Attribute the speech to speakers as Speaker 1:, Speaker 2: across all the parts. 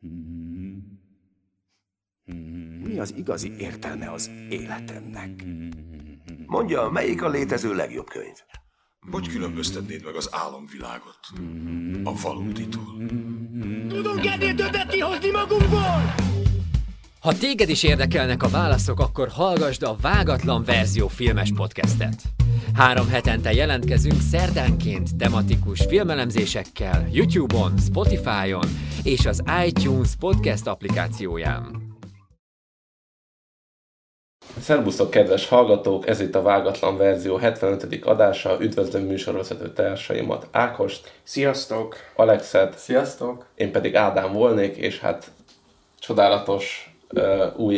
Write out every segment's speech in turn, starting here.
Speaker 1: Mi az igazi értelme az életemnek?
Speaker 2: Mondja, melyik a létező legjobb könyv?
Speaker 3: Hogy különböztetnéd meg az álomvilágot a valóditól?
Speaker 4: Tudunk ennél többet kihozni magunkból!
Speaker 5: Ha téged is érdekelnek a válaszok, akkor hallgasd a Vágatlan Verzió filmes podcastet. 3 hetente jelentkezünk szerdánként tematikus filmelemzésekkel YouTube-on, Spotify-on és az iTunes podcast applikációján.
Speaker 6: Szerbusztok, kedves hallgatók! Ez itt a Vágatlan Verzió 75. adása. Üdvözlöm műsorvezető társaimat, Ákost.
Speaker 7: Sziasztok!
Speaker 6: Alexet.
Speaker 7: Sziasztok!
Speaker 6: Én pedig Ádám volnék, és hát csodálatos új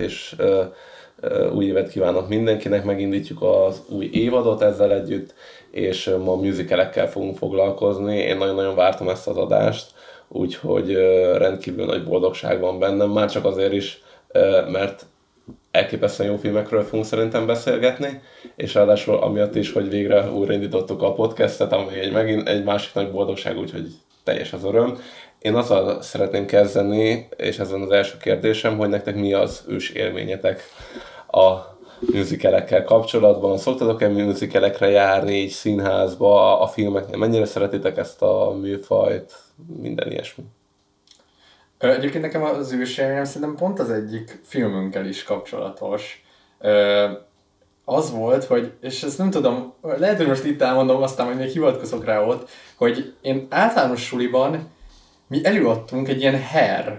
Speaker 6: évet kívánok mindenkinek. Megindítjuk az új évadot ezzel együtt, és ma musicalekkel fogunk foglalkozni. Én nagyon-nagyon vártam ezt az adást, úgyhogy rendkívül nagy boldogság van bennem, már csak azért is, mert elképesztően jó filmekről fogunk szerintem beszélgetni, és ráadásul amiatt is, hogy végre újraindítottuk a podcastet, ami megint egy másik nagy boldogság, úgyhogy teljes az öröm. Én azzal szeretném kezdeni, és ez az első kérdésem, hogy nektek mi az ős élményetek a musicalekkel kapcsolatban. Szoktatok-e musicalekre járni, így színházba, a filmeknél? Mennyire szeretitek ezt a műfajt? Minden ilyesmi.
Speaker 7: Egyébként nekem az ős élményem szerintem pont az egyik filmünkkel is kapcsolatos. Az volt, hogy, és ezt nem tudom, lehet, hogy most itt elmondom, aztán majd még hivatkozok rá ott, hogy én általános suliban mi előadtunk egy ilyen hair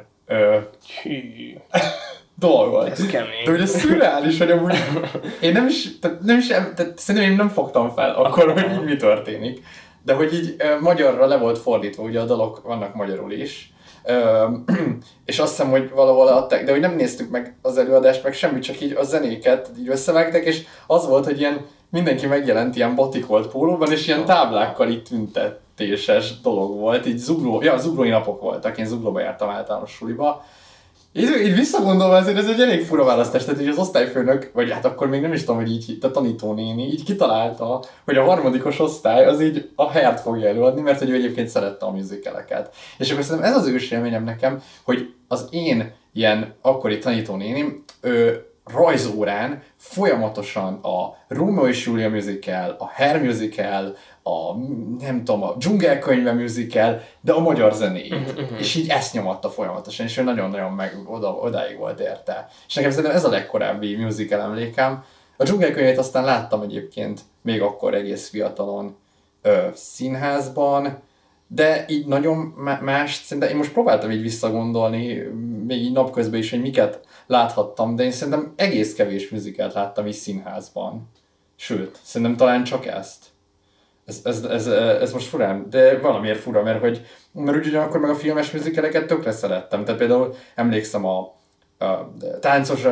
Speaker 7: dolgot.
Speaker 8: Ez kemény.
Speaker 7: De ugye szürreális, hogy amúgy én tehát szerintem én nem fogtam fel akkor, hogy így mi történik. De hogy így magyarra le volt fordítva, ugye a dalok vannak magyarul is. És azt hiszem, hogy valahol adták, de hogy nem néztük meg az előadást, meg semmit, csak így a zenéket így összevágták, és az volt, hogy ilyen mindenki megjelent ilyen batikolt pólóban, és ilyen táblákkal itt tüntetéses dolog volt, így zuglói napok voltak, én Zuglóba jártam általános suliba. Így visszagondolva azért ez egy elég fura választás, tehát így az osztályfőnök, vagy hát akkor még nem is tudom, hogy így a tanítónéni így kitalálta, hogy a harmadikos osztály az így a Hair-t fogja előadni, mert hogy ő egyébként szerette a musicaleket. És akkor szerintem ez az ősélményem nekem, hogy az én ilyen akkori tanítónénim, rajzórán folyamatosan a Rómeó és Júlia musical, a Hair musical, a Dzsungelkönyve musical, de a magyar zenéit. És így ezt nyomatta folyamatosan, és ő nagyon-nagyon odáig volt érte. És nekem szerintem ez a legkorábbi musical emlékem. A Dzsungelkönyvét aztán láttam egyébként még akkor egész fiatalon színházban, de így nagyon más, szerintem én most próbáltam így visszagondolni, még így napközben is, hogy miket láthattam, de én szerintem egész kevés musicalt láttam is színházban. Sőt, szerintem talán csak ezt. Ez most furán, de valamiért fura, mert ugyanakkor meg a filmes musicaleket tökre szerettem. Tehát például emlékszem a táncos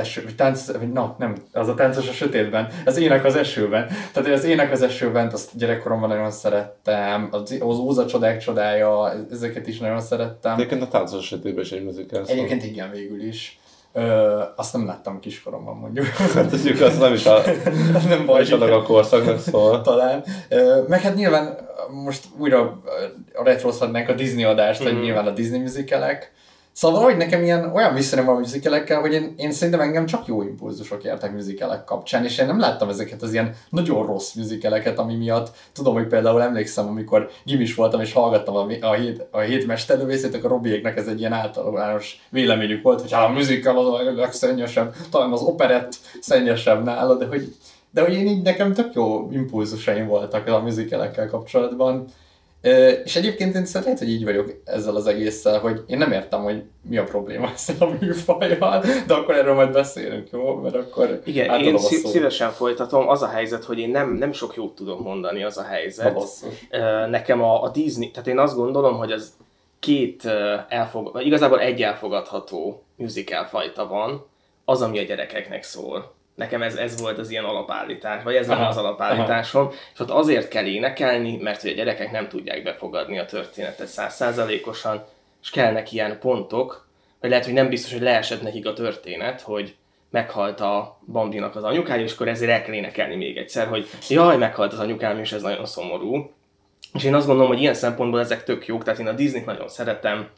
Speaker 7: a sötétben, az ének az esőben. Tehát az ének az esőben, azt gyerekkoromban nagyon szerettem, az Óza csodák csodája, ezeket is nagyon szerettem.
Speaker 6: Egyébként a táncos a sötétben is egy musical.
Speaker 7: Egyébként igen, végül is. Azt nem láttam kiskoromban, mondjuk.
Speaker 6: Hát az nem is a korszaknak szól.
Speaker 7: Talán. Meg hát nyilván most újra retrozhatnánk a Disney adást, vagy nyilván a Disney musicalek. Szóval hogy nekem olyan viszonyom a musicalekkel, hogy én szerintem engem csak jó impulzusok értek musicalek kapcsán, és én nem láttam ezeket az ilyen nagyon rossz musicaleket, ami miatt tudom, hogy például emlékszem, amikor gimis voltam, és hallgattam a hét mesterlövészét, akkor Robiéknek ez egy ilyen általános véleményük volt, hogy a musical az a legszennyesebb, talán az operett szennyesebb nála, de hogy én így nekem tök jó impulzusaim voltak a musicalekkel kapcsolatban. És egyébként én lehet, hogy így vagyok ezzel az egésszel, hogy én nem értem, hogy mi a probléma ezzel a műfajjal, de akkor erről majd beszélünk, jó? Mert akkor
Speaker 8: igen, én szívesen folytatom. Az a helyzet, hogy én nem sok jót tudom mondani, az a helyzet. Nekem a Disney, tehát én azt gondolom, hogy az igazából egy elfogadható musical fajta van, az, ami a gyerekeknek szól. Nekem ez volt az ilyen alapállítás, vagy ez az alapállításom, és ott azért kell énekelni, mert hogy a gyerekek nem tudják befogadni a történetet 100%-osan, és kellnek ilyen pontok, vagy lehet, hogy nem biztos, hogy leesett nekik a történet, hogy meghalt a Bambinak az anyukája, és akkor ezért el kell énekelni még egyszer, hogy jaj, meghalt az anyukám, és ez nagyon szomorú. És én azt gondolom, hogy ilyen szempontból ezek tök jók, tehát én a Disneyt nagyon szeretem,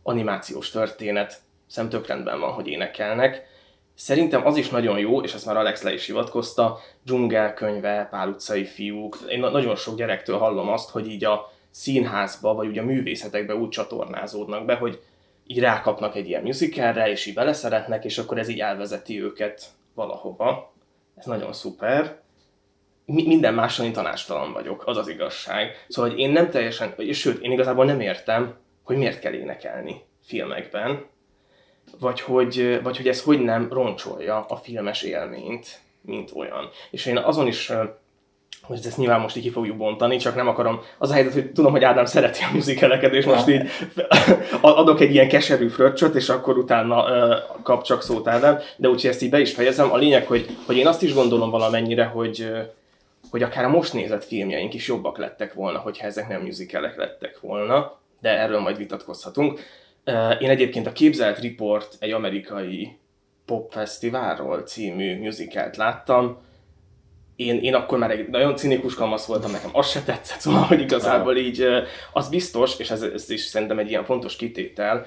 Speaker 8: animációs történet, szerintem tök rendben van, hogy énekelnek. Szerintem az is nagyon jó, és ezt már Alex le is hivatkozta, Dzsungelkönyve, Pál utcai fiúk. Én nagyon sok gyerektől hallom azt, hogy így a színházba, vagy ugye a művészetekbe úgy csatornázódnak be, hogy így rákapnak egy ilyen musicalre, és így beleszeretnek, és akkor ez így elvezeti őket valahova. Ez nagyon szuper. Minden mással én tanácstalan vagyok, az az igazság. Szóval, hogy én nem teljesen, sőt, én igazából nem értem, hogy miért kell énekelni filmekben, vagy hogy ez hogy nem roncsolja a filmes élményt, mint olyan. És én azon is, hogy ezt nyilván most így ki fogjuk bontani, csak nem akarom, az a helyzet, hogy tudom, hogy Ádám szereti a musicaleket, és most így adok egy ilyen keserű fröccsöt, és akkor utána kap csak szót Ádám, de úgyhogy ezt így be is fejezem. A lényeg, hogy én azt is gondolom valamennyire, hogy akár a most nézett filmjeink is jobbak lettek volna, hogyha ezek nem musicalek lettek volna, de erről majd vitatkozhatunk. Én egyébként a Képzelt Report egy amerikai popfesztiválról című musicalt láttam. Én akkor már egy nagyon cinikus kamasz voltam, nekem az se tetszett, szóval, hogy igazából így az biztos, és ez is szerintem egy ilyen fontos kitétel,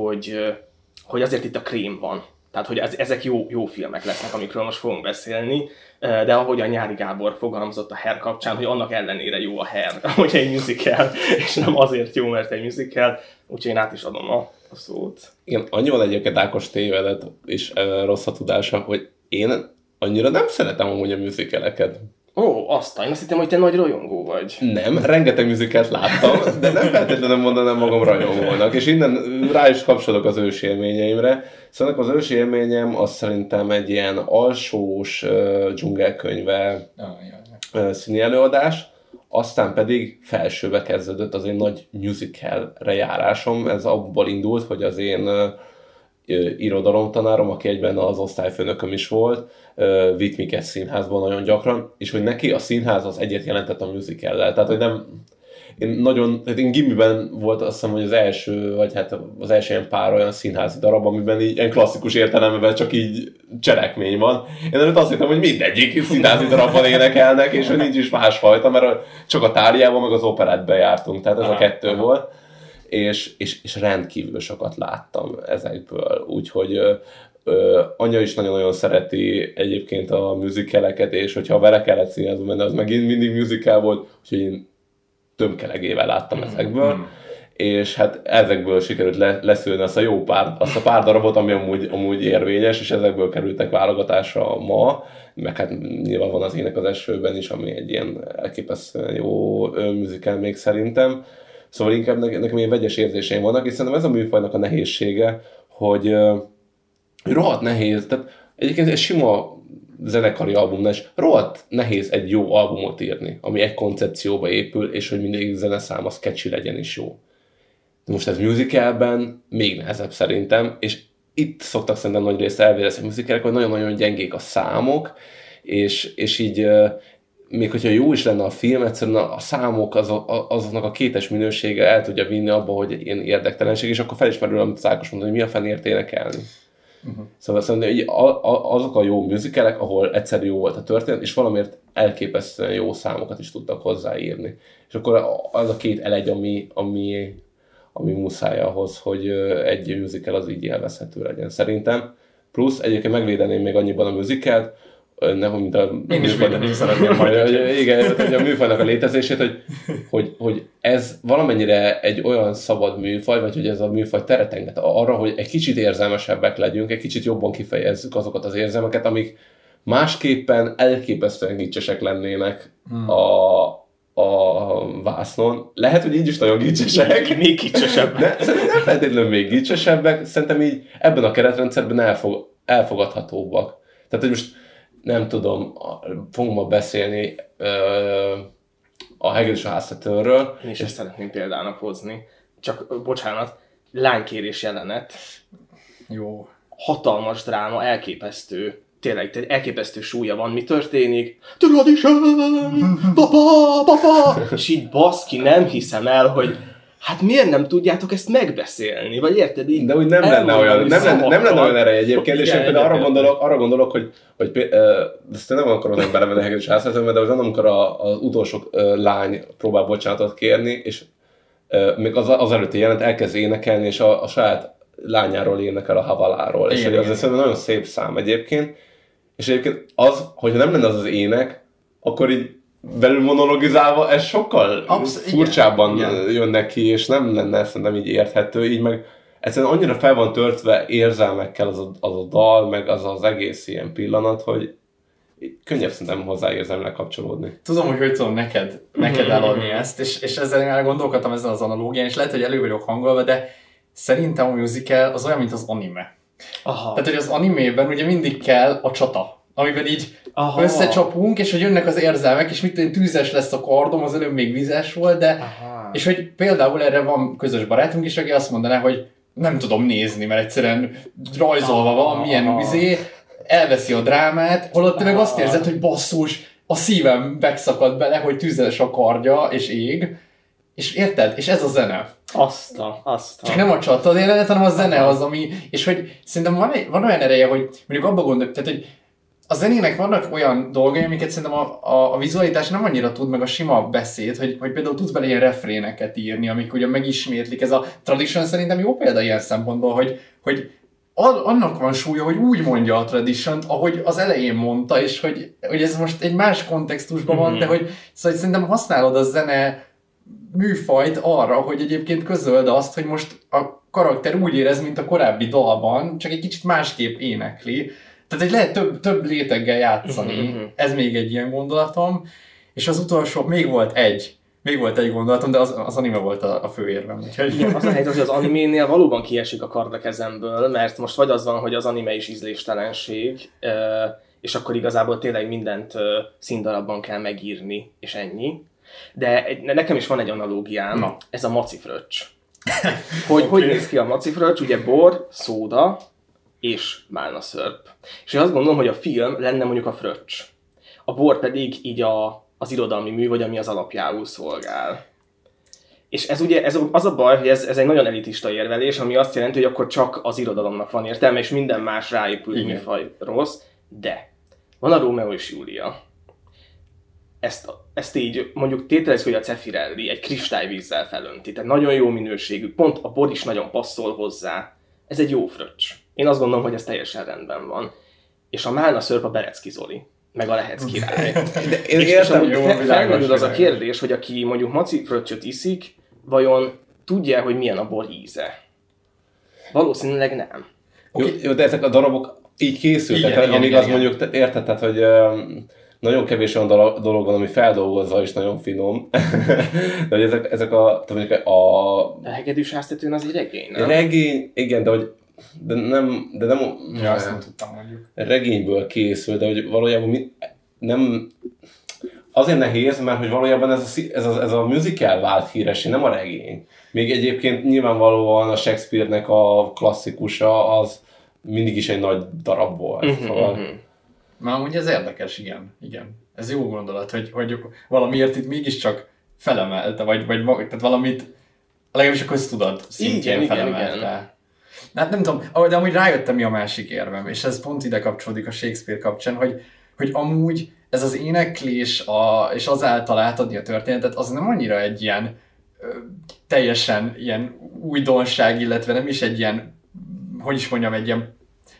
Speaker 8: hogy azért itt a krém van. Tehát, hogy ezek jó filmek lesznek, amikről most fogunk beszélni, de ahogy a Nyári Gábor fogalmazott a Hair kapcsán, hogy annak ellenére jó a Hair, hogy egy musical, és nem azért jó, mert egy musical, úgyhogy én át is adom a szót.
Speaker 6: Igen, annyival egyébként Ákos tévedett, és rossz a tudása, hogy én annyira nem szeretem amúgy a musicaleket.
Speaker 8: Ó, aztán, én azt hittem, hogy te nagy rajongó vagy.
Speaker 6: Nem, rengeteg musicalt láttam, de nem feltétlenül mondanám magam rajongónak, és innen rá is kapcsolok az ősi élményeimre. Szóval az ősi élményem az szerintem egy ilyen alsós Dzsungelkönyve színi előadás, aztán pedig felsőbe kezdődött az én nagy musicalre járásom. Ez abból indult, hogy az én irodalomtanárom, aki egyben az osztályfőnököm is volt, vitt minket színházban nagyon gyakran, és hogy neki a színház az egyet jelentett a musicallel. Tehát, hogy nem... Én gimiben volt azt hiszem, hogy az első, vagy hát az első ilyen pár olyan színházi darab, amiben így ilyen klasszikus értelemben csak így cselekmény van. Én előtt azt hittem, hogy mindegyik színházi darabban énekelnek, és hogy nincs is másfajta, mert csak a Táliában meg az operátben jártunk, tehát ez a kettő volt. És rendkívül sokat láttam ezekből, úgyhogy anya is nagyon-nagyon szereti egyébként a musicaleket, és hogyha vele kellett színházba menni, az megint mindig musical volt, úgyhogy én tömkelegével láttam ezekből, és hát ezekből sikerült leszűrni azt a pár darabot, ami amúgy érvényes, és ezekből kerültek válogatásra ma, meg hát nyilván van az Ének az esőben is, ami egy ilyen elképesztően jó musical még szerintem. Szóval inkább nekem ilyen vegyes érzéseim vannak, és szerintem ez a műfajnak a nehézsége, hogy rohadt nehéz, tehát egyébként egy sima zenekari albumnál is rohadt nehéz egy jó albumot írni, ami egy koncepcióba épül, és hogy mindig zeneszám az catchy legyen is jó. De most ez musicalben még nehezebb szerintem, és itt szoktak szerintem nagy részt elvérezni a musicalek, hogy nagyon-nagyon gyengék a számok, és így még hogyha jó is lenne a film, egyszerűen a számok azoknak a kétes minősége el tudja vinni abba, hogy egy ilyen érdektelenség, és akkor felismerül, amit az Ákos mondta, hogy mi a fenért énekelni. Szóval szerintem hogy azok a jó musicalek, ahol egyszerű jó volt a történet, és valamiért elképesztően jó számokat is tudtak hozzáírni. És akkor az a két elegy, ami muszáj ahhoz, hogy egy musical az így élvezhető legyen szerintem. Plusz egyébként megvédeném még annyiban a musicalt, nehogy mint a műfajnak szeretném majd, igen, hogy a műfajnak a létezését, hogy ez valamennyire egy olyan szabad műfaj, vagy hogy ez a műfaj teret enged arra, hogy egy kicsit érzelmesebbek legyünk, egy kicsit jobban kifejezzük azokat az érzelmeket, amik másképpen elképesztően gicsesek lennének a vásznon. Lehet, hogy így is nagyon gicsesek.
Speaker 8: Még gicsesebbek.
Speaker 6: De szerintem nem feltétlenül még gicsesebbek, szerintem így ebben a keretrendszerben elfogadhatóbbak. Tehát, hogy most nem tudom, fogunk ma beszélni a Hegel és a háztetőről.
Speaker 8: Én is ezt szeretném példának hozni. Csak, bocsánat, lánykérés jelenet.
Speaker 7: Jó.
Speaker 8: Hatalmas dráma, elképesztő. Tényleg, elképesztő súlya van, mi történik. Tradition! Papa! És így baszki, nem hiszem el, hogy hát miért nem tudjátok ezt megbeszélni? Vagy érted így?
Speaker 6: De úgy nem lenne olyan ereje egyébként, és én például arra gondolok, hogy ezt nem akarom belemenni a Hegel és háztetőbe, de az amikor az utolsó lány próbál bocsánatot kérni, és még az előtti jelent elkezd énekelni, és a saját lányáról énekel, a Havaláról. És ez szerintem nagyon szép szám egyébként. És egyébként az, hogyha nem lenne az ének, akkor így belül monologizálva ez sokkal furcsábban jön neki, és nem lenne szerintem így érthető, így meg egyszerűen annyira fel van töltve érzelmekkel az a dal, meg az egész ilyen pillanat, hogy könnyebb szerintem hozzá érzelmileg kapcsolódni.
Speaker 7: Tudom, hogy tudom neked eladni ezt, és ezzel már gondolkodtam ezen az analógián, és lehet, hogy elő vagyok hangolva, de szerintem a musical az olyan, mint az anime. Aha. Tehát, hogy az animében ugye mindig kell a csata, amiben így összecsapunk, és hogy jönnek az érzelmek, és mit tűzes lesz a kardom, az előbb még vizes volt, de és hogy például erre van közös barátunk is, aki azt mondaná, hogy nem tudom nézni, mert egyszerűen rajzolva van, milyen elveszi a drámát, holott te meg azt érzed, hogy basszus, a szívem megszakad bele, hogy tüzes a kardja, és ég, és érted? És ez a zene.
Speaker 8: Azt.
Speaker 7: Csak nem a csata az jelenet, hanem a zene az, ami, és hogy szerintem van olyan ereje, hogy mondjuk abba gondolok, tehát hogy a zenének vannak olyan dolgai, amiket szerintem a vizualitás nem annyira tud, meg a sima beszéd, hogy például tudsz bele ilyen refréneket írni, amik ugye megismétlik. Ez a Tradition szerintem jó példa ilyen szempontból, hogy annak van súlya, hogy úgy mondja a Tradition-t, ahogy az elején mondta, és hogy ez most egy más kontextusban van, de hogy szóval szerintem használod a zene műfajt arra, hogy egyébként közöld azt, hogy most a karakter úgy érez, mint a korábbi dalban, csak egy kicsit másképp énekli. Tehát hogy lehet több réteggel játszani. Ez még egy ilyen gondolatom. És az utolsó, még volt egy gondolatom, de az anime volt a fő érvem.
Speaker 8: Igen, az a helyzet, hogy az animénél valóban kiesik a kard a kezemből, mert most vagy az van, hogy az anime is ízléstelenség, és akkor igazából tényleg mindent színdarabban kell megírni, és ennyi. De nekem is van egy analógiám, ez a macifröccs. Hogy néz ki a macifröccs? Ugye bor, szóda és málnaszörp. És én azt gondolom, hogy a film lenne mondjuk a fröccs. A bor pedig így az irodalmi mű, vagy ami az alapjául szolgál. És ez ugye az a baj, hogy ez egy nagyon elitista érvelés, ami azt jelenti, hogy akkor csak az irodalomnak van értelme, és minden más ráépült műfaj rossz. De van a Rómeó és Júlia. Ezt így mondjuk tételezzük, hogy a Cefirelli egy kristályvízzel felönti. Tehát nagyon jó minőségű. Pont a bor is nagyon passzol hozzá. Ez egy jó fröccs. Én azt gondolom, hogy ez teljesen rendben van. És a málnaszörp a Berecki Zoli. Meg a Lehec király. És felmerül az a kérdés, hogy aki mondjuk macifröccsöt iszik, vajon tudja, hogy milyen a bor íze? Valószínűleg nem.
Speaker 6: Jó, de ezek a darabok így készültek, amíg az mondjuk, érted, tehát, hogy nagyon kevés olyan dolog van, ami feldolgozza és nagyon finom. De hogy ezek a
Speaker 8: hegedűs háztetőn az egy regény, nem?
Speaker 6: Regény, igen, de nem
Speaker 7: ja, azt nem tudtam mondjuk.
Speaker 6: Regényből készül, de hogy valójában nem... Azért nehéz, mert hogy valójában ez a musical vált híressé, nem a regény. Még egyébként nyilvánvalóan a Shakespeare-nek a klasszikusa az mindig is egy nagy darab volt. Szóval...
Speaker 7: Na, amúgy ez érdekes, igen. Ez jó gondolat, hogy valamiért itt mégiscsak felemelte, vagy tehát valamit legalábbis a köztudat szintjén felemelte. Igen. Hát nem tudom, de amúgy rájöttem, mi a másik érvem, és ez pont ide kapcsolódik a Shakespeare kapcsán, hogy amúgy ez az éneklés és azáltal átadni a történetet, az nem annyira egy ilyen teljesen ilyen újdonság, illetve nem is egy ilyen, hogy is mondjam, egy ilyen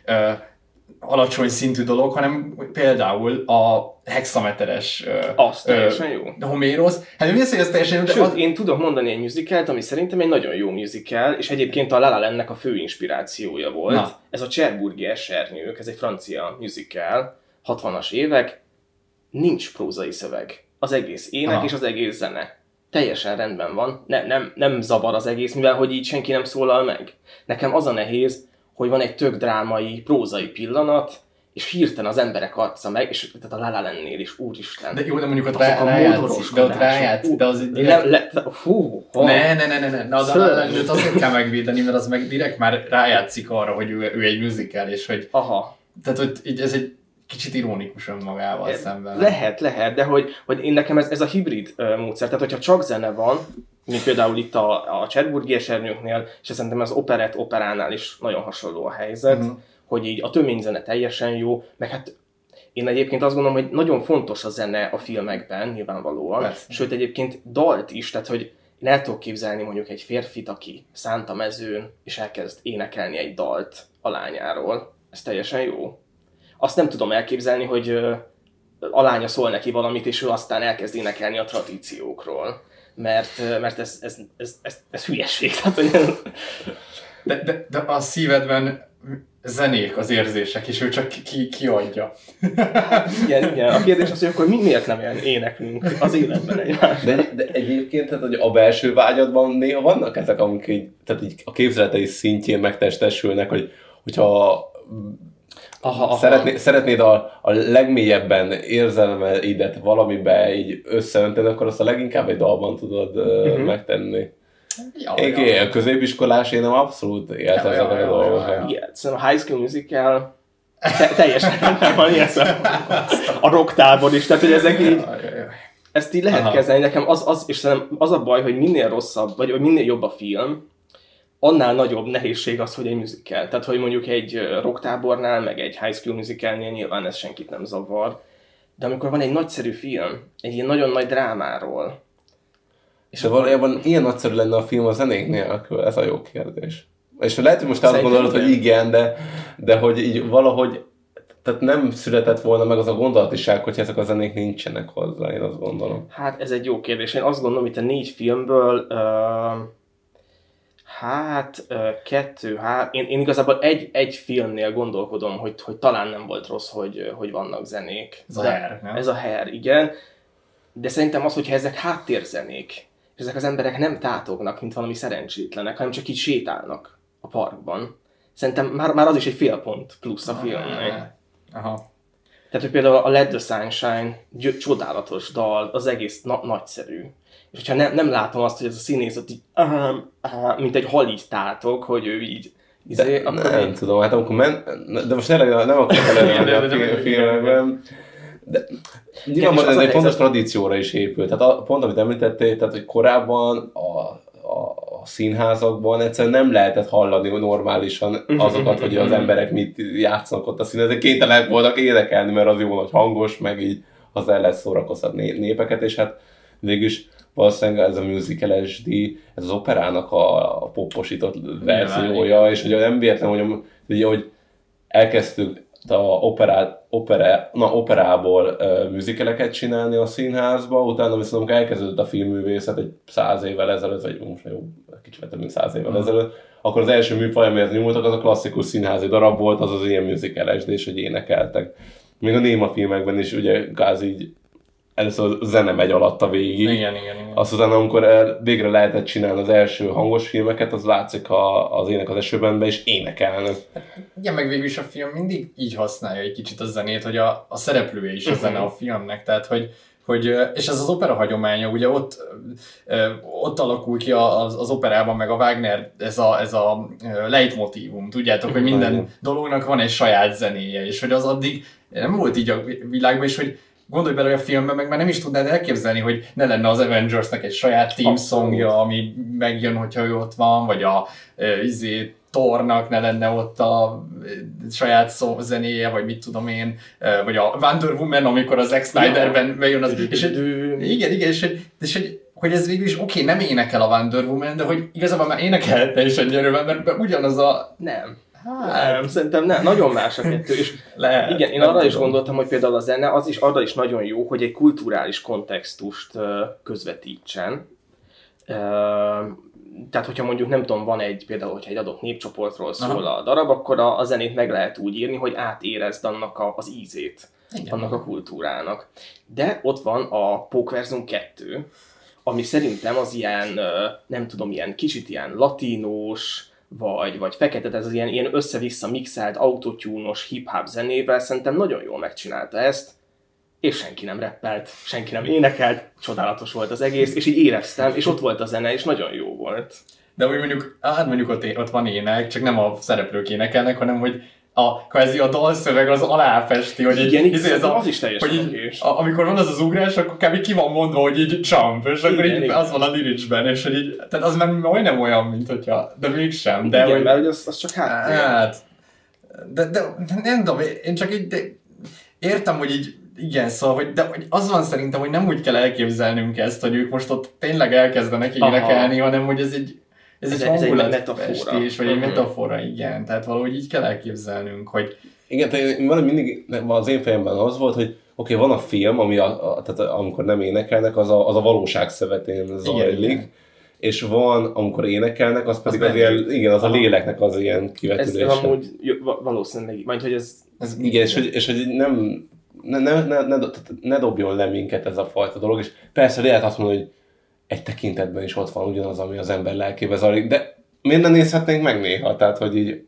Speaker 7: alacsony szintű dolog, hanem például a hexameteres
Speaker 8: teljesen jó.
Speaker 7: Homérosz. Hát mi az, hogy ez teljesen jó?
Speaker 8: Sőt, én tudok mondani egy musicalt, ami szerintem egy nagyon jó musical, és egyébként a La La Landnek a fő inspirációja volt. Na. Ez a Cherbourgi Esernyők, ez egy francia musical, 60-as évek, nincs prózai szöveg. Az egész ének és az egész zene. Teljesen rendben van. Nem zavar az egész, mivel hogy így senki nem szólal meg. Nekem az a nehéz, hogy van egy tök drámai, prózai pillanat, és hirtelen az emberek arca meg, és tehát a La La Landnél is, úristen.
Speaker 7: De jó, de mondjuk ott rájátszik, de az egy direkt... Ne, az a La La Landet azért kell megvédeni, mert az meg direkt már rájátszik arra, hogy ő egy musical, és hogy... Tehát, hogy ez egy kicsit ironikus önmagával szemben.
Speaker 8: Lehet, de hogy én nekem ez a hibrid módszer, tehát hogyha csak zene van, mint például itt a Cherbourgi Esernyőknél, és szerintem az operánál is nagyon hasonló a helyzet, hogy így a töményzene teljesen jó, meg hát én egyébként azt gondolom, hogy nagyon fontos a zene a filmekben, nyilvánvalóan, sőt egyébként dalt is, tehát hogy Én el tudok képzelni mondjuk egy férfit, aki szánt a mezőn, és elkezd énekelni egy dalt a lányáról. Ez teljesen jó. Azt nem tudom elképzelni, hogy a lánya szól neki valamit, és ő aztán elkezd énekelni a tradíciókról. Mert ez hülyeség.
Speaker 7: De a szívedben zenék az érzések, és ő csak kiadja.
Speaker 8: Igen. A kérdés az, hogy akkor miért nem éneklünk az életben egymást.
Speaker 6: De egyébként tehát, hogy a belső vágyadban néha vannak ezek, amik így a képzeletei szintjén megtestesülnek, hogyha szeretnéd a legmélyebben érzelmeidet valamibe így összeönteni, akkor azt a leginkább egy dalban tudod megtenni. Én középiskolás, én nem abszolút éltem ezeket a dolgokat.
Speaker 8: Igen, szerintem a High School Musical teljesen rendben van ilyen a rocktábor is, tehát hogy ezek így, ezt így lehet kezelni. Nekem és szerintem az a baj, hogy minél rosszabb, vagy minél jobb a film, annál nagyobb nehézség az, hogy egy musical. Tehát, hogy mondjuk egy rocktábornál, meg egy High School Musicalnél nyilván ez senkit nem zavar. De amikor van egy nagyszerű film, egy ilyen nagyon nagy drámáról,
Speaker 6: és valójában ilyen nagyszerű lenne a film a zenék nélkül, ez a jó kérdés. És lehet, hogy most azt gondolod, hogy igen, de hogy így valahogy tehát nem született volna meg az a gondolatiság, hogy ezek a zenék nincsenek hozzá, én azt gondolom.
Speaker 8: Hát ez egy jó kérdés. Én azt gondolom, itt a 4 filmből én igazából egy filmnél gondolkodom, hogy talán nem volt rossz, hogy vannak zenék.
Speaker 7: Ez a Hair, nem?
Speaker 8: Ez a Hair, igen. De szerintem az, hogyha ezek háttérzenék, és ezek az emberek nem tátognak, mint valami szerencsétlenek, hanem csak így sétálnak a parkban. Szerintem már az is egy fél pont plusz a filmnek.
Speaker 7: Aha.
Speaker 8: Tehát, hogy például a Let the Sunshine csodálatos dal, az egész nagyszerű. És hogyha nem látom azt, hogy ez a színész ott így, mint egy hal így tátog, hogy ő így...
Speaker 6: akkor nem tudom, hát amikor de most nem akarok előadni a filmekben. De nyilván ez egy fontos tradícióra is épült. Tehát pont amit említettél, tehát hogy korábban a színházakban egyszerűen nem lehetett hallani normálisan azokat, hogy az emberek mit játszanak ott a színházak. Kénytelenek voltak énekelni, mert az jó nagy hangos, meg így az el lehet szórakoztatni népeket, és hát végülis valószínűleg ez a musical SD, ez az operának a poposított verziója, és ugye nem véletlen, hogy elkezdtük operából musicaleket csinálni a színházba, utána viszont amikor elkezdődött a filmművészet egy 100 évvel ezelőtt, vagy most jó, kicsit több mint 100 évvel ezelőtt, akkor az első műfaj, amihez nyúltak, az a klasszikus színházi darab volt, az az ilyen musical SD-s, hogy énekeltek. Még a néma filmekben is ugye gáz így először a zene megy alatta végig.
Speaker 7: Igen.
Speaker 6: Azt utána, amikor végre lehetett csinálni az első hangos filmeket, az látszik az Ének az esőben be, és énekelnek.
Speaker 7: Igen, meg végül is a film mindig így használja egy kicsit a zenét, hogy a szereplője is a zene a filmnek, tehát hogy és ez az opera hagyománya, ugye ott alakul ki az operában, meg a Wagner ez a leitmotívum, tudjátok, hogy minden dolognak van egy saját zenéje, és hogy az addig nem volt így a világban, és hogy gondolj bele, hogy a filmben meg már nem is tudnád elképzelni, hogy ne lenne az Avengersnek egy saját theme songja, ami megjön, hogyha ő ott van, vagy a Thornak ne lenne ott a saját zenéje, vagy mit tudom én, vagy a Wonder Woman, amikor az Zack Snyderben bejön az... Igen, és hogy ez végül is oké, nem énekel a Wonder Woman, de hogy igazából már énekelhetne is egy gyerőben, mert ugyanaz a...
Speaker 8: Nem, szerintem nem, nagyon más a kettő. És igen, én arra is gondoltam, hogy például a zene az is arra is nagyon jó, hogy egy kulturális kontextust közvetítsen. Tehát, hogyha mondjuk nem tudom, van például, hogyha egy adott népcsoportról szól a darab, akkor a zenét meg lehet úgy írni, hogy átérezd annak az ízét, annak a kultúrának. De ott van a Pókverzum 2, ami szerintem az ilyen, nem tudom, ilyen kicsit ilyen latinós, vagy fekete, ez az ilyen össze-vissza mixelt, autotune-os hip-hop zenével szerintem nagyon jól megcsinálta ezt, és senki nem rappelt, senki nem énekelt, csodálatos volt az egész, és így éreztem, és ott volt a zene, és nagyon jó volt.
Speaker 7: De hogy mondjuk ott van ének, csak nem a szereplők énekelnek, hanem hogy kvázi a dalszöveg az aláfesti, hogy
Speaker 8: igen, így az is teljesen
Speaker 7: hogy amikor van az ugrás, akkor kb. Ki van mondva, hogy így jump, és akkor így az van a lyricsben, és hogy így, tehát az már majdnem olyan, mint hogyha, de mégsem. De
Speaker 8: igen, mert az csak háttér.
Speaker 7: De nem tudom, én csak így értem, hogy így Igen, szóval, hogy az van szerintem, hogy nem úgy kell elképzelnünk ezt, hogy ők most ott tényleg elkezdenek énekelni, hanem hogy ez egy hangulatfestés, vagy egy metafora, igen. Tehát valahogy így kell elképzelnünk, hogy...
Speaker 6: Igen, tehát mindig az én fejemben az volt, hogy oké, van a film, ami tehát amikor nem énekelnek, az a valóság szövetén zajlik, és van, amikor énekelnek, az pedig az ilyen, igen, az a léleknek az ilyen kivetülése.
Speaker 8: Ez amúgy valószínűleg, majd hogy ez
Speaker 6: igen, és hogy ne dobjon le minket ez a fajta dolog, és persze lehet azt mondani, hogy egy tekintetben is ott van ugyanaz, ami az ember lelkébe zajlik, de miért ne nézhetnénk meg néha? Tehát, hogy így...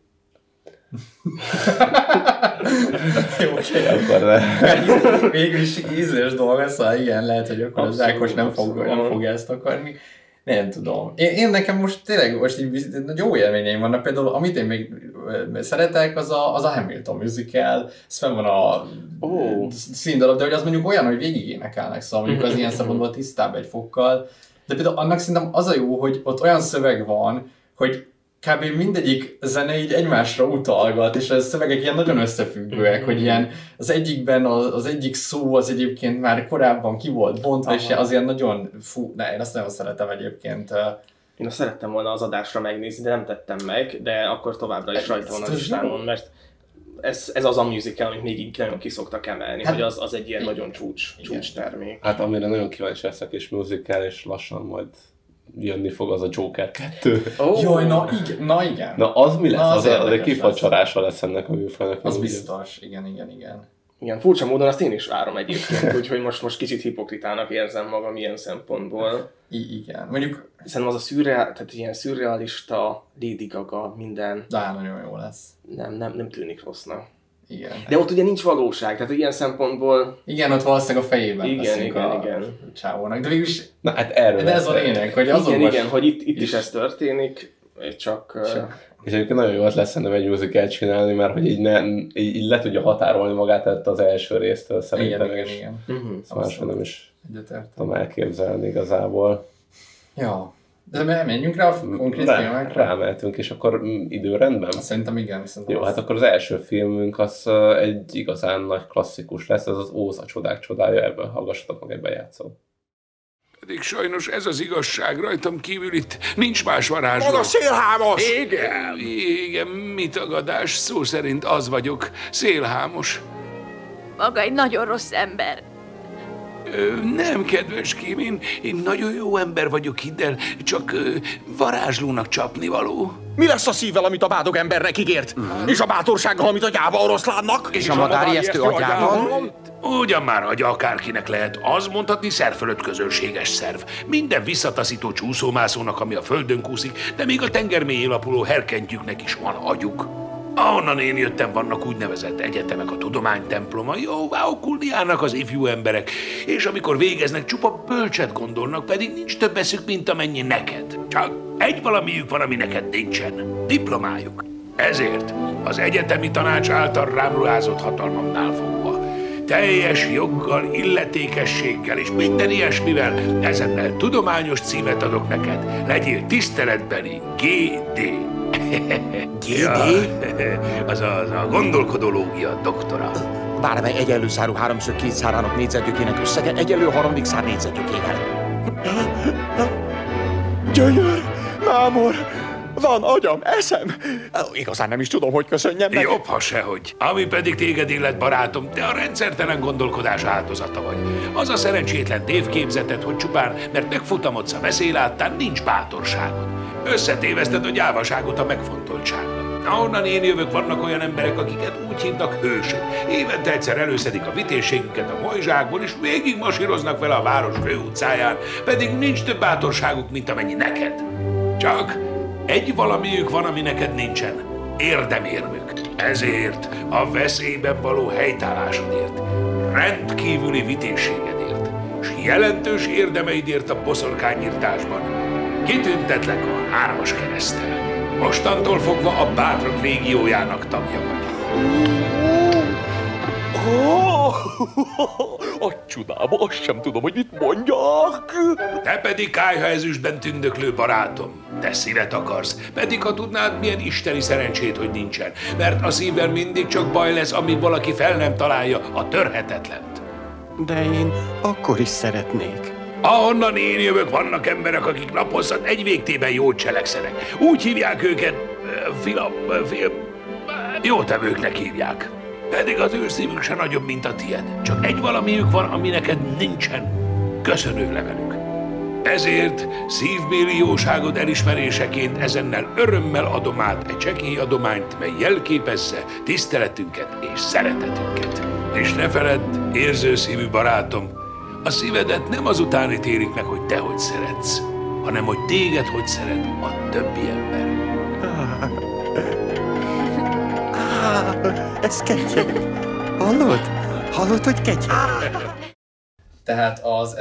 Speaker 7: Jó, oké.
Speaker 6: Akkor
Speaker 7: végül is ízlős dolga, szóval igen, lehet, hogy akkor az Ákos nem fogja ezt akarni. Nem tudom. Én nekem most tényleg így jó élményeim vannak, például amit én még szeretek, az a Hamilton musical, ez fenn van a színdarab, de hogy az mondjuk olyan, hogy végig énekelnek, szóval mondjuk az ilyen szempontból tisztább egy fokkal, de például annak szerintem az a jó, hogy ott olyan szöveg van, hogy kb. Mindegyik zene így egymásra utalgat, és a szövegek ilyen nagyon összefüggőek, hogy ilyen az egyikben az egyik szó az egyébként már korábban ki volt bontva, és az ilyen nagyon én azt nagyon szeretem egyébként.
Speaker 8: Én azt szerettem volna az adásra megnézni, de nem tettem meg, de akkor továbbra is rajta van a listámon, mert ez az a musical, amit még így nagyon kiszoktak emelni, hogy az egy ilyen nagyon csúcs termék.
Speaker 6: Hát amire nagyon kíváncsi leszek, és musical, és lassan majd jönni fog, az a Joker 2.
Speaker 7: Jaj, na igen.
Speaker 6: Na az mi lesz? Az egy kifacsarása lesz ennek a műfajnak.
Speaker 7: Az biztos, igen.
Speaker 8: Igen, furcsa módon azt én is várom egyébként, úgyhogy most kicsit hipokritának érzem magam ilyen szempontból.
Speaker 7: Igen, mondjuk...
Speaker 8: Szerintem az tehát ilyen szürrealista, Lady Gaga, minden...
Speaker 7: De nagyon jó lesz.
Speaker 8: Nem tűnik rossznak.
Speaker 7: Igen.
Speaker 8: De ott ugye nincs valóság, tehát ilyen szempontból...
Speaker 7: Igen, ott valószínűleg a fejében
Speaker 8: igen.
Speaker 7: a csávónak, de végülis...
Speaker 6: Na hát erről
Speaker 7: de ez a lényeg, hogy azon
Speaker 8: igen, hogy itt is ez történik, csak...
Speaker 6: És egyébként nagyon jó lesz szerintem egy musicalt csinálni, mert hogy így le tudja határolni magát az első résztől szerintem.
Speaker 7: Igen.
Speaker 6: Máshol nem is tudom elképzelni igazából.
Speaker 7: Ja. De menjünk rá a konkrét filmekre?
Speaker 6: Rámehetünk, és akkor időrendben?
Speaker 7: Szerintem igen.
Speaker 6: Jó, hát akkor az első filmünk az egy igazán nagy klasszikus lesz, ez az Óz a csodák csodája, ebből hallgassatok meg, ebben játszom.
Speaker 3: Pedig sajnos ez az igazság, rajtam kívül itt nincs más varázsló.
Speaker 2: Maga szélhámos!
Speaker 3: Igen, mi tagadás, szó szerint az vagyok, szélhámos.
Speaker 9: Maga egy nagyon rossz ember.
Speaker 3: Nem, kedves Kim, én nagyon jó ember vagyok, hidd el, csak varázslónak csapnivaló.
Speaker 2: Mi lesz a szívvel, amit a bádog embernek ígért? És a bátorsággal, amit a gyáva oroszlánnak?
Speaker 1: És a madárjesztő agyával?
Speaker 3: Ugyan már agya akárkinek lehet, az mondhatni szerfölött közönséges szerv. Minden visszataszító csúszómászónak, ami a földön kúszik, de még a tengermélyén lapuló herkentjüknek is van agyuk. Ahonnan én jöttem, vannak úgynevezett egyetemek, a tudománytemploma, jóvá okulniának az ifjú emberek, és amikor végeznek, csupa bölcset gondolnak, pedig nincs több eszük, mint amennyi neked. Csak egy valamiük van, ami neked nincsen. Diplomájuk. Ezért az egyetemi tanács által rám ruházott hatalmamnál fogva, teljes joggal, illetékességgel és minden ilyesmivel ezennel tudományos címet adok neked. Legyél tiszteletbeli GD.
Speaker 1: GD?
Speaker 3: Az a gondolkodológia doktora.
Speaker 1: Bármely egyenlő szárú háromszög két szárának négyzetgyökének összege egyenlő harmadik szár négyzetgyökével.
Speaker 2: Gyönyör! Mámor! Van agyam, eszem! Igazán nem is tudom, hogy köszönjem meg.
Speaker 3: Jobb, ha sehogy. Ami pedig téged illet, barátom, te a rendszertelen gondolkodás áldozata vagy. Az a szerencsétlen tévképzeted, hogy csupán, mert megfutamodsz a veszélyláttán, nincs bátorságod. Összetéveszted a gyávaságot a megfontoltsággal. Ahonnan én jövök, vannak olyan emberek, akiket úgy hívnak hősök. Évente egyszer előszedik a vitézségüket a molyzsákból, és végig masíroznak vele a város főutcáján, pedig nincs több bátorságuk, mint amennyi neked. Csak egy valamiük van, ami neked nincsen. Érdemérmük. Ezért a veszélyben való helytállásodért, rendkívüli vitézségedért, s jelentős érdemeidért a boszorkányírtásban kitüntetlek a 3-as kereszttel. Mostantól fogva a Bátrak légiójának tagja vagy.
Speaker 2: A csodába, azt sem tudom, hogy mit mondjak.
Speaker 3: Te pedig kályha ezüstben tündöklő barátom. Te szívet akarsz, pedig ha tudnád, milyen isteni szerencsét, hogy nincsen. Mert a szívvel mindig csak baj lesz, amíg valaki fel nem találja a törhetetlent.
Speaker 10: De én akkor is szeretnék.
Speaker 3: Ahonnan én jövök, vannak emberek, akik napozzat egy végtében jót cselekszenek. Úgy hívják őket, jótevőknek hívják. Pedig az ő szívük se nagyobb, mint a tied. Csak egy valamiük van, ami neked nincsen. Köszönőlevelük. Ezért szívbéli jóságod elismeréseként ezennel örömmel adom át egy csekély adományt, mely jelképezze tiszteletünket és szeretetünket. És ne feledd, érző szívű barátom, a szívedet nem azután ítélik meg, hogy te hogy szeretsz, hanem hogy téged hogy szeret a többi ember.
Speaker 10: Ez ketyeg. Hallod? Hallod, hogy ketyeg?
Speaker 7: Tehát az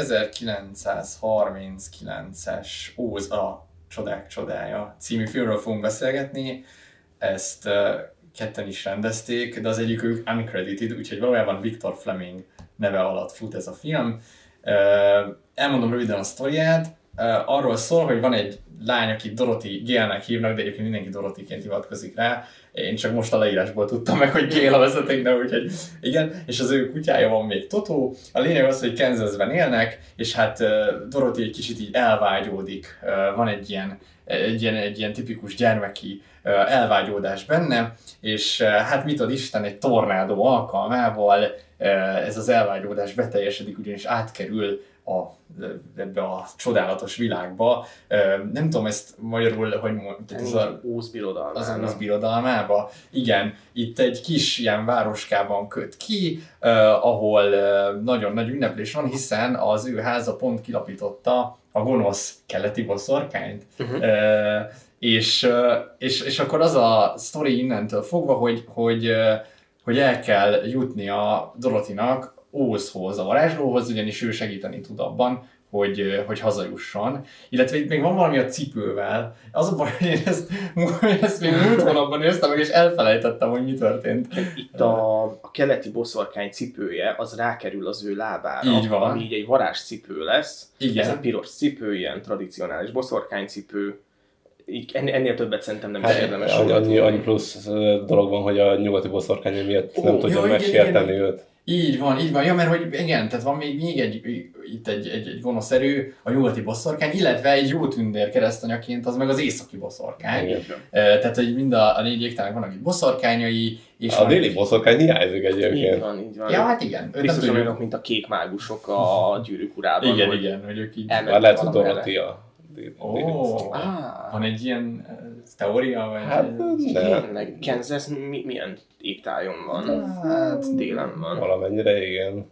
Speaker 7: 1939-es Óz a Csodák csodája című filmről fogunk beszélgetni. Ezt ketten is rendezték, de az egyikük uncredited, úgyhogy valójában Victor Fleming neve alatt fut ez a film. Elmondom röviden a sztoriát. Arról szól, hogy van egy lány, akit Dorothy Gale-nek hívnak, de egyébként mindenki Dorothy-ként hivatkozik rá. Én csak most a leírásból tudtam meg, hogy Gale a vezeték, úgyhogy igen. És az ő kutyája van még, Totó. A lényeg az, hogy Kansasben élnek, és hát Dorothy egy kicsit így elvágyódik. Van egy ilyen tipikus gyermeki elvágyódás benne, és hát mit ad Isten, egy tornádó alkalmával ez az elvágyódás beteljesedik, ugyanis átkerül ebbe a csodálatos világba. Nem tudom ezt magyarul, hogy
Speaker 8: ez az Óz birodalmába.
Speaker 7: Az Óz birodalmába. Igen, itt egy kis ilyen városkában köt ki, ahol nagyon nagy ünneplés van, hiszen az ő háza pont kilapította a gonosz keleti boszorkányt. És akkor az a sztori innentől fogva, hogy el kell jutni a Dorothynak Ózhoz, a varázslóhoz, ugyanis ő segíteni tud abban, hogy hazajusson. Illetve itt még van valami a cipővel. Az a baj, hogy én ezt még múlt hónapban néztem meg, és elfelejtettem, hogy mi történt.
Speaker 8: Itt a keleti boszorkány cipője, az rákerül az ő lábára,
Speaker 7: így van.
Speaker 8: Ami így egy varázscipő lesz.
Speaker 7: Igen.
Speaker 8: Ez egy piros cipő, ilyen tradicionális boszorkánycipő. Ennél többet szerintem nem is érdemes.
Speaker 6: Annyi plusz dolog van, hogy a nyugati boszorkány miatt nem tudja megsérteni őt.
Speaker 7: Így van. Ja, mert hogy igen, tehát van még egy gonosz erő, a nyugati boszorkány, illetve egy jó tündér keresztanyaként, az meg az északi boszorkány. Igen. Tehát, hogy mind a négy égtának vannak itt boszorkányai. És
Speaker 6: a déli boszorkány hiányzik egyébként.
Speaker 8: Így van.
Speaker 7: Ja, hát igen.
Speaker 8: Biztos olyanok, mint a kék mágusok a Gyűrűk urában.
Speaker 7: Igen, hogy ők így...
Speaker 6: Már lehet, hogy Dorothea.
Speaker 7: Van egy ilyen teória? Vagy
Speaker 6: hát
Speaker 8: nem. Kansas milyen égtájon van? Hát délen van.
Speaker 6: Valamennyire igen.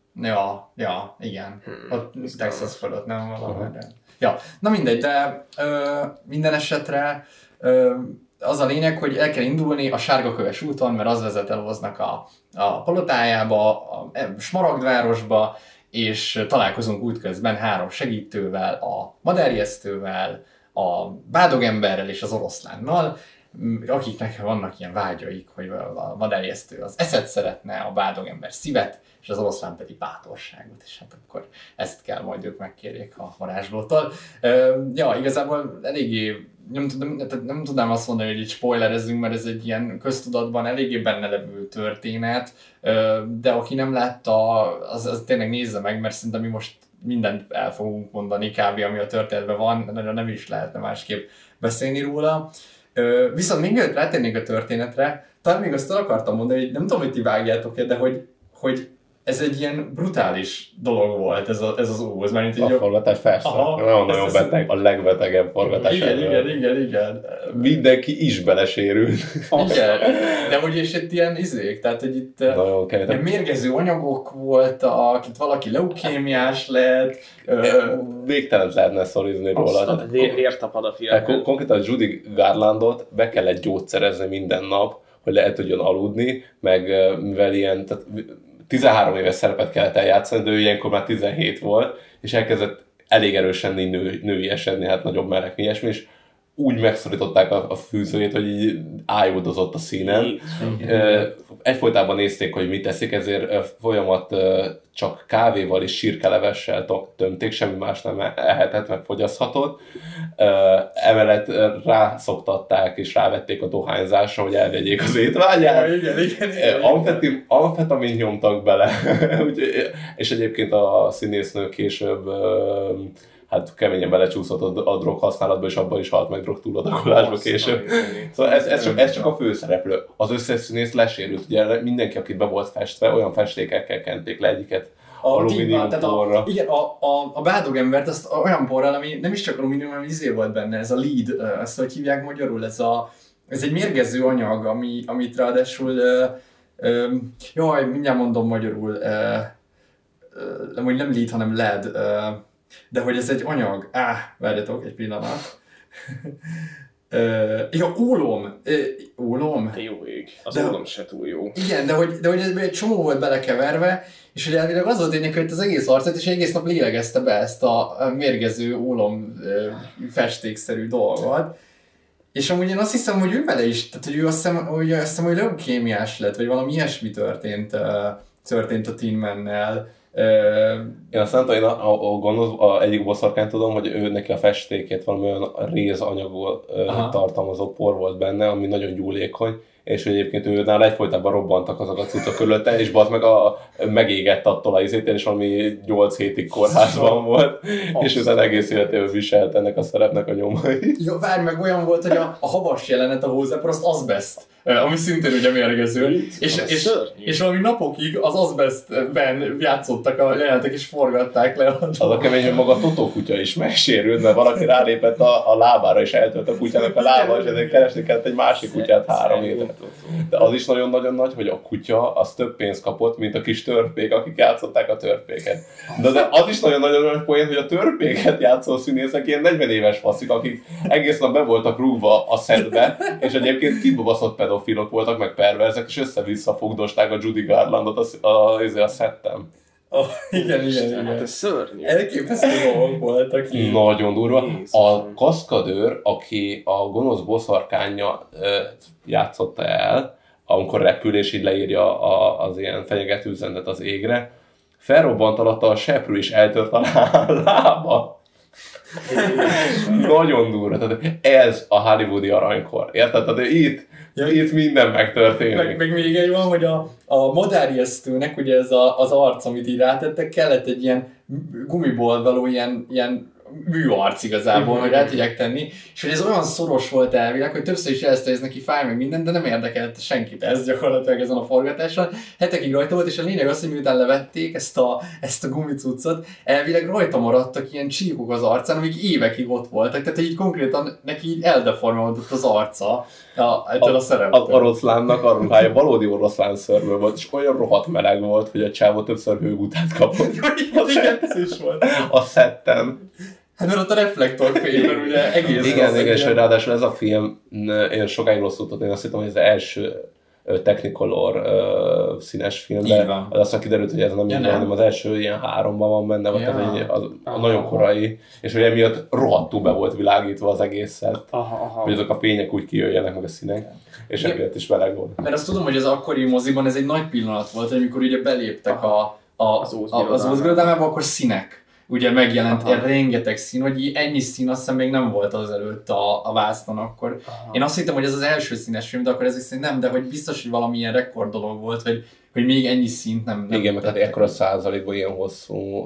Speaker 7: Ja, igen. Ott Texas fölött nem valamennyire. Ja, na mindegy, de minden esetre az a lényeg, hogy el kell indulni a Sárgaköves úton, mert az vezet el Óznak a palotájába, a Smaragdvárosba, és találkozunk útközben 3 segítővel, a madárjesztővel, a bádogemberrel és az oroszlánnal, akiknek vannak ilyen vágyaik, hogy a madárjesztő az eszet szeretne, a bádogember szívet, és az oroszlán pedig bátorságot, és hát akkor ezt kell majd ők megkérjék a varázslótól. Ja, igazából eléggé, nem tudnám azt mondani, hogy itt spoilerezzünk, mert ez egy ilyen köztudatban eléggé benne levő történet, de aki nem látta, az tényleg nézze meg, mert szerintem mi most mindent el fogunk mondani kb. Ami a történetben van, nagyon nem is lehetne másképp beszélni róla. Viszont még mielőtt rátérnénk a történetre, talán még azt akartam mondani, hogy nem tudom, hogy ti vágjátok-e, de hogy ez egy ilyen brutális dolog volt ez az Óz.
Speaker 6: A forgatás persze. Nagyon beteg, a legbetegebb forgatás.
Speaker 7: Igen.
Speaker 6: Mindenki is belesérült.
Speaker 7: Igen, de hogy és itt ilyen izék, tehát hogy itt ilyen mérgező anyagok voltak, itt valaki leukémiás lett.
Speaker 6: Végtelen lehetne szorizni róla.
Speaker 8: Vértapad a filmben.
Speaker 6: Konkrétan Judy Garlandot be kellett gyógyszerezni minden nap, hogy lehet tudjon aludni, meg mivel ilyen, tehát 13 éves szerepet kellett eljátszani, de ő ilyenkor már 17 volt, és elkezdett elég erősen nőiesedni, hát nagyobb melek, ilyesmi, és úgy megszorították a fűzőjét, hogy így ájuldozott a színen. egyfolytában nézték, hogy mit teszik, ezért folyamat csak kávéval és sirkelevessel tömték, semmi más nem ehetett, meg fogyaszthatott. Emellett rászoktatták és rávették a dohányzásra, hogy elvegyék az étvágyát. Igen. Amfetamint nyomtak bele. És egyébként a színésznő később hát keményen belecsúszott a drog használatba, és abban is halt meg drog túladagolásba később. Szóval ez csak a főszereplő. Az összes színész lesérült. Ugye mindenki, akit be volt festve, olyan festékekkel kenték le egyiket alumínium porra.
Speaker 7: Igen, a bádog embert azt olyan porral, ami nem is csak alumínium, hanem volt benne, ez a lead, azt hogy hívják magyarul, ez egy mérgező anyag, amit ráadásul, mindjárt mondom magyarul, nem lead, hanem lead, de hogy ez egy anyag. Várjatok egy pillanat. Ólom. Ólom.
Speaker 8: Te jó ég. Az ólom se túl jó.
Speaker 7: Igen, de hogy ez egy csomó volt belekeverve, és hogy elvileg az volt hogy az egész arcát, és egész nap lélegezte be ezt a mérgező ólom festékszerű dolgot. És amúgy én azt hiszem, hogy ő vele is, tehát hogy ő azt hiszem, hogy leukémiás lett, vagy valami ilyesmi történt a Tin Man-nel.
Speaker 6: Én azt mondtam, én egyik boszorkányt tudom, hogy ő neki a festékét valami olyan rézanyagból tartalmazó por volt benne, ami nagyon gyúlékony, és egyébként ő nála egyfolytában robbantak azok a cuccok körülötte, és meg megégett attól a izétől, és valami 8 hétig kórházban volt, és utána egész életében viselt ennek a szerepnek a nyomai.
Speaker 7: Jó, várj meg, olyan volt, hogy a havas jelenet a Hózepor, azt azbest, ami szintén ugye mérgező, és valami napokig az azbestben játszottak a jelenetek, és forgatták le.
Speaker 6: Az a kemény, hogy maga Totó kutya is megsérült, mert valaki rálépett a lábára, és eltölt a kutyának a lába, és ezért keresni kellett egy másik kutyát 3 éve. De az is nagyon-nagyon nagy, hogy a kutya az több pénzt kapott, mint a kis törpék, akik játszották a törpéket. De az is nagyon-nagyon nagy poén, hogy a törpéket játszó színészek ilyen 40 éves faszik, akik egész nap be voltak rúgva a szedbe, és egyébként kibabaszott pedofilok voltak, meg perverzek, és össze-vissza fogdosták a Judy Garlandot a szettem.
Speaker 7: Igen.
Speaker 8: Hát ez szörnyű.
Speaker 7: Elképesztő dolgok voltak.
Speaker 6: Nagyon durva. A kaszkadőr, aki a gonosz boszorkánya játszotta el, amikor repül és így leírja az ilyen fenyegető üzenetet az égre, felrobbant alatta a seprű és eltört a lába. Nagyon durva. Tehát ez a hollywoodi aranykor. Érted? Tehát itt minden megtörténik.
Speaker 7: Meg még egy van, hogy a madárjesztőnek ugye ez az arc, amit így rátettek, kellett egy ilyen gumiból való ilyen műarc igazából, hogy rá tudják tenni, és hogy ez olyan szoros volt elvileg, hogy többször is jelezte, hogy ez neki fáj meg minden, de nem érdekelte senkit ez gyakorlatilag ezen a forgatáson. Hetekig rajta volt, és a lényeg az, hogy miután levették ezt a gumicuccot, elvileg rajta maradtak ilyen csíkok az arcán, amik évekig ott voltak, tehát így konkrétan neki így eldeformálódott az arca ettől a szereptől.
Speaker 6: Az oroszlánnak a ruhája valódi oroszlán szörmű volt, és olyan rohadt meleg volt, hogy a csávó többször hőgutát kapott.
Speaker 7: Igen, ez is volt.
Speaker 6: A szetten.
Speaker 7: Hát mert ott a reflektorfényben ugye egész...
Speaker 6: Igen, és hogy ráadásul ez a film, én sokáig rosszul tudtam, én azt hittem, hogy ez az első Technicolor színes film, de aztán kiderült, hogy ez nem így van, hanem az első ilyen 3-ban van benne, vagy az nagyon korai, és hogy emiatt rohadtul be volt világítva az egészet, hogy azok a fények úgy kijöjjenek, meg a színek, és emiatt is meleg volt.
Speaker 7: Mert azt tudom, hogy az akkori moziban ez egy nagy pillanat volt, amikor ugye beléptek az Ózbirodalmába, akkor színek. Ugye megjelent rengeteg szín, hogy ennyi szín azt hiszem még nem volt azelőtt a vásznon akkor. Én azt hittem, hogy ez az első színes film, de akkor ez szerint nem, de hogy biztos, hogy valamilyen rekord dolog volt, hogy még ennyi színt nem
Speaker 6: igen, mert ekkora százalékban ilyen hosszú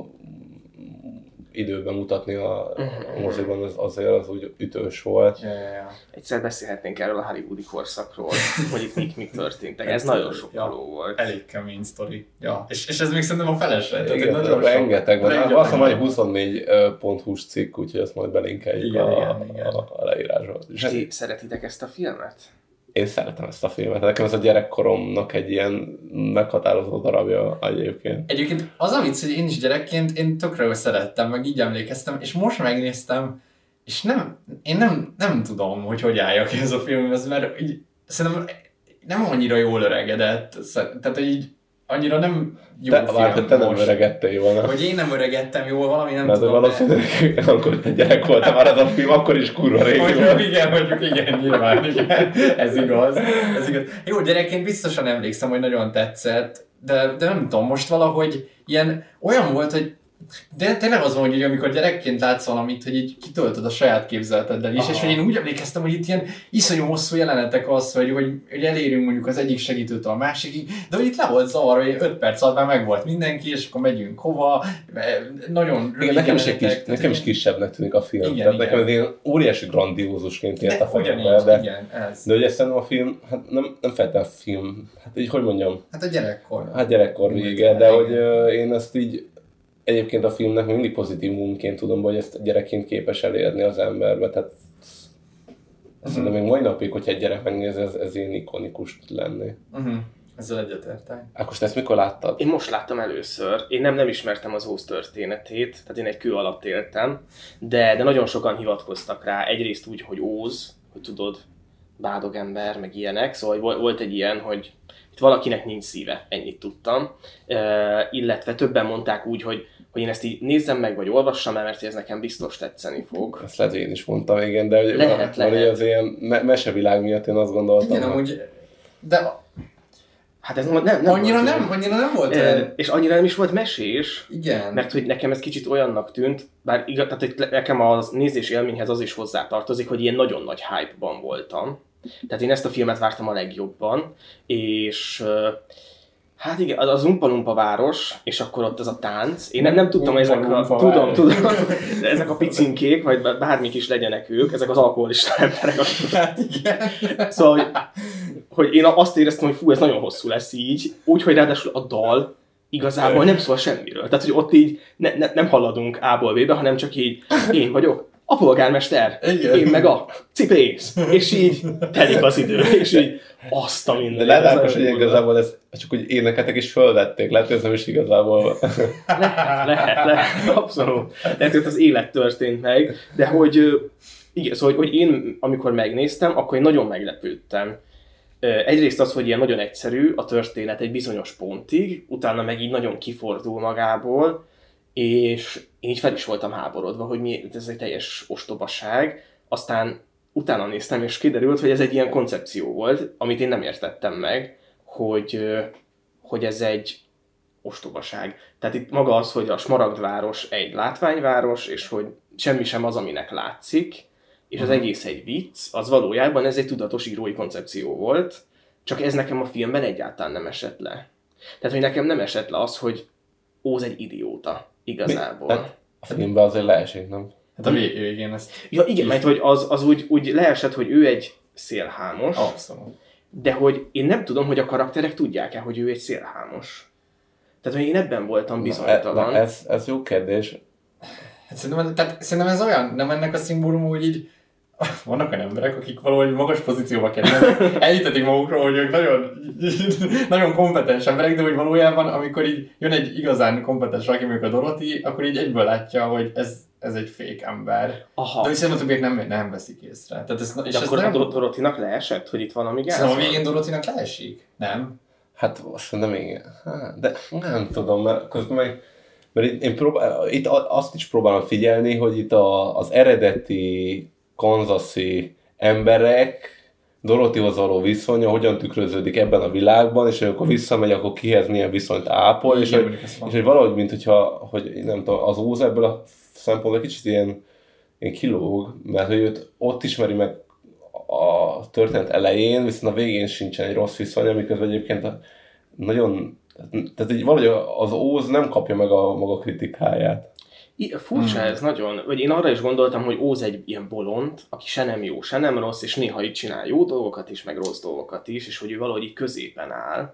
Speaker 6: időben mutatni a moziban, azért az úgy ütős volt.
Speaker 8: Egyszer beszélhetnénk erről a hollywoodi korszakról, hogy itt mik történtek. Ez nagyon sokaló volt.
Speaker 7: Elég kemény sztori. Ja. És ez még szerintem a felesre.
Speaker 6: Igen, rengeteg van. Azt mondom, hogy 24.hu-s cikk, úgyhogy ezt majd belinkeljük a leírásba.
Speaker 8: És ti szeretitek ezt a filmet?
Speaker 6: Én szeretem ezt a filmet. Nekem ez a gyerekkoromnak egy ilyen meghatározó darabja egyébként.
Speaker 7: Egyébként az a vicc, hogy én is gyerekként én tökre szerettem, meg így emlékeztem, és most megnéztem, és én nem tudom, hogy álljak ez a filmhez, mert így, szerintem nem annyira jól öregedett. Tehát így annyira nem jó
Speaker 6: te,
Speaker 7: film
Speaker 6: várj, te nem öregettél volna.
Speaker 7: Hogy én nem öregettem jól, valami nem
Speaker 6: mert
Speaker 7: tudom.
Speaker 6: valószínűleg akkor te gyerek voltál már az a film, akkor is kurva régi volt.
Speaker 7: Igen, nyilván, igen. Ez igaz. Jó, gyerekként biztosan emlékszem, hogy nagyon tetszett, de nem tudom, most valahogy olyan volt, hogy de tényleg az van, hogy amikor gyerekként látsz valamit, hogy így kitöltöd a saját képzeleteddel is, és hogy én úgy emlékeztem, hogy itt ilyen iszonyú hosszú jelenetek az, hogy elérünk mondjuk az egyik segítőtől a másikig, de hogy itt le volt zavarva, hogy 5 perc alatt már megvolt mindenki, és akkor megyünk hova, nagyon rövid
Speaker 6: jelenetek. Nekem is kisebbnek tűnik a film, igen, tehát nekem ez ilyen óriási grandiózusként ért a fejembe, de hogy ezt a film, hát nem feltétlenül film, hát így hogy mondjam?
Speaker 7: Hát a gyerekkor.
Speaker 6: Hát gyerekkor vége, de hogy én ezt így egyébként a filmnek mindig pozitívumként tudom, hogy ezt gyerekként képes elérni az emberbe, tehát szerintem még mai napig, hogyha egy gyerek megnézi, ez ilyen ikonikus tud lenni.
Speaker 7: Ezzel egyetértek.
Speaker 6: Ákos, te ezt mikor láttad?
Speaker 8: Én most láttam először. Én nem ismertem az Óz történetét, tehát én egy kő alatt éltem, de nagyon sokan hivatkoztak rá. Egyrészt úgy, hogy Óz, hogy tudod, bádog ember, meg ilyenek, szóval volt egy ilyen, hogy itt valakinek nincs szíve, ennyit tudtam. Illetve többen mondták úgy, hogy én ezt így nézzem meg, vagy olvassam el, mert ez nekem biztos tetszeni fog.
Speaker 6: Ezt lehet, én is mondtam, igen, de
Speaker 8: lehet.
Speaker 6: Az ilyen mesevilág miatt én azt gondoltam.
Speaker 7: Igen, amúgy, de
Speaker 8: hát ez nem
Speaker 7: annyira nem volt.
Speaker 8: És annyira nem is volt mesés.
Speaker 7: Igen.
Speaker 8: Mert hogy nekem ez kicsit olyannak tűnt, bár igaz, tehát nekem az nézés élményhez az is hozzátartozik, hogy ilyen nagyon nagy hype-ban voltam. Tehát én ezt a filmet vártam a legjobban, és hát igen, az Umpa Lumpa város, és akkor ott az a tánc. Én nem tudtam, hogy ezek tudom, de ezek a picinkék, vagy bármik is legyenek ők, ezek az alkoholista emberek.
Speaker 7: Hát igen.
Speaker 8: Szóval, hogy én azt éreztem, hogy fú, ez nagyon hosszú lesz így, úgyhogy ráadásul a dal igazából nem szól semmiről. Tehát, hogy ott így nem haladunk A-ból B-be, hanem csak így én vagyok a polgármester, igen. Én meg a cipész, és így telik az idő, és így azt a minden.
Speaker 6: De lehet, hogy igazából ez csak úgy éneketek is fölvették, lehet, hogy ez nem is igazából.
Speaker 8: Lehet, abszolút. Lehet, hogy az élet történt meg, de hogy igen, szóval, hogy én amikor megnéztem, akkor én nagyon meglepődtem. Egyrészt az, hogy ilyen nagyon egyszerű a történet egy bizonyos pontig, utána meg így nagyon kifordul magából, és én így fel is voltam háborodva, hogy ez egy teljes ostobaság. Aztán utána néztem, és kiderült, hogy ez egy ilyen koncepció volt, amit én nem értettem meg, hogy ez egy ostobaság. Tehát itt maga az, hogy a Smaragdváros egy látványváros, és hogy semmi sem az, aminek látszik, és az egész egy vicc, az valójában ez egy tudatos írói koncepció volt, csak ez nekem a filmben egyáltalán nem esett le. Tehát, hogy nekem nem esett le az, hogy Óz egy idióta. Igazából.
Speaker 6: Hát a filmben azért leesik, nem?
Speaker 7: Hát a végén ezt...
Speaker 8: Ja igen, mert hogy az úgy leesett, hogy ő egy szélhámos.
Speaker 7: Abszolút.
Speaker 8: De hogy én nem tudom, hogy a karakterek tudják-e, hogy ő egy szélhámos. Tehát, hogy én ebben voltam bizonytalan.
Speaker 6: Ez jó kérdés.
Speaker 7: Hát szerintem ez olyan, nem ennek a szimbóluma, hogy így vannak olyan emberek, akik valahogy magas pozícióba kerülnek, elhitetik magukról, hogy ők nagyon kompetens emberek, de hogy valójában, amikor így jön egy igazán kompetens valaki, mondjuk a Dorothy, akkor így egyből látja, hogy ez egy fake ember. Aha. De viszont a többiek nem veszik észre. Tehát
Speaker 8: és akkor a Dorothynak leesett, hogy itt valami gáz?
Speaker 7: Szóval a végén Dorothynak leesik? Nem?
Speaker 6: Hát szerintem igen. De nem tudom, mert közben mert itt azt is próbálom figyelni, hogy itt az eredeti kanzasi emberek Dorothyhoz való viszonya hogyan tükröződik ebben a világban, és amikor visszamegy, akkor kihez milyen viszonyt ápol, és hogy valahogy, mint hogy nem tudom, az Óz ebből a szempontból kicsit ilyen kilóg, mert hogy őt ott ismeri meg a történet elején, viszont a végén sincsen egy rossz viszony, miközben egyébként nagyon, tehát így valahogy az Óz nem kapja meg a maga kritikáját.
Speaker 8: Furcsa ez nagyon, vagy én arra is gondoltam, hogy Óz egy ilyen bolond, aki se nem jó, se nem rossz, és néha így csinál jó dolgokat is, meg rossz dolgokat is, és hogy ő valahogy így középen áll,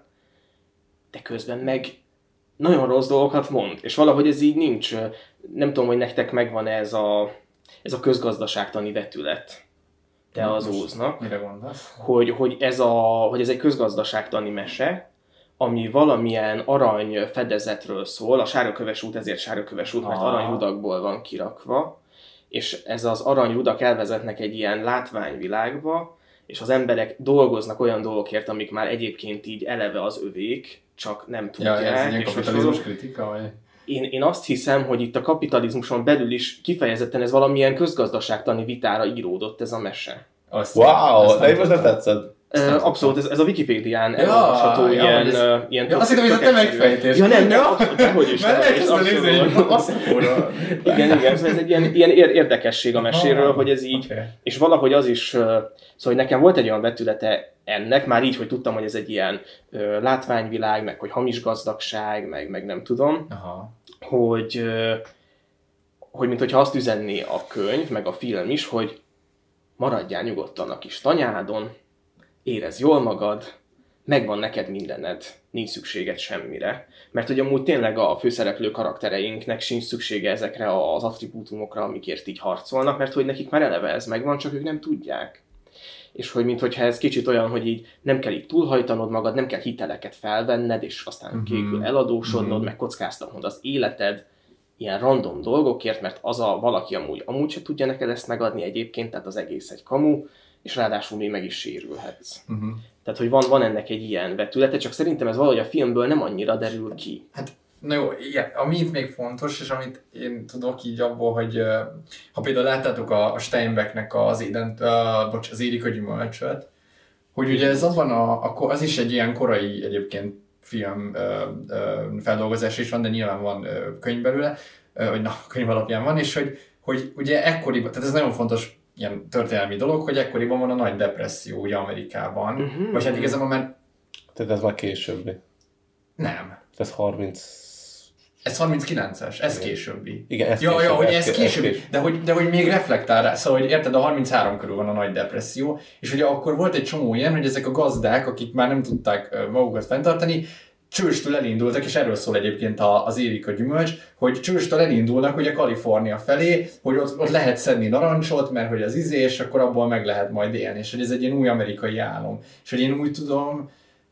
Speaker 8: de közben meg nagyon rossz dolgokat mond, és valahogy ez így nincs, nem tudom, hogy nektek megvan ez a közgazdaságtani vetület, de az Óznak.
Speaker 7: Mire gondolsz?
Speaker 8: Hogy ez egy közgazdaságtani mese, ami valamilyen arany fedezetről szól, a Sárgaköves út ezért Sárgaköves út, mert aranyrudakból van kirakva, és ez az aranyrudak elvezetnek egy ilyen látványvilágba, és az emberek dolgoznak olyan dolgokért, amik már egyébként így eleve az övék, csak nem tudják.
Speaker 7: Ja, ez ilyen kapitalizmus kritika, vagy?
Speaker 8: Én azt hiszem, hogy itt a kapitalizmuson belül is kifejezetten ez valamilyen közgazdaságtani vitára íródott ez a mese.
Speaker 6: Wow, de én most nem tetszett.
Speaker 8: Abszolút, ez a Wikipédián elolvasható ilyen...
Speaker 7: Azt hittem, hogy ez a te megfejtés.
Speaker 8: Ja nem, abszolút, dehogy is.
Speaker 7: Mert elkezdtem nézni, hogy asszakóra.
Speaker 8: Igen, ez egy ilyen érdekesség a meséről, hogy ez így, és valahogy az is, szóval hogy nekem volt egy olyan vetülete ennek, már így, hogy tudtam, hogy ez egy ilyen látványvilág, meg hogy hamis gazdagság, meg nem tudom, hogy minthogyha azt üzenné a könyv, meg a film is, hogy maradjál nyugodtan a kis tanyádon, érezd jól magad, megvan neked mindened, nincs szükséged semmire. Mert hogy amúgy tényleg a főszereplő karaktereinknek sincs szüksége ezekre az attribútumokra, amikért így harcolnak, mert hogy nekik már eleve ez megvan, csak ők nem tudják. És hogy minthogyha ez kicsit olyan, hogy így nem kell így túlhajtanod magad, nem kell hiteleket felvenned, és aztán kívül eladósodnod, meg kockáztatnod az életed ilyen random dolgokért, mert az a valaki amúgy se tudja neked ezt megadni egyébként, tehát az egész egy kamu, és ráadásul még meg is sérülhetsz. Tehát, hogy van ennek egy ilyen vetülete, csak szerintem ez valahogy a filmből nem annyira derül ki.
Speaker 7: Hát, na jó, igen, ami itt még fontos, és amit én tudok így abból, hogy ha például láttátok a Steinbecknek az Érik a gyümölcsöt, hogy ugye ez abban az is egy ilyen korai egyébként film feldolgozás is van, de nyilván van könyv belőle, vagy könyv alapján van, és hogy ugye ekkoriban, tehát ez nagyon fontos ilyen történelmi dolog, hogy ekkoriban van a nagy depresszió ugye Amerikában, vagy hát igazából már...
Speaker 6: Tehát ez már későbbi.
Speaker 7: Nem.
Speaker 6: Ez 30...
Speaker 7: Ez 39-es, ez későbbi.
Speaker 6: Igen, ez
Speaker 7: későbbi. Ja, hogy ez későbbi,
Speaker 6: későbbi.
Speaker 7: De hogy még reflektál rá, szóval hogy érted, a 33 körül van a nagy depresszió, és ugye akkor volt egy csomó ilyen, hogy ezek a gazdák, akik már nem tudták magukat fenntartani, csőstől elindultak, és erről szól egyébként az Érik a gyümölcs, hogy csőstől elindulnak ugye Kalifornia felé, hogy ott lehet szedni narancsot, mert hogy az és akkor abból meg lehet majd élni, és hogy ez egy ilyen új amerikai álom. És hogy én úgy tudom,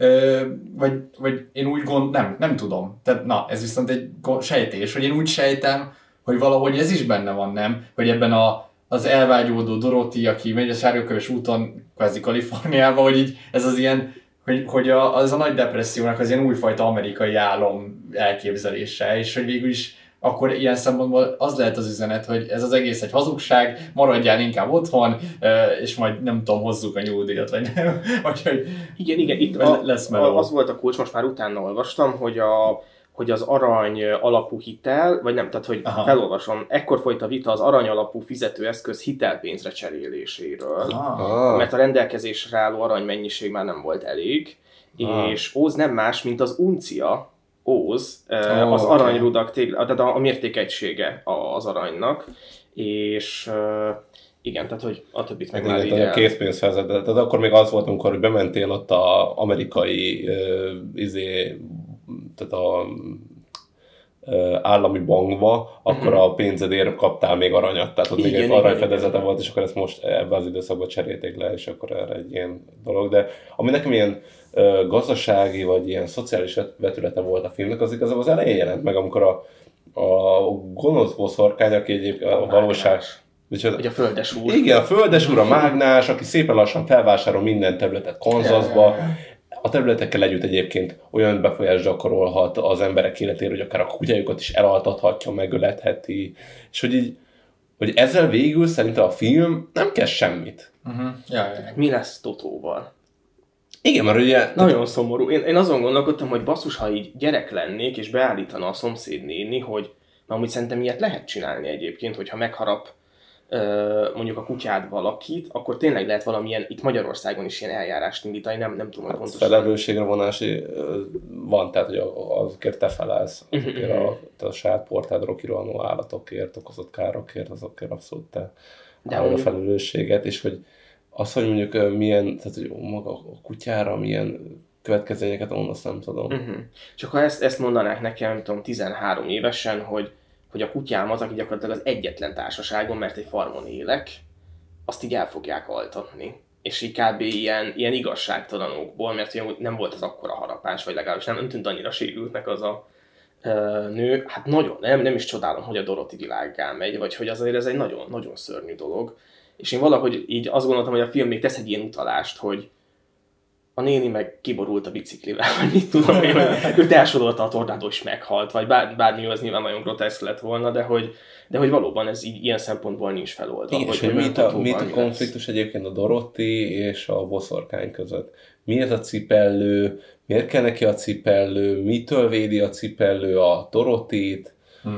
Speaker 7: vagy én úgy nem tudom. Tehát na, ez viszont egy sejtés, hogy én úgy sejtem, hogy valahogy ez is benne van, nem? Hogy ebben az elvágyódó Dorothy, aki megy a Sárgaköves úton, kvázi Kaliforniába, hogy így ez az ilyen, hogy az a nagy depressziónak az ilyen újfajta amerikai álom elképzelése, és hogy végül is akkor ilyen szempontból az lehet az üzenet, hogy ez az egész egy hazugság, maradjál inkább otthon, és majd nem tudom, hozzuk a nyugdíjat, vagy nem.
Speaker 8: Igen, itt
Speaker 7: lesz
Speaker 8: az volt a kulcs, most már utána olvastam, hogy az arany alapú hitel, vagy nem, tehát hogy felolvasom, ekkor folyt a vita az arany alapú fizetőeszköz hitelpénzre cseréléséről, mert a rendelkezésre álló aranymennyiség már nem volt elég, és Óz nem más, mint az uncia, Óz, az aranyrudak, tehát a mértékegysége az aranynak, és igen, tehát hogy a többit meg már így
Speaker 6: a készpénzhez, tehát akkor még az volt, amikor bementél ott az amerikai tehát a állami bankba, akkor a pénzedért kaptál még aranyat, tehát ott még egy aranyfedezete volt, és akkor ezt most ebben az időszakban cserélték le, és akkor erre egy ilyen dolog. De ami nekem ilyen gazdasági, vagy ilyen szociális vetülete volt a filmnek, az igazából az elején jelent meg, amikor a gonosz boszorkány, aki egyébként a valóság...
Speaker 8: Vagy a földes úr.
Speaker 6: Igen, a földes úr, a mágnás, aki szépen lassan felvásárol minden területet Kansasba. A területekkel együtt egyébként olyan befolyást gyakorolhat az emberek életére, hogy akár a kutyájukat is elaltathatja, megöletheti. És hogy ezzel végül szerintem a film nem kezd semmit.
Speaker 8: Mi lesz Totóval?
Speaker 6: Igen, mert ugye...
Speaker 8: Nagyon szomorú. Én azon gondolkodtam, hogy basszus, ha így gyerek lennék, és beállítana a szomszéd néni, hogy amúgy szerintem ilyet lehet csinálni egyébként, hogyha megharap mondjuk a kutyád valakit, akkor tényleg lehet valamilyen, itt Magyarországon is ilyen eljárást indítani, nem tudom, hogy pontosan.
Speaker 6: Felelősségre vonási van, tehát hogy azokért te felelsz, azokért a saját portádról kirohanó állatokért, okozott károkért, azokért abszolút te állod a felelősséget, és hogy az, hogy mondjuk milyen, tehát hogy maga a kutyára milyen következményeket van, azt nem tudom.
Speaker 8: Csak ha ezt mondanák nekem, nem tudom, 13 évesen, hogy a kutyámat, aki gyakorlatilag az egyetlen társaságon, mert egy farmon élek, azt így el fogják altatni. És így kb. Ilyen igazságtalanokból, mert ugye nem volt az akkora harapás, vagy legalábbis nem tűnt annyira sérültnek az a nő. Hát nagyon, nem is csodálom, hogy a Dorothy világgá megy, vagy hogy azért ez egy nagyon, nagyon szörnyű dolog. És én valahogy így azt gondoltam, hogy a film még tesz egy ilyen utalást, hogy a néni meg kiborult a biciklivel, vagy mit tudom én, hogy őt elsodorta a tornádó és meghalt, vagy bármi, az nyilván nagyon groteszk lett volna, de hogy valóban ez ilyen szempontból nincs feloldva.
Speaker 6: Igen, és hogy mit a konfliktus egyébként a Dorothy és a boszorkány között. Mi ez a cipellő, miért kell neki a cipellő, mitől védi a cipellő a Dorothyt.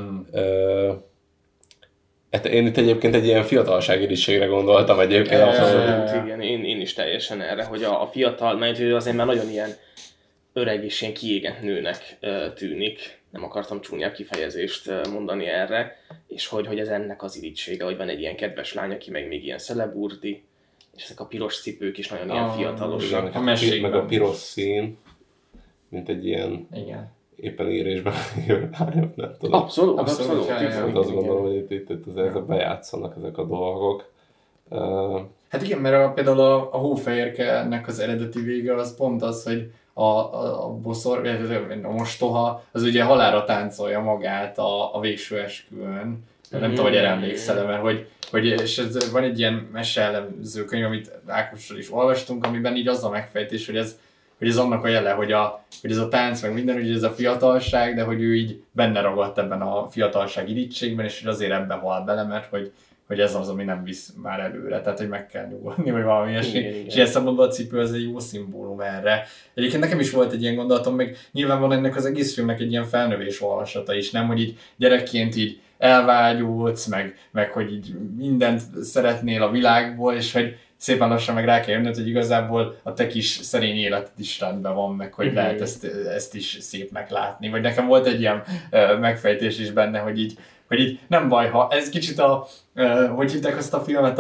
Speaker 6: Hát én itt egyébként egy ilyen fiatalságirigységre gondoltam egyébként.
Speaker 8: Abszolút, igen, én is teljesen erre, hogy a fiatal, mert ő azért már nagyon ilyen öreg és ilyen kiégett nőnek tűnik. Nem akartam csúnyább kifejezést mondani erre, és hogy ez ennek az irigysége, hogy van egy ilyen kedves lány, aki meg még ilyen szeleburdi, és ezek a piros cipők is nagyon ilyen fiatalosak.
Speaker 6: Meg a piros szín, mint egy ilyen éppen írésben nem tudom.
Speaker 8: Abszolút.
Speaker 6: Azt gondolom, hogy itt azért bejátszanak ezek a dolgok.
Speaker 7: Hát igen, mert például a Hófehérke-nek az eredeti vége az pont az, hogy a boszor, a mostoha, az ugye halálra táncolja magát a végső esküvőn. Nem tudom, hogy erre emlékszel, mert hogy és ez, van egy ilyen meseelemző könyv, amit Ákossal is olvastunk, amiben így az a megfejtés, hogy ez annak a jele, hogy ez a tánc, meg minden, hogy ez a fiatalság, de hogy ő így benne ragadt ebben a fiatalság irigységben, és hogy azért ebben hal bele, mert hogy ez az, ami nem visz már előre, tehát hogy meg kell nyugodni, vagy valami ilyesmi. És ilyen szempontból a cipő az egy jó szimbólum erre. Egyébként nekem is volt egy ilyen gondolatom, meg nyilván van ennek az egész filmnek egy ilyen felnövés olvasata is, nem, hogy így gyerekként így elvágyódsz, meg hogy így mindent szeretnél a világból, és hogy szépen lassan meg rá kell jönnöd, hogy igazából a te kis szerény életed is rendben van, meg hogy lehet ezt is szépnek látni. Vagy nekem volt egy ilyen megfejtés is benne, hogy így nem baj, ha ez kicsit hogy hívták azt a filmet,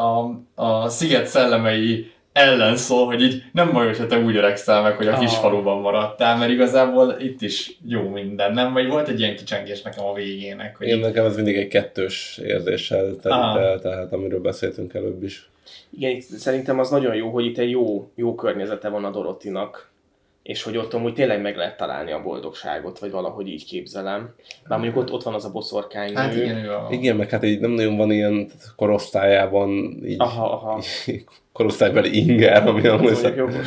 Speaker 7: a Sziget szellemei ellen szól, hogy így nem baj, hogyha te úgy öregszel meg, hogy a kis faluban maradtál, mert igazából itt is jó minden, nem? Vagy volt egy ilyen kicsengés nekem a végének. Hogy
Speaker 6: nekem ez mindig egy kettős érzéssel telik el, tehát amiről beszéltünk előbb is.
Speaker 8: Igen, itt szerintem az nagyon jó, hogy itt egy jó környezete van a Dorothynak, és hogy ott amúgy tényleg meg lehet találni a boldogságot, vagy valahogy így képzelem. Bár mondjuk ott van az a boszorkány nő.
Speaker 7: Hát
Speaker 6: igen, meg hát így nem nagyon van ilyen korosztályában, így korosztálybeli inger, ami amúgy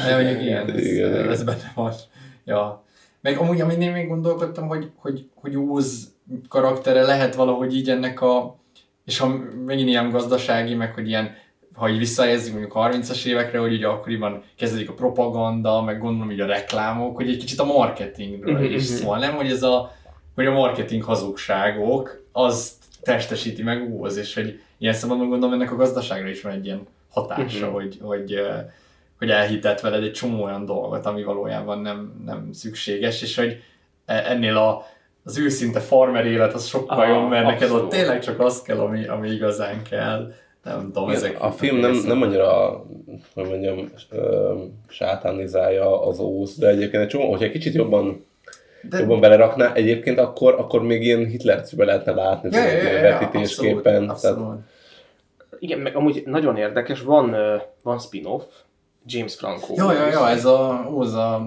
Speaker 7: igen, ez benne van. Ja. Meg amúgy, amin én még gondolkodtam, hogy Óz karaktere lehet valahogy így ennek és ha megint ilyen gazdasági, meg hogy ilyen, ha így visszajelzzük mondjuk 30-as évekre, hogy ugye akkoriban kezdődik a propaganda, meg gondolom így a reklámok, hogy egy kicsit a marketingről is szól, nem? Hogy a marketing hazugságok, azt testesíti meg Óz, és hogy ilyen szemben gondolom ennek a gazdaságra is van egy ilyen hatása, hogy elhitet veled egy csomó olyan dolgot, ami valójában nem szükséges, és hogy ennél az őszinte farmer élet az sokkal jobb, mert neked ott tényleg csak az kell, ami igazán kell. Nem tudom,
Speaker 6: a film nem annyira, hogy mondjam, sátánizálja az Óz, de egyébként egy csomó, hogyha egy kicsit jobban belerakná, egyébként akkor még ilyen Hitlert is be lehetne látni vetítésképpen.
Speaker 8: Igen, meg amúgy nagyon érdekes, van spin-off, James Franco.
Speaker 7: Ja, ez a Óz a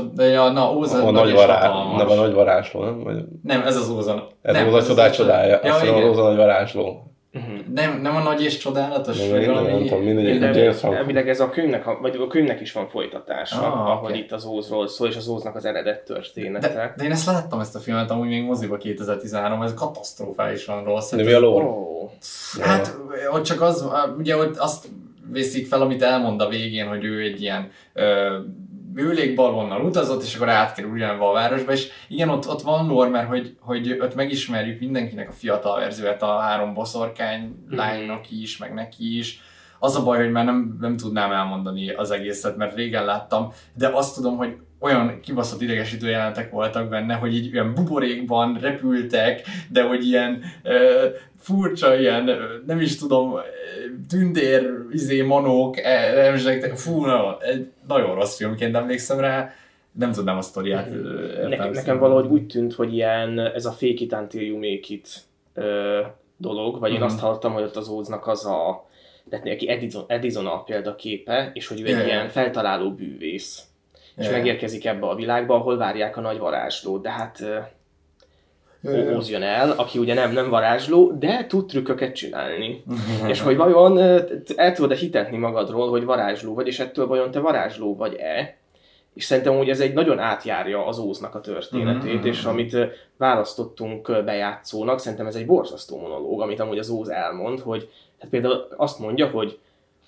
Speaker 6: nagy varázsló, nem?
Speaker 7: Nem, ez az Óz a...
Speaker 6: Ez Óz a csodál csodája, azt mondom, az Óz a nagy varázsló.
Speaker 7: Nem a nagy és csodálatos?
Speaker 6: Nem tudom, mindegy.
Speaker 8: Elvileg ez a könyvnek is van folytatása, ahol itt az Ózról szól, és az Óznak az eredet története.
Speaker 7: De én ezt láttam, ezt a filmet, amúgy még moziba 2013, ez katasztrofálisan rossz.
Speaker 6: De mi a lore?
Speaker 7: Hát, ott csak az, ugye ott azt veszik fel, amit elmond a végén, hogy ő egy ilyen bőlékbalonnal utazott, és akkor átkerül ugyanabba a városba, és igen, ott van lore, mert hogy ott megismerjük mindenkinek a fiatal verzióját, a 3 boszorkány lánynak is, meg neki is. Az a baj, hogy már nem tudnám elmondani az egészet, mert régen láttam, de azt tudom, hogy olyan kibaszott idegesítő jelenetek voltak benne, hogy így olyan buborékban repültek, de hogy ilyen furcsa, ilyen, nem is tudom, tündér, manók, remzsegtek, nagyon rossz filmként emlékszem rá, nem tudnám a sztoriát.
Speaker 8: Nekem valahogy úgy tűnt, hogy ilyen, ez a fake it until you make it dolog, vagy én azt hallottam, hogy ott az Óznak az tehát neki Edison a példaképe, és hogy ő egy ilyen feltaláló bűvész. És megérkezik ebbe a világba, ahol várják a nagy varázslót, de hát Óz jön el, aki ugye nem varázsló, de tud trükköket csinálni. És hogy vajon el tudod-e hitetni magadról, hogy varázsló vagy, és ettől vajon te varázsló vagy-e? És szerintem úgy ez egy nagyon átjárja az Óznak a történetét, és amit választottunk bejátszónak, szerintem ez egy borzasztó monológ, amit amúgy az Óz elmond, hogy tehát például azt mondja, hogy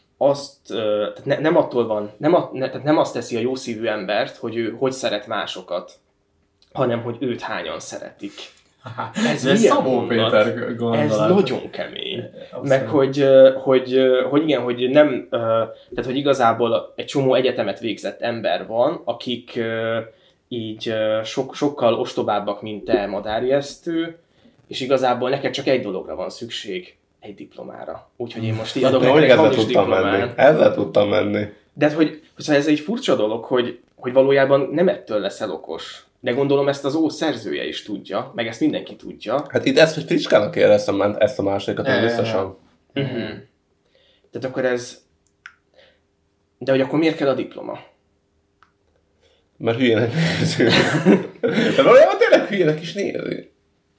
Speaker 8: tehát nem attól van, tehát nem azt teszi a jószívű embert, hogy ő hogy szeret másokat, hanem hogy őt hányan szeretik. Ez
Speaker 7: Szabó Péter gondolat.
Speaker 8: Ez nagyon kemény. Meg hogy igen, hogy nem, tehát hogy igazából egy csomó egyetemet végzett ember van, akik így sokkal ostobábbak, mint te, madárijesztő, és igazából neked csak egy dologra van szükség, egy diplomára. Úgyhogy én most így adok neked egy hamis diplomát.
Speaker 6: Ezzel tudtam menni.
Speaker 8: De hogy ez egy furcsa dolog, hogy valójában nem ettől leszel okos. De gondolom ezt az Óz szerzője is tudja, meg ezt mindenki tudja.
Speaker 6: Hát itt ezt, hogy Fricskának éreztem ezt a másodikat, nem biztosan.
Speaker 8: Tehát akkor ez... De hogy akkor miért kell a diploma?
Speaker 6: Mert hülyének nézi. De valójában tényleg hülyének is nézi.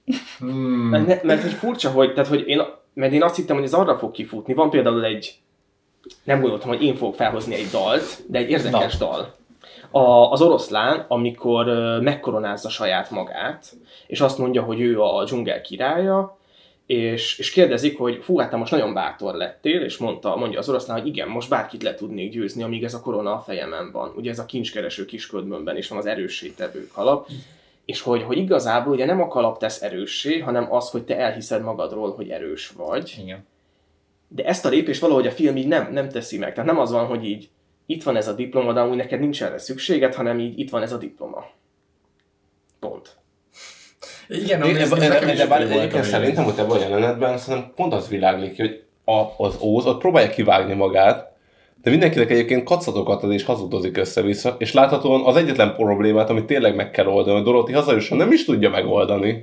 Speaker 8: Mert hogy furcsa, hogy, tehát, hogy én azt hittem, hogy ez arra fog kifutni. Van például nem gondoltam, hogy én fogok felhozni egy dalt, de egy érdekes dal. Az oroszlán, amikor megkoronázza saját magát, és azt mondja, hogy ő a dzsungel királya, és kérdezik, hogy fú, hát te most nagyon bátor lettél, és mondja az oroszlán, hogy igen, most bárkit le tudnék győzni, amíg ez a korona a fejemen van. Ugye ez a kincskereső kisködmönben is van az erőssé tevő kalap, és hogy igazából ugye nem a kalap tesz erőssé, hanem az, hogy te elhiszed magadról, hogy erős vagy.
Speaker 7: Igen.
Speaker 8: De ezt a lépést valahogy a film így nem teszi meg. Tehát nem az van, hogy így itt van ez a diploma, de amúgy neked nincs erre szükséged, hanem így itt van ez a diploma. Pont.
Speaker 7: Igen,
Speaker 6: de bár egyébként szerintem, hogy ebben a jelenetben szerintem pont az világlik ki, hogy az Óz ott próbálja kivágni magát, de mindenkinek egyébként kacatokat ad és hazudozik össze-vissza, és láthatóan az egyetlen problémát, amit tényleg meg kell oldani, Dorothy hazajusson nem is tudja megoldani.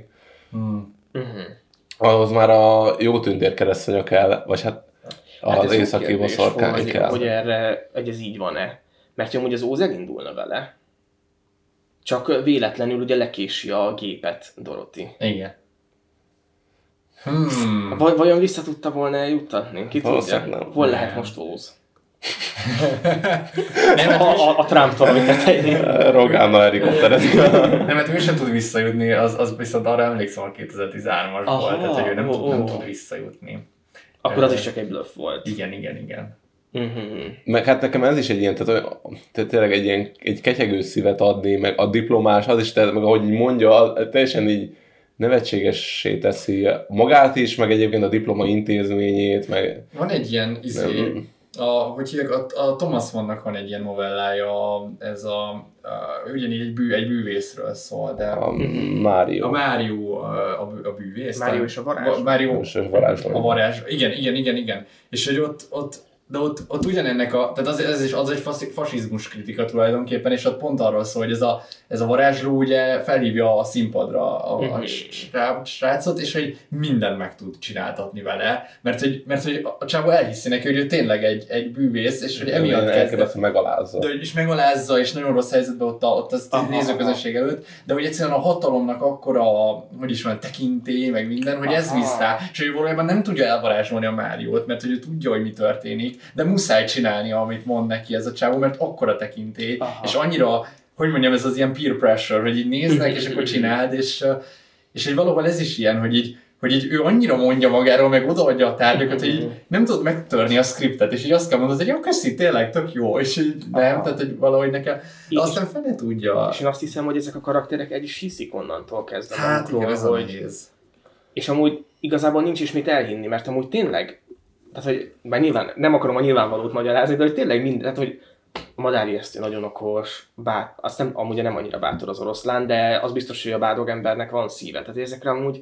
Speaker 6: Ahhoz már a jó tündérkeresztanya kell, vagy hát az északi boszorkány kell.
Speaker 8: Hogy ez így van-e? Mert amúgy az Óz elindulna vele. Csak véletlenül ugye lekési a gépet Dorothy.
Speaker 7: Igen.
Speaker 8: Vajon vissza tudta volna eljuttatni? Ki tudja? Hol lehet most Óz? A Trump torony tetején.
Speaker 6: Rogánnal helikopterezik.
Speaker 7: Nem, mert ő sem tud visszajutni, az viszont arra emlékszem, a 2013-as volt, tehát hogy ő nem tud visszajutni.
Speaker 8: Akkor az is csak egy bluff volt.
Speaker 7: Igen.
Speaker 6: Meg hát nekem ez is egy ilyen, tehát tényleg egy ketyegő szívet adni, meg a diplomás, az is, tehát meg ahogy így mondja, teljesen így nevetségessé teszi magát is, meg egyébként a diploma intézményét, meg...
Speaker 7: Van egy ilyen hogy hívják, a Thomas Mannnak van egy ilyen novellája, ez ugyanígy egy bűvészről szól, de...
Speaker 6: A Mário.
Speaker 7: A Mário a bűvész.
Speaker 8: Mário és a varázs.
Speaker 7: Mário
Speaker 6: és a varázsló.
Speaker 7: A varázs. Igen. És hogy ott ugyanennek tehát az egy fasizmus kritika tulajdonképpen, és ott pont arról szól, hogy ez a varázsló ugye felhívja a színpadra a srácot, és hogy mindent meg tud csináltatni vele, mert hogy a csávó elhiszi neki, hogy ő tényleg egy bűvész, és hogy emiatt kezdett
Speaker 6: megalázza.
Speaker 7: De és megalázza, és nagyon rossz helyzetben ott az nézőközönség előtt, de hogy egyszerűen a hatalomnak akkora, hogy is van, tekintély, meg minden, hogy ez visz rá, és hogy valójában nem tudja elvarázsolni a Máriót, mert hogy ő tudja, hogy mi történik, de muszáj csinálni, amit mond neki ez a csávó, mert akkora tekintély, és annyira, hogy mondjam, ez az ilyen peer pressure, hogy így néznek, és akkor csináld, és hogy valahol ez is ilyen, hogy így ő annyira mondja magáról, meg odaadja a tárgyakat, hogy így nem tud megtörni a scriptet, és így azt kell mondani, hogy jó, köszi, tényleg, tök jó, és így nem, tehát hogy valahogy nekem, de aztán fele tudja.
Speaker 8: És én azt hiszem, hogy ezek a karakterek el is hiszik onnantól kezdve.
Speaker 7: Hát igen, ez a nehéz.
Speaker 8: És amúgy igazából nincs is mit elhinni, mert amúgy tényleg, tehát hogy már nyilván, nem akarom a nyilvánvalót magyarázni, de hogy tényleg minden, tehát hogy a madárijesztő nagyon okos, azt nem, amúgy nem annyira bátor az oroszlán, de az biztos, hogy a bádog embernek van szíve, tehát ezekre amúgy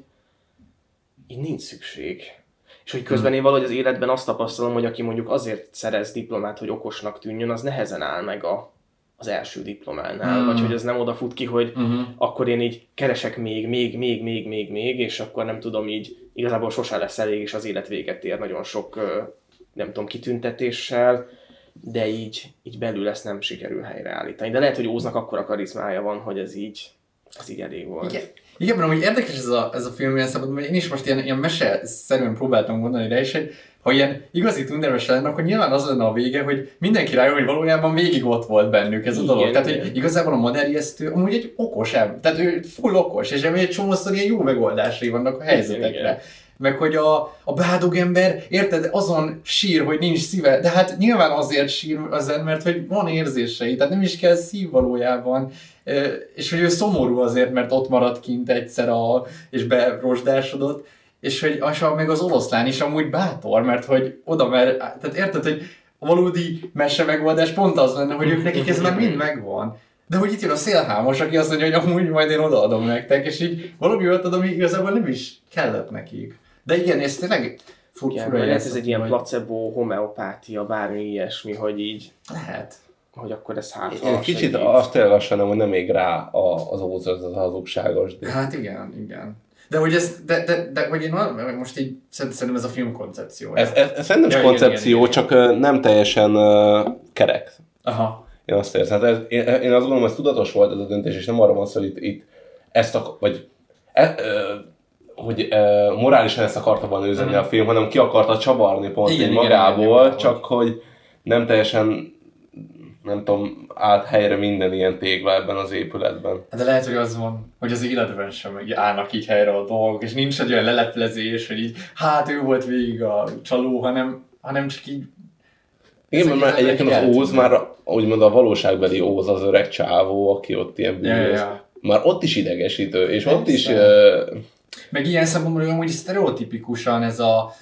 Speaker 8: így nincs szükség. És hogy közben én valahogy az életben azt tapasztalom, hogy aki mondjuk azért szerez diplomát, hogy okosnak tűnjön, az nehezen áll meg az első diplománál, vagy hogy az nem odafut ki, hogy akkor én így keresek még, és akkor nem tudom, így igazából sosem lesz elég, és az élet véget ér nagyon sok, nem tudom, kitüntetéssel, de így belül ezt nem sikerül helyreállítani. De lehet, hogy Óznak akkora karizmája van, hogy ez így elég volt.
Speaker 7: Igen, mert amúgy érdekes ez a film ilyen szempontból, hogy én is most ilyen mese-szerűen próbáltam gondolni rá is, hogy ha ilyen igazi tundermese lenne, akkor nyilván az lenne a vége, hogy mindenki rájön, hogy valójában végig ott volt bennük ez a dolog. Tehát, hogy igazából a madárjesztő amúgy egy okos ember, tehát ő full okos, és egy csomószor ilyen jó megoldásai vannak a helyzetekre. Igen. Meg hogy a bádog ember, érted, azon sír, hogy nincs szíve, de hát nyilván azért sír ezen, mert hogy van érzései, tehát nem is kell szív valójában, és hogy ő szomorú azért, mert ott maradt kint egyszer és berosdásodott, és hogy meg az oroszlán is amúgy bátor, mert hogy tehát érted, hogy a valódi mese megoldás pont az lenne, hogy ők nekik ez már mind megvan. De hogy itt jön a szélhámos, aki azt mondja, hogy amúgy majd én odaadom nektek, és így valami olyat ad, ami igazából nem is kellett nekik. De igen, ez tényleg fura.
Speaker 8: Ez egy ilyen placebo, homeopátia, bármi ilyesmi, hogy így...
Speaker 7: Lehet.
Speaker 8: Hogy akkor ez hát...
Speaker 6: Kicsit azt tényleg lassan, hogy nem ég rá az Óz, az hazugságos.
Speaker 7: De. Hát igen. De hogy de hogy én most így szerintem ez a film koncepció.
Speaker 6: Ez szerintem is koncepció, igen. Csak nem teljesen kerek.
Speaker 7: Aha.
Speaker 6: Én azt érzem. Hát én azt gondolom, hogy ez tudatos volt ez a döntés, és nem arra van szó, hogy itt ezt hogy morálisan ezt akarta volna üzenni a film, hanem ki akarta csavarni pont igen, magából, igen, csak hogy nem teljesen, nem tudom, állt helyre minden ilyen tégla ebben az épületben.
Speaker 7: De lehet, hogy az van, hogy az életben sem állnak így helyre a dolgok, és nincs egy olyan leleplezés, hogy így, hát ő volt végig a csaló, hanem csak így...
Speaker 6: Igen, mert egyébként az Óz már, úgymond a valóságbeli Óz az öreg csávó, aki ott ilyen bűnös. Már ott is idegesítő, és ott is...
Speaker 7: Meg ilyen szempontból amúgy sztereotipikusan ez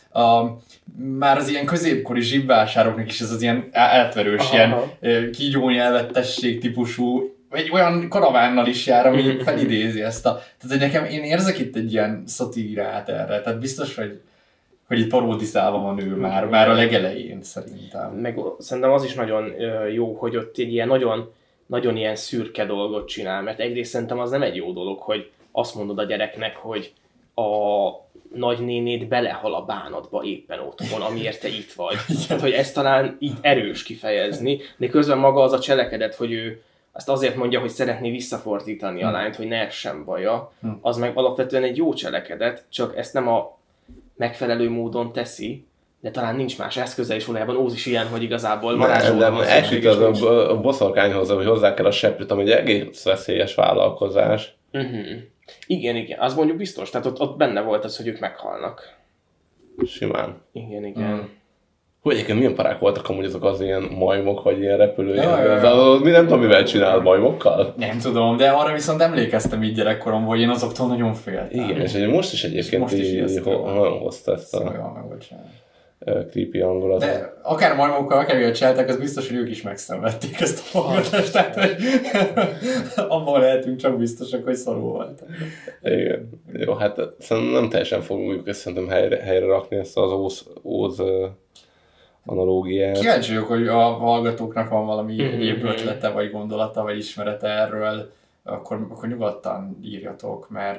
Speaker 7: már az ilyen középkori zsibvásároknak is ez az ilyen átverős, ilyen kígyónyelvettesség típusú, egy olyan karavánnal is jár, ami felidézi ezt tehát hogy nekem, én érzek itt egy ilyen szatírát erre, tehát biztos, hogy itt paródizálva van ő már a legelején szerintem.
Speaker 8: Meg szerintem az is nagyon jó, hogy ott egy ilyen nagyon ilyen szürke dolgot csinál, mert egyrészt szerintem az nem egy jó dolog, hogy azt mondod a gyereknek, hogy a nagynénéd belehal a bánatba éppen otthon, amiért te itt vagy. Tehát, hogy ezt talán így erős kifejezni, de közben maga az a cselekedet, hogy ő azt azért mondja, hogy szeretné visszafordítani a lányt, hogy ne essen baja, az meg alapvetően egy jó cselekedet, csak ezt nem a megfelelő módon teszi, de talán nincs más eszköze, és valójában Óz is ilyen, hogy igazából varázsolva van.
Speaker 6: Elsőt az a boszorkányhoz, hogy hozzá kell a seprűt, ami egy egész veszélyes vállalkozás.
Speaker 8: Igen, az mondjuk biztos. Tehát ott benne volt az, hogy ők meghalnak.
Speaker 6: Simán.
Speaker 8: Igen.
Speaker 6: Hogy egyébként milyen parák voltak amúgy azok az ilyen majmok, vagy ilyen repülőjel? Mi nem tudom, mivel csinál majmokkal?
Speaker 7: Nem tudom, de arra viszont emlékeztem így gyerekkoromban, hogy én azoktól nagyon féltem.
Speaker 6: Igen, és most is egyébként nagyon hozta ezt a creepy hangulatot.
Speaker 7: De akár majmokkal, akár jól csinálták, az biztos, hogy ők is megszenvedték ezt a hallgatást, tehát hogy abban lehetünk csak biztosak, hogy szarul volt.
Speaker 6: Igen. Jó, hát szerintem nem teljesen fogjuk ezt szerintem helyre rakni ezt az Óz analógiát.
Speaker 7: Kíváncsi vagyok, hogy a hallgatóknak van valami egyéb ötlete, vagy gondolata, vagy ismerete erről, akkor nyugodtan írjatok, mert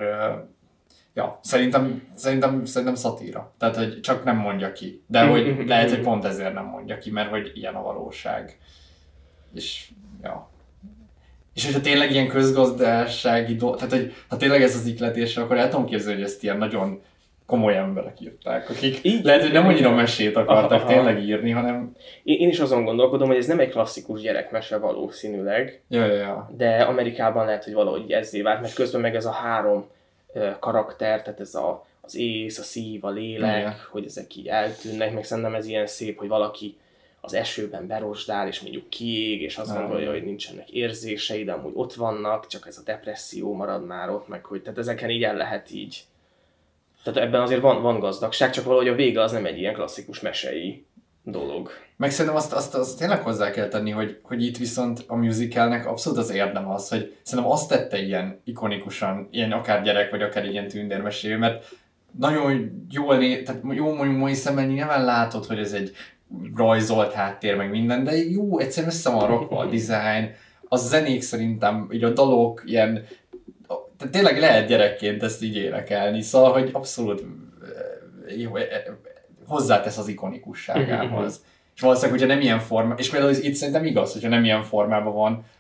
Speaker 7: szerintem szatíra. Tehát, hogy csak nem mondja ki. De hogy lehet, hogy pont ezért nem mondja ki, mert hogy ilyen a valóság. És hogyha tényleg ilyen közgazdasági tehát, hogy ha tényleg ez az ikletése, akkor el tudom képzelni, hogy ezt ilyen nagyon komoly emberek írták, akik lehet, hogy nem annyira mesét akartak tényleg írni, hanem...
Speaker 8: Én is azon gondolkodom, hogy ez nem egy klasszikus gyerekmese valószínűleg, de Amerikában lehet, hogy valahogy ezzé vált, mert közben meg ez a 3 karakter, tehát ez az ész, a szív, a lélek, hogy ezek így eltűnnek, meg szerintem ez ilyen szép, hogy valaki az esőben berosdál, és mondjuk kiég, és azt gondolja, hogy nincsenek érzései, de amúgy ott vannak, csak ez a depresszió marad már ott, meg hogy tehát ezeken így el lehet így. Tehát ebben azért van gazdagság, csak valahogy a vége az nem egy ilyen klasszikus mesei dolog.
Speaker 7: Meg szerintem azt tényleg hozzá kell tenni, hogy itt viszont a musicalnek abszolút az érdem az, hogy szerintem azt tette ilyen ikonikusan, ilyen akár gyerek, vagy akár ilyen tündérmesével, mert nagyon jól tehát jó mondjuk mai szemmel nyilván látod, hogy ez egy rajzolt háttér, meg minden, de jó, egyszerűen össze van rakva a design, a zenék szerintem, így a dalok ilyen, tehát tényleg lehet gyerekként ezt így énekelni, szóval, hogy abszolút jó, hozzátesz az ikonikusságához. És valószínűleg, hogyha nem ilyen formában, és például itt szerintem igaz, hogyha nem ilyen formában van,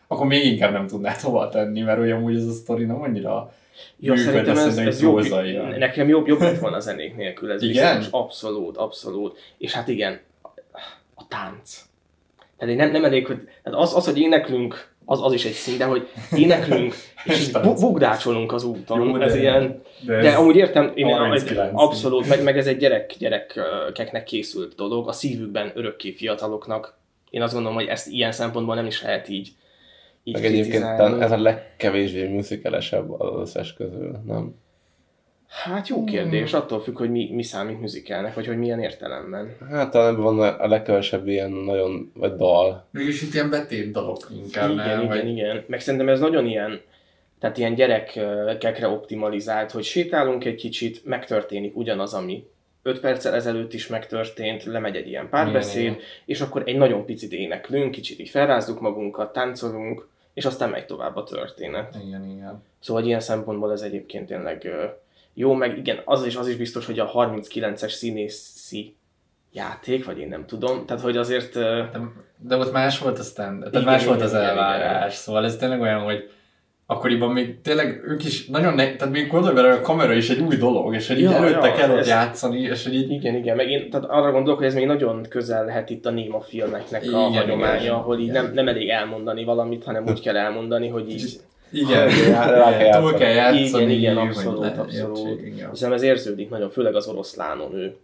Speaker 7: akkor még inkább nem tudnád hova tenni, mert olyan amúgy ez a sztori nem annyira
Speaker 8: szerintem ez jobb, nekem jobb lett volna a zenék nélkül, ez biztos. Abszolút. És hát igen, a tánc. Tehát nem elég, hogy az, hogy éneklünk, az is egy szín, de hogy éneklünk, és bugdácsolunk az úton, jó, ez ilyen... De amúgy értem, abszolút, meg ez egy gyerekeknek készült dolog, a szívükben örökké fiataloknak. Én azt gondolom, hogy ezt ilyen szempontból nem is lehet így
Speaker 6: meg egyébként ez a legkevésbé musicalesebb az összes közül, nem?
Speaker 8: Hát jó kérdés, attól függ, hogy mi számít musicalnek, vagy hogy milyen értelemben.
Speaker 6: Hát talán ebben van a legkevesebb ilyen nagyon, vagy dal.
Speaker 7: Mégis itt ilyen betét dalok inkább.
Speaker 8: Igen. Meg szerintem ez nagyon ilyen, tehát ilyen gyerekekre optimalizált, hogy sétálunk egy kicsit, megtörténik ugyanaz, ami 5 perccel ezelőtt is megtörtént, lemegy egy ilyen párbeszéd, és akkor egy nagyon picit éneklünk, kicsit így felrázzuk magunkat, táncolunk, és aztán megy tovább a történet.
Speaker 7: Igen.
Speaker 8: Szóval ilyen szempontból ez egyébként tényleg jó, meg igen, az is biztos, hogy a 39-es színészi játék, vagy én nem tudom, tehát hogy azért...
Speaker 7: De ott más volt más volt az elvárás, szóval ez tényleg olyan, hogy akkoriban még tényleg ők is nagyon tehát még gondolj bele, a kamera is egy új dolog, és hogy így előtte kell ott játszani, és hogy így...
Speaker 8: Igen, meg én tehát arra gondolok, hogy ez még nagyon közel lehet itt a néma filmeknek a hagyománya, ahol így nem elég elmondani valamit, hanem úgy kell elmondani, hogy így...
Speaker 7: Igen, túl kell játszani.
Speaker 8: Igen, abszolút. Hiszen ez érződik nagyon, főleg az oroszlánon ő.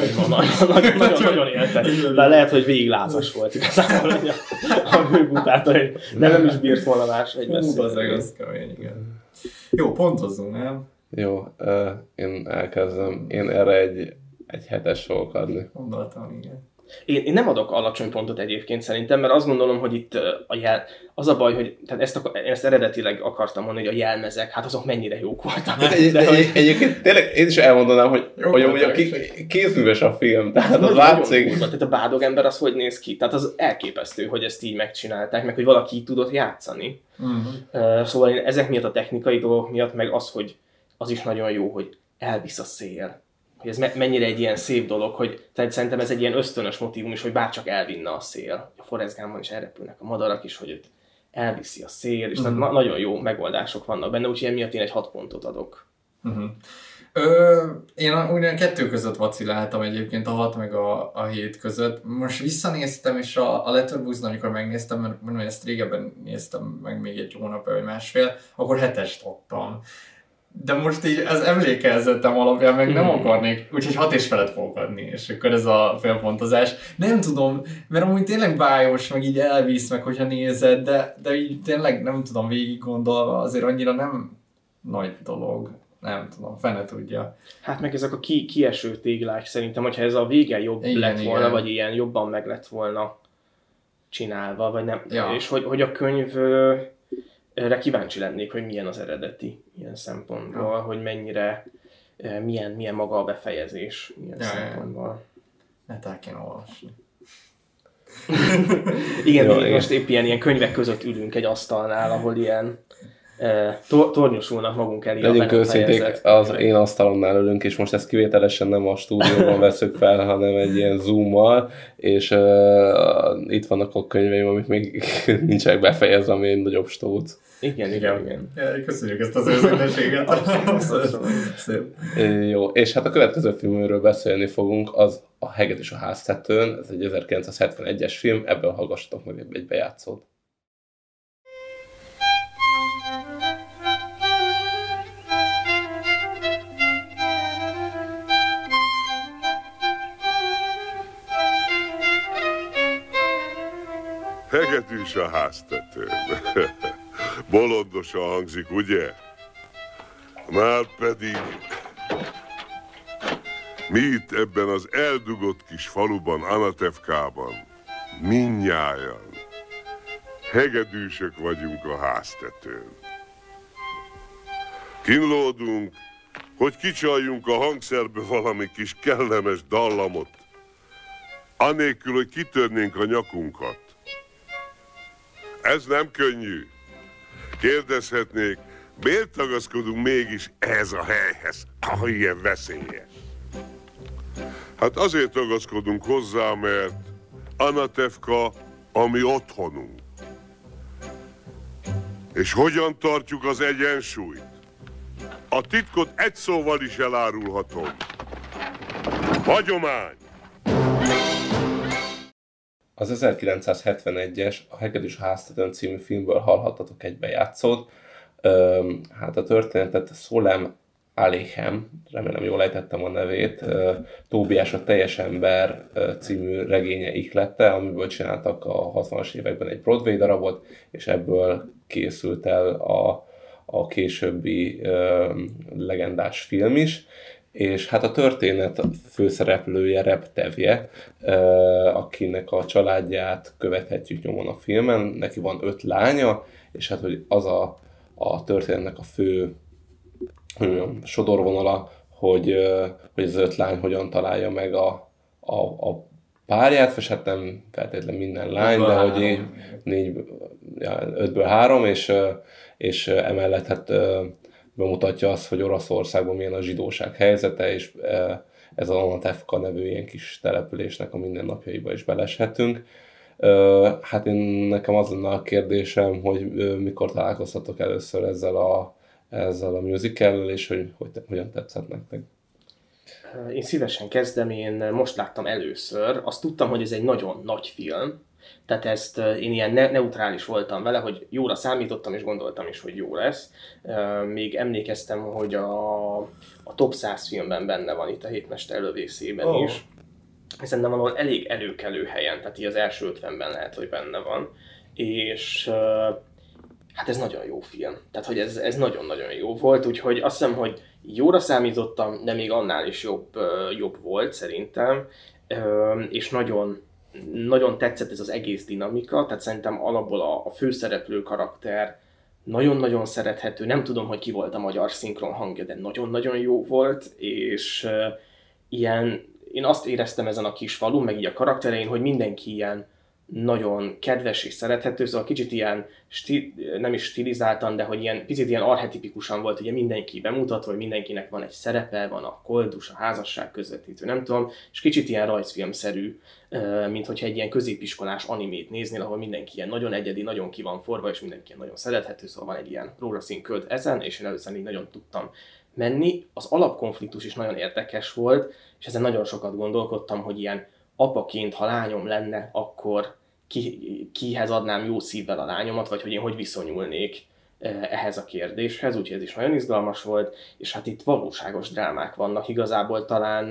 Speaker 8: Nagyon élte. De lehet, hogy végig lázas volt igazából a hőg utálta, hogy nem is bírt volna máshogy beszélni.
Speaker 7: Az kemény, igen. Jó, pontozzunk, nem?
Speaker 6: Jó, én elkezdem. Én erre egy 7-es fogok adni.
Speaker 7: Gondoltam, igen.
Speaker 8: Én nem adok alacsony pontot egyébként szerintem, mert azt gondolom, hogy itt az a baj, hogy tehát én ezt eredetileg akartam mondani, hogy a jelmezek, hát azok mennyire jók voltak.
Speaker 6: Egyébként tényleg én is elmondanám, hogy amúgy a kézműves a film, tehát az látszik.
Speaker 8: Tehát a bádog ember az hogy néz ki? Tehát az elképesztő, hogy ezt így megcsinálták, meg hogy valaki így tudott játszani. Szóval én ezek miatt a technikai dolgok miatt, meg az, hogy az is nagyon jó, hogy elvisz a szél. Hogy ez mennyire egy ilyen szép dolog, hogy tehát szerintem ez egy ilyen ösztönös motívum is, hogy bárcsak elvinne a szél. A Forrest Gumpban is elrepülnek a madarak is, hogy őt elviszi a szél, és tehát nagyon jó megoldások vannak benne, úgyhogy emiatt én egy 6 pontot adok.
Speaker 7: Én ugyan 2 között vaciláltam egyébként, a 6 meg a 7 között. Most visszanéztem, és a Letterboxdon, amikor megnéztem, mert mondom, ezt régebben néztem meg még egy hónapja vagy másfél, akkor 7-est adtam. De most így az emlékezetem alapján meg nem akarnék, úgyhogy 6 és felett fogok adni, és akkor ez a félpontozás. Nem tudom, mert amúgy tényleg bájos, meg így elvisz, meg hogyha nézed, de így tényleg nem tudom, végig gondolva, azért annyira nem nagy dolog. Nem tudom, fene tudja.
Speaker 8: Hát meg ezek a kieső téglák szerintem, hogyha ez a vége jobb lett volna, vagy ilyen jobban meg lett volna csinálva, vagy nem. Ja. És hogy a könyv... Erre kíváncsi lennék, hogy milyen az eredeti ilyen szempontból, hogy mennyire, milyen maga a befejezés ilyen szempontból.
Speaker 7: Hát el kéne olvasni.
Speaker 8: Igen, most épp ilyen könyvek között ülünk egy asztalnál, ahol ilyen tornyosulnak magunk elé a
Speaker 6: befejezett. Az én asztalomnál ülünk, és most ezt kivételesen nem a stúdióban veszük fel, hanem egy ilyen Zoom-mal, és itt vannak a könyveim, amik még nincsenek befejezve, ami egy nagyobb stóc.
Speaker 8: Igen.
Speaker 7: Köszönjük ezt az őszintességet.
Speaker 6: Szép. Jó, és hát a következő filmről beszélni fogunk, az A hegedűs a háztetőn, ez egy 1971-es film, ebből hallgassatok meg egy bejátszót.
Speaker 11: Hegedűs a háztetőn. Bolondosan hangzik, ugye? Márpedig mi itt ebben az eldugott kis faluban, Anatevkában mindnyájan hegedűsök vagyunk a háztetőn. Kínlódunk, hogy kicsaljunk a hangszerbe valami kis kellemes dallamot, anélkül, hogy kitörnénk a nyakunkat. Ez nem könnyű. Kérdezhetnék, miért tagaszkodunk mégis ehhez a helyhez, ha ilyen veszélyes? Hát azért tagaszkodunk hozzá, mert Anatevka a mi otthonunk. És hogyan tartjuk az egyensúlyt? A titkot egy szóval is elárulhatom. Hagyomány!
Speaker 6: Az 1971-es A Hegedűs háztetőn című filmből hallhattatok egy bejátszót. Hát a történetet Szolem Aleichem, remélem jól ejtettem a nevét, Tóbiás a teljes ember című regénye ihlette, amiből csináltak a 60-as években egy Broadway darabot, és ebből készült el a későbbi legendás film is. És hát a történet főszereplője Reb Tevje, akinek a családját követhetjük nyomon a filmen. Neki van 5 lánya, és hát hogy az a történetnek a fő sodorvonala, hogy az 5 lány hogyan találja meg a párját, és hát nem feltétlenül minden lány, de hogy 5-ből 3, és emellett hát bemutatja azt, hogy Oroszországban milyen a zsidóság helyzete, és ez a Anatevka nevű ilyen kis településnek a mindennapjaiba is beleshetünk. Hát nekem az lenne a kérdésem, hogy mikor találkoztatok először ezzel a musicallel, és hogy hogyan tetszett nektek?
Speaker 8: Én szívesen kezdem, én most láttam először. Azt tudtam, hogy ez egy nagyon nagy film, tehát ezt én ilyen neutrális voltam vele, hogy jóra számítottam, és gondoltam is, hogy jó lesz. Még emlékeztem, hogy a top 100 filmben benne van itt a Hétmester lövészében is. Szerintem valahol elég előkelő helyen, tehát így az első 50-ben lehet, hogy benne van. És hát ez nagyon jó film. Tehát, hogy ez nagyon-nagyon jó volt, úgyhogy azt hiszem, hogy jóra számítottam, de még annál is jobb volt szerintem. És nagyon tetszett ez az egész dinamika, tehát szerintem alapból a főszereplő karakter nagyon-nagyon szerethető, nem tudom, hogy ki volt a magyar szinkron hangja, de nagyon-nagyon jó volt, és én azt éreztem ezen a kis falun, meg így a karakterein, hogy mindenki ilyen nagyon kedves és szerethető, szóval kicsit ilyen, nem is stilizáltan, de hogy ilyen, picit ilyen archetipikusan volt, ugye mindenki bemutatva, hogy mindenkinek van egy szerepe, van a koldus, a házasság közvetítő, nem tudom, és kicsit ilyen rajzfilmszerű, mint hogyha egy ilyen középiskolás animét néznél, ahol mindenki ilyen nagyon egyedi, nagyon ki van forva, és mindenki ilyen nagyon szerethető, szóval van egy ilyen rózsaszín köd ezen, és én először így nagyon tudtam menni. Az alapkonfliktus is nagyon érdekes volt, és ezen nagyon sokat gondolkodtam, hogy ilyen apaként, ha lányom lenne, akkor kihez adnám jó szívvel a lányomat, vagy hogy én hogy viszonyulnék ehhez a kérdéshez, úgyhogy ez is nagyon izgalmas volt, és hát itt valóságos drámák vannak, igazából talán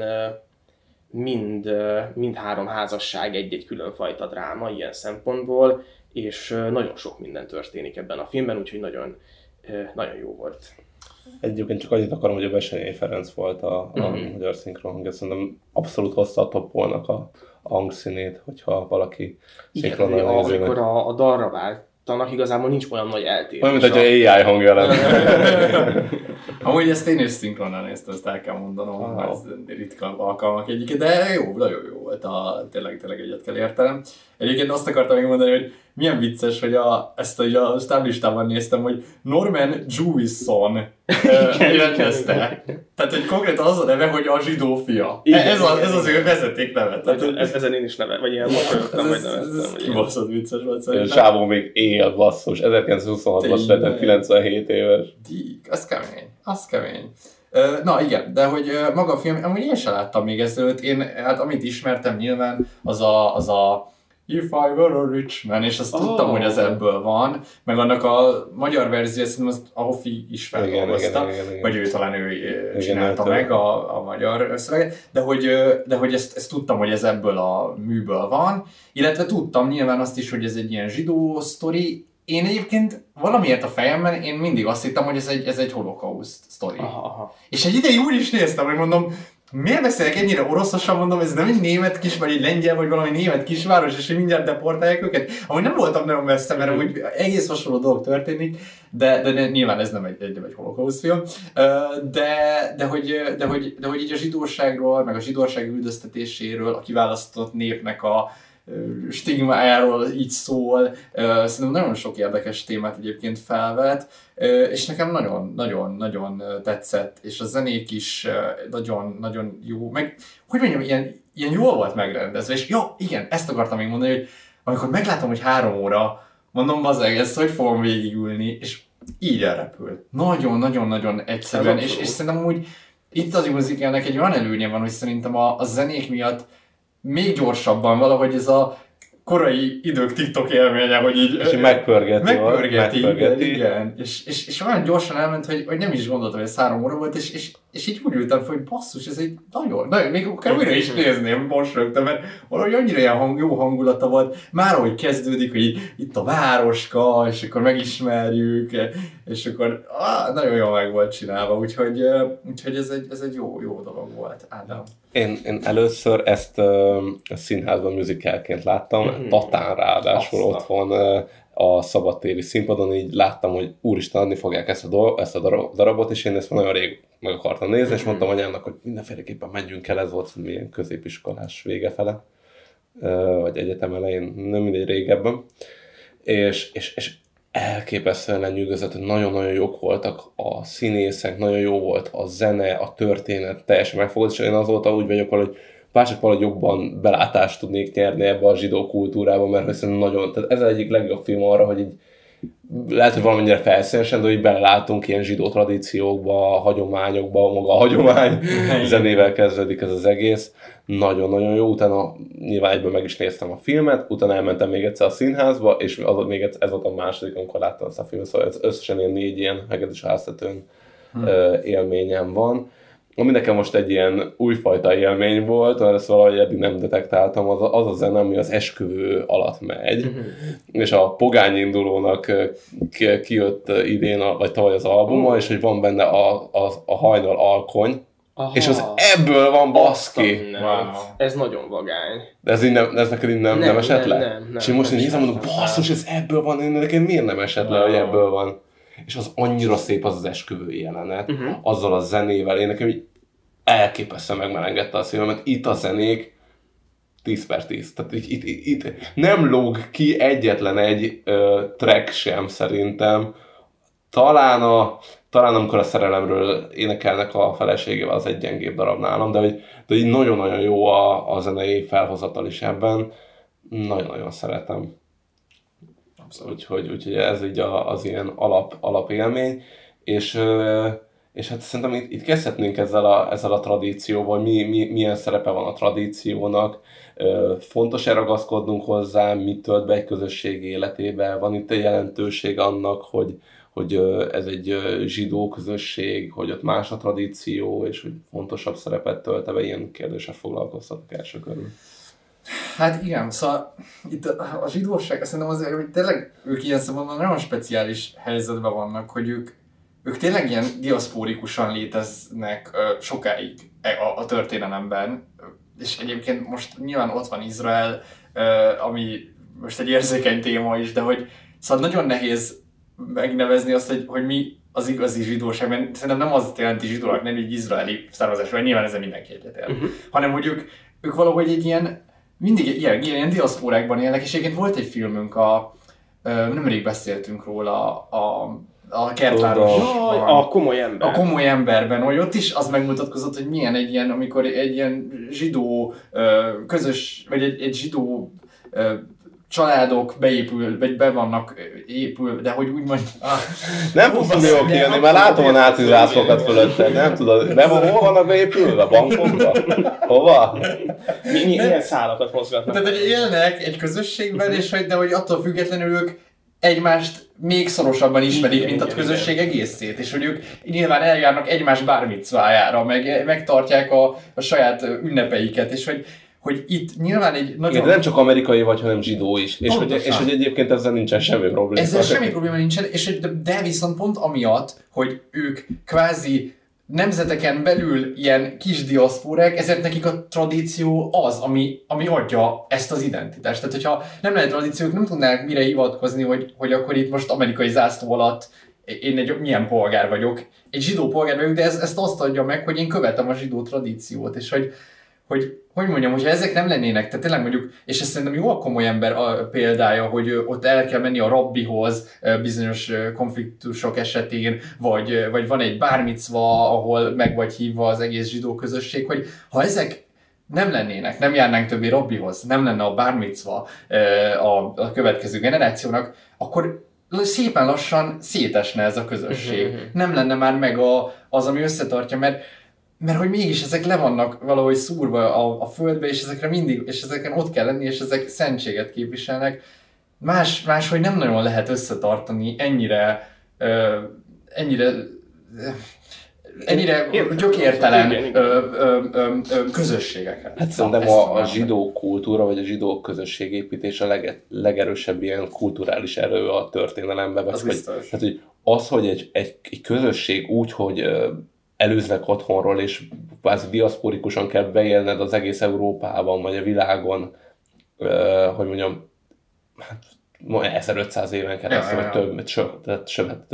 Speaker 8: mind 3 házasság egy-egy különfajta dráma ilyen szempontból, és nagyon sok minden történik ebben a filmben, úgyhogy nagyon jó volt.
Speaker 6: Egyébként csak annyit akarom, hogy a Bessenyei Ferenc volt a magyar szinkron hangja. Szerintem abszolút hozta a toppolnak a hangszínét, hogyha valaki szinkronnal nézi.
Speaker 8: Igen, amikor a dalra váltanak, igazából nincs olyan nagy eltérés.
Speaker 6: Olyan, mint hogyha AI hangja lenne.
Speaker 7: Amúgy ezt én is szinkronnal néztem, ezt el kell mondanom, ez ritka alkalmak egyik, de jó, nagyon jó volt, tényleg egyet kell értenem. Egyébként azt akartam még mondani, hogy milyen vicces, hogy ezt a stáblistában néztem, hogy Norman Jewison rendezte. Tehát, hogy konkrétan az a neve, hogy a zsidó fia. Ez az ő vezeték neve.
Speaker 8: Ezen én is vagy ilyen mosolyogtam, vagy neveztem.
Speaker 7: Ez kibaszott vicces volt
Speaker 6: szerintem. Sávó még él, basszus. 1926-ban született, 97 éves.
Speaker 7: Az kemény. Na igen, de hogy maga a film, amúgy én sem láttam még ezelőtt, hát amit ismertem nyilván, az a If I Were a Rich Man, és azt tudtam, hogy az ebből van, meg annak a magyar verzió, szerintem azt a Hofi is feldolgozta, vagy talán ő csinálta meg a magyar szöveget, de hogy ezt tudtam, hogy ez ebből a műből van, illetve tudtam nyilván azt is, hogy ez egy ilyen zsidó sztori. Én egyébként valamiért a fejemben én mindig azt hittem, hogy ez egy holokauszt sztori. És egy ideig úgy is néztem, hogy mondom, miért beszélek ennyire oroszosan, mondom, ez nem egy német kis, vagy egy lengyel, vagy valami német kisváros, és mindjárt deportálják őket. Ahogy nem voltam nagyon messze, mert úgy egész hasonló dolog történik, de nyilván ez nem egy holokauszt film. De hogy így a zsidóságról, meg a zsidóság üldöztetéséről, a kiválasztott népnek a stigmájáról így szól. Szerintem nagyon sok érdekes témát egyébként felvet, és nekem nagyon tetszett, és a zenék is nagyon jó, meg hogy mondjam, ilyen jól volt megrendezve, és jó, igen, ezt akartam még mondani, hogy amikor meglátom, hogy 3 óra, mondom, bazzeg, ezt hogy fogom végigülni, és így elrepül. Nagyon-nagyon-nagyon egyszerűen, és szerintem úgy itt az musicalnek egy olyan előnye van, hogy szerintem a zenék miatt még gyorsabban valahogy ez a korai idők TikTok élménye, hogy így...
Speaker 6: És megpörgeti.
Speaker 7: Igen. És olyan gyorsan elment, hogy nem is gondoltam, hogy ez 3 óra volt, és így úgy ültem fel, hogy basszus, ez egy nagyon, még akár újra is nézném most rögtön, mert valahogy annyira ilyen jó hangulata volt, már ahogy kezdődik, hogy itt a városka, és akkor megismerjük, és akkor nagyon jól meg volt csinálva, úgyhogy ez egy jó dolog volt, Ádám.
Speaker 6: Én először ezt a színházban musicalként láttam, Tatán ráadásul otthon a szabadtéri színpadon, így láttam, hogy úristen, adni fogják ezt a darabot, és én ezt nagyon rég meg akartam nézni, és mondtam anyámnak, hogy mindenféleképpen menjünk el, ez volt milyen középiskolás vége fele, vagy egyetem elején, nem mindegy régebben, és elképesztően lenyűgözött, hogy nagyon-nagyon jók voltak a színészek, nagyon jó volt a zene, a történet, teljesen megfogott, és én azóta úgy vagyok, hogy bárcsak valahogy jobban belátást tudnék nyerni ebbe a zsidó kultúrába, mert szerintem nagyon, tehát ez az egyik legjobb film arra, hogy így lehet, hogy valamennyire felszínesen, de hogy belelátunk ilyen zsidó tradíciókba, hagyományokba, maga a hagyomány zenével kezdődik ez az egész. Nagyon-nagyon jó, utána nyilván egyben meg is néztem a filmet, utána elmentem még egyszer a színházba, és az még ez volt a második, amikor láttam ezt a filmet, szóval összesen ilyen 4 ilyen Hegedűs háztetőn élményem van. Ami nekem most egy ilyen újfajta élmény volt, mert ezt valahogy eddig nem detektáltam, az a zene, ami az esküvő alatt megy, és a Pogány Indulónak kijött idén, vagy tavaly az albuma, és hogy van benne a Hajnal Alkony, és az ebből van, baszki!
Speaker 8: Wow. Ez nagyon vagány.
Speaker 6: De ez neked így nem esett le?
Speaker 8: Nem.
Speaker 6: És én most nézem, mondom, basszus, ez ebből van, nekem miért nem esett le, hogy ebből van? És az annyira szép az esküvői jelenet, azzal a zenével, én nekem így elképesztően megmelengedte a szívemet, itt a zenék 10/10. Tehát itt nem lóg ki egyetlen egy track sem szerintem. Talán amikor a szerelemről énekelnek a feleségével, az egy gyengébb darab nálam, de így nagyon-nagyon jó a zenei felhozatal is ebben. Nagyon-nagyon szeretem. Úgyhogy ez így az ilyen alapélmény, és hát szerintem itt kezdhetnénk ezzel a tradícióval, milyen szerepe van a tradíciónak, fontos ragaszkodnunk hozzá, mit tölt be egy közösség életébe, van itt egy jelentőség annak, hogy ez egy zsidó közösség, hogy ott más a tradíció, és hogy fontosabb szerepet tölt be, ilyen kérdéssel foglalkoztatok első körül.
Speaker 7: Hát igen, szóval itt a zsidóság, szerintem azért, hogy tényleg ők ilyen szempontból nagyon speciális helyzetben vannak, hogy ők tényleg ilyen diaszpórikusan léteznek sokáig a történelemben, és egyébként most nyilván ott van Izrael, ami most egy érzékeny téma is, de hogy szóval nagyon nehéz megnevezni azt, hogy mi az igazi zsidóság, mert szerintem nem az jelenti zsidónak, nem egy izraeli származás, vagy nyilván ezzel mindenki egyetért, hanem hogy ők valahogy egy ilyen, mindig ilyen diaszpórákban élnek, és egyébként volt egy filmünk, nemrég beszéltünk róla, a kertvárosban.
Speaker 8: A komoly ember.
Speaker 7: A komoly emberben, hogy ott is az megmutatkozott, hogy milyen egy ilyen, amikor egy ilyen zsidó közös, vagy egy zsidó családok beépül, vagy be vannak épül, de hogy úgymond...
Speaker 6: Nem fogsz tudni jól kijönni, már látom a náci zászlókat fölötted, nem tudod. De hol vannak beépülve? Bankokba? Hova?
Speaker 8: Milyen szálakat mozgatnak?
Speaker 7: Tehát, hogy élnek egy közösségben, és de hogy attól függetlenül ők egymást még szorosabban ismerik, mint a közösség egészét, és hogy ők nyilván eljárnak egymás bármicvájára, megtartják a saját ünnepeiket, és hogy itt nyilván egy nagyon...
Speaker 6: Igen, de nem csak amerikai vagy, hanem zsidó is. És hogy egyébként ezzel nincsen semmi probléma.
Speaker 7: Ezzel semmi probléma nincsen, de viszont pont amiatt, hogy ők kvázi nemzeteken belül ilyen kis diaszpórák, ezért nekik a tradíció az, ami adja ezt az identitást. Tehát, hogyha nem lenne tradíciók, nem tudnák mire hivatkozni, hogy akkor itt most amerikai zászló alatt én milyen polgár vagyok. Egy zsidó polgár vagyok, de ezt azt adja meg, hogy én követem a zsidó tradíciót, és hogy mondjam, hogyha ezek nem lennének, tehát tényleg mondjuk, és ez szerintem jó a komoly ember a példája, hogy ott el kell menni a rabbihoz bizonyos konfliktusok esetén, vagy van egy bármicva, ahol meg vagy hívva az egész zsidó közösség, hogy ha ezek nem lennének, nem járnánk többé rabbihoz, nem lenne a bármicva a következő generációnak, akkor szépen lassan szétesne ez a közösség. Nem lenne már meg az, ami összetartja, mert hogy mégis ezek le vannak valahogy szúrva a földbe, és ezekre mindig, és ezeken ott kell lenni, és ezek szentséget képviselnek. Máshogy nem nagyon lehet összetartani ennyire gyökértelen közösségeket.
Speaker 6: Hát szerintem a zsidó kultúra, vagy a zsidó közösségépítés a legerősebb ilyen kulturális erő a történelemben.
Speaker 7: Az biztos.
Speaker 6: Hogy egy közösség úgy, hogy előznek otthonról, és kvázi diaszporikusan kell beélned az egész Európában, vagy a világon, hogy mondjam, hát 1500 éven keresztül, vagy több,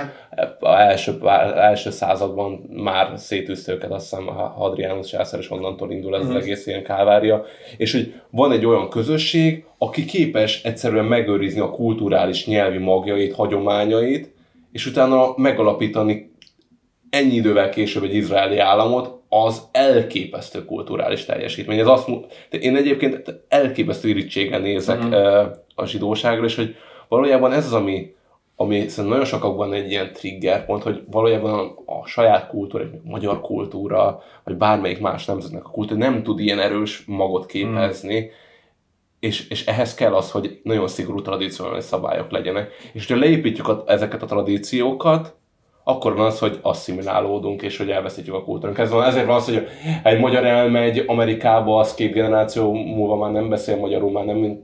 Speaker 6: első században már szétűzte őket, azt hiszem Hadrianus császár, és onnantól indul ez az egész ilyen kávária. És hogy van egy olyan közösség, aki képes egyszerűen megőrizni a kulturális nyelvi magjait, hagyományait, és utána megalapítani ennyi idővel később egy izraeli államot, az elképesztő kulturális teljesítmény. Én egyébként elképesztő irítséggel nézek a zsidóságra, és hogy valójában ez az, ami szerintem nagyon sokakban egy ilyen triggerpont, hogy valójában a saját kultúra, a magyar kultúra, vagy bármelyik más nemzetnek a kultúra nem tud ilyen erős magot képezni, és ehhez kell az, hogy nagyon szigorú tradícióális szabályok legyenek. És ha leépítjük ezeket a tradíciókat, akkor van az, hogy asszimilálódunk, és hogy elveszítjük a kultúránkat. Ezért van az, hogy egy magyar elmegy Amerikába, az 2 generáció múlva már nem beszél magyarul, már nem...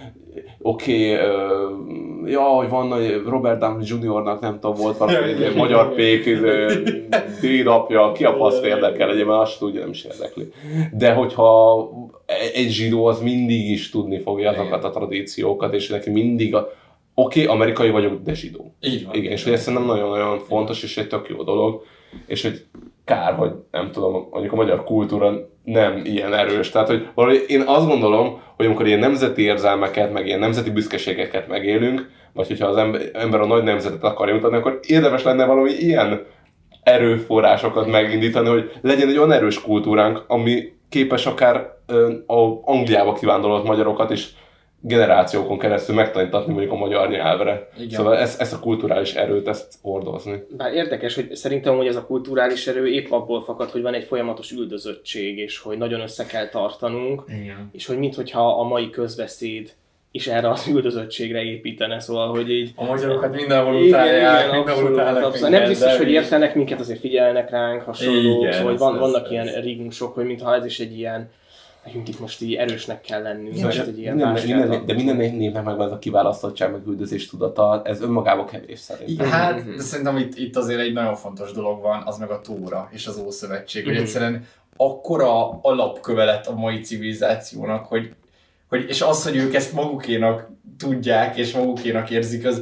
Speaker 6: hogy van, hogy Robert Downey Jr.-nak nem tudom, volt valami magyar pék, dédapja, ki a faszt érdekel, egyébként azt tudja, nem is érdekli. De hogyha egy zsidó, az mindig is tudni fogja azokat a tradíciókat, és neki mindig amerikai vagyok, de zsidó.
Speaker 7: Így van.
Speaker 6: Igen, és ez szerintem nagyon-nagyon fontos, és egy tök jó dolog, és hogy kár, hogy nem tudom, mondjuk a magyar kultúra nem ilyen erős. Tehát, hogy valahogy én azt gondolom, hogy amikor ilyen nemzeti érzelmeket, meg ilyen nemzeti büszkeségeket megélünk, vagy hogyha az ember a nagy nemzetet akarja mutatni, akkor érdemes lenne valami ilyen erőforrásokat megindítani, hogy legyen egy olyan erős kultúránk, ami képes akár Angliába kivándorolt magyarokat is generációkon keresztül megtanítatni mondjuk a magyar nyelvre. Igen. Szóval ezt a kulturális erőt, ezt hordozni.
Speaker 8: Bár érdekes, hogy szerintem hogy ez a kulturális erő épp abból fakad, hogy van egy folyamatos üldözöttség, és hogy nagyon össze kell tartanunk, igen. És hogy minthogyha a mai közbeszéd is erre az üldözöttségre építene, szóval, hogy így...
Speaker 7: A magyarokat mindenhol utálják, mindenhol utálnak.
Speaker 8: Nem biztos, hogy értenek minket, azért figyelnek ránk, hasonlók, szóval vannak ilyen rigmusok, hogy mintha ez is egy ilyen nekünk itt most így erősnek kell lennünk.
Speaker 6: De minden névnek megvan ez a kiválasztottság, meg üldözés tudata, ez önmagában kevés szerintem.
Speaker 7: Hát, de szerintem itt azért egy nagyon fontos dolog van, az meg a Tóra és az Ószövetség, hogy egyszerűen akkora alapköve lett a mai civilizációnak, hogy és az, hogy ők ezt magukénak tudják és magukénak érzik, az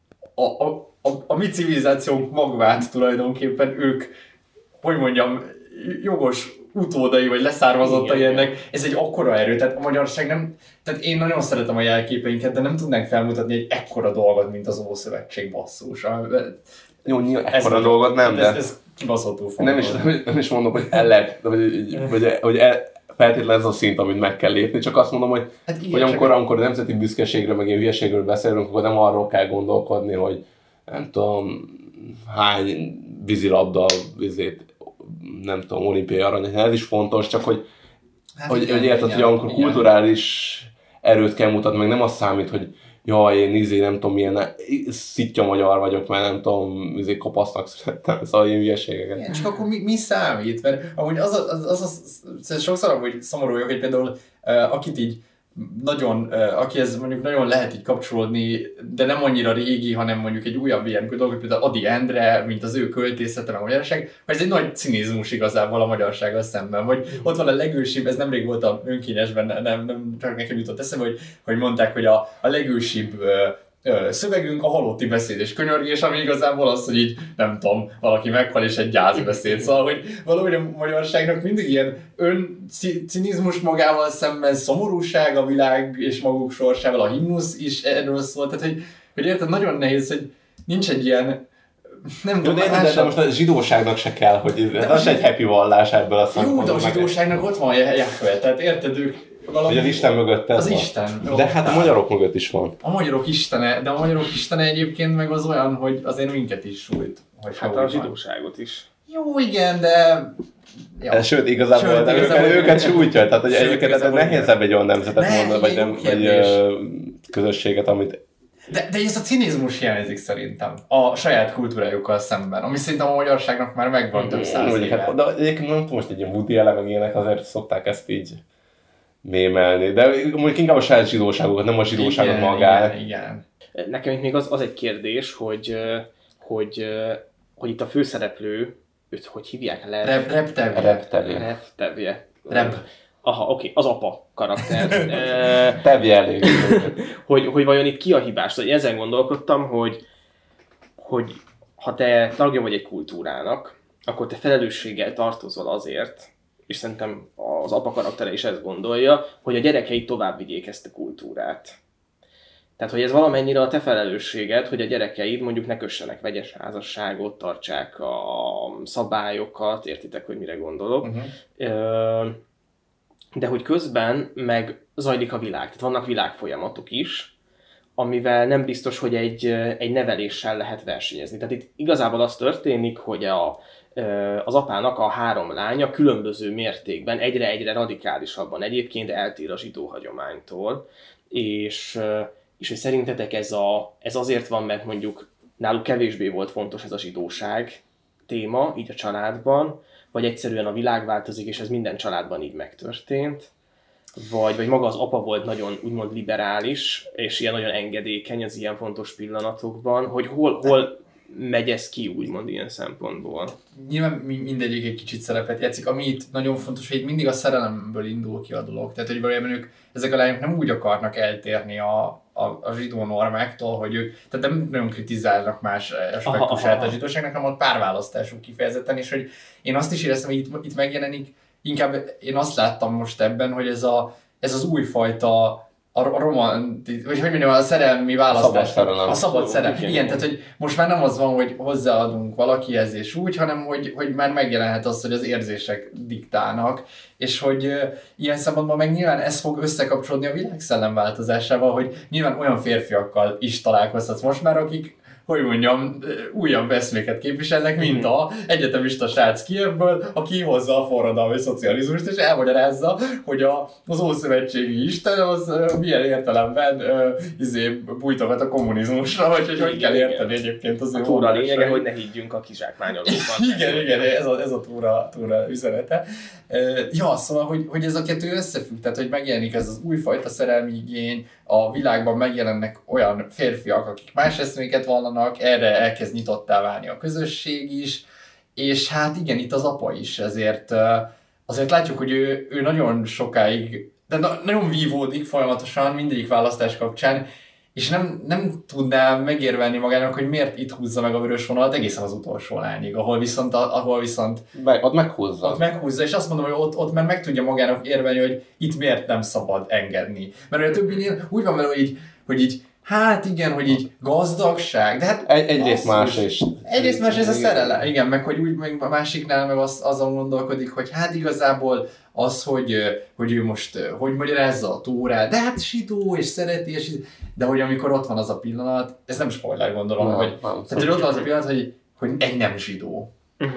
Speaker 7: a mi civilizációnk magvát tulajdonképpen ők, hogy mondjam, jogos utódai vagy leszármazottai ennek, ez egy akkora erő, tehát a magyarság nem, tehát én nagyon szeretem a jelképeinket, de nem tudnánk felmutatni egy ekkora dolgot, mint az Ószövetség basszus.
Speaker 6: Jó, ekkora dolgot nem, de...
Speaker 7: Ez kibaszottul fontos.
Speaker 6: Nem is mondom, hogy el lehet, vagy feltétlenül ez a szint, amit meg kell lépni, csak azt mondom, hogy, hát igen, hogy amikor nemzeti büszkeségről, meg ilyen hülyeségről beszélünk, akkor nem arról kell gondolkodni, hogy nem tudom, hány vízilabda, nem tudom, olimpiai arany, ez is fontos, csak hogy érted, hogy amikor kulturális erőt kell mutatni, meg nem az számít, hogy jaj, én nem tudom milyen szitja magyar vagyok, mert nem tudom, kopasznak születtem, szóval ilyen hülyeségeket.
Speaker 7: Igen, csak akkor mi számít? Mert amúgy az sokszor amúgy szomorú vagyok, hogy például akit így nagyon, akihez mondjuk nagyon lehet így kapcsolódni, de nem annyira régi, hanem mondjuk egy újabb ilyen dolog, például Ady Endre, mint az ő költészete, meg a magyarság, ez egy nagy cinizmus igazából a magyarsággal szemben, vagy ott van a legősibb, ez nemrég volt a Önkényesben, nem csak nekem jutott eszembe, hogy mondták, hogy a legősibb szövegünk a halotti beszéd és könyörgés, ami igazából az, hogy így, nem tudom, valaki meghal és egy gyászbeszéd. Szóval, hogy valahogy a magyarságnak mindig ilyen cinizmus magával szemben, szomorúság a világ és maguk sorsával, a himnusz is erről szól. Tehát, hogy érted, nagyon nehéz, hogy nincs egy ilyen, nem tudom,
Speaker 6: de most a zsidóságnak se kell, hogy ez egy happy vallás ebből a szempontból.
Speaker 7: Jó, de a zsidóságnak ott van Jahve, tehát érted, ők
Speaker 6: Hogy az Isten mögött ez
Speaker 7: az
Speaker 6: van.
Speaker 7: Isten.
Speaker 6: De hát a magyarok mögött is van.
Speaker 7: A magyarok istene, de a magyarok istene egyébként meg az olyan, hogy azért minket is sújt.
Speaker 8: Hát a zsidóságot is.
Speaker 7: Jó, igen, de...
Speaker 6: Ja. Sőt, igazából őket sújtja, tehát hogy egyébként nehézebb egy olyan nemzetet mondani, vagy nem egy közösséget, amit...
Speaker 7: De ez a cinizmus hiányzik szerintem a saját kultúrájukkal szemben, ami szerintem a magyarságnak már megvan több száz éve.
Speaker 6: Hát, de egyébként nem tudom, most egy ilyen Woody Allen meg ilyenek azért szokták ezt így mémelni, de mondjuk inkább a saját zsidóságokat, nem a zsidóságot magát.
Speaker 7: Igen.
Speaker 8: Nekem itt még az egy kérdés, hogy itt a főszereplő, őt hogy hívják?
Speaker 7: Reptevje.
Speaker 8: Aha, oké, az apa karakter.
Speaker 6: Tevje elég.
Speaker 8: hogy vajon itt ki a hibás? Ezen gondolkodtam, hogy ha te tagja vagy egy kultúrának, akkor te felelősséggel tartozol azért, és szerintem az apa karaktere is ezt gondolja, hogy a gyerekei tovább vigyék ezt a kultúrát. Tehát, hogy ez valamennyire a te felelősséged, hogy a gyerekeid mondjuk ne kössenek vegyes házasságot, tartsák a szabályokat, értitek, hogy mire gondolok. De hogy közben meg zajlik a világ, tehát vannak világfolyamatok is, amivel nem biztos, hogy egy neveléssel lehet versenyezni. Tehát itt igazából az történik, hogy az apának a 3 lánya különböző mértékben, egyre radikálisabban egyébként eltér a zsidó hagyománytól, és hogy szerintetek ez azért van, mert mondjuk náluk kevésbé volt fontos ez a zsidóság téma, így a családban, vagy egyszerűen a világ változik, és ez minden családban így megtörtént, vagy maga az apa volt nagyon úgymond liberális, és ilyen nagyon engedékeny az ilyen fontos pillanatokban, hogy hol megy ez ki úgymond ilyen szempontból.
Speaker 7: Nyilván mindegyik egy kicsit szerepet játszik, ami itt nagyon fontos, hogy itt mindig a szerelemből indul ki a dolog. Tehát, hogy valójában ezek a lányok nem úgy akarnak eltérni a zsidó normáktól, hogy ők, tehát nem nagyon kritizálnak más aspektusát a zsidóságnak, hanem a párválasztásuk kifejezetten, és hogy én azt is éreztem, hogy itt megjelenik, inkább én azt láttam most ebben, hogy ez az újfajta vagy hogy mondjam, a szerelmi választás. A szabad szerelem. Igen, tehát hogy most már nem az van, hogy hozzáadunk valakihez és úgy, hanem hogy már megjelenhet az, hogy az érzések diktálnak, és hogy ilyen szempontból meg nyilván ez fog összekapcsolódni a világszellem változásával, hogy nyilván olyan férfiakkal is találkozhatsz most már, akik hogy mondjam, újabb eszméket képviselnek, mint a egyetemista srác Kijevből, aki hozza a forradalmi szocializmust, és elmagyarázza, hogy az ószövetségi isten az milyen értelemben bújtogat a kommunizmusra, vagy hogy kell érteni egyébként az ő
Speaker 8: túra lényege, hogy ne higgyünk a kizsákmányolókban.
Speaker 7: igen, ez a túra üzenete. Ja, szóval, hogy ez a kettő összefügg, tehát hogy megjelenik ez az újfajta szerelmi igény, a világban megjelennek olyan férfiak, akik más eszméket vallanak, erre elkezd nyitottá válni a közösség is, és hát igen, itt az apa is, ezért azért látjuk, hogy ő nagyon sokáig, de nagyon vívódik folyamatosan mindegyik választás kapcsán, és nem tudná megérvelni magának, hogy miért itt húzza meg a vörös vonalat egészen az utolsó lányig, ahol viszont
Speaker 6: ott meghúzza.
Speaker 7: Ott meghúzza, és azt mondom, hogy ott már meg tudja magának érvelni, hogy itt miért nem szabad engedni. Mert a többinél úgy van vele, hogy így hát igen, hogy így gazdagság, de hát...
Speaker 6: Egyrészt más is.
Speaker 7: Egyrészt más ez a szerelem, igen, meg hogy úgy meg a másiknál meg azon gondolkodik, hogy hát igazából az, hogy ő most hogy magyarázza a Tórát, de hát zsidó és szereti, de hogy amikor ott van az a pillanat, ez nem spoiler gondolom, hogy ott van az a pillanat, hogy egy nem zsidó.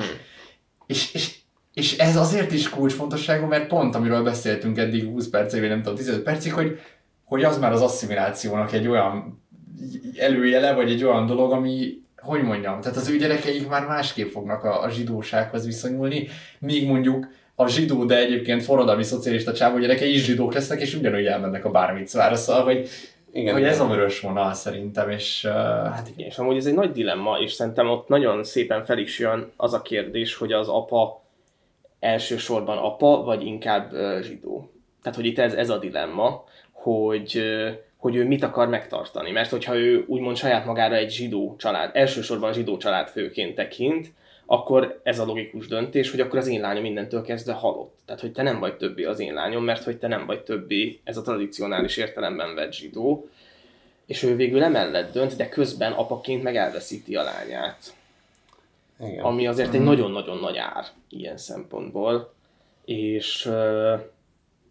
Speaker 7: És ez azért is kulcsfontosságú, mert pont amiről beszéltünk eddig 20 percig, vagy nem tudom, 15 percig, hogy az már az asszimilációnak egy olyan előjele, vagy egy olyan dolog, ami, hogy mondjam, tehát az ő gyerekeik már másképp fognak a zsidósághoz viszonyulni, míg mondjuk a zsidó, de egyébként forradalmi szocialista csávó gyerekei is zsidók lesznek, és ugyanúgy elmennek a bármicvára, szóval, hogy ez a vörös vonal szerintem, és hát igen.
Speaker 8: És amúgy ez egy nagy dilemma, és szerintem ott nagyon szépen fel is jön az a kérdés, hogy az apa elsősorban apa, vagy inkább zsidó. Tehát, hogy itt ez a dilemma, hogy ő mit akar megtartani. Mert hogyha ő úgymond saját magára egy zsidó család, elsősorban zsidó család főként tekint, akkor ez a logikus döntés, hogy akkor az én lányom mindentől kezdve halott. Tehát, hogy te nem vagy többé az én lányom, mert hogy te nem vagy többé ez a tradicionális értelemben vett zsidó. És ő végül emellett dönt, de közben apaként meg elveszíti a lányát. Igen. Ami azért egy nagyon-nagyon nagy ár ilyen szempontból. És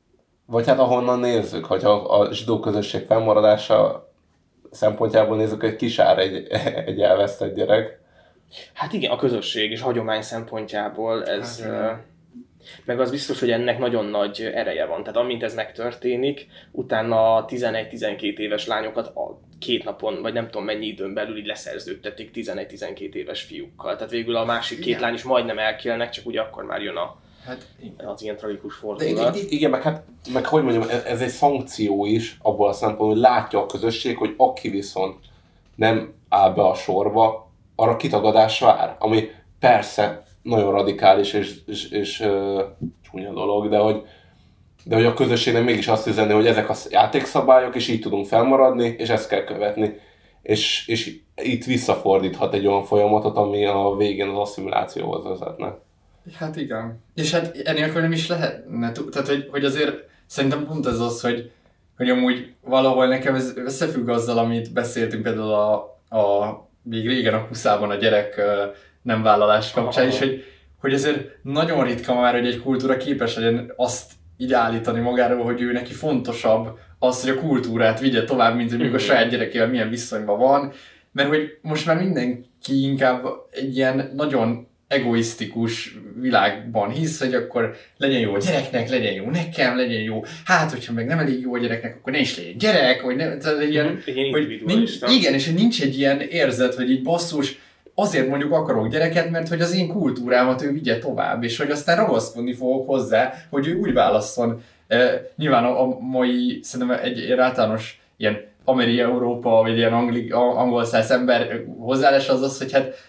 Speaker 6: Vagy hát ahonnan nézzük, hogyha a zsidó közösség fennmaradása szempontjából nézzük, egy kisár egy elvesztett gyerek.
Speaker 8: Hát igen, a közösség és hagyomány szempontjából ez... meg az biztos, hogy ennek nagyon nagy ereje van. Tehát amint ez megtörténik, utána 11-12 éves lányokat a 2 napon, vagy nem tudom mennyi időn belül így leszerződtették 11-12 éves fiúkkal. Tehát végül a másik 2 lány is majdnem elkélnek, csak ugye akkor már jön az ilyen tragikus fordulat.
Speaker 6: Igen, meg hogy mondjam, ez egy szankció is abból a szempontból, hogy látja a közösség, hogy aki viszont nem áll be a sorba, arra kitagadás vár, ami persze nagyon radikális és csúnya dolog, de hogy a közösségnek mégis azt üzenni, hogy ezek a játékszabályok, és így tudunk felmaradni, és ezt kell követni. És itt visszafordíthat egy olyan folyamatot, ami a végén az asszimilációhoz vezetne.
Speaker 7: Hát igen. És hát enélkül nem is lehetne. Tehát, hogy azért szerintem pont ez az, hogy amúgy valahol nekem ez összefügg azzal, amit beszéltünk például még régen a Kuszában a gyerek nem vállalás kapcsán, és hogy ezért nagyon ritka már, hogy egy kultúra képes legyen azt így állítani magáról, hogy ő neki fontosabb az, hogy a kultúrát vigye tovább, mint hogy a saját gyerekével milyen viszonyban van, mert hogy most már mindenki inkább egy ilyen nagyon egoisztikus világban hisz, hogy akkor legyen jó a gyereknek, legyen jó nekem, legyen jó, hát hogyha meg nem elég jó a gyereknek, akkor ne is legyen gyerek, vagy nem, tehát ilyen, hogy igen, és hogy nincs egy ilyen érzet, hogy így basszus, azért mondjuk akarok gyereket, mert hogy az én kultúrámat ő vigye tovább, és hogy aztán ragaszkodni fogok hozzá, hogy ő úgy válasszon. Nyilván a mai, szerintem egy általános ilyen Ameri-Európa, vagy ilyen angol száz ember hozzáállás az, hogy hát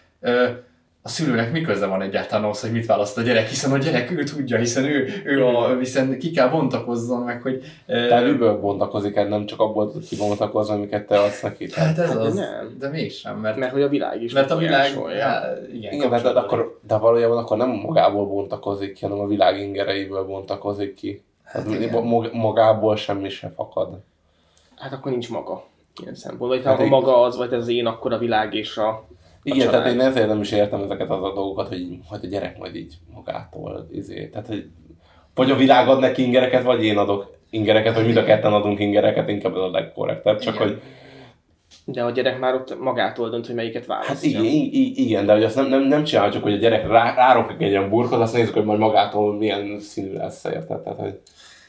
Speaker 7: a szülőnek mi köze van egyáltalán ahhoz, hogy mit választ a gyerek, hiszen a gyerek ő tudja, hiszen hiszen ki kell bontakozzon, meg hogy...
Speaker 6: Tehát őből bontakozik, nem csak abból tud kibontakozni, amiket te adsz neki.
Speaker 7: Hát ez az, de mégsem, mert
Speaker 8: hogy a világ is.
Speaker 7: Mert a világ,
Speaker 6: igen, de valójában akkor nem magából bontakozik ki, hanem a világ ingereiből bontakozik ki. Hát magából semmi se fakad.
Speaker 8: Hát akkor nincs maga ilyen szempontból. Vagy hát a maga az, vagy ez az én, akkor a világ és a
Speaker 6: igen,
Speaker 8: család.
Speaker 6: Tehát én ezért nem is értem ezeket az a dolgokat, hogy a gyerek majd így magától tehát, hogy vagy a világ ad neki ingereket, vagy én adok ingereket, vagy mind a ketten adunk ingereket, inkább ez a legkorrektebb, csak hogy...
Speaker 8: De a gyerek már ott magától dönt, hogy melyiket választja.
Speaker 6: Hát igen, de hogy azt nem csináljuk, hogy a gyerek rárakjuk egy ilyen burkot, azt nézzük, hogy majd magától milyen színű lesz, érted? Tehát, hogy...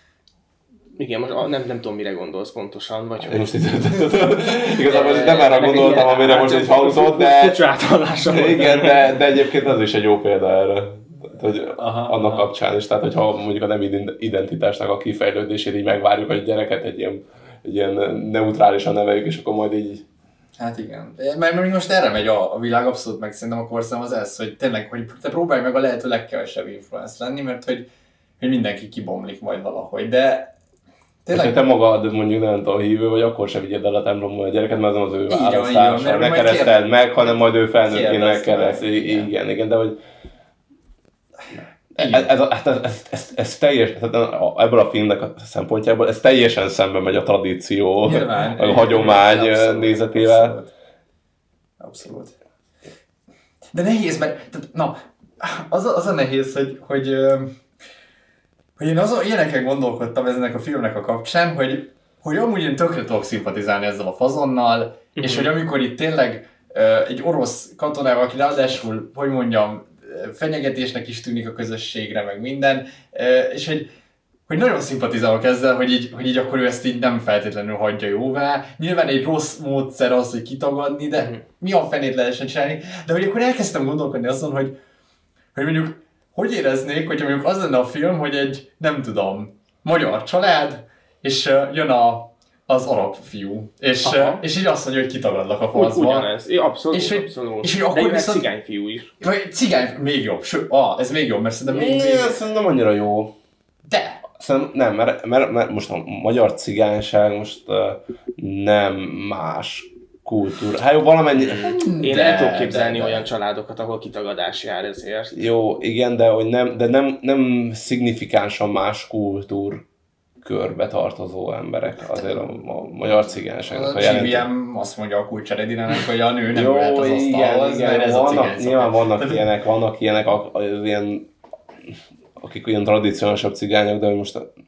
Speaker 8: Igen, most nem tudom, mire gondolsz pontosan, vagy hogy...
Speaker 6: Én most igazából nem arra gondoltam, amire most egy hangzott, de... Igen, de egyébként az is egy jó példa erre. Hogy annak kapcsán is, tehát hogyha mondjuk a nem identitásnak a kifejlődését így megvárjuk, hogy a gyereket egy ilyen neutrálisan neveljük, és akkor majd így...
Speaker 7: Hát igen. Mert most erre megy a világ abszolút, meg szerintem a korszám az ez, hogy tényleg, hogy te próbálj meg a lehető legkevesebb influence lenni, mert hogy mindenki kibomlik majd valahogy, de
Speaker 6: tényleg... Ha te magad mondjuk nem tudom hívő vagy, akkor sem vigyed el a templomban a gyereket, mert az ő választása. Ne kereszteld meg, hanem majd ő felnőttként megkereszti. Igen, de hogy... Ez teljes, ebből a filmnek a szempontjából ez teljesen szembe megy a tradíció, a hagyomány nézetével.
Speaker 7: Abszolút. De nehéz, mert az a nehéz, hogy én ilyeneken gondolkodtam ennek a filmnek a kapcsán, hogy amúgy én tökre tudok szimpatizálni ezzel a fazonnal, és hogy amikor itt tényleg egy orosz katonával, aki ráadásul, hogy mondjam, fenyegetésnek is tűnik a közösségre, meg minden, és hogy nagyon szimpatizálok ezzel, hogy így akkor ő ezt így nem feltétlenül hagyja jóvá. Nyilván egy rossz módszer az, hogy kitagadni, de mi a fenét lehessen csinálni. De hogy akkor elkezdtem gondolkodni azon, hogy mondjuk hogy éreznék, hogyha mondjuk az lenne a film, hogy egy, nem tudom, magyar család, és jön az arab fiú, és így azt mondja, hogy kitagadlak a faszba.
Speaker 8: Ugyanez, abszolút.
Speaker 7: És hogy akkor
Speaker 8: viszont... cigány fiú is.
Speaker 7: Vagy cigány, még jobb. Ez még jobb, mert szerintem még...
Speaker 6: Szerintem annyira jó.
Speaker 7: De!
Speaker 6: Szerintem nem, mert most a magyar cigányság most nem más kultúra. Hát jó, valamennyi...
Speaker 8: Én el tudok képzelni olyan családokat, ahol kitagadás jár ezért.
Speaker 6: Jó, igen, de nem szignifikánsan más körbe tartozó emberek, azért a magyar cigányságnak
Speaker 7: a GVM azt mondja a Kulcseredinának, hogy a nő nem ülhet az asztalhoz, mert ez a cigány szokás.
Speaker 6: Nyilván vannak ilyenek akik olyan tradicionálisabb cigányok, de most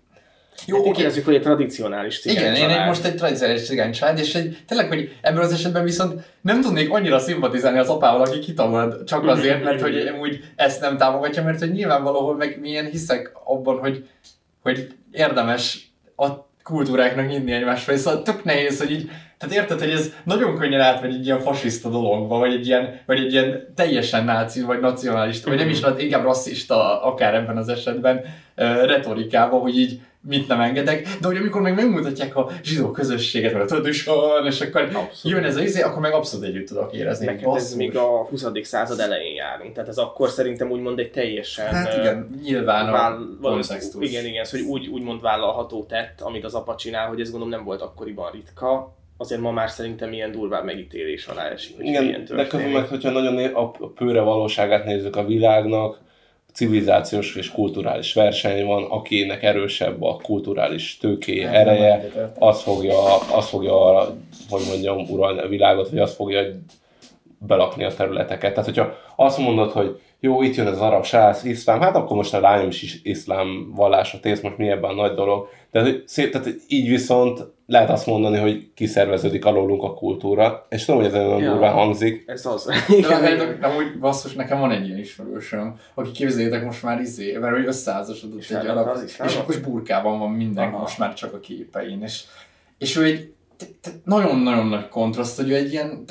Speaker 8: Jó, hát kérdezzük, hogy egy tradicionális cigány
Speaker 7: család. Igen, én most egy tradicionális cigány család, és tényleg, hogy ebben az esetben viszont nem tudnék annyira szimpatizálni az apával, aki kitamad csak azért, mert hogy úgy ezt nem támogatja, mert hogy nyilvánvalóan meg milyen hiszek abban, hogy érdemes a kultúráknak nyitni egymásra, szóval tök nehéz, hogy így, tehát érted, hogy ez nagyon könnyen átmegy egy ilyen fasiszta dologba, vagy egy ilyen teljesen náci, vagy nacionalista, vagy nem is, inkább rasszista akár ebben az esetben retorikába, hogy így mit nem engedek, de hogy amikor meg megmutatják a zsidó közösséget, meg a tradition, és akkor jön ez a izé, akkor meg abszolút együtt tudok érezni.
Speaker 8: Meg ez még a 20. század elején járunk, tehát ez akkor szerintem úgymond egy teljesen...
Speaker 7: Hát igen, nyilván a kontextus.
Speaker 8: Igen, hogy úgymond vállalható tett, amit az apa csinál, hogy ez gondolom nem volt akkoriban ritka, azért ma már szerintem ilyen durvább megítélés alá esik, hogy ilyen történik.
Speaker 6: De közben meg, hogyha nagyon a pőre valóságát nézzük a világnak, civilizációs és kulturális verseny van, akinek erősebb a kulturális tőkéje, ereje, az fogja, hogy mondjam, uralni a világot, vagy az fogja belakni a területeket. Tehát, hogyha azt mondod, hogy jó, itt jön az arab sász, iszlám, hát akkor most a lányom is iszlám vallásra tész, most mi ebben a nagy dolog. Tehát így viszont lehet azt mondani, hogy kiszerveződik alólunk a kultúra, és tudom, hogy ez nagyon durván hangzik.
Speaker 8: Ez az.
Speaker 7: De úgy basszus, nekem van egy ilyen ismerősöm, aki képzeljétek most már mert hogy összeházasodott egy arab, és akkor burkában van minden, most már csak a képein, és ő egy nagyon-nagyon nagy kontraszt, hogy ő egy ilyen,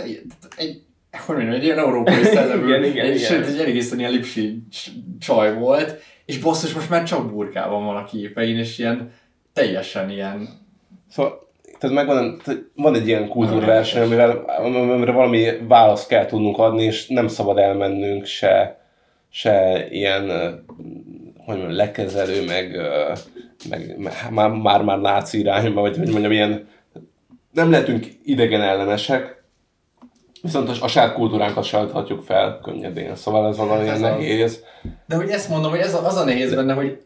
Speaker 7: egy ilyen európai szellemű, és egy egészen ilyen lipsi csaj volt, és basszus, most már csak burkában van a képein, és ilyen teljesen ilyen...
Speaker 6: Szóval, tehát van egy ilyen kultúrverseny, amire valami választ kell tudnunk adni, és nem szabad elmennünk se ilyen, hogy mondjam, lekezelő, meg már náci irányba, vagy hogy mondjam, ilyen, nem lehetünk idegen ellenesek, viszont a saját kultúránkat sajthatjuk fel könnyedén, szóval ez valami nehéz.
Speaker 7: De hogy ezt mondom, hogy az a nehéz benne, hogy...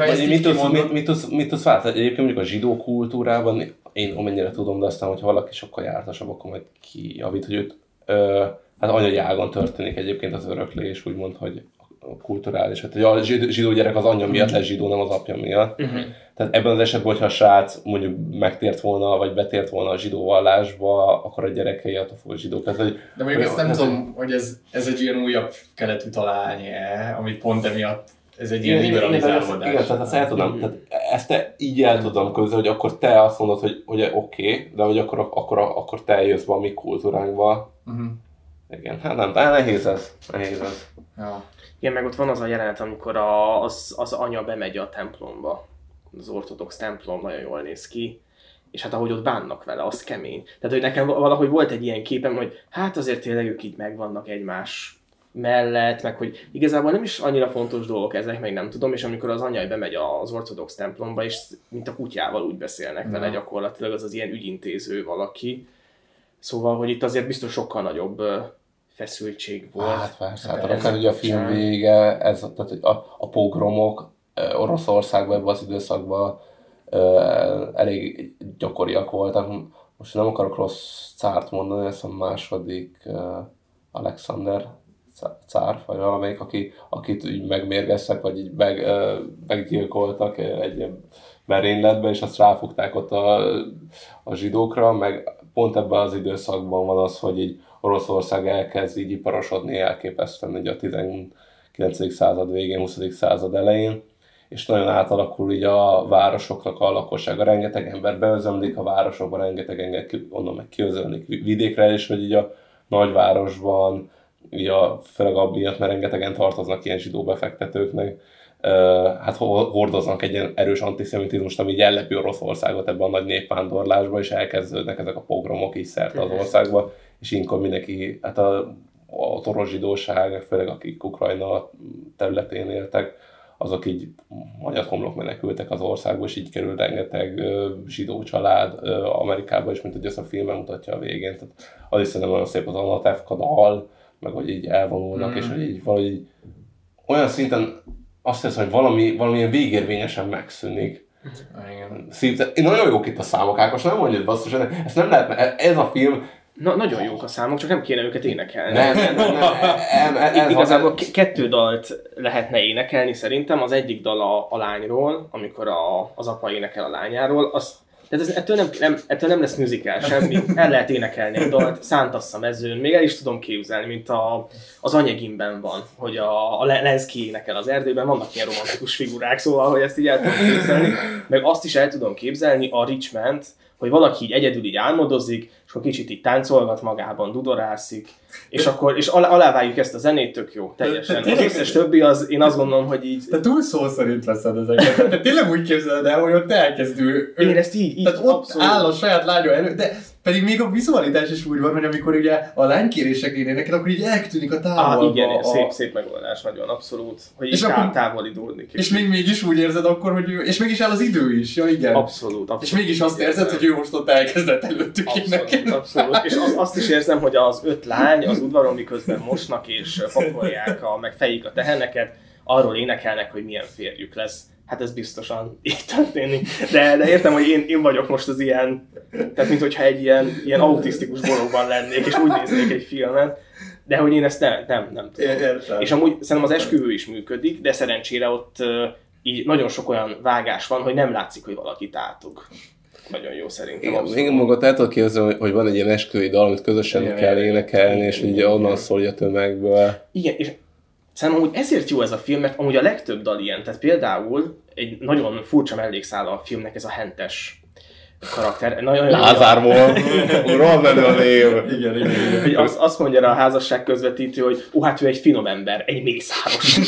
Speaker 6: Mit tudsz váltani? Egyébként mondjuk a zsidó kultúrában, én amennyire tudom, de aztán, hogyha valaki sokkal jártasabb, akkor majd kijavít, hogy őt hát anyai ágon történik egyébként az öröklés, úgymond, hogy a kulturális. Hát a zsidó gyerek az anyja miatt lesz zsidó, nem az apja miatt. Tehát ebben az esetben, hogyha a srác mondjuk megtért volna, vagy betért volna a zsidó vallásba, akkor a gyerekei attól fog a zsidók. Tehát,
Speaker 7: de mondjuk ezt nem tudom, hogy ez egy ilyen újabb keletű találni, amit pont emiatt ez egy ilyen liberalizálódás.
Speaker 6: Igen, tehát ezt el tudom, tehát ezt így el tudom közölni, hogy akkor te azt mondod, hogy oké, de hogy akkor te jössz be a mi kultúránkba. Igen, hát nem, nehéz ez.
Speaker 7: Ja.
Speaker 8: Igen, meg ott van az a jelenet, amikor az anya bemegy a templomba. Az ortodox templom nagyon jól néz ki, és hát ahogy ott bánnak vele, az kemény. Tehát, hogy nekem valahogy volt egy ilyen képem, hogy hát azért tényleg ők így megvannak egymás mellett, meg hogy igazából nem is annyira fontos dolgok ezek, meg nem tudom, és amikor az anya bemegy az ortodox templomba, és mint a kutyával úgy beszélnek vele gyakorlatilag, az ilyen ügyintéző valaki. Szóval, hogy itt azért biztos sokkal nagyobb feszültség volt.
Speaker 6: Hát persze, hát akár ugye a film vége, tehát a pogromok Oroszországban ebben az időszakban elég gyakoriak voltak. Most nem akarok rossz cárt mondani, ez a második Alexander cár, vagy valamelyik, akit így megmérgeztek, vagy így meggyilkoltak egy merényletbe, és azt ráfogták ott a zsidókra, meg pont ebben az időszakban van az, hogy így Oroszország elkezd így iparosodni elképesztően így a 19. század végén, 20. század elején, és nagyon átalakul így a városoknak a lakossága. Rengeteg ember beözönlik a városokban, rengeteg enged onnan meg kiözönlik vidékre, és hogy így a nagyvárosban, így főleg abban miatt, mert rengetegen tartoznak ilyen zsidó befektetőknek, hát hordoznak egy ilyen erős antiszemitizmust, ami így ellepi Oroszországot ebben a nagy népvándorlásba, és elkezdődnek ezek a pogromok így szerte az országba, és inkább mindenki, hát a orosz zsidóság, főleg akik Ukrajna területén éltek, azok így hanyathomlok menekültek az országba, és így került rengeteg zsidó család Amerikába is, mint hogy ezt a filmben mutatja a végén. Tehát az is szerintem nagyon szép az Anatevka dal, meg hogy így elvonulnak, és hogy így valahogy olyan szinten azt hiszem, hogy valamilyen végérvényesen megszűnik.
Speaker 7: Igen.
Speaker 6: Nagyon jók itt a számok, Ákos, nem mondjuk basszus, ezt nem lehet, ez a film
Speaker 8: Nagyon jók a számok, csak nem kéne őket énekelni.
Speaker 6: Nem,
Speaker 8: igazából 2 dalt lehetne énekelni szerintem. Az egyik dal a lányról, amikor az apa énekel a lányáról. Tehát ettől nem lesz musical semmi. El lehet énekelni egy dalt, Szántasz a mezőn. Még el is tudom képzelni, mint az Anyegimben van, hogy a Lenszky énekel az erdőben. Vannak ilyen romantikus figurák, szóval, hogy ezt így el tudom képzelni. Meg azt is el tudom képzelni, a Richmond, hogy valaki így egyedül így álmodozik, és akkor kicsit így táncolgat magában, dudorászik, és akkor alávágjuk ezt a zenét, tök jó, teljesen. Az összes többi, én azt gondolom, hogy így...
Speaker 7: Te túl szó szerint leszed ezeket. Te tényleg úgy képzeled el, hogy ott elkezdő...
Speaker 8: Én ezt így
Speaker 7: tehát ott abszolút áll a saját lánya előtt, de pedig még a vizualitás is úgy van, hogy amikor ugye a lánykérések énének, akkor így eltűnik a távolba.
Speaker 8: Igen, szép megoldás, nagyon abszolút. Hogy
Speaker 7: és
Speaker 8: így távolidódni.
Speaker 7: És mégis úgy érzed akkor, hogy és mégis áll az idő is, ja igen.
Speaker 8: Abszolút.
Speaker 7: És mégis azt érzed, hogy ő most ott elkezdett előttük énekelni.
Speaker 8: Abszolút. És azt is érzem, hogy az 5 lány az udvaron miközben mosnak és pakolják, meg fejik a teheneket, arról énekelnek, hogy milyen férjük lesz. Hát ez biztosan így történik. De értem, hogy én vagyok most az ilyen, tehát minthogyha egy ilyen autisztikus dologban lennék, és úgy néznék egy filmet, de hogy én ezt nem tudom.
Speaker 7: Értem.
Speaker 8: És amúgy szerintem az esküvő is működik, de szerencsére ott így nagyon sok olyan vágás van, hogy nem látszik, hogy valaki tátog. Nagyon jó szerintem.
Speaker 6: Igen, magat el tudod képzelni, hogy van egy ilyen esküvői dal, amit közösen kell énekelni, és ugye onnan szólja a tömegből.
Speaker 8: Igen, és szerintem amúgy ezért jó ez a film, mert amúgy a legtöbb dal ilyen. Tehát például egy nagyon furcsa mellékszál a filmnek ez a hentes karakter.
Speaker 6: Lázárból. Rohadt menő a név.
Speaker 7: Igen.
Speaker 8: Hogy azt mondja rá a házasság közvetítő, hogy hát ő egy finom ember, egy mészáros.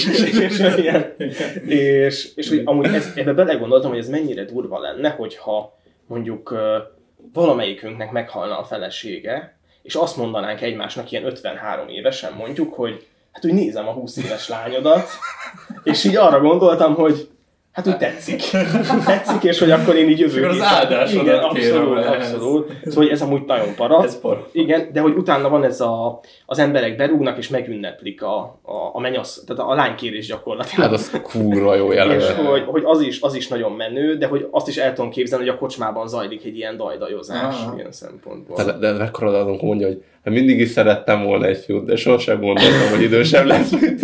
Speaker 8: és hogy amúgy ebbe belegondoltam, hogy ez mennyire durva lenne, hogyha mondjuk valamelyikünknek meghalna a felesége, és azt mondanánk egymásnak ilyen 53 évesen mondjuk, hogy hát úgy nézem a 20 éves lányodat, és így arra gondoltam, hogy hát úgy tetszik, és hogy akkor én így jövő.
Speaker 7: Az áldásodat kérem.
Speaker 8: Abszolút. Szóval hogy ez amúgy nagyon para.
Speaker 7: Ez para.
Speaker 8: Igen, de hogy utána van ez az emberek berúgnak és megünneplik a menyasz, tehát a lánykérés gyakorlatilag.
Speaker 6: Hát az kurva jó jelenet.
Speaker 8: És hogy az is nagyon menő, de hogy azt is el tudom képzelni, hogy a kocsmában zajlik egy ilyen dajdajozás ilyen szempontból.
Speaker 6: De mekkora adunk mondja, hogy mindig is szerettem volna egy fiút, de sosem gondoltam, hogy idősebb lesz, mint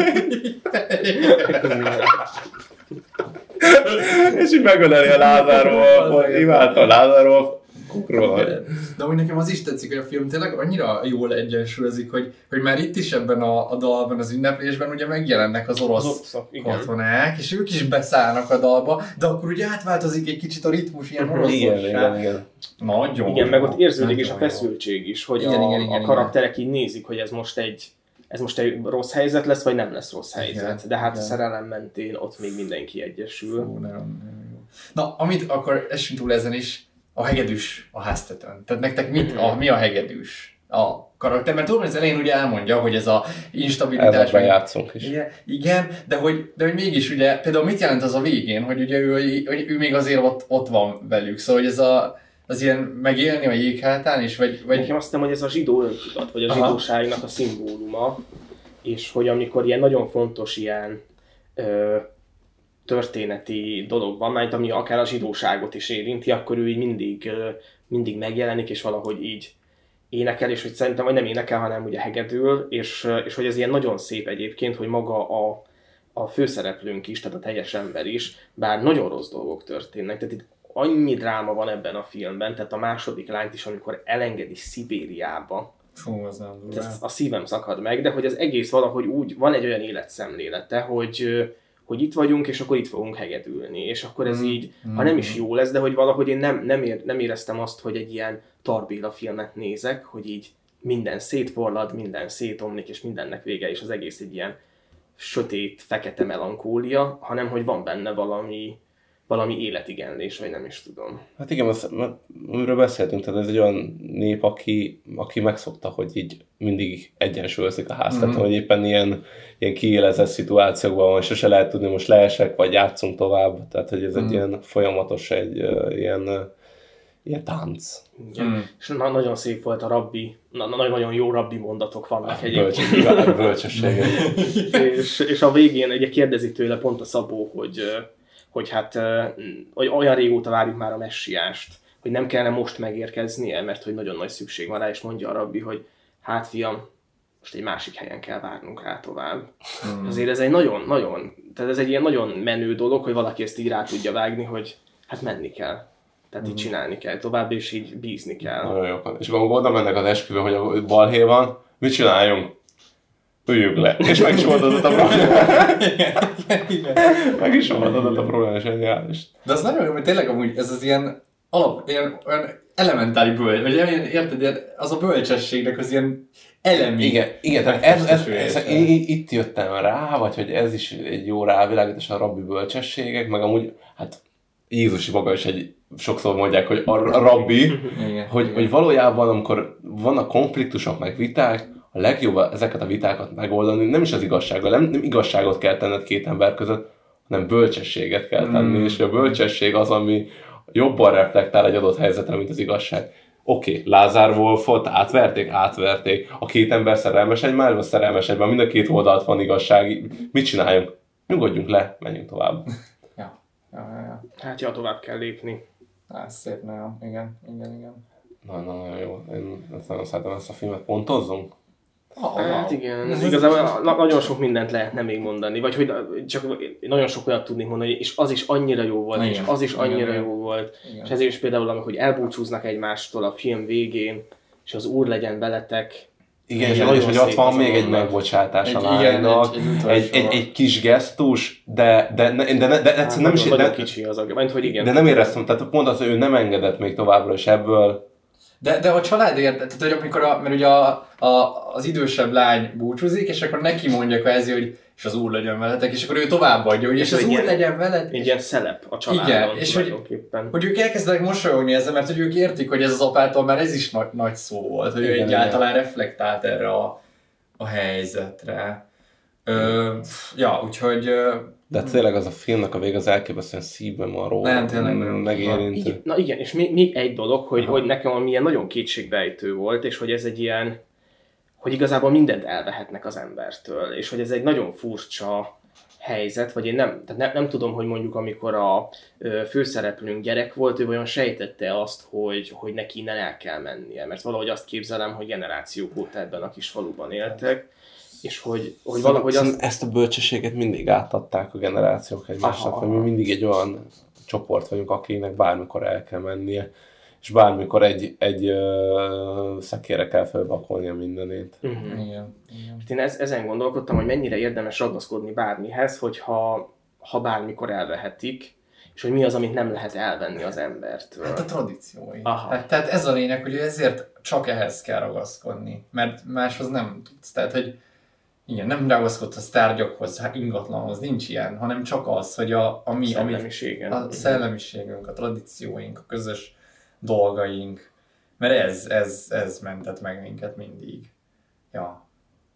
Speaker 6: és így megöleli a Lázárról, imádta a Lázárról, kukról.
Speaker 7: De hogy nekem az is tetszik, hogy a film tényleg annyira jól egyensúlyozik, hogy már itt is ebben a dalban, az ünneplésben ugye megjelennek az orosz katonák, és ők is beszállnak a dalba, de akkor ugye átváltozik egy kicsit a ritmus, ilyen oroszosság.
Speaker 6: Igen.
Speaker 7: Nagyon.
Speaker 8: Igen, meg ott érződik is a feszültség is, hogy a karakterek így nézik, hogy ez most egy rossz helyzet lesz, vagy nem lesz rossz helyzet. De hát a szerelem mentén ott még mindenki egyesül.
Speaker 7: Na, amit akkor essünk túl ezen is, a hegedűs a háztetőn. Tehát nektek mi a hegedűs? A karakter, mert tudom, hogy az elején ugye elmondja, hogy ez a instabilitás...
Speaker 6: Ezzel bejátszunk is.
Speaker 7: Igen, de hogy mégis ugye, például mit jelent az a végén, hogy ugye ő még azért ott van velük, szóval hogy ez az ilyen megélni a jéghátán is, vagy...
Speaker 8: Nekem azt hiszem, hogy ez a zsidó öntudat, vagy a zsidóságnak a szimbóluma, és hogy amikor ilyen nagyon fontos ilyen történeti dolog van, mert ami akár a zsidóságot is érinti, akkor ő így mindig megjelenik, és valahogy így énekel, és hogy szerintem vagy nem énekel, hanem ugye hegedül, és hogy ez ilyen nagyon szép egyébként, hogy maga a főszereplőnk is, tehát a teljes ember is, bár nagyon rossz dolgok történnek, tehát itt annyi dráma van ebben a filmben, tehát a második lányt is, amikor elengedi Szibériába, a szívem szakad meg, de hogy az egész valahogy úgy, van egy olyan életszemlélete, hogy itt vagyunk, és akkor itt fogunk hegedülni, és akkor ez így, ha nem is jó lesz, de hogy valahogy én nem éreztem azt, hogy egy ilyen Tarbéla filmet nézek, hogy így minden szétporlad, minden szétomlik, és mindennek vége, és az egész egy ilyen sötét, fekete melankólia, hanem hogy van benne valami életigenlés, vagy nem is tudom.
Speaker 6: Hát igen, amiről beszéltünk, tehát ez egy olyan nép, aki megszokta, hogy így mindig egyensúlyozik a háztetőn, hogy éppen ilyen kiélezett szituációkban van, sose lehet tudni, most leesek, vagy játszunk tovább, tehát hogy ez egy ilyen folyamatos, egy ilyen tánc.
Speaker 8: És nagyon szép volt a rabbi, nagyon jó rabbi mondatok vannak egyébként.
Speaker 6: Bölcsessége.
Speaker 8: és a végén ugye kérdezi tőle pont a Szabó, hogy hát hogy olyan régóta várjuk már a messiást, nem kellene most megérkeznie, mert hogy nagyon nagy szükség van rá, és mondja a rabbi, hogy hát fiam, most egy másik helyen kell várnunk rá tovább. Azért ez egy tehát ez egy ilyen nagyon menő dolog, hogy valaki ezt így rá tudja vágni, hogy hát menni kell. Tehát így csinálni kell tovább, és így bízni kell.
Speaker 6: Nagyon jó. És akkor oda mennek az esküvőn, hogy a balhé van, mit csináljunk? Üljünk le. És meg is oldódott a probléma. Meg is oldódott a probléma, és geniális.
Speaker 7: De az nagyon jó, hogy tényleg amúgy ez az ilyen olyan elementári bölcs, vagy érted, az a bölcsességnek az ilyen elemi.
Speaker 6: Igen, tehát itt jöttem rá, vagy hogy ez is egy jó rávilágítás a rabbi bölcsességek, meg amúgy, hát Jézus maga is sokszor mondják, hogy a rabbi, hogy valójában amikor vannak konfliktusok, meg viták, a legjobb ezeket a vitákat megoldani, nem is az igazsággal, nem igazságot kell tenned két ember között, hanem bölcsességet kell tenni, és a bölcsesség az, ami jobban reflektál egy adott helyzetre, mint az igazság. Oké, Lázár Wolfot átverték. A két ember szerelmes egymásba, szerelmes egymásba, mind a két oldalt van igazság. Mit csináljunk? Nyugodjunk le, menjünk tovább.
Speaker 7: Ja.
Speaker 8: Hát ja, tovább kell lépni.
Speaker 7: Szép, nagyon. Igen.
Speaker 6: Nagyon jó. Én nagyon szeretem ezt a filmet. Pontozzunk?
Speaker 8: Hát igen, igazából nagyon sok mindent lehetne még mondani, vagy hogy csak nagyon sok olyat tudnék mondani, és az is annyira jó volt, igen, és az is annyira jó volt, igen. És ezért is például, amikor elbúcsúznak egymástól a film végén, és az Úr legyen veletek.
Speaker 6: Igen, és hogy ott van még egy megbocsátás a lánynak, egy kis gesztus, de nem is...
Speaker 8: Nagyon kicsi az a... hogy igen.
Speaker 6: De nem éreztem, tehát pont az, hogy ő nem engedett még továbbra is ebből.
Speaker 7: De a családért, tehát hogy amikor mert ugye az idősebb lány búcsúzik, és akkor neki mondja kvázi, hogy és az Úr legyen veletek, és akkor ő továbbadja, hogy és az Úr legyen veled.
Speaker 8: Egy ilyen szelep a családon.
Speaker 7: Igen, és hogy ők elkezdenek mosolyogni ezzel, mert hogy ők értik, hogy ez az apától már ez is nagy szó volt, hogy ő egyáltalán reflektált erre a helyzetre. Úgyhogy...
Speaker 6: De tényleg az a filmnek a vége az elképesztően szívben van róla, megérintő.
Speaker 8: Na igen, és még egy dolog, hogy nekem ami ilyen nagyon kétségbejtő volt, és hogy ez egy ilyen, hogy igazából mindent elvehetnek az embertől, és hogy ez egy nagyon furcsa helyzet, vagy én nem tudom, hogy mondjuk amikor a főszereplőnk gyerek volt, ő olyan sejtette azt, hogy neki innen el kell mennie, mert valahogy azt képzelem, hogy generációk óta ebben a kis faluban éltek, és hogy valahogy
Speaker 6: ezt a bölcsességet mindig átadták a generációk egymásnak, hogy mi mindig egy olyan csoport vagyunk, akinek bármikor el kell mennie, és bármikor egy szekérre kell felpakolnia mindenét.
Speaker 7: Igen.
Speaker 8: Én ezen gondolkodtam, hogy mennyire érdemes ragaszkodni bármihez, ha bármikor elvehetik, és hogy mi az, amit nem lehet elvenni az embertől.
Speaker 7: Hát a tradíciói. Tehát ez a lényeg, hogy ezért csak ehhez kell ragaszkodni, mert máshoz nem tudsz. Tehát, hogy igen, nem ragaszkodsz a tárgyakhoz, ingatlanhoz, nincs ilyen, hanem csak az, hogy a szellemiségünk, a tradícióink, a közös dolgaink, mert ez mentett meg minket mindig. Ja.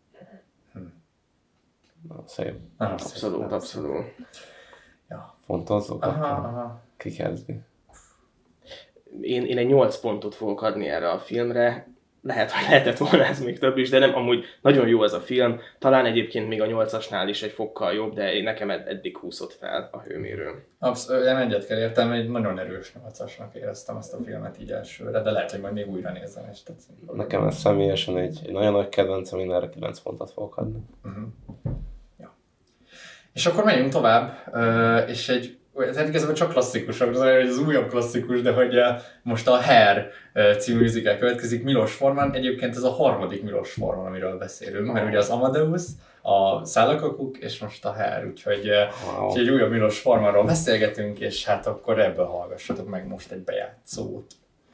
Speaker 6: Szép.
Speaker 8: Abszolút.
Speaker 7: Ja.
Speaker 6: Fontozzuk? Ki kezdi?
Speaker 8: Én egy 8 pontot fogok adni erre a filmre. Lehet, hogy lehetett volna ez még több is, de nem, amúgy nagyon jó ez a film. Talán egyébként még a 8-asnál is egy fokkal jobb, de nekem eddig húszott fel a hőmérőn.
Speaker 7: Abszolút, én egyet kell értem, egy nagyon erős 8-asnak éreztem ezt a filmet így elsőre, de lehet, hogy majd még újra nézem és tetszik.
Speaker 6: Nekem ez személyesen egy nagyon nagy kedvencem, én erre 9 pontot fogok adni.
Speaker 7: Ja. És akkor menjünk tovább, és ez igazából csak klasszikusok, az újabb klasszikus, de hogy most a Hair című musical következik Milos Forman. Egyébként ez a harmadik Milos Forman, amiről beszélünk, mert ugye az Amadeus, a Szálakakuk és most a Hair, úgyhogy egy újabb Milos Formanról beszélgetünk, és hát akkor ebből hallgassatok meg most egy bejátszót.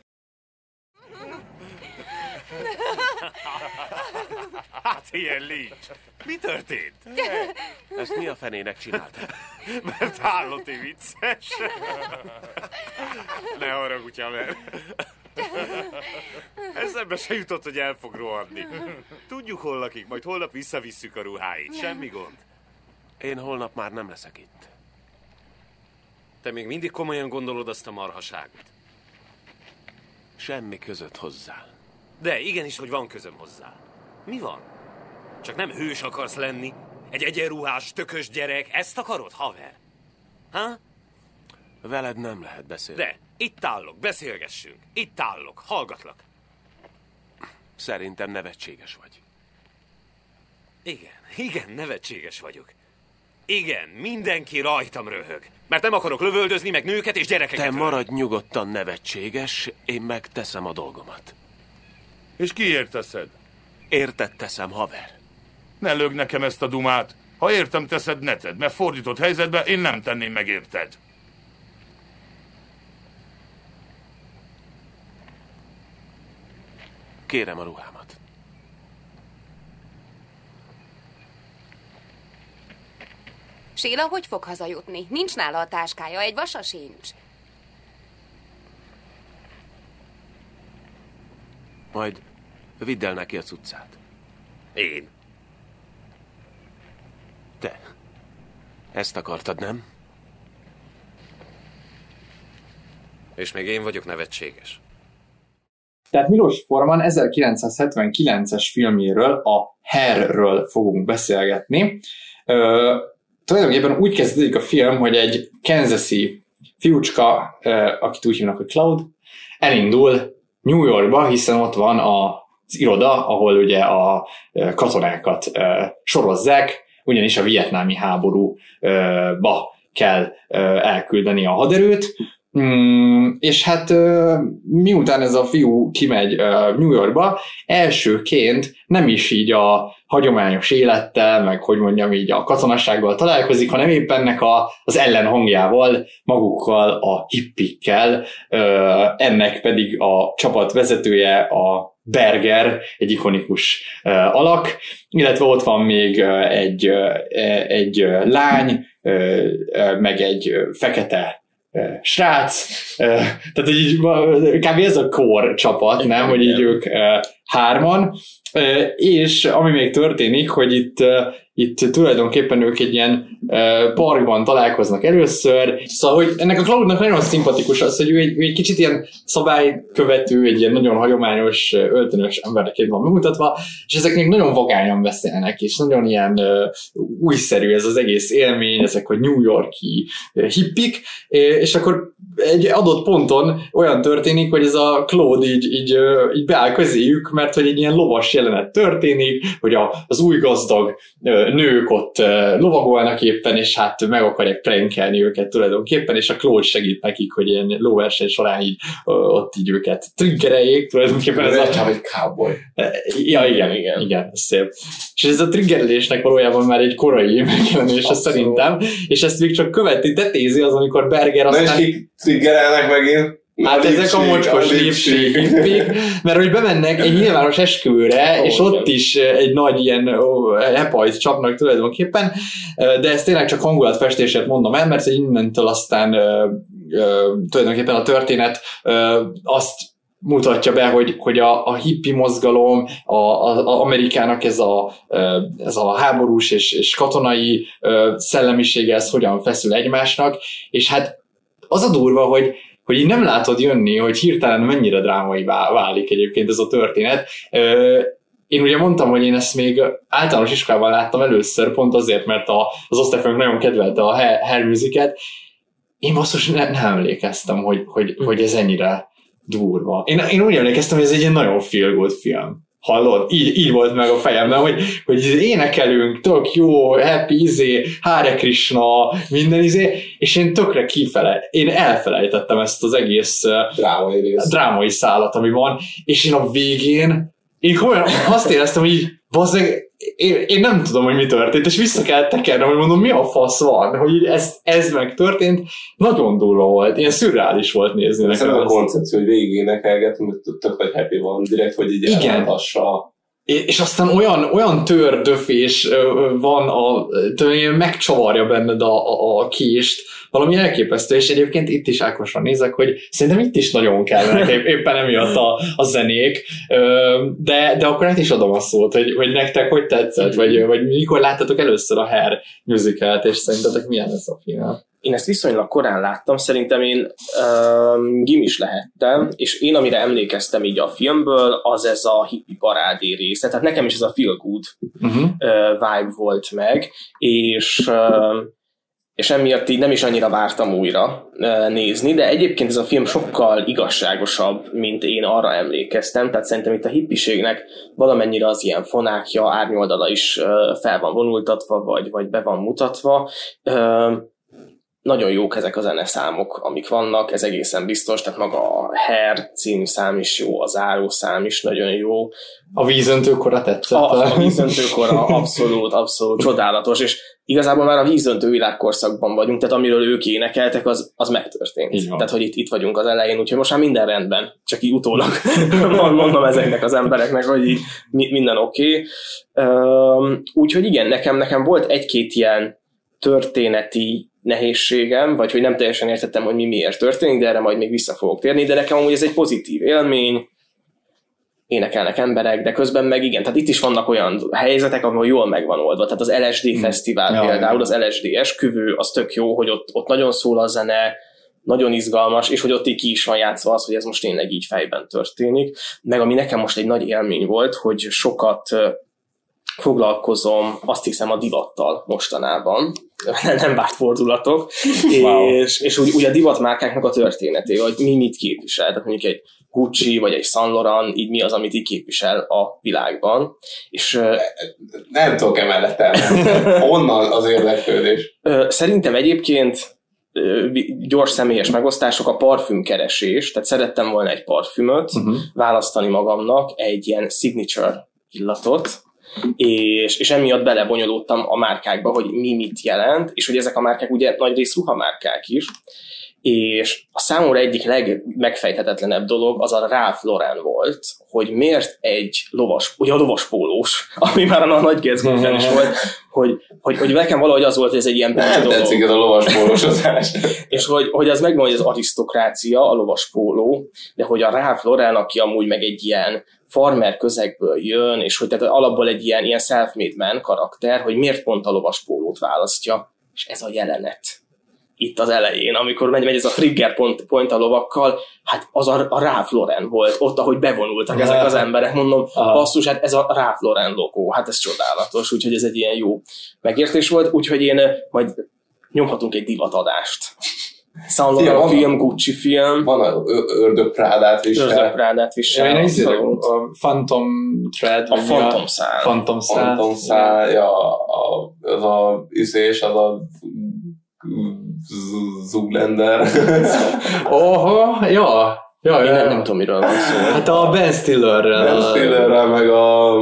Speaker 12: Hát ilyen lincs. Mi történt? Ezt mi a fenének csináltad? Mert Harlotti vicces. Ne haragudj, mert eszembe se jutott, hogy el fog rohadni. Tudjuk, hol lakik, majd holnap visszavisszük a ruháit. Semmi gond. Én holnap már nem leszek itt. Te még mindig komolyan gondolod azt a marhaságot? Semmi között hozzá. De igenis, hogy van közöm hozzá. Mi van? Csak nem hős akarsz lenni? Egy egyenruhás, tökös gyerek? Ezt akarod, haver? Ha? Veled nem lehet beszélni. De, Itt állok, beszélgessünk. Itt állok, hallgatlak.
Speaker 13: Szerintem nevetséges vagy.
Speaker 12: Igen, nevetséges vagyok. Igen, mindenki rajtam röhög. Mert nem akarok lövöldözni, meg nőket és gyerekeket.
Speaker 13: Te maradj nyugodtan nevetséges, én megteszem a dolgomat.
Speaker 14: És kiért teszed?
Speaker 13: Érted teszem, haver.
Speaker 14: Ne lög nekem ezt a dumát. Ha értem teszed, ne tedd, mert fordított helyzetben én nem tenném meg, érted?
Speaker 13: Kérem a ruhámat.
Speaker 15: Sheila hogy fog hazajutni? Nincs nála a táskája, egy vasa sincs.
Speaker 13: Majd vidd el neki a cuccát.
Speaker 12: Én?
Speaker 13: Te. Ezt akartad, nem?
Speaker 12: És még én vagyok nevetséges.
Speaker 7: Tehát Milos Forman 1979-es filmjéről, a Hairről fogunk beszélgetni. Tulajdonképpen úgy kezdődik a film, hogy egy kansasi fiúcska, akit úgy hívnak, hogy Cloud, elindul New Yorkba, hiszen ott van az iroda, ahol ugye a katonákat sorozzák, ugyanis a vietnámi háborúba kell elküldeni a haderőt, és hát miután ez a fiú kimegy New Yorkba, elsőként nem is így a hagyományos élettel, meg hogy mondjam így a katonassággal találkozik, hanem éppen ennek az ellenhangjával, magukkal, a hippikkel, ennek pedig a csapat vezetője a Berger, egy ikonikus alak, illetve ott van még egy lány, meg egy fekete srác, tehát így kb. Ez a core csapat, nem, hogy így ők hárman, és ami még történik, hogy itt tulajdonképpen ők egy ilyen parkban találkoznak először, szóval, hogy ennek a Cloudnak nagyon szimpatikus az, hogy ő egy kicsit ilyen szabálykövető, egy ilyen nagyon hagyományos, öltönös emberként van bemutatva, és ezek még nagyon vagányan beszélnek, és nagyon ilyen újszerű ez az egész élmény, ezek a New York-i hippik, és akkor egy adott ponton olyan történik, hogy ez a Claude így beáll közéjük, mert hogy egy ilyen lovas jelenet történik, hogy az új gazdag nők ott lovagolnak éppen, és hát meg akarják prankelni őket tulajdonképpen, és a Claude segít nekik, hogy ilyen lóverseny során így ott így őket triggereljék, tulajdonképpen ez a...
Speaker 6: egy cowboy.
Speaker 7: Ja, igen, ez szép. És ez a triggerelésnek valójában már egy korai megjelenése szerintem, és ezt még csak követi, tetézi az, amikor Berger aztán...
Speaker 6: Na és kik triggerelnek megint?
Speaker 7: Hát ezek a mocskos lépség, mert hogy bemennek egy nyilvános esküvőre, és ott is egy nagy ilyen hepajt csapnak tulajdonképpen, de ezt tényleg csak hangulatfestésért mondom el, mert innentől aztán tulajdonképpen a történet azt mutatja be, hogy a hippi mozgalom, a Amerikának ez a háborús és katonai szellemisége, ez hogyan feszül egymásnak, és hát az a durva, hogy így nem látod jönni, hogy hirtelen mennyire drámai válik egyébként ez a történet. Én ugye mondtam, hogy én ezt még általános iskolában láttam először, pont azért, mert az osztályfőnk nagyon kedvelte a Hair Music-et. Én basszus nem emlékeztem, hogy ez ennyire durva. Én úgy emlékeztem, hogy ez egy ilyen nagyon feel good film. Hallod? Így volt meg a fejemben, hogy énekelünk, tök jó, happy, Hare Krishna, minden és én tökre én elfelejtettem ezt az egész drámai szálat, ami van, és én a végén, én komolyan azt éreztem, hogy így, bazzeg, én nem tudom, hogy mi történt, és vissza kell tekernem, hogy mondom, mi a fasz van, hogy ez megtörtént, nagyon durva volt, ilyen szürreális volt nézni nekem.
Speaker 6: Ez a koncepció, hogy végig énekelgetünk, hogy tök nagy happy van, direkt, hogy így elláthassa.
Speaker 7: És aztán olyan tördöfés van, megcsavarja benned a kést, valami elképesztő, és egyébként itt is Ákosra nézek, hogy szerintem itt is nagyon kellene éppen emiatt a zenék, de akkor át is adom a szót, hogy nektek hogy tetszett, vagy mikor láttatok először a Hair musicalt, és szerintetek milyen ez a film?
Speaker 8: Én ezt viszonylag korán láttam, szerintem én gimis lehettem, és én amire emlékeztem így a filmből, az ez a hippie parádé része, tehát nekem is ez a feel good vibe volt meg, és és emiatt így nem is annyira vártam újra nézni, de egyébként ez a film sokkal igazságosabb, mint én arra emlékeztem, tehát szerintem itt a hippiségnek valamennyire az ilyen fonákja, árnyoldala is fel van vonultatva, vagy be van mutatva. Nagyon jók ezek a zeneszámok, amik vannak, ez egészen biztos, tehát maga a Hair című szám is jó, a záró szám is nagyon jó.
Speaker 7: A vízöntőkora tetszett?
Speaker 8: A vízöntőkora abszolút csodálatos, és igazából már a vízöntő világkorszakban vagyunk, tehát amiről ők énekeltek, az megtörtént. Tehát, hogy itt vagyunk az elején, úgyhogy most már minden rendben, csak így utólag mondom ezeknek az embereknek, hogy így minden oké. Úgyhogy igen, nekem volt egy-két ilyen történeti nehézségem, vagy hogy nem teljesen értettem, hogy miért történik, de erre majd még vissza fogok térni, de nekem amúgy ez egy pozitív élmény, énekelnek emberek, de közben meg igen, tehát itt is vannak olyan helyzetek, ahol jól megvan oldva, tehát az LSD fesztivál például, az LSD esküvő, az tök jó, hogy ott nagyon szól a zene, nagyon izgalmas, és hogy ott így ki is van játszva az, hogy ez most tényleg így fejben történik, meg ami nekem most egy nagy élmény volt, hogy sokat foglalkozom, azt hiszem, a divattal mostanában, nem várt fordulatok, wow. és úgy a divatmárkáknak a történetével, hogy mi mit képvisel, tehát mondjuk egy Gucci vagy egy Saint Laurent, így mi az, amit így képvisel a világban. És,
Speaker 6: nem tudok emellett elmenni. Honnan az érdeklődés?
Speaker 8: Szerintem egyébként gyors személyes megosztások, a parfümkeresés, tehát szerettem volna egy parfümöt választani magamnak, egy ilyen signature illatot, és emiatt belebonyolódtam a márkákba, hogy mi mit jelent, és hogy ezek a márkák ugye nagyrészt ruhamárkák is, és a számomra egyik legmegfejthetetlenebb dolog az a Ralph Lauren volt, hogy miért egy ugye a lovaspólós, ami már a nagy Gatsby-ben is volt, hogy nekem valahogy az volt, hogy ez egy ilyen
Speaker 6: nem dolog. Tetszik ez a lovaspólósozás.
Speaker 8: És hogy az megvan, hogy az arisztokrácia, a lovaspóló, de hogy a Ralph Lauren, aki amúgy meg egy ilyen farmer közegből jön, és hogy tehát alapból egy ilyen self-made man karakter, hogy miért pont a lovaspólót választja, és ez a jelenet. Itt az elején, amikor megy ez a trigger point a lovakkal, hát az a Ralph Lauren volt, ott, ahogy bevonultak ezek az emberek, mondom, basszus, hát ez a Ralph Lauren logó, hát ez csodálatos, úgyhogy ez egy ilyen jó megértés volt, úgyhogy én majd nyomhatunk egy divatadást. Saint Laurent film, Gucci film.
Speaker 6: Van a Ördög Prádát visel.
Speaker 7: Én a Phantom Thread.
Speaker 8: A Phantom Szál.
Speaker 6: Phantom Szál, ja, az a üszés, az a Zoolander.
Speaker 7: Ja.
Speaker 8: Én nem tudom, miről van szó.
Speaker 7: Hát a Ben Stillerrel.
Speaker 6: Meg a...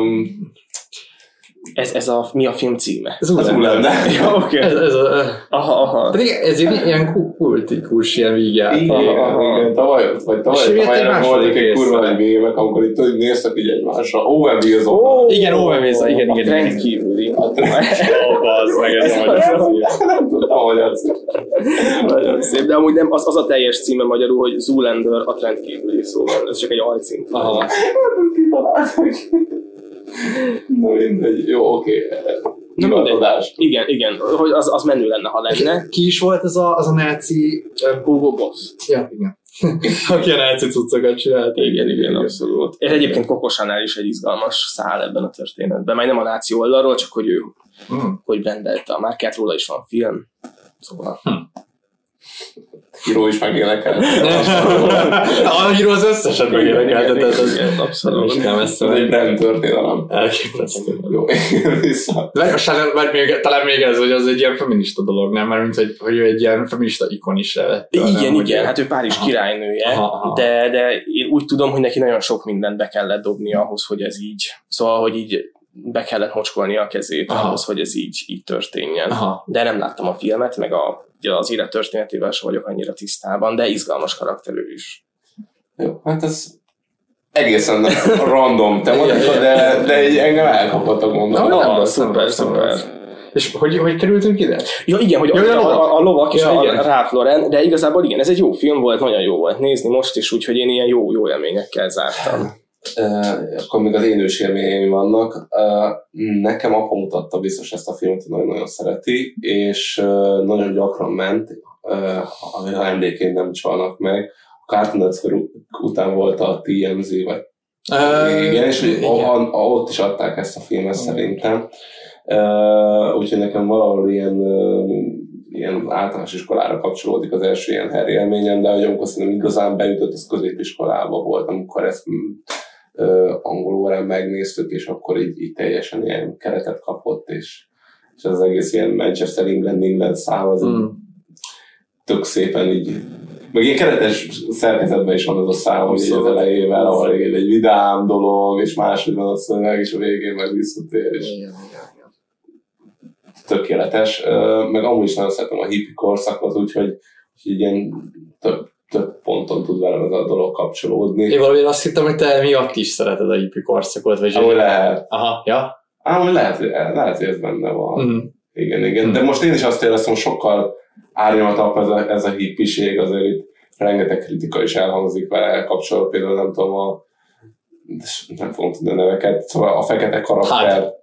Speaker 8: Ez mi a film címe?
Speaker 6: Zoolander.
Speaker 8: Ja, oké.
Speaker 7: Pedig ez ilyen kultikus, ilyen vígjárt.
Speaker 6: Igen, tavaly volt egy kurva nagy mémek, amikor itt néztek így egymásra. Owen Wilson.
Speaker 7: Igen, Owen Wilson, igen.
Speaker 8: Rendkívüli.
Speaker 7: Az meg ez nagyon szép.
Speaker 6: Nem tudtam, hogy az.
Speaker 8: Nagyon szép, de amúgy nem, az a teljes címe magyarul, hogy Zoolander a rendkívüli, szóval ez csak egy alcím.
Speaker 6: Na mindegy, jó, oké.
Speaker 8: Igen, hogy az menő lenne, ha lenne.
Speaker 7: Ki is volt ez a náci
Speaker 8: Hugo Boss?
Speaker 7: Ja, igen. Aki a náci cuccokat csinált.
Speaker 8: Igen, abszolút. És egyébként Coco Chanel is egy izgalmas szál ebben a történetben. Már nem a náci oldalról, csak hogy ő hogy rendelte a márkát, róla is van film. Szóval...
Speaker 6: Híró is megénekel.
Speaker 7: A híró az összeset megénekel.
Speaker 8: Abszolút.
Speaker 6: Ez egy brand történelem.
Speaker 7: Elképesztő.
Speaker 6: Jó, vissza.
Speaker 7: Talán még ez, hogy az egy ilyen feminista dolog, nem? Mert mint, hogy ő egy ilyen feminista ikon is.
Speaker 8: Igen, hát ő Párizs királynője, de én úgy tudom, hogy neki nagyon sok mindent be kellett dobni ahhoz, hogy ez így, szóval, hogy így be kellett mocskolni a kezét ahhoz, hogy ez így történjen. De nem láttam a filmet, meg az élet történetével sem vagyok annyira tisztában, de izgalmas karakterű is.
Speaker 6: Jó, hát ez egészen random tematika, de így engem elkapottak mondani.
Speaker 8: Szuper.
Speaker 7: És hogy kerültünk ide?
Speaker 8: Ja igen, hogy a lovak és igen, Ralph Lauren, de igazából igen, ez egy jó film volt, nagyon jó volt nézni most is, úgyhogy én ilyen jó élményekkel zártam.
Speaker 6: Akkor még az én ősélményeim vannak. Nekem apa mutatta biztos ezt a filmet, nagyon-nagyon szereti, és nagyon gyakran ment, ha emlékeim nem csalnak meg. A Cartoon Network után volt a TMZ, vagy igen, és ott is adták ezt a filmet szerintem. Úgyhogy nekem valahol ilyen általános iskolára kapcsolódik az első ilyen Harry élményem, de hogy amikor szerintem igazán beütött, az középiskolában volt, amikor ezt angol órán megnéztük, és akkor így teljesen ilyen keretet kapott, és az egész ilyen Manchester England szám, az tök szépen így, meg ilyen keretes szerkezetben is van az a szám, hogy az elejével, ahol egy vidám dolog, és máshogy van a szöveg, és a végén meg visszatér, és tökéletes. Meg amúgy is nagyon szeretem a hippie korszakot, úgyhogy ilyen több ponton tud velem ez a dolog kapcsolódni.
Speaker 16: Én valamiért azt hittem, hogy te miatt is szereted a hippie korszakot, vagy...
Speaker 6: Ahogy lehet.
Speaker 16: Aha, ja?
Speaker 6: Ahogy lehet, hogy ez benne van. Igen. De most én is azt éreztem, hogy sokkal árnyaltabb ez a hippiség, azért itt rengeteg kritika is elhangzik vele kapcsolatban, például nem tudom, nem fogom tudni a neveket, szóval a fekete karakter...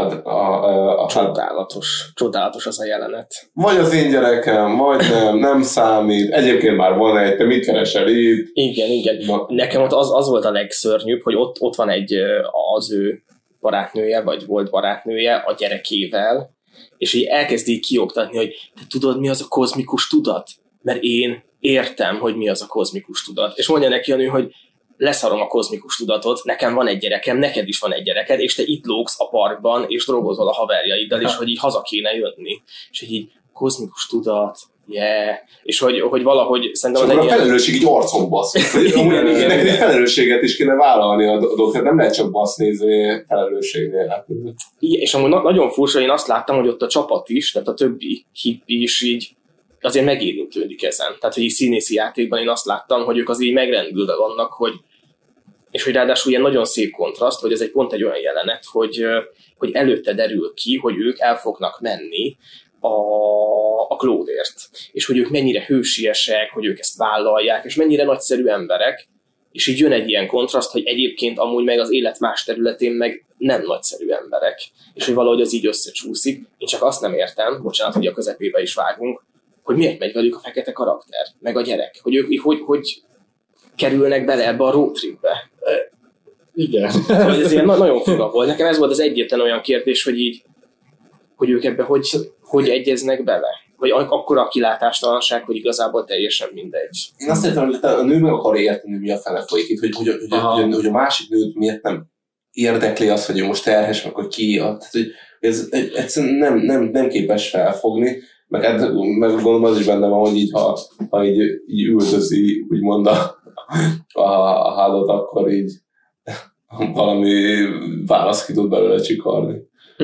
Speaker 8: Csodálatos az a jelenet.
Speaker 6: Vagy az én gyerekem, vagy nem számít. Egyébként már van egy, te mit keresel itt?
Speaker 8: Igen. Nekem ott az volt a legszörnyűbb, hogy ott van az ő barátnője, vagy volt barátnője a gyerekével, és így elkezdi kioktatni, hogy te tudod, mi az a kozmikus tudat? Mert én értem, hogy mi az a kozmikus tudat. És mondja neki a nő, hogy leszarom a kozmikus tudatot, nekem van egy gyerekem, neked is van egy gyereked, és te itt lógsz a parkban, és drogozol a haverjaiddal, és hogy így haza kéne jönni. És így kozmikus tudat, és hogy valahogy szerintem...
Speaker 6: Csak a felelősség így arcon basz. Neked egy felelősséget is kéne vállalni a dolgot, nem lehet csak baszni felelősségnél.
Speaker 8: Igen, és amúgy nagyon furcsa, én azt láttam, hogy ott a csapat is, tehát a többi hippi is így azért megérintődik ezen. Tehát, hogy így színészi játékban én azt láttam, hogy ők azért így megrendülve vannak, és hogy ráadásul ilyen nagyon szép kontraszt, hogy ez pont egy olyan jelenet, hogy előtte derül ki, hogy ők el fognak menni a Claude-ért, és hogy ők mennyire hősiesek, hogy ők ezt vállalják, és mennyire nagyszerű emberek, és így jön egy ilyen kontraszt, hogy egyébként amúgy meg az élet más területén meg nem nagyszerű emberek, és hogy valahogy az így összecsúszik. Én csak azt nem értem, bocsánat, hogy a közepébe is vágunk, hogy miért megy velük a fekete karakter, meg a gyerek, hogy ők hogy kerülnek bele ebbe a road tripbe.
Speaker 16: Igen.
Speaker 8: Hogy ez ilyen nagyon fura volt. Nekem ez volt az egyetlen olyan kérdés, hogy ők ebbe hogy egyeznek bele. Vagy akkora a kilátástalanság, hogy igazából teljesen mindegy.
Speaker 6: Én azt értem, hogy a nő meg akar érteni, mi a fele folyik itt, hogy a másik nőt miért nem érdekli az, hogy ő most terhes, meg hogy ki. Tehát, hogy ez egyszerűen nem képes felfogni. Meg gondolom az is benne van, hogy így, ha így üldözi, úgymond a hádot, akkor így valami választ ki tud belőle csikarni.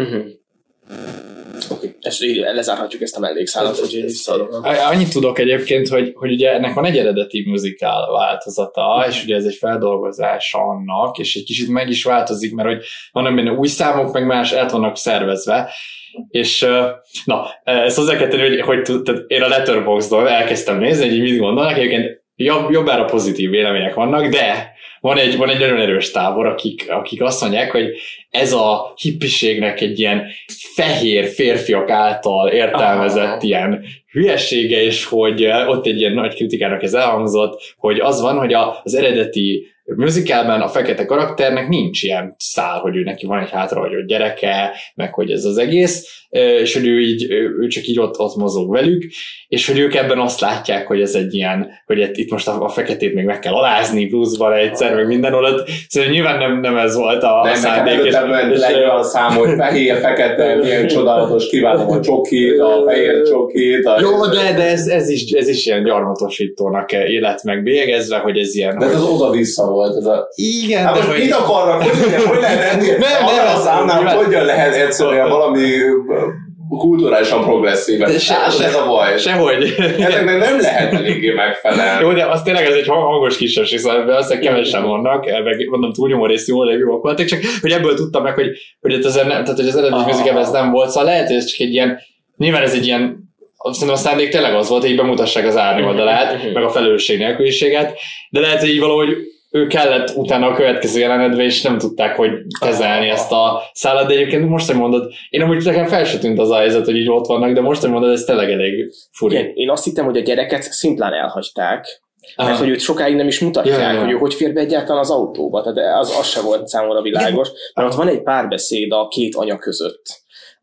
Speaker 8: Oké, és lezárhatjuk ezt a mellékszálat.
Speaker 16: Annyit tudok egyébként, hogy ugye ennek van egy eredeti muzikál változata, és ugye ez egy feldolgozás annak, és egy kicsit meg is változik, mert hogy vannak benne új számok, meg más el vannak szervezve, és na, ezt hozzá kell tenni, hogy én a Letterboxdon elkezdtem nézni, hogy mit gondolnak, egyébként jobbára pozitív vélemények vannak, de van egy nagyon erős tábor, akik azt mondják, hogy ez a hippiségnek egy ilyen fehér férfiak által értelmezett ilyen hülyesége, és hogy ott egy ilyen nagy kritikának ez elhangzott, hogy az van, hogy az eredeti musicalben a fekete karakternek nincs ilyen szál, hogy ő neki van egy hátrahagyott gyereke, meg hogy ez az egész, és hogy ő csak így ott mozog velük, és hogy ők ebben azt látják, hogy ez egy ilyen, hogy itt most a feketét még meg kell alázni pluszban egyszer, meg minden olyat. Szóval nyilván nem ez volt a szándék.
Speaker 6: Nem, legyen a szám, hogy fehér, fekete, milyen csodálatos, kívánom a csokit, a fehér csokit.
Speaker 16: Jó, de ez is ilyen gyarmatosítónak élet meg bélyegezve, hogy ez ilyen...
Speaker 6: De ez az oda-vissza volt. Ez a...
Speaker 16: Igen,
Speaker 6: hát de most mit akarnak? Hogy lehet enni? Arra a számnál, hogyan lehet egyszerűen valami kulturálisan progresszív. Ez a baj.
Speaker 16: Sehogy.
Speaker 6: Ezeknek nem lehet eléggé megfelelni.
Speaker 16: Jó, de az tényleg ez egy hangos kisebbség, szóval aztán kevesen vannak, meg mondom, túlnyomó rész jók voltak, csak hogy ebből tudtam meg, hogy az eredeti műzikában ez nem volt, szóval lehet, hogy ez csak egy ilyen, nyilván ez egy ilyen, szerintem a szándék tényleg az volt, hogy bemutassák az árnyoldalát, meg a felelősség nélküliséget, de lehet, hogy így valahogy ő kellett utána a következő jelenetbe, és nem tudták, hogy kezelni ezt a szállat, de egyébként most, hogy mondod, én amúgy nekem fel se tűnt az a helyzet, hogy így ott vannak, de most, hogy mondod, ez tényleg elég furi.
Speaker 8: Igen, én azt hittem, hogy a gyereket szimplán elhagyták, mert hogy őt sokáig nem is mutatják, hogy ő hogy fér be egyáltalán az autóba, tehát az se volt számomra világos, mert ott van egy párbeszéd a két anya között,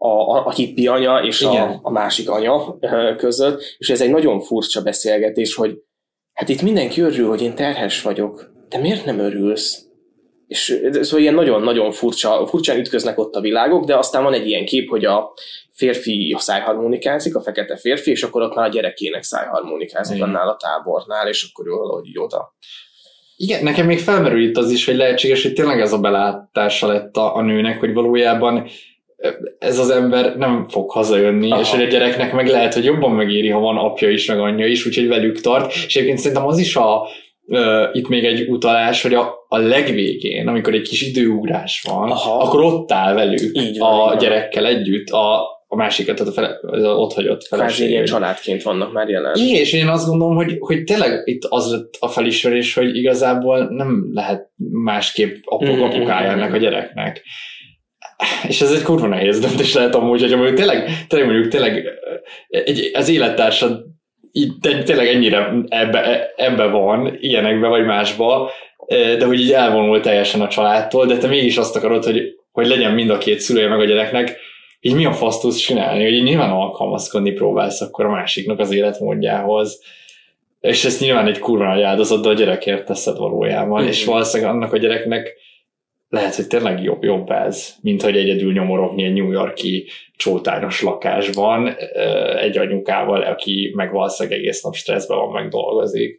Speaker 8: a hippi anya és a másik anya között, és ez egy nagyon furcsa beszélgetés, hogy hát itt mindenki örül, hogy én terhes vagyok, de miért nem örülsz? És szóval ilyen nagyon-nagyon furcsán ütköznek ott a világok, de aztán van egy ilyen kép, hogy a férfi szájharmonikázik, a fekete férfi, és akkor ott már a gyerekének szájharmonikázik annál a tábornál, és akkor ő valahogy oda.
Speaker 16: Igen, nekem még felmerül itt az is, hogy lehetséges, hogy tényleg ez a belátása lett a nőnek, hogy valójában ez az ember nem fog hazajönni, és hogy a gyereknek meg lehet, hogy jobban megéri, ha van apja is, meg anyja is, úgyhogy velük tart. És egyébként szerintem az is itt még egy utalás, hogy a legvégén, amikor egy kis időugrás van, akkor ott áll velük a gyerekkel együtt, a másikat, tehát az ott hagyott
Speaker 8: feleségét. Ilyen családként vannak már jelen.
Speaker 16: Igen, és én azt gondolom, hogy tényleg itt az lett a felismerés, hogy igazából nem lehet másképp apukája ennek a gyereknek. És ez egy kurva nehéz döntés lehet amúgy, hogy mondjuk tényleg az élettársad tényleg ennyire ebbe van, ilyenekbe vagy másba, de hogy így elvonul teljesen a családtól, de te mégis azt akarod, hogy legyen mind a két szülője meg a gyereknek, így mi a fasz tudsz csinálni, hogy így nyilván alkalmazkodni próbálsz akkor a másiknak az életmódjához. És ez nyilván egy kurva nagy áldozat, de a gyerekért teszed valójában, és valószínűleg annak a gyereknek lehet, hogy tényleg jobb ez, mint hogy egyedül nyomorogni egy New York-i csótányos lakásban egy anyukával, aki meg valószínűleg egész nap stresszben van, meg dolgozik.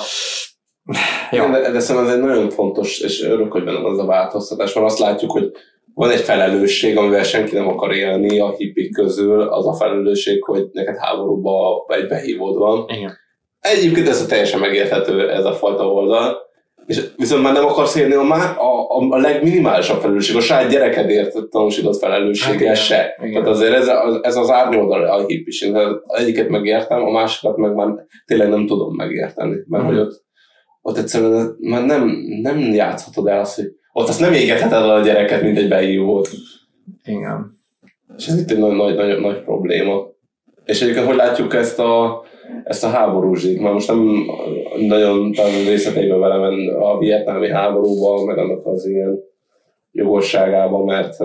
Speaker 6: Ja. De szerintem ez egy nagyon fontos, és örülök, hogy bennem az a változtatás, mert azt látjuk, hogy van egy felelősség, amivel senki nem akar élni a hippik közül, az a felelősség, hogy neked háborúba egy behívód van.
Speaker 16: Igen.
Speaker 6: Egyébként ez a teljesen megérthető, ez a fajta oldal, és viszont már nem akarsz élni a legminimálisabb felelősség, a saját gyerekedért tanúsított felelősséggel se. Tehát azért ez az árnyoldal a hippis. Egyiket megértem, a másikat meg már tényleg nem tudom megérteni, mert hogy ott egyszerűen már nem játszhatod el azt, hogy ott azt nem égetheted el a gyereket, mint egy behívót.
Speaker 16: Igen.
Speaker 6: És ez itt egy nagy probléma. És egyébként hogy látjuk ezt a háborúzsít? Már most nem nagyon részleteiben vele menni a vietnámi háborúban, meg annak az ilyen jogosságában, mert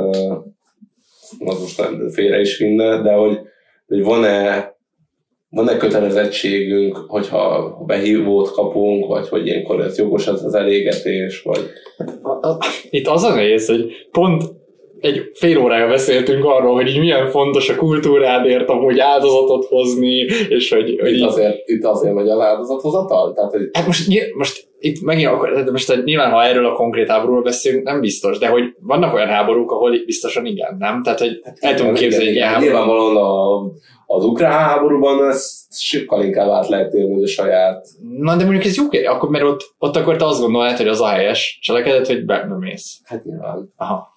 Speaker 6: az most nem félre is vinne, de hogy van-e kötelezettségünk, hogyha behívót kapunk, vagy hogy ilyenkor ez jogos az elégetés, vagy...
Speaker 16: Itt az a nehéz, hogy pont egy fél órája beszéltünk arról, hogy így milyen fontos a kultúrádért amúgy áldozatot hozni, és hogy
Speaker 6: itt azért megy az áldozathozatal? Tehát, hogy...
Speaker 16: Hát most itt megint most nyilván, ha erről a konkrét háborúról beszélünk, nem biztos, de hogy vannak olyan háborúk, ahol biztosan igen, nem? Tehát, hogy el tudunk képzelni egy ilyen háborút.
Speaker 6: Nyilvánvalóan az ukrán háborúban ezt sokkal inkább át lehet érni a saját...
Speaker 16: Na, de mondjuk ez jó, akkor, mert ott akkor te azt gondolod, hogy az a helyes cselekedet, hogy bemész.
Speaker 6: Hát nyilván.
Speaker 16: Aha.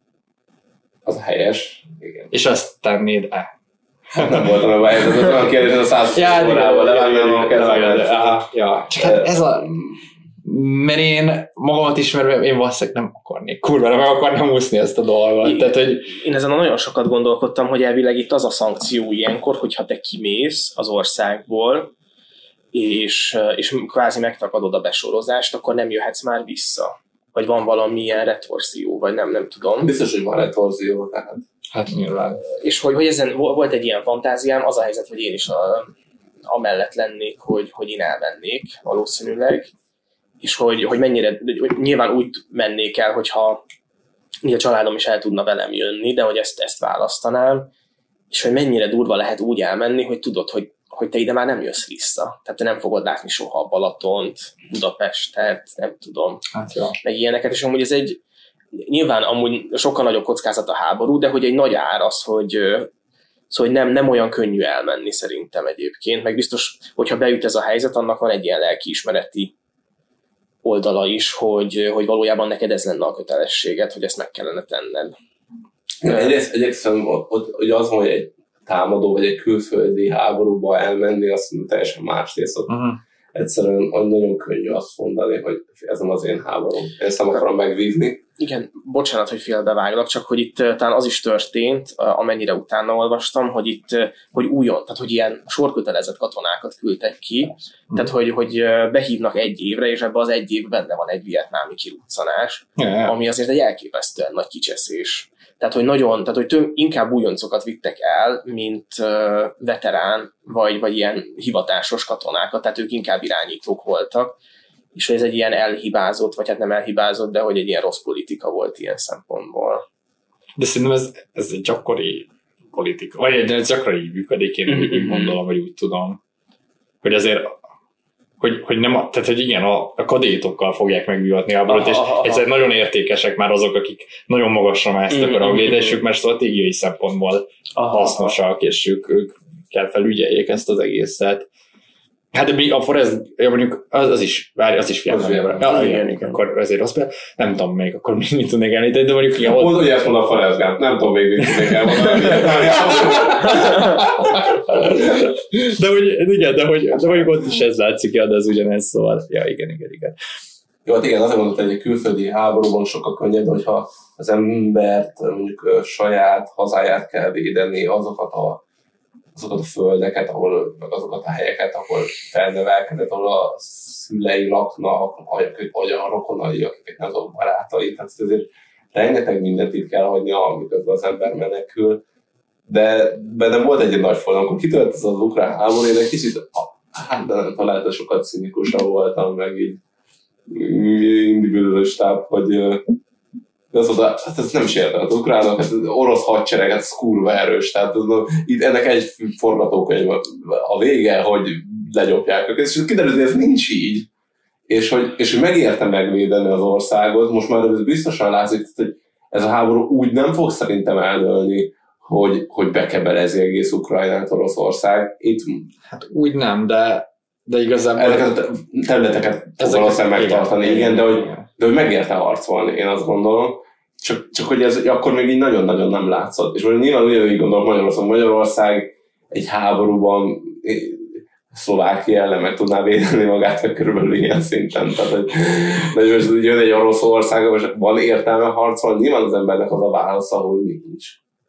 Speaker 6: Az a helyes, igen.
Speaker 16: És azt tennéd-e?
Speaker 6: Hát nem voltam ebben a helyzetben, olyan kérdés, a 100 órával levágnom a kezemben.
Speaker 16: Csak hát ez a... Mert én magamat ismerve, én valószínűleg nem akarnék, kurvára meg akarnám úszni ezt a dolgot. Tehát, hogy...
Speaker 8: Én ezen nagyon sokat gondolkodtam, hogy elvileg itt az a szankció ilyenkor, hogyha te kimész az országból, és kvázi megtakadod a besorozást, akkor nem jöhetsz már vissza. Vagy van valamilyen retorzió, vagy nem tudom.
Speaker 6: Biztos, hogy van retorzió, tehát.
Speaker 16: Hát nyilván.
Speaker 8: És hogy ezen volt egy ilyen fantáziám, az a helyzet, hogy én is amellett lennék, hogy én elmennék valószínűleg, és hogy mennyire, hogy nyilván úgy mennék el, hogyha a családom is el tudna velem jönni, de hogy ezt választanám, és hogy mennyire durva lehet úgy elmenni, hogy tudod, hogy te ide már nem jössz vissza. Tehát te nem fogod látni soha a Balatont, Budapestet, nem tudom, meg ilyeneket, és amúgy ez egy, nyilván amúgy sokkal nagyobb kockázat a háború, de hogy egy nagy ár az, hogy nem olyan könnyű elmenni szerintem egyébként, meg biztos, hogyha beüt ez a helyzet, annak van egy ilyen lelkiismereti oldala is, hogy valójában neked ez lenne a kötelességed, hogy ezt meg kellene tenned.
Speaker 6: Egyrészt ugye az, hogy egy támadó vagy egy külföldi háborúba elmenni, azt teljesen más rész. Egyszerűen nagyon könnyű azt mondani, hogy ez nem az én háborúm. Én ezt nem akarom megvívni.
Speaker 8: Igen, bocsánat, hogy félbeváglak, csak hogy itt talán az is történt, amennyire utána olvastam, hogy itt hogy tehát hogy ilyen sorkötelezett katonákat küldtek ki, tehát hogy behívnak 1 évre, és ebben az 1 évben benne van egy vietnámi kiruccanás, ami azért egy elképesztően nagy kicseszés. Tehát, hogy inkább újoncokat vittek el, mint veterán, vagy ilyen hivatásos katonákat, tehát ők inkább irányítók voltak, és ez egy ilyen elhibázott, vagy hát nem elhibázott, de hogy egy ilyen rossz politika volt ilyen szempontból.
Speaker 16: De szerintem ez egy gyakori politika, vagy egy gyakori működik, én úgy gondolom, vagy úgy tudom, hogy azért hogy nem, tehát hogy igen, a kadétokkal fogják megvívhatni háborút, és egyszerűen nagyon értékesek már azok, akik nagyon magasra másztak a ranglétésük, mert stratégiai szempontból hasznosak, és ők kell felügyeljék ezt az egészet. Hát de a Forrest, mondjuk az is fiatal. Igen. Akkor ezért rossz például. Nem tudom még, akkor mit tudnék említeni, de mondjuk igen.
Speaker 6: Mondd, hogy ezt mond a Forrest Gump, nem tudom még mit tudnék elmondani.
Speaker 16: De mondjuk ott is ez látszik, de ez ugyanez, szóval. Ja, igen.
Speaker 6: Jó, hát igen, azért mondom, hogy egy külföldi háborúban sokkal könnyebb, hogyha az embert mondjuk saját hazáját kell védeni, azokat a földeket, meg azokat a helyeket, ahol felnevelkedett, ahol a szülei laknak, vagy a rokonai, akik nem azok barátai. Tehát azért rengeteg mindent itt kell hagyni, amikor az ember menekül. De bennem volt egy nagy forradalom, amikor kitört ez az ukrán háború, én egy kicsit, de lehet, hogy sokat cinikusabb voltam, meg így individualistább, hogy ez nem is értem. Az ukránok, az orosz hadsereg, ez kurva erős. Tehát itt ennek egy forgatókönyv a vége, hogy legyopják őket. És kiderül, hogy ez nincs így. És hogy megérte megvédeni az országot. Most már ez biztosan látszik, hogy ez a háború úgy nem fog szerintem eldőlni, hogy bekebelezi egész Ukrajnát Oroszország. Itt... Hát
Speaker 16: úgy nem, de igazából...
Speaker 6: Ezeket a területeket fog valószínűleg megtartani, igen, de hogy megérte harcolni, én azt gondolom. Csak hogy ez akkor még így nagyon-nagyon nem látszott. És most nyilván ugyanúgy gondolok Magyarország egy háborúban Szlovákia ellen meg tudná védeni magát körülbelül ilyen szinten. Tehát, hogy most jön egy orosz ország, most van értelme harcolni, nyilván az embernek az a válasza, hogy nincs.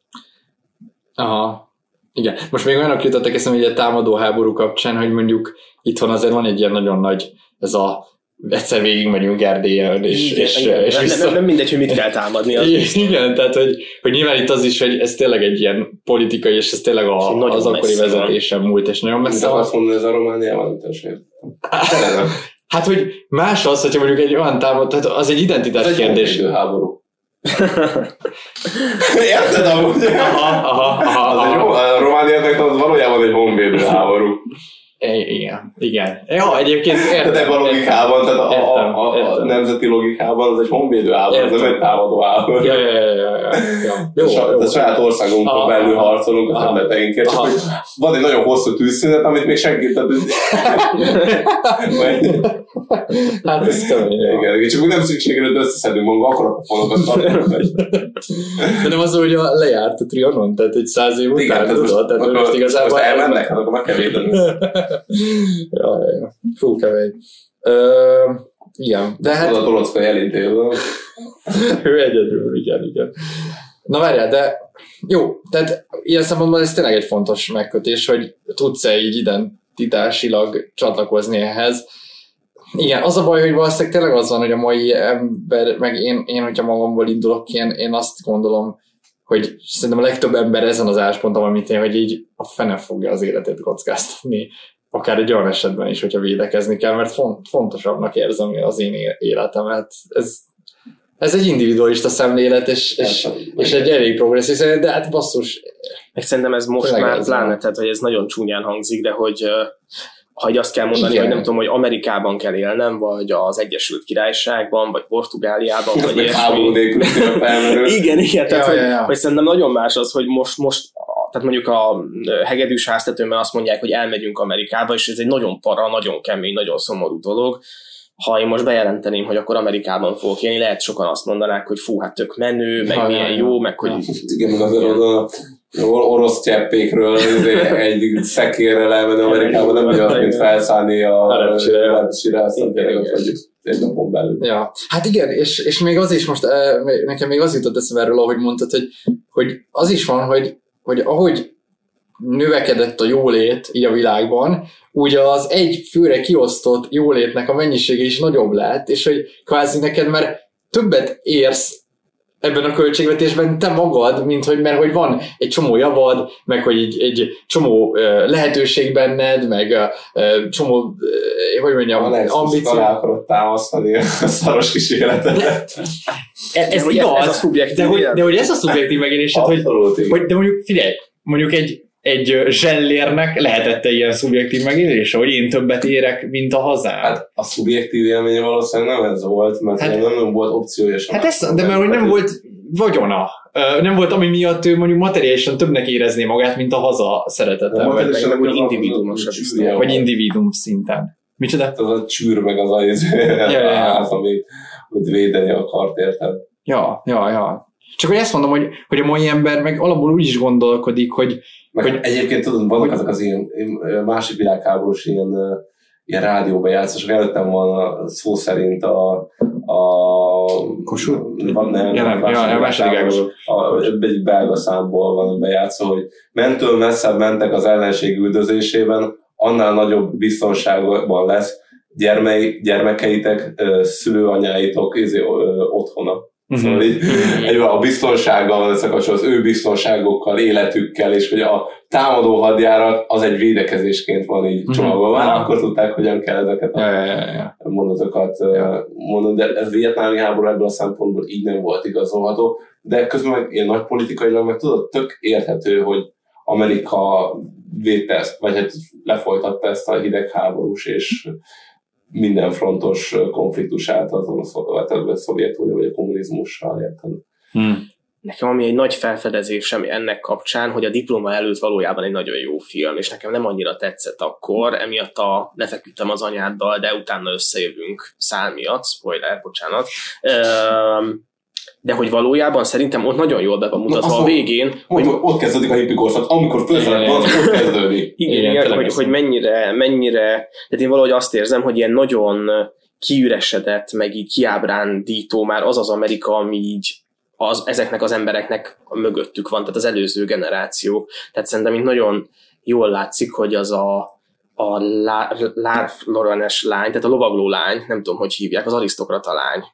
Speaker 16: Aha. Igen. Most még olyanok jutottak eszembe, hogy egy támadó háború kapcsán, hogy mondjuk itthon azért van egy ilyen nagyon nagy, ez a egyszer végig megyünk Erdélyen, és vissza...
Speaker 8: Nem mindegy, hogy mit kell támadni.
Speaker 16: Igen, tehát hogy nyilván itt az is, hogy ez tényleg egy ilyen politikai, és ez tényleg az akkori vezetésen múlt, és nagyon messze.
Speaker 6: De azt mondani, ez a Romániában nem tessék.
Speaker 16: Hát, hogy más az, hogyha mondjuk egy olyan támad, tehát az egy identitás kérdés.
Speaker 6: Ez egy háború. Érted amúgy? A Romániának az valójában egy honvédő háború.
Speaker 16: Igen. Ja, egyébként
Speaker 6: értem. Tehát ebben a logikában, tehát a nemzeti logikában az egy honvédő háború, nem egy támadó háború.
Speaker 16: Ja.
Speaker 6: Tehát saját országunkon belül harcolunk a területeinkért, csak hogy van egy nagyon hosszú tűzszünet, amit még senki nem
Speaker 16: hát ez kemény.
Speaker 6: Igen, csak nem szükségre összeszedünk magunk, akkor a fonokat tartunk.
Speaker 16: De nem az, hogy lejárt a Trianon, tehát egy 100 év után, tehát most igazából
Speaker 6: elmennek, akkor meg kell védeni.
Speaker 16: Ja. Fú, kemény. Igen. De hát...
Speaker 6: Az a Torockai elintéző.
Speaker 16: Ő egyedül, igen. Na várjál, de jó, tehát ilyen szempontból ez tényleg egy fontos megkötés, hogy tudsz-e így identitásilag csatlakozni ehhez. Igen, az a baj, hogy valószínűleg tényleg az van, hogy a mai ember, meg én hogyha magamból indulok, én azt gondolom, hogy szerintem a legtöbb ember ezen az állásponton, amit én, hogy így a fene fogja az életét kockáztatni, akár egy olyan esetben is, hogyha védekezni kell, mert fontosabbnak érzem az én életemet. Ez egy individualista szemlélet, és egy elég progresszív, de hát basszus.
Speaker 8: Meg szerintem ez most már pláne, tehát hogy ez nagyon csúnyán hangzik, de hogy ha azt kell mondani, hogy nem tudom, hogy Amerikában kell élnem, vagy az Egyesült Királyságban, vagy Portugáliában, vagy ilyesmi. Igen, tehát hogy szerintem nagyon más az, hogy most tehát mondjuk a hegedűs háztetőben azt mondják, hogy elmegyünk Amerikába, és ez egy nagyon para, nagyon kemény, nagyon szomorú dolog. Ha én most bejelenteném, hogy akkor Amerikában fogok élni, lehet sokan azt mondanák, hogy fú, hát tök menő, meg milyen jó, meg hogy...
Speaker 6: Igen, meg azért orosz cseppékről egy szekérrel elmenni Amerikában, nem ugyanaz, mint felszállni a repcsire, aztán tényleg ott vagyunk. egy napon belül.
Speaker 16: Ja. Hát igen, és még az is most, nekem még az jutott eszembe erről, ahogy mondtad, hogy az is van, hogy ahogy növekedett a jólét így a világban, úgy az egy főre kiosztott jólétnek a mennyisége is nagyobb lett, és hogy kvázi neked már többet érsz ebben a költségvetésben te magad, mert hogy van egy csomó javad, meg hogy egy csomó lehetőség benned, meg csomó, hogy mondjam, ambíció.
Speaker 6: Alá akarod támasztani a szaros kísérletet.
Speaker 16: Ez igaz, de hogy ez a szubjektív megélésed, hogy de mondjuk figyelj, mondjuk egy zsellérnek lehetett ilyen szubjektív megélése, hogy én többet érek, mint a hazám.
Speaker 6: Hát a szubjektív élmény valószínűleg nem ez volt, mert nem volt opciója sem.
Speaker 16: Hát de mert hogy nem volt vagyona. Nem volt, ami miatt ő mondjuk materiálisan többnek érezné magát, mint a haza szeretete.
Speaker 8: Vagy individuumos.
Speaker 16: Vagy individuum szinten. Micsoda?
Speaker 6: Az a csűr meg az az, ami védeni akart, érted?
Speaker 16: Ja. Csak hogy ezt mondom, hogy a mai ember meg alapból úgy is gondolkodik, hogy
Speaker 6: egyébként tudod, vannak azok az ilyen másik világháborús ilyen rádióbejátszások. Előttem van szó szerint a
Speaker 16: Kossuth?
Speaker 6: Egy belga számból van bejátszva, hogy mentől messzebb mentek az ellenség üldözésében, annál nagyobb biztonságban lesz gyermekeitek, szülőanyáitok otthona. Szóval így a biztonsággal van összekapcsolva, az ő biztonságokkal, életükkel, és hogy a támadó hadjárat az egy védekezésként van így csomagolva. Akkor tudták, hogyan kell ezeket a mondatokat mondani, de ez vietnámi háború ebből a szempontból így nem volt igazolható, de közben meg ilyen nagy politikailag meg tudod, tök érthető, hogy Amerika védte ezt, vagy hát lefolytatta ezt a hidegháborús és minden frontos konfliktusát azon a Szovjetunió vagy a kommunizmussal, érted?
Speaker 8: Nekem ami egy nagy felfedezésem ennek kapcsán, hogy a Diploma előtt valójában egy nagyon jó film, és nekem nem annyira tetszett akkor, emiatt lefeküdtem az anyáddal, de utána összejövünk szál miatt, spoiler, bocsánat. De hogy valójában szerintem ott nagyon jól be van mutatva a végén.
Speaker 6: Ott kezdődik a hippi korszak, amikor fölszállt, ott kezdődik.
Speaker 8: Igen, hogy mennyire, tehát én valahogy azt érzem, hogy ilyen nagyon kiüresedett, meg így kiábrándító már az Amerika, ami így ezeknek az embereknek mögöttük van, tehát az előző generáció. Tehát szerintem így nagyon jól látszik, hogy az a Lauren-es lány, tehát a lovagló lány, nem tudom, hogy hívják, az arisztokrata lány.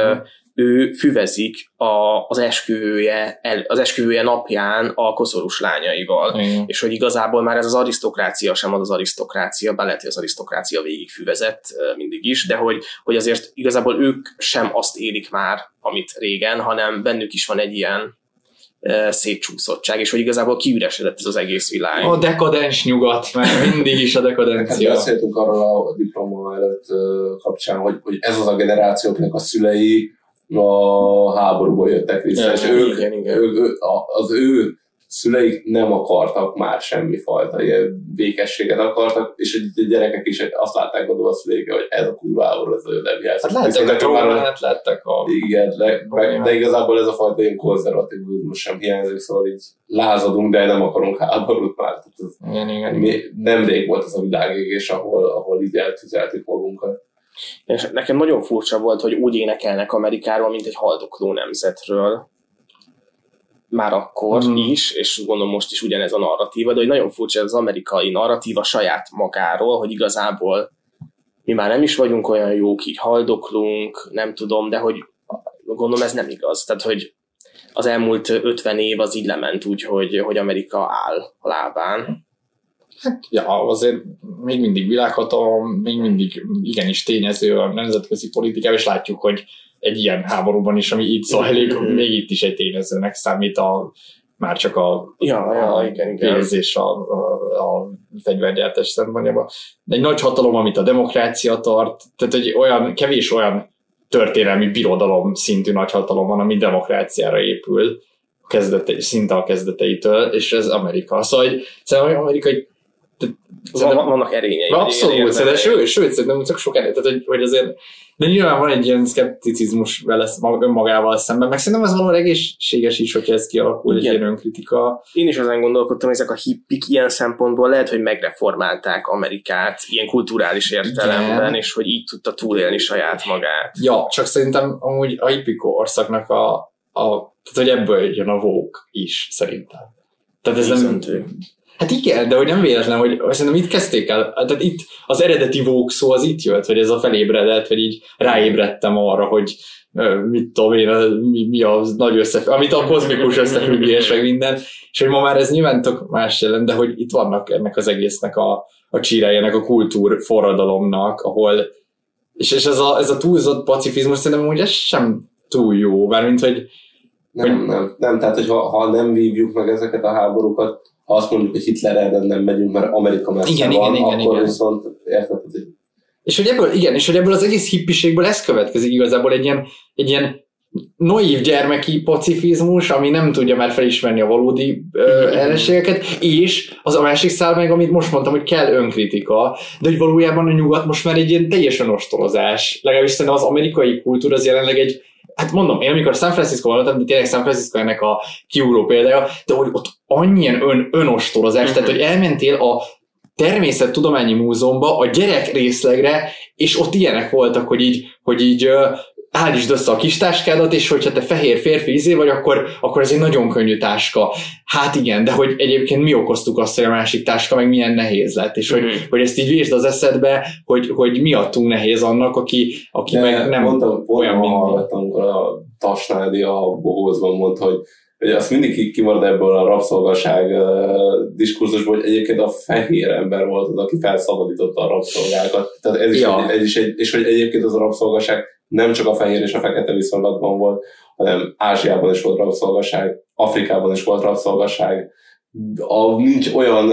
Speaker 8: Ő füvezik az esküvője napján a koszorús lányaival. És hogy igazából már ez az arisztokrácia sem az arisztokrácia, bár lehet, hogy az arisztokrácia végig füvezett mindig is, de hogy azért igazából ők sem azt élik már, amit régen, hanem bennük is van egy ilyen szétcsúszottság, és hogy igazából kiüresedett ez az egész világ.
Speaker 16: A dekadens nyugat, mert mindig is a dekadencia.
Speaker 6: Hát beszéltünk arról a Diploma előtt kapcsán, hogy ez az a generáció, akinek a szülei a háborúból jöttek vissza, és az ő szüleik nem akartak már semmifajta ilyen békességet akartak, és a gyerekek is azt látták a szüleikkel, hogy ez a kurva háború, ez a nem jelzett.
Speaker 16: Hát lettek
Speaker 6: Igen, de igazából ez a fajta ilyen konzervatívizmus sem hiányzik, szóval így lázadunk, de nem akarunk háborút már. Nemrég volt az a világégés, ahol így eltüzeltük magunkat.
Speaker 8: És nekem nagyon furcsa volt, hogy úgy énekelnek Amerikáról, mint egy haldokló nemzetről. Már akkor is, és gondolom most is ugyanez a narratíva, de hogy nagyon furcsa az amerikai narratíva saját magáról, hogy igazából mi már nem is vagyunk olyan jók, így haldoklunk, nem tudom, de hogy gondolom ez nem igaz. Tehát, hogy az elmúlt 50 év az így lement úgy, hogy Amerika áll a lábán.
Speaker 16: Hát, azért még mindig világhatalom, még mindig igenis tényező a nemzetközi politikában, és látjuk, hogy egy ilyen háborúban is, ami itt zajlik, még itt is egy tényezőnek számít már csak a pénzés a fegyvergyártás szempontjában. De egy nagy hatalom, amit a demokrácia tart, tehát egy kevés olyan történelmi birodalom szintű nagy hatalom van, ami demokráciára épül szinte a kezdeteitől, és ez Amerika. Szóval Amerika egy
Speaker 8: Vannak erényei.
Speaker 16: Abszolút, sőt, szerintem csak sok erény, tehát hogy azért, de nyilván van egy ilyen szkepticizmus vele önmagával szemben, meg szerintem ez valahol egészséges is, hogyha ez kialakul egy ilyen önkritika.
Speaker 8: Én is azon gondolkodtam, hogy ezek a hippik ilyen szempontból lehet, hogy megreformálták Amerikát ilyen kulturális értelemben, és hogy így tudta túlélni saját magát.
Speaker 16: Ja, csak szerintem amúgy a hippik korszaknak tehát hogy ebből jön a woke is, szerintem. Tehát ez nem... Hát igen, de hogy nem véletlen, hogy szerintem itt kezdték el, tehát itt az eredeti woke szó az itt jött, hogy ez a felébredett, vagy így ráébredtem arra, hogy mit tudom én, mi a nagy amit a kozmikus összefüggés, meg minden, és hogy ma már ez nyilván tök más jelent, de hogy itt vannak ennek az egésznek a csírájának, a kultúrforradalomnak, ahol, és ez a túlzott pacifizmus szerintem úgy ez sem túl jó, bármint, hogy
Speaker 6: nem, tehát hogy ha nem vívjuk meg ezeket a háborúkat, ha azt mondjuk, hogy Hitler ellen nem megyünk, mert Amerika messze van, akkor viszont érted, hogy...
Speaker 16: És hogy ebből az egész hippiségből ez következik igazából egy ilyen naív gyermeki pacifizmus, ami nem tudja már felismerni a valódi ellenségeket, és az a másik szál meg, amit most mondtam, hogy kell önkritika, de hogy valójában a nyugat most már egy ilyen teljesen ostolozás. Legalábbis szerintem az amerikai kultúra az jelenleg egy, hát mondom, én amikor San Francisco voltam, de tényleg San Francisco ennek a kiugró példája, de hogy ott annyian önostolozás, tehát hogy elmentél a Természettudományi Múzeumba, a gyerek részlegre, és ott ilyenek voltak, hogy így állítsd össze a kis táskádat, és hogyha te fehér férfi vagy, akkor ez egy nagyon könnyű táska. Hát igen, de hogy egyébként mi okoztuk azt, hogy a másik táska meg milyen nehéz lett, és hogy ezt így vésd az eszedbe, hogy miattunk nehéz annak, aki meg nem
Speaker 6: mondtam,
Speaker 16: olyan
Speaker 6: hallgattam, amikor a Tasnádi a Bohózban mondta, hogy azt mindig kimarad ebből a rabszolgaság diskurzusból, hogy egyébként a fehér ember volt az, aki felszabadította a rabszolgákat. Tehát ez is és hogy egyébként az a rabszolgaság nem csak a fehér és a fekete viszonylatban volt, hanem Ázsiában is volt rabszolgaság, Afrikában is volt rabszolgaság. Nincs olyan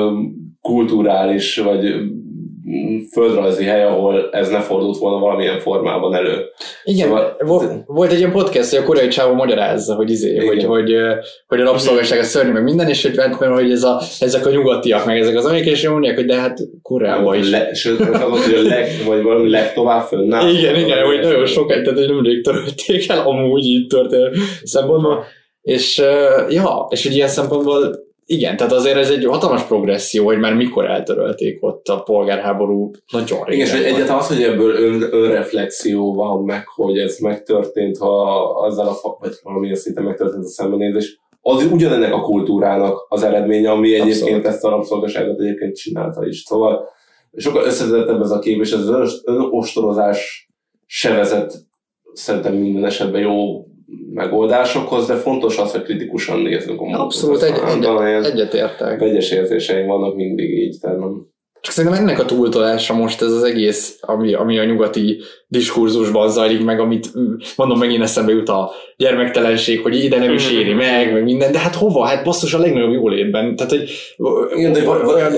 Speaker 6: kulturális vagy földrajzi hely, ahol ez ne fordult volna valamilyen formában elő.
Speaker 16: Igen, szóval... volt egy ilyen podcast, hogy a koreai csávó magyarázza, hogy a rabszolgaság a szörnyű, meg minden, és hogy ezek a nyugatiak, meg ezek az amerikai, és mondják, hogy de hát Koreában is.
Speaker 6: Sőt, az, hogy vagy valami legtovább fönnáll.
Speaker 16: Igen, hogy nagyon sokáig, tehát hogy nemrég törölték el, amúgy így történő szempontból. És és hogy ilyen szempontból igen, tehát azért ez egy hatalmas progresszió, hogy már mikor eltörölték ott a polgárháború nagyon régen.
Speaker 6: Igen, és egyáltalán az, hogy ebből önreflexió van meg, hogy ez megtörtént, ha azzal vagy valamilyen szinten megtörtént a szembenézés, az ugyanennek a kultúrának az eredménye, ami egyébként ezt a rabszolgaságot egyébként csinálta is. Szóval sokkal összetettebb ez a kép, és ez az önostorozás se vezet szerintem minden esetben jó megoldásokhoz, de fontos az, hogy kritikusan nézzünk a munkát.
Speaker 16: Abszolút, egyetértek.
Speaker 6: Vegyes érzéseim vannak mindig így, tehát nem.
Speaker 16: Csak szerintem ennek a túltolása most ez az egész, ami a nyugati diskurzusban zajlik, meg amit mondom, megint eszembe jut a gyermektelenség, hogy ide nem is éri meg minden, de hát hova? Hát basszus a legnagyobb jólétben. Tehát, hogy...
Speaker 6: Igen, de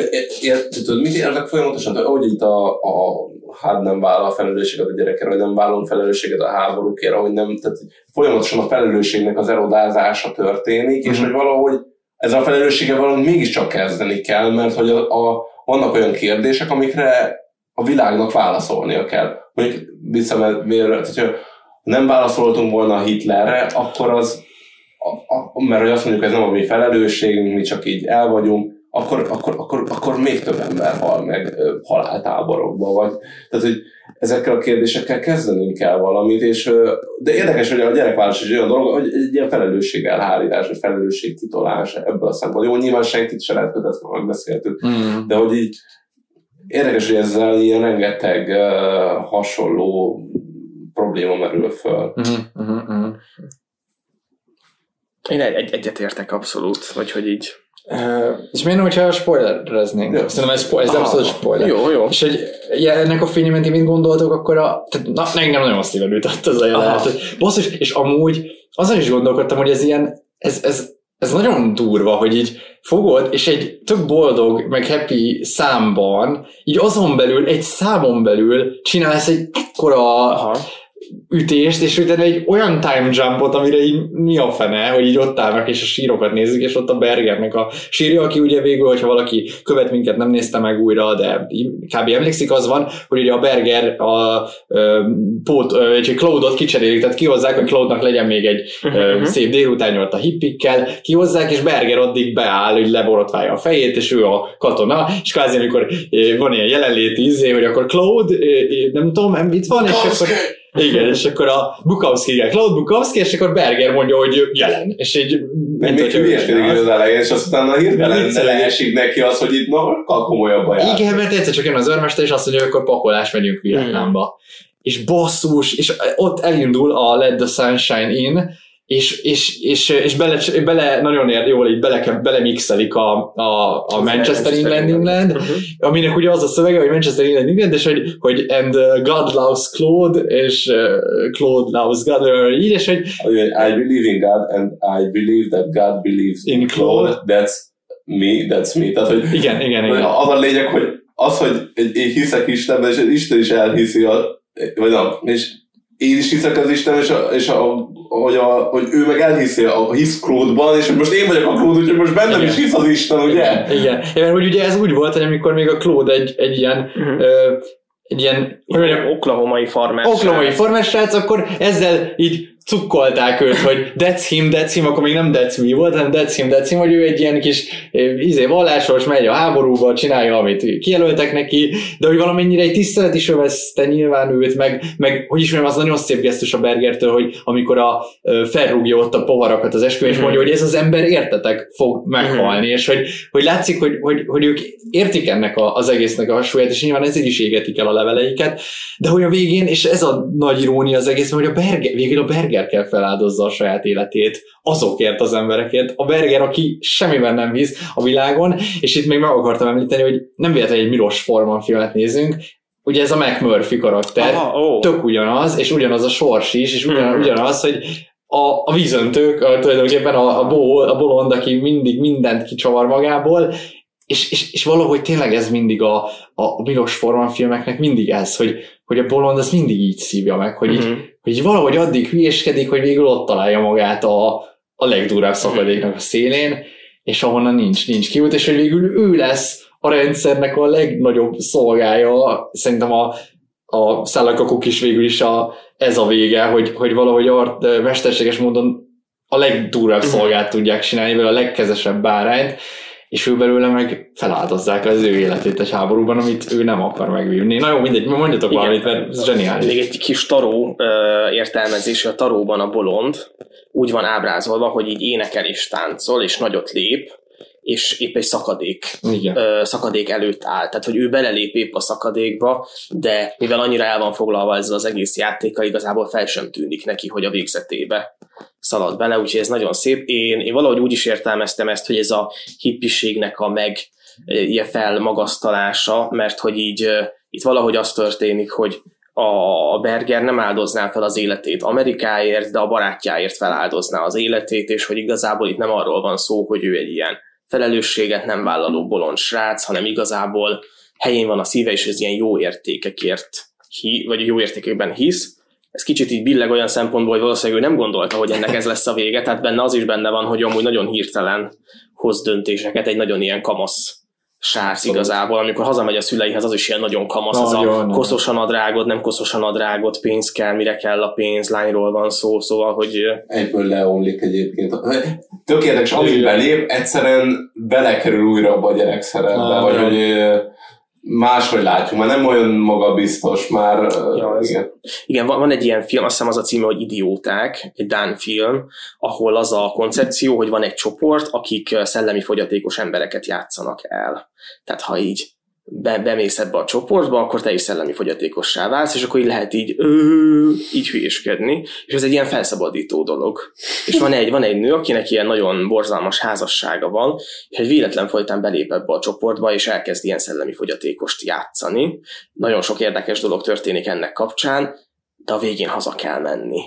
Speaker 6: tudod, mit értek folyamatosan? Ahogy itt hát nem vállal a felelősséget a gyerekre, vagy nem vállal felelősséget a háborúkért, ahogy nem, tehát folyamatosan a felelősségnek az erodázása történik, és hogy valahogy ezzel a felelősséggel valahogy mégiscsak kezdeni kell, mert hogy vannak olyan kérdések, amikre a világnak válaszolnia kell. Mondjuk hogyha nem válaszoltunk volna a Hitlerre, akkor az, mert hogy azt mondjuk, ez nem a mi felelősségünk, mi csak így el vagyunk, akkor még több ember hal meg haláltáborokba, vagy. Tehát, hogy ezekkel a kérdésekkel kezdenünk kell valamit, de érdekes, hogy a gyerekvállás is olyan dolog, hogy egy ilyen felelősségelhárítás, vagy felelősségkitolás ebből a szempontból. Jó, nyilván senkit se lehet kötetni, megbeszéltük, de hogy így érdekes, hogy ezzel ilyen rengeteg hasonló probléma merül föl.
Speaker 8: Én egyetértek abszolút, vagy hogy így.
Speaker 16: És miért hogyha spoilereznénk? Ja. Szerintem ez abszolút spoiler.
Speaker 8: Jó.
Speaker 16: És hogy ennek a fényében ti mit gondoltok, akkor engem nagyon szíven ütött az a jelenet. Basszus, és amúgy azon is gondolkodtam, hogy ez ilyen, ez nagyon durva, hogy így fogod, és egy tök boldog, meg happy számban, így azon belül, egy számon belül csinálsz egy ekkora ütést, és utána egy olyan time jumpot, amire így mi a fene, hogy így ott állnak, és a sírokat nézzük, és ott a Bergernek a sírja, aki ugye végül, hogyha valaki követ minket, nem nézte meg újra, de kb. Emlékszik, az van, hogy ugye a Berger Claude-ot kicserélik, tehát kihozzák, hogy Claude-nak legyen még egy szép délután nyolc a hippikkel, kihozzák, és Berger addig beáll, hogy leborotválja a fejét, és ő a katona, és kvázi amikor van ilyen jelenléti hogy akkor Claude, nem tudom, itt van, és akkor igen, és akkor a Bukowski, Claude Bukowski, és akkor Berger mondja, hogy jelen. És így...
Speaker 6: Még hülyeskedik az elején, és aztán hirtelen leesik neki az, hogy itt komolyabb a játék. Igen,
Speaker 16: mert egyszer csak jön az őrmester, és azt mondja, hogy akkor pakolás, megyünk Vietnámba. És basszus, és ott elindul a Let the Sunshine In, és bele nagyon jól így belemixelik a Manchester England, aminek ugye az a szövege, hogy Manchester England, és hogy and God loves Claude, és Claude loves God, így, és hogy
Speaker 6: I believe in God, and I believe that God believes in Claude, that's me. Tehát, hogy
Speaker 16: igen.
Speaker 6: Az a lényeg, hogy én hiszek Istenben, és Isten is elhiszi, és én is hiszek az Isten, hogy ő meg elhiszi a hisz Claude-ban, és hogy most én vagyok a Claude, úgyhogy most bennem is hisz az Isten, ugye?
Speaker 16: Igen, mert hogy ugye ez úgy volt, hogy amikor még a Claude egy ilyen
Speaker 8: oklahomai
Speaker 16: farmersrác, akkor ezzel így cukkolták őt, hogy that's him, akkor még nem that's me volt, hanem that's him, hogy ő egy ilyen kis vallásos, megy a háborúba, csinálja, amit kijelöltek neki, de hogy valamennyire egy tisztelet is övezte nyilván őt, meg hogy ismerem, az nagyon szép gesztus a Bergertől, hogy amikor felrúgja ott a povarakat az esküvőn, és mondja, hogy ez az ember értetek fog meghalni, és hogy látszik, hogy ők értik ennek az egésznek a súlyát, és nyilván ezért is égetik el a leveleiket, de hogy a végén, és ez a nagy irónia az egész, hogy végül a Berger kell feláldozza a saját életét azokért az emberekért. A Berger, aki semmiben nem hisz a világon, és itt még meg akartam említeni, hogy nem véletlenül egy Milos Forman filmet nézünk, ugye ez a McMurphy karakter, tök ugyanaz, és ugyanaz a sors is, és ugyanaz, hogy a vízöntők, tulajdonképpen a bolond, aki mindig mindent kicsavar magából, és valahogy tényleg ez mindig a Milos Forman filmeknek mindig ez, hogy a bolond az mindig így szívja meg, hogy valahogy addig hülyéskedik, hogy végül ott találja magát a legdurább szakadéknak a szélén, és ahonnan nincs kiút, és hogy végül ő lesz a rendszernek a legnagyobb szolgája. Szerintem a szállakakok is végül is ez a vége, hogy valahogy mesterséges módon a legdurább szolgát tudják csinálni, a legkezesebb bárányt, és ő belőle meg feláldozzák az ő életét egy háborúban, amit ő nem akar megvívni. Na jó, mindegy, mondjatok valamit, mert ez zseniális.
Speaker 8: Még egy kis taró értelmezés, a taróban a bolond úgy van ábrázolva, hogy így énekel és táncol, és nagyot lép, és épp egy szakadék előtt áll. Tehát, hogy ő belelép épp a szakadékba, de mivel annyira el van foglalva ezzel az egész játéka, igazából fel sem tűnik neki, hogy a végzetébe szalad bele, úgyhogy ez nagyon szép. Én valahogy úgy is értelmeztem ezt, hogy ez a hippiségnek a ilyen felmagasztalása, mert hogy így itt valahogy az történik, hogy a Berger nem áldozná fel az életét Amerikáért, de a barátjáért feláldozná az életét, és hogy igazából itt nem arról van szó, hogy ő egy ilyen felelősséget nem vállaló bolond srác, hanem igazából helyén van a szíve, és ez ilyen jó értékekért vagy jó értékekben hisz. Ez kicsit így billeg olyan szempontból, hogy valószínűleg ő nem gondolta, hogy ennek ez lesz a vége, tehát benne az is benne van, hogy amúgy nagyon hirtelen hoz döntéseket, egy nagyon ilyen kamasz srác igazából, amikor hazamegy a szüleihez, az is ilyen nagyon kamasz, az a koszos a nadrágod, nem koszos a nadrágod, pénz kell, mire kell a pénz, lányról van szó, szóval, hogy...
Speaker 6: Egyből leomlik egyébként. Tök érdekes, amíg belép, egyszerűen belekerül újra abba a gyerekszerepbe, vagy hogy máshogy látjuk, már nem olyan magabiztos, már...
Speaker 8: Igen, van egy ilyen film, azt hiszem az a címe, hogy Idióták, egy dán film, ahol az a koncepció, hogy van egy csoport, akik szellemi fogyatékos embereket játszanak el. Tehát ha így bemész ebbe a csoportba, akkor te is szellemi fogyatékossá válsz, és akkor így lehet így hülyéskedni, és ez egy ilyen felszabadító dolog. És van egy nő, akinek ilyen nagyon borzalmas házassága van, és egy véletlen folytán belép ebbe a csoportba, és elkezd ilyen szellemi fogyatékost játszani. Nagyon sok érdekes dolog történik ennek kapcsán, de a végén haza kell menni.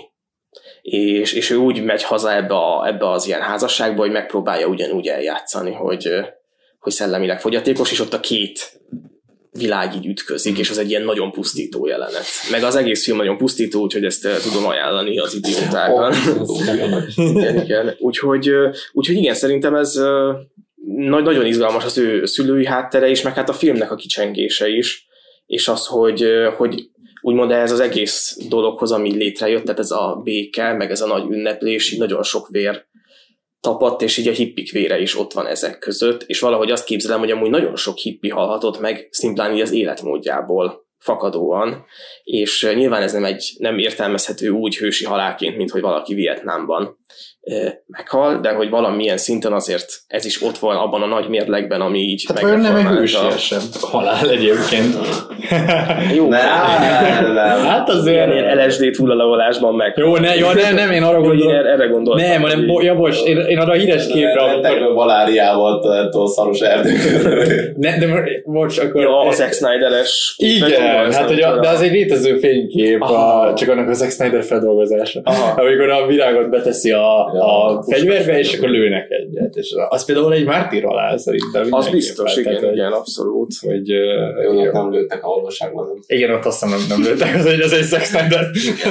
Speaker 8: És ő úgy megy haza ebbe az ilyen házasságba, hogy megpróbálja ugyanúgy eljátszani, hogy szellemileg fogyatékos, és ott a két világ így ütközik, és az egy ilyen nagyon pusztító jelenet. Meg az egész film nagyon pusztító, úgyhogy ezt tudom ajánlani az idiótákban. Igen. Úgyhogy igen, szerintem ez nagyon izgalmas az ő szülői háttere is, meg hát a filmnek a kicsengése is, és az, hogy úgymond ez az egész dologhoz, ami létrejött, tehát ez a béke, meg ez a nagy ünneplés, így nagyon sok vér tapadt, és így a hippik vére is ott van ezek között, és valahogy azt képzelem, hogy amúgy nagyon sok hippi halhatott meg szimplán így az életmódjából fakadóan, és nyilván ez nem értelmezhető úgy hősi halálként, mint hogy valaki Vietnámban meghal, de hogy valamilyen szinten azért ez is ott van abban a nagy mérlegben, ami így
Speaker 16: hát vajon nem egy hősiesebb halál egyébként.
Speaker 8: Jó,
Speaker 16: nem. Hát azért...
Speaker 8: Ilyen LSD túlalavolásban meg.
Speaker 16: Jó, nem, én arra gondolom.
Speaker 8: Erre gondoltam.
Speaker 16: Nem, hanem, bocs, én arra a híres képre...
Speaker 6: Rentekben Valáriával szaros erdők.
Speaker 16: De bocs, akkor...
Speaker 8: Ja, a Zack Snyder-es...
Speaker 16: Igen, hát, de az egy létező fénykép, csak annak a Zack Snyder feldolgozása. Amikor a virágot beteszi a fegyverbe, és akkor lőnek egyet. És az például egy mártírhalál szerintem.
Speaker 8: Az biztos, igen, abszolút.
Speaker 16: Hogy,
Speaker 6: nem lőttek a valóságban, nem?
Speaker 16: Igen, ott azt hiszem nem lőttek, az egy Zack Snyder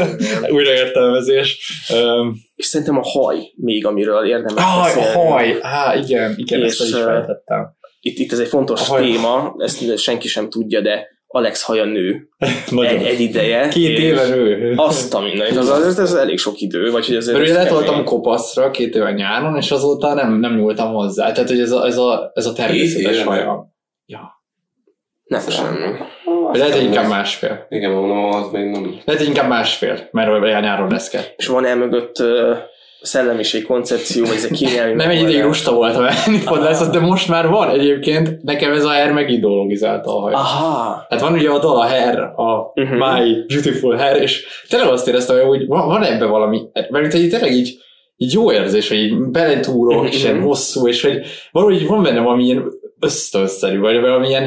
Speaker 16: újraértelmezés.
Speaker 8: És szerintem a haj még, amiről érdemes beszélni.
Speaker 16: A haj, igen, ezt is feltettem.
Speaker 8: Itt ez egy fontos téma, ezt senki sem tudja, de Alex haja nő egy ideje.
Speaker 16: 2 éve nő.
Speaker 8: Azt a mindenit, ez elég sok idő. Vagy hogy
Speaker 16: mert ugye letoltam kopaszra 2 éve nyáron, és azóta nem nyúltam hozzá. Tehát, hogy ez a természetes haja. Ja.
Speaker 8: Nem semmi.
Speaker 16: Lehet, hogy inkább másfél.
Speaker 6: Igen, mondom, az még nem.
Speaker 16: Lehet, hogy inkább másfél, mert olyan nyáron lesz kell.
Speaker 8: És van elmögött szellemiség, koncepció, vagy ez a kényelmi...
Speaker 16: Nem egy ideig lusta voltam elni fodrászat, de most már van egyébként. Nekem ez a hair megideologizálta a haj.
Speaker 8: Aha.
Speaker 16: Hát van ugye a dal a hair, a My Beautiful Hair, és tényleg azt éreztem, hogy van ebben valami, mert tényleg így jó érzés, hogy így beletúrok, és ilyen hosszú, és hogy valahogy van benne valami ilyen ösztönszerű, vagy valamilyen,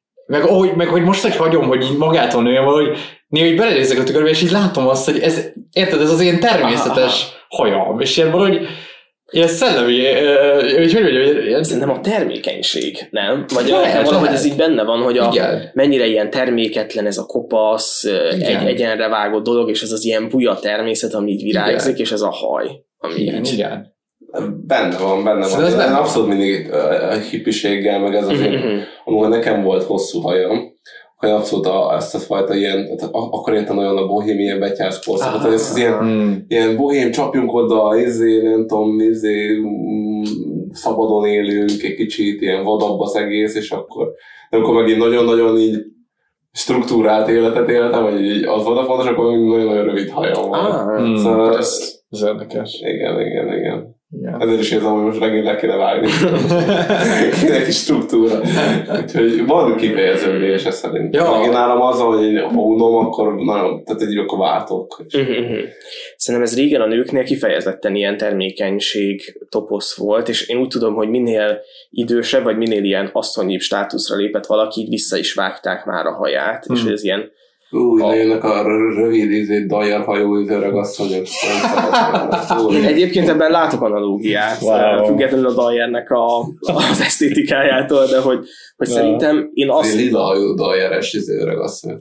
Speaker 16: meg hogy most, hogy hagyom, hogy így magától nőjön valahogy, néha így belenézek a tükörbe, és így látom azt, hogy ez, érted, ez az ilyen természetes hajam, és ilyen valahogy ilyen szellemi, hogy mondjam,
Speaker 8: szerintem a termékenység, nem? Vagy valahogy ez így benne van, hogy mennyire ilyen terméketlen ez a kopasz, egy egyenre vágott dolog, és ez az ilyen buja természet, ami így virágzik, és ez a haj, ami
Speaker 16: igen.
Speaker 6: Benne van. Ez abszolút mindig hippiséggel, meg ez az amikor nekem volt hosszú hajam, hogy abszolút ezt a fajta ilyen, akkor értem olyan a bohémia betyársz korszakot, hogy ez ilyen bohém, csapjunk oda, nem tudom, szabadon élünk, egy kicsit ilyen vadabb az egész, és akkor megint nagyon-nagyon így struktúrált életet éltem, vagy így az volt a fontos, akkor nagyon-nagyon rövid hajam van.
Speaker 16: Szóval ez érdekes.
Speaker 6: Igen. Ezért is érzem, hogy most regény le kéne vágni. Kéne egy struktúra. Úgyhogy van kifejeződése szerintem. Én nálam az, hogy ha unom, akkor nagyon, tehát egy akkor váltok.
Speaker 8: Szerintem ez régen a nőknél kifejezetten ilyen termékenység toposz volt, és én úgy tudom, hogy minél idősebb, vagy minél ilyen asszonyibb státuszra lépett valaki, így vissza is vágták már a haját, és ez ilyen
Speaker 6: jönnek a rövid dajarhajó örögasszonyok.
Speaker 8: Egyébként ebben látok analógiát, függetlenül a dajernek az esztétikájától, de hogy szerintem én azt...
Speaker 6: Lila hajú dajeres örögasszonyok.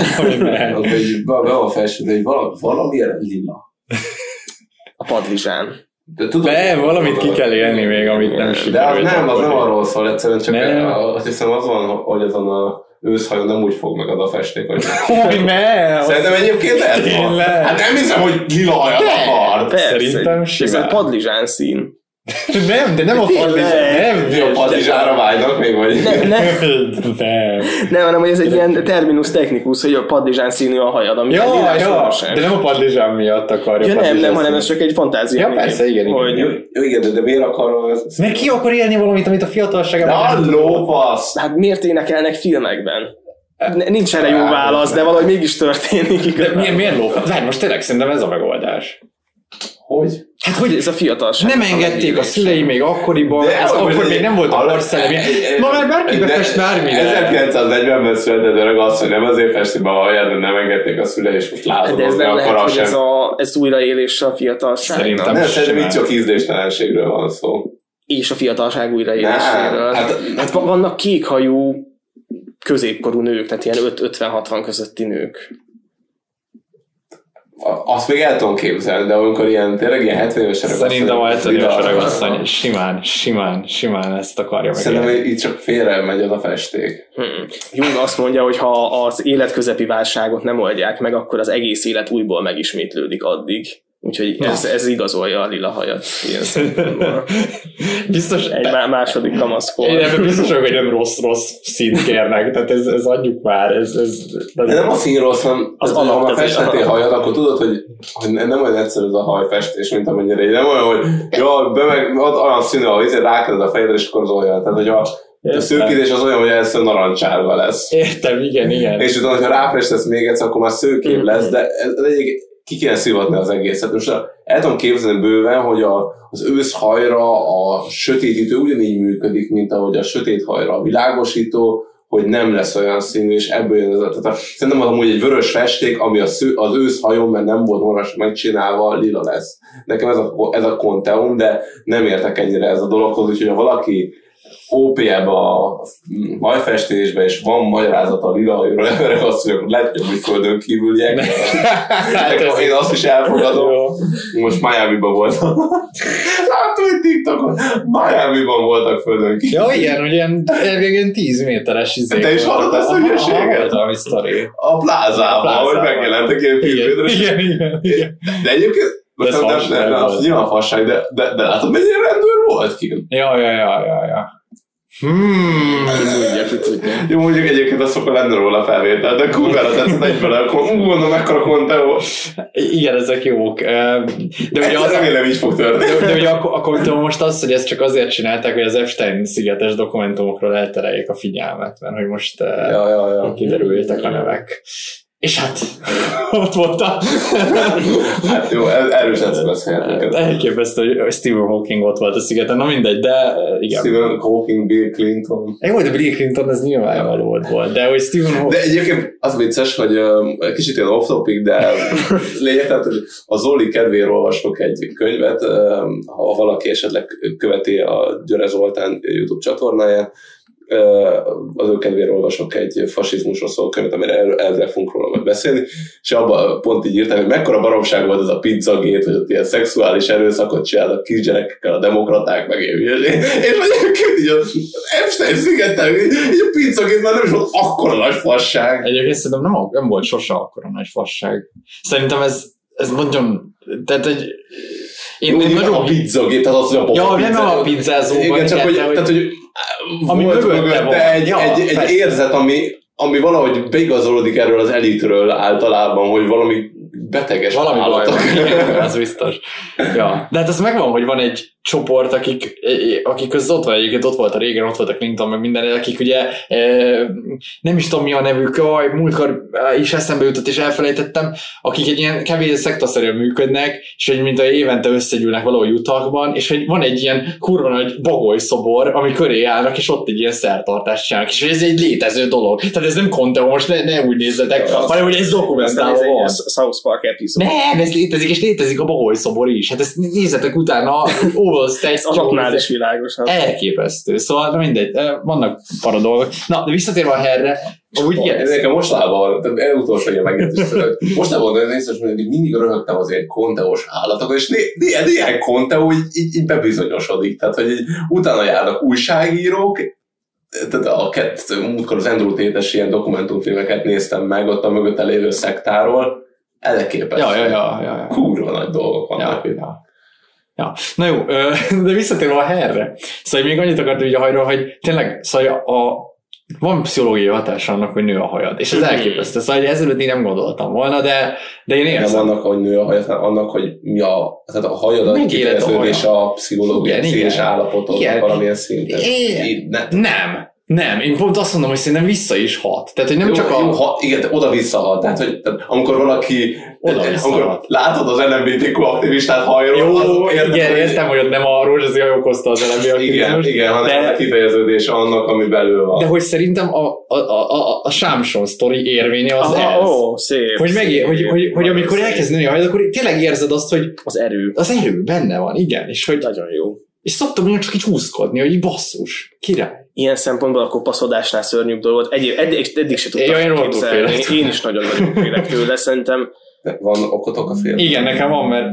Speaker 6: Be van felső, hogy valamilyen lila.
Speaker 8: A padlizsán.
Speaker 16: Nem, valamit ki kell élni még, amit nem sikerült.
Speaker 6: De az nem arról szól, egyszerűen csak azt hiszem az van, hogy azon a őszhajon nem úgy fog meg az a festék, hogy... Szerintem egyébként ez van. Hát nem hiszem, hogy lila hajat akart.
Speaker 16: Szerintem simán.
Speaker 8: Ez a padlizsán szín.
Speaker 16: Nem, de nem a padlizsán.
Speaker 6: Nem, a padlizsánra vágynak még, vagy?
Speaker 8: Nem, hanem hogy ez egy ilyen terminus technikus, hogy a padlizsán színű a hajad, ami
Speaker 16: de nem a padlizsán miatt akarja.
Speaker 8: Nem, hanem ez csak egy fantázia.
Speaker 16: Ja, persze, igen.
Speaker 6: Igen, de miért akar...
Speaker 16: Mert ki akar élni valamit, amit a fiatalságában...
Speaker 6: De lófasz!
Speaker 8: Hát miért énekelnek filmekben? Nincs erre jó válasz, de valahogy mégis történik.
Speaker 16: De miért lófasz? Várj, most tényleg szerintem ez a megoldás.
Speaker 6: Hogy?
Speaker 8: Hát hogy ez a fiatalság?
Speaker 16: Nem engedték a szülei még akkoriban, akkor még nem volt a korszellemi. Ma már bárki befest bármire.
Speaker 6: 1940-ben született öreg az, hogy nem azért festi be a haját, de nem engedték a szülei, és most lázadozni
Speaker 8: akar. De ez nem lehet, hogy
Speaker 6: sem.
Speaker 8: ez újraélése a fiatalság?
Speaker 6: Szerintem itt csak ízléstelenségről van szó.
Speaker 8: És a fiatalság újraéléséről. Hát vannak kékhajú középkorú nők, tehát ilyen 50-60 közötti nők.
Speaker 6: Azt még el tudom képzelni, de amikor ilyen, tényleg ilyen 70 éves regasszony...
Speaker 16: Szerintem a 70 éves regasszony simán ezt akarja meg.
Speaker 6: Szerintem itt csak félre megy az a festék.
Speaker 8: Jung azt mondja, hogy ha az életközepi válságot nem oldják meg, akkor az egész élet újból megismétlődik addig. Úgyhogy ez igazolja a lila hajat.
Speaker 16: Biztos
Speaker 8: egy második kamaszkor.
Speaker 16: Én ebben biztos vagyok, hogy nem rossz színt kérnek, tehát ez adjuk már.
Speaker 6: De nem a szín rossz, hanem ha már festettél hajad, akkor tudod, hogy nem olyan egyszerű az a hajfestés, mint amennyire így. Nem olyan, hogy olyan színű, hogy rákeded a fejedre, és akkor az olyan. Tehát, hogy a szőkítés az olyan, hogy először narancsárga lesz.
Speaker 16: Értem, igen. És
Speaker 6: utána, ha ráfestesz még egyszer, akkor már szőkébb lesz, de ez egyik ki kéne szivatni az egészet. Most el tudom képzelni bőven, hogy az őszhajra a sötétítő ugyanígy működik, mint ahogy a sötét hajra a világosító, hogy nem lesz olyan színű, és ebből jön ez a... Szerintem az amúgy egy vörös festék, ami az őszhajon, mert nem volt magas megcsinálva, lila lesz. Nekem ez a konteum, de nem értek ennyire ez a dologhoz, úgyhogy ha valaki OP-ebe a hajfestésbe, és van magyarázat a lila hajról, azt mondjuk, lehet, hogy földön kívüliek. Én azt is elfogadom. Most Miami-ban voltam. Láttam egy TikTokon. Miami-ban voltak földön kívüliek.
Speaker 16: Ja, igen, hogy ilyen 10 méteres izék.
Speaker 6: Te is hallod ezt a hülyeséget? A plázában, hogy megjelentek ilyen 10 méteres.
Speaker 16: Igen.
Speaker 6: De egyébként az nyilván fasság, de látod, mennyire rendőr volt ki?
Speaker 16: Ja.
Speaker 8: Tudja.
Speaker 6: Jó, mondjuk egyébként az szokott lenni róla felvétel, de kurvára tetszett egyben, akkor mondom, mekkora konteó.
Speaker 16: Igen, ezek jók. De ugye
Speaker 6: az remélem így fog történni.
Speaker 16: De ugye akkor most az, hogy ezt csak azért csinálták, hogy az Epstein-szigetes dokumentumokról eltereljék a figyelmet, mert hogy most kiderültek a nevek. És hát, ott voltam.
Speaker 6: Hát jó, erősen szöveszélhetünk.
Speaker 16: Elképesztő, hogy Stephen Hawking ott volt a szigeten, na mindegy, de igen.
Speaker 6: Stephen Hawking, Bill Clinton.
Speaker 16: Jó, de Bill Clinton ez nyilvánvaló volt, de hogy Stephen Hawking...
Speaker 6: De egyébként az vicces, hogy kicsit ilyen off-topic, de lényeg, tehát, hogy a Zoli kedvéért olvasok egy könyvet, ha valaki esetleg követi a Györe Zoltán YouTube csatornáját, az ő kedvére olvasok egy fasizmusról szóló könyvet, amire ezzel fogunk róla majd beszélni, és abban pont így írtam, hogy mekkora baromság volt ez a pizzagét, hogy ott ilyen szexuális erőszakot csináltak kisgyerekekkel a demokraták, meg ilyen. És egyébként így az Epstein-szigeten, így a pizzagét már nem is volt akkora nagy fasság.
Speaker 16: Egyébként szerintem nem volt sose akkora nagy fasság. Szerintem ez nagyon, tehát egy
Speaker 6: én nagyon a pizzagét, tehát az, hogy a
Speaker 16: pizza. Ja, nem a pizzázóban.
Speaker 6: Igen, csak hogy, tehát, hogy
Speaker 16: ami
Speaker 6: volt mögötte egy érzet, ami valahogy beigazolódik erről az elitről általában, hogy valami beteges állatok.
Speaker 16: Ez biztos. Ja. De hát ez megvan, hogy van egy csoport, akik között ott van, egyébként ott volt a régen, ott volt a Clinton, meg minden, akik ugye nem is tudom mi a nevük, múltkor is eszembe jutott és elfelejtettem, akik egy ilyen kevés szektaszerűen működnek, és hogy mint a évente összegyűlnek valahol Utahban, és hogy van egy ilyen kurva nagy bagolyszobor, ami köré állnak, és ott egy ilyen szertartást csinálnak, és ez egy létező dolog. Tehát ez nem konteó, most ne úgy nézzetek, hanem hogy ez dokumentálva van.
Speaker 8: South Park epizód.
Speaker 16: Nem, ez létezik, és létezik a bagolyszobor is. Hát ezt nézzetek utána, ez
Speaker 8: azoknál is világos.
Speaker 16: Elképesztő. Szóval mindegy, vannak para dolgok. Na, de visszatérve a herre, úgy igen.
Speaker 6: Nekem mostában, tehát utolsó ilyen megjegyzés, mostában néztem, hogy mindig röhögtem az ilyen konteós állatokon, és néhány konteó így bebizonyosodik. Tehát, hogy így utána járnak újságírók, tehát múltkor az Andrew Tate-es ilyen dokumentumfilmeket néztem meg, ott a mögötte lévő szektáról, elképesztő.
Speaker 16: Ja.
Speaker 6: Kurva nagy dolgok vannak.
Speaker 16: Ja. Na jó, de visszatérve a herre. Szóval még annyit akartam így a hajról, hogy tényleg szóval van pszichológiai hatása annak, hogy nő a hajad. És ez elképesztő. Szóval ezelőtt én nem gondoltam volna, de én érzem.
Speaker 6: Nem annak, hogy nő a hajad, hanem annak, hogy mi tehát a hajadat kifejeződés a pszichológiai színes állapotot valamilyen szinten.
Speaker 16: Nem, én pont azt mondom, hogy szerintem vissza is hat. Tehát, hogy nem csak
Speaker 6: igen, oda-vissza hat. Tehát, hogy amikor valaki amikor látod az LMBTQ aktivistát hajról,
Speaker 16: jó, igen, értem, hogy ott nem a rózsaszín hajó okozta az LMBTQ aktivizmust.
Speaker 6: Igen, hanem a kifejeződése annak, ami belül van.
Speaker 16: De hogy szerintem a Sámson sztori érvénye az ez.
Speaker 8: Szép.
Speaker 16: Hogy amikor elkezd nőni a hajad, akkor tényleg érzed azt, hogy
Speaker 8: az erő
Speaker 16: benne van, igen. És hogy
Speaker 8: nagyon jó.
Speaker 16: És szoktam mondjuk csak így húzkodni, hogy basszus, király.
Speaker 8: ilyen szempontból a kopaszodásnál szörnyűbb dolgot eddig se tudtam képzelni. Én is nagyon félek tőle, szerintem.
Speaker 6: De van okotok a félre?
Speaker 16: Igen, nekem van, mert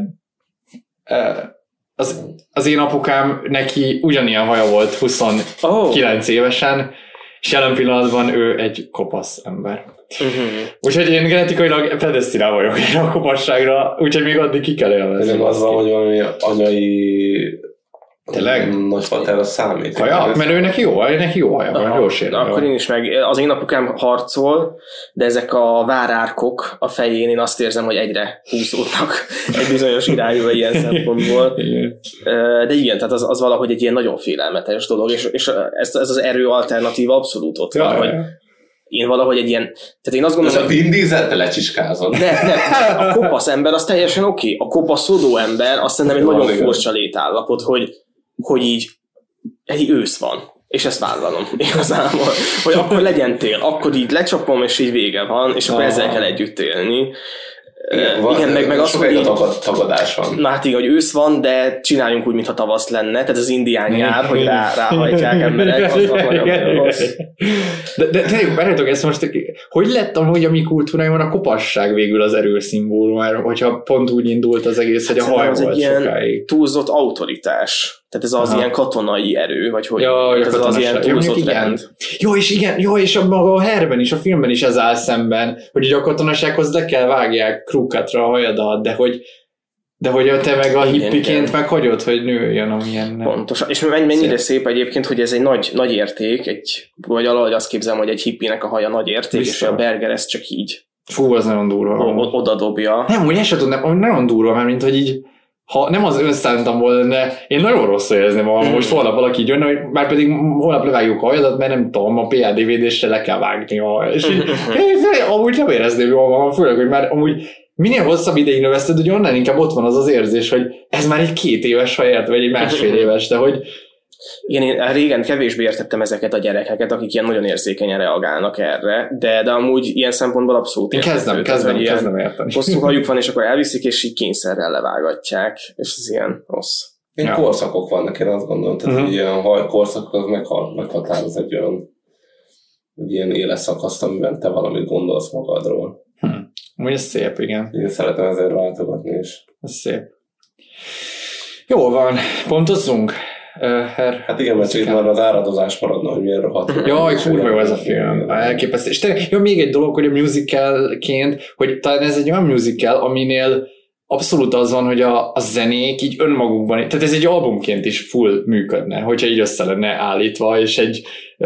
Speaker 16: az én apukám, neki ugyanilyen haja volt 29 évesen, és jelen pillanatban ő egy kopasz ember. Úgyhogy én genetikailag predesztinál vagyok a kopasságra, úgyhogy még addig ki kell élvezni.
Speaker 6: Nem az van, hogy valami anyai nagypater a számít.
Speaker 16: Haja? Mert ő neki jó haja van, jó sérül.
Speaker 8: Akkor én is az én apukám harcol, de ezek a várárkok a fején, én azt érzem, hogy egyre húzódnak egy bizonyos irányba ilyen szempontból. De igen, tehát az valahogy egy ilyen nagyon félelmetes dolog, és ez az erő alternatíva abszolút ott van, hogy én valahogy egy ilyen... Tehát én azt gondolom,
Speaker 6: ez a Vin Diesel, te lecsiskázod.
Speaker 8: Nem, a kopasz ember az teljesen oké. A kopaszodó ember azt szerintem egy nagyon furcsa létállapot, hogy így egy ősz van, és ezt vállalom igazából, hogy akkor legyen tél, akkor így lecsapom, és így vége van, és akkor ezzel kell együtt élni. Igen, meg az, hogy
Speaker 6: tagadás van.
Speaker 8: Na hát igen, hogy ősz van, de csináljunk úgy, mintha tavasz lenne, tehát az indián nyár, hogy ráhajtják emberek, az nagyon rossz.
Speaker 16: De tényleg, várjátok, ezt most, hogy lett amúgy a mi kultúrájában a kopasság végül az erőszimbólum, hogyha pont úgy indult az egész, hogy a haj volt sokáig. Ez egy ilyen
Speaker 8: túlzott autoritás. Tehát ez az ilyen katonai erő, vagy hogy ez az ilyen túlzott rend.
Speaker 16: Jó, és maga a herben is, a filmben is ez áll szemben, hogy ugye a katonasághoz le kell vágják krúkatra a hajadat, de hogy te meg a hippiként meghagyod, hogy nőjön, amilyen...
Speaker 8: Pontosan. És mennyire szép egyébként, hogy ez egy nagy érték, vagy valahogy azt képzelem, hogy egy hippinek a haja nagy érték, és a Berger ezt csak így...
Speaker 16: Fú, az nagyon durva.
Speaker 8: Oda dobja.
Speaker 16: Nem, úgy ezt sem tudom, nagyon durva, mert mint hogy így ha nem az önszántam volna, de én nagyon rosszul érezném magam, most holnap valaki így jönne, hogy már pedig holnap levágjuk a hajadat, mert nem tudom, a PADVD-sre le kell vágni a hajat. És így, amúgy nem érezném jól magam, főleg, hogy már amúgy minél hosszabb ideig növeszted, hogy onnan inkább ott van az érzés, hogy ez már egy 2 éves haját, vagy egy 1,5 éves, de hogy
Speaker 8: igen, én régen kevésbé értettem ezeket a gyerekeket, akik ilyen nagyon érzékenyen reagálnak erre, de amúgy ilyen szempontból abszolút
Speaker 16: értető. Kezdem érteni.
Speaker 8: Hosszú hajuk van, és akkor elviszik, és így kényszerrel levágatják, és ez ilyen rossz.
Speaker 6: Korszakok vannak, én azt gondolom, tehát ilyen korszakok az meghatároz egy olyan ilyen életszakaszt, amiben te valamit gondolsz magadról.
Speaker 16: Úgy ez szép, igen.
Speaker 6: Én szeretem ezért váltogatni is.
Speaker 16: Ez szép. Jó van, pontozzunk.
Speaker 6: Hát igen, mert itt már az áradozás maradna, hogy milyen rohadt.
Speaker 16: Jaj, kurva jó ez a film. Elképesztő. És tényleg, még egy dolog, hogy a musicalként, hogy talán ez egy olyan musical, aminél abszolút az van, hogy a zenék így önmagukban, tehát ez egy albumként is full működne, hogyha így össze lenne állítva, és egy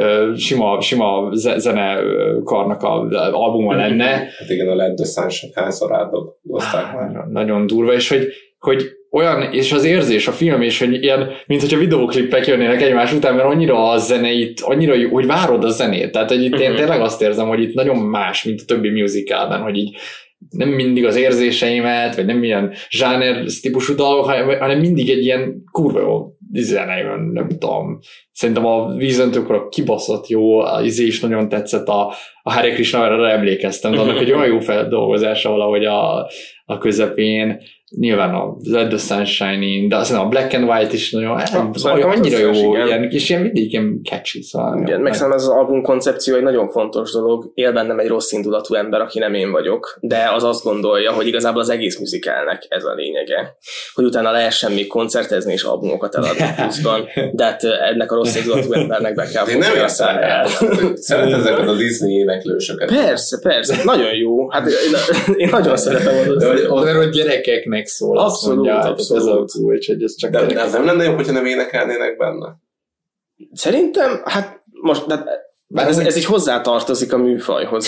Speaker 16: sima zenekarnak az albuma lenne.
Speaker 6: Hát igen, a Let the Sunshine hányszor átdolgozták már.
Speaker 16: Nagyon durva, és hogy olyan, és az érzés, a film, és hogy ilyen, mint hogyha videóklipek jönnének egymás után, mert annyira a zeneit, annyira jó, hogy várod a zenét. Tehát, hogy itt én tényleg azt érzem, hogy itt nagyon más, mint a többi musicalben, hogy így nem mindig az érzéseimet, vagy nem ilyen zsáner típusú dalok, hanem mindig egy ilyen kurva jó zene jön, nem tudom. Szerintem a vízöntőkor a kibaszott jó, az is nagyon tetszett, a Hare Krishna-ra emlékeztem, de annak egy olyan jó feldolgozása valahogy a közepén. Nyilván a Let the Sunshine-in, de aztán a Black and White is nagyon, annyira jó, ilyen, és ilyen mindig ilyen catchy, szóval.
Speaker 8: Igen, meg szerintem ez az album koncepció egy nagyon fontos dolog. Él bennem egy rossz indulatú ember, aki nem én vagyok, de az azt gondolja, hogy igazából az egész musicalnek ez a lényege. Hogy utána lehessen még koncertezni és albumokat eladni pluszban, de hát ennek a rossz indulatú embernek be kell fogni a száját.
Speaker 6: Szeretem ezeket a Disney éneklősöket.
Speaker 8: Persze, nagyon jó. Hát én nagyon szeretem
Speaker 16: az. Mert hogy gyerekeknek szól.
Speaker 8: Abszolút.
Speaker 16: Ez a kulcs, hogy ez csak
Speaker 6: de ez nem lenne jobb, hogyha nem énekelnének benne?
Speaker 8: Szerintem, hát most, ez így hozzátartozik a műfajhoz.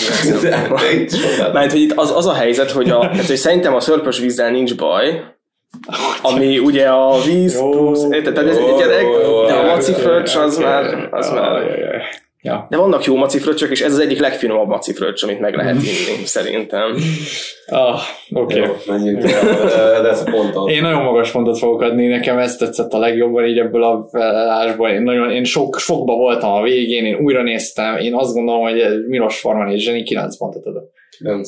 Speaker 8: Mert hogy itt az a helyzet, hogy szerintem a szörpös vízzel nincs baj, ami ugye a víz plusz, tehát ez egy gyerek, de a macifröccs az már...
Speaker 16: Ja.
Speaker 8: De vannak jó macifröccsök, és ez az egyik legfinomabb macifröccs, amit meg lehet inni, szerintem.
Speaker 16: Oké.
Speaker 6: De ez a ponton.
Speaker 16: Én nagyon magas pontot fogok adni, nekem ez tetszett a legjobban így ebből a felállásból. Én sokba voltam a végén, én újra néztem, én azt gondolom, hogy Milos Forman és Zseni 9 pontot adok.
Speaker 6: 9.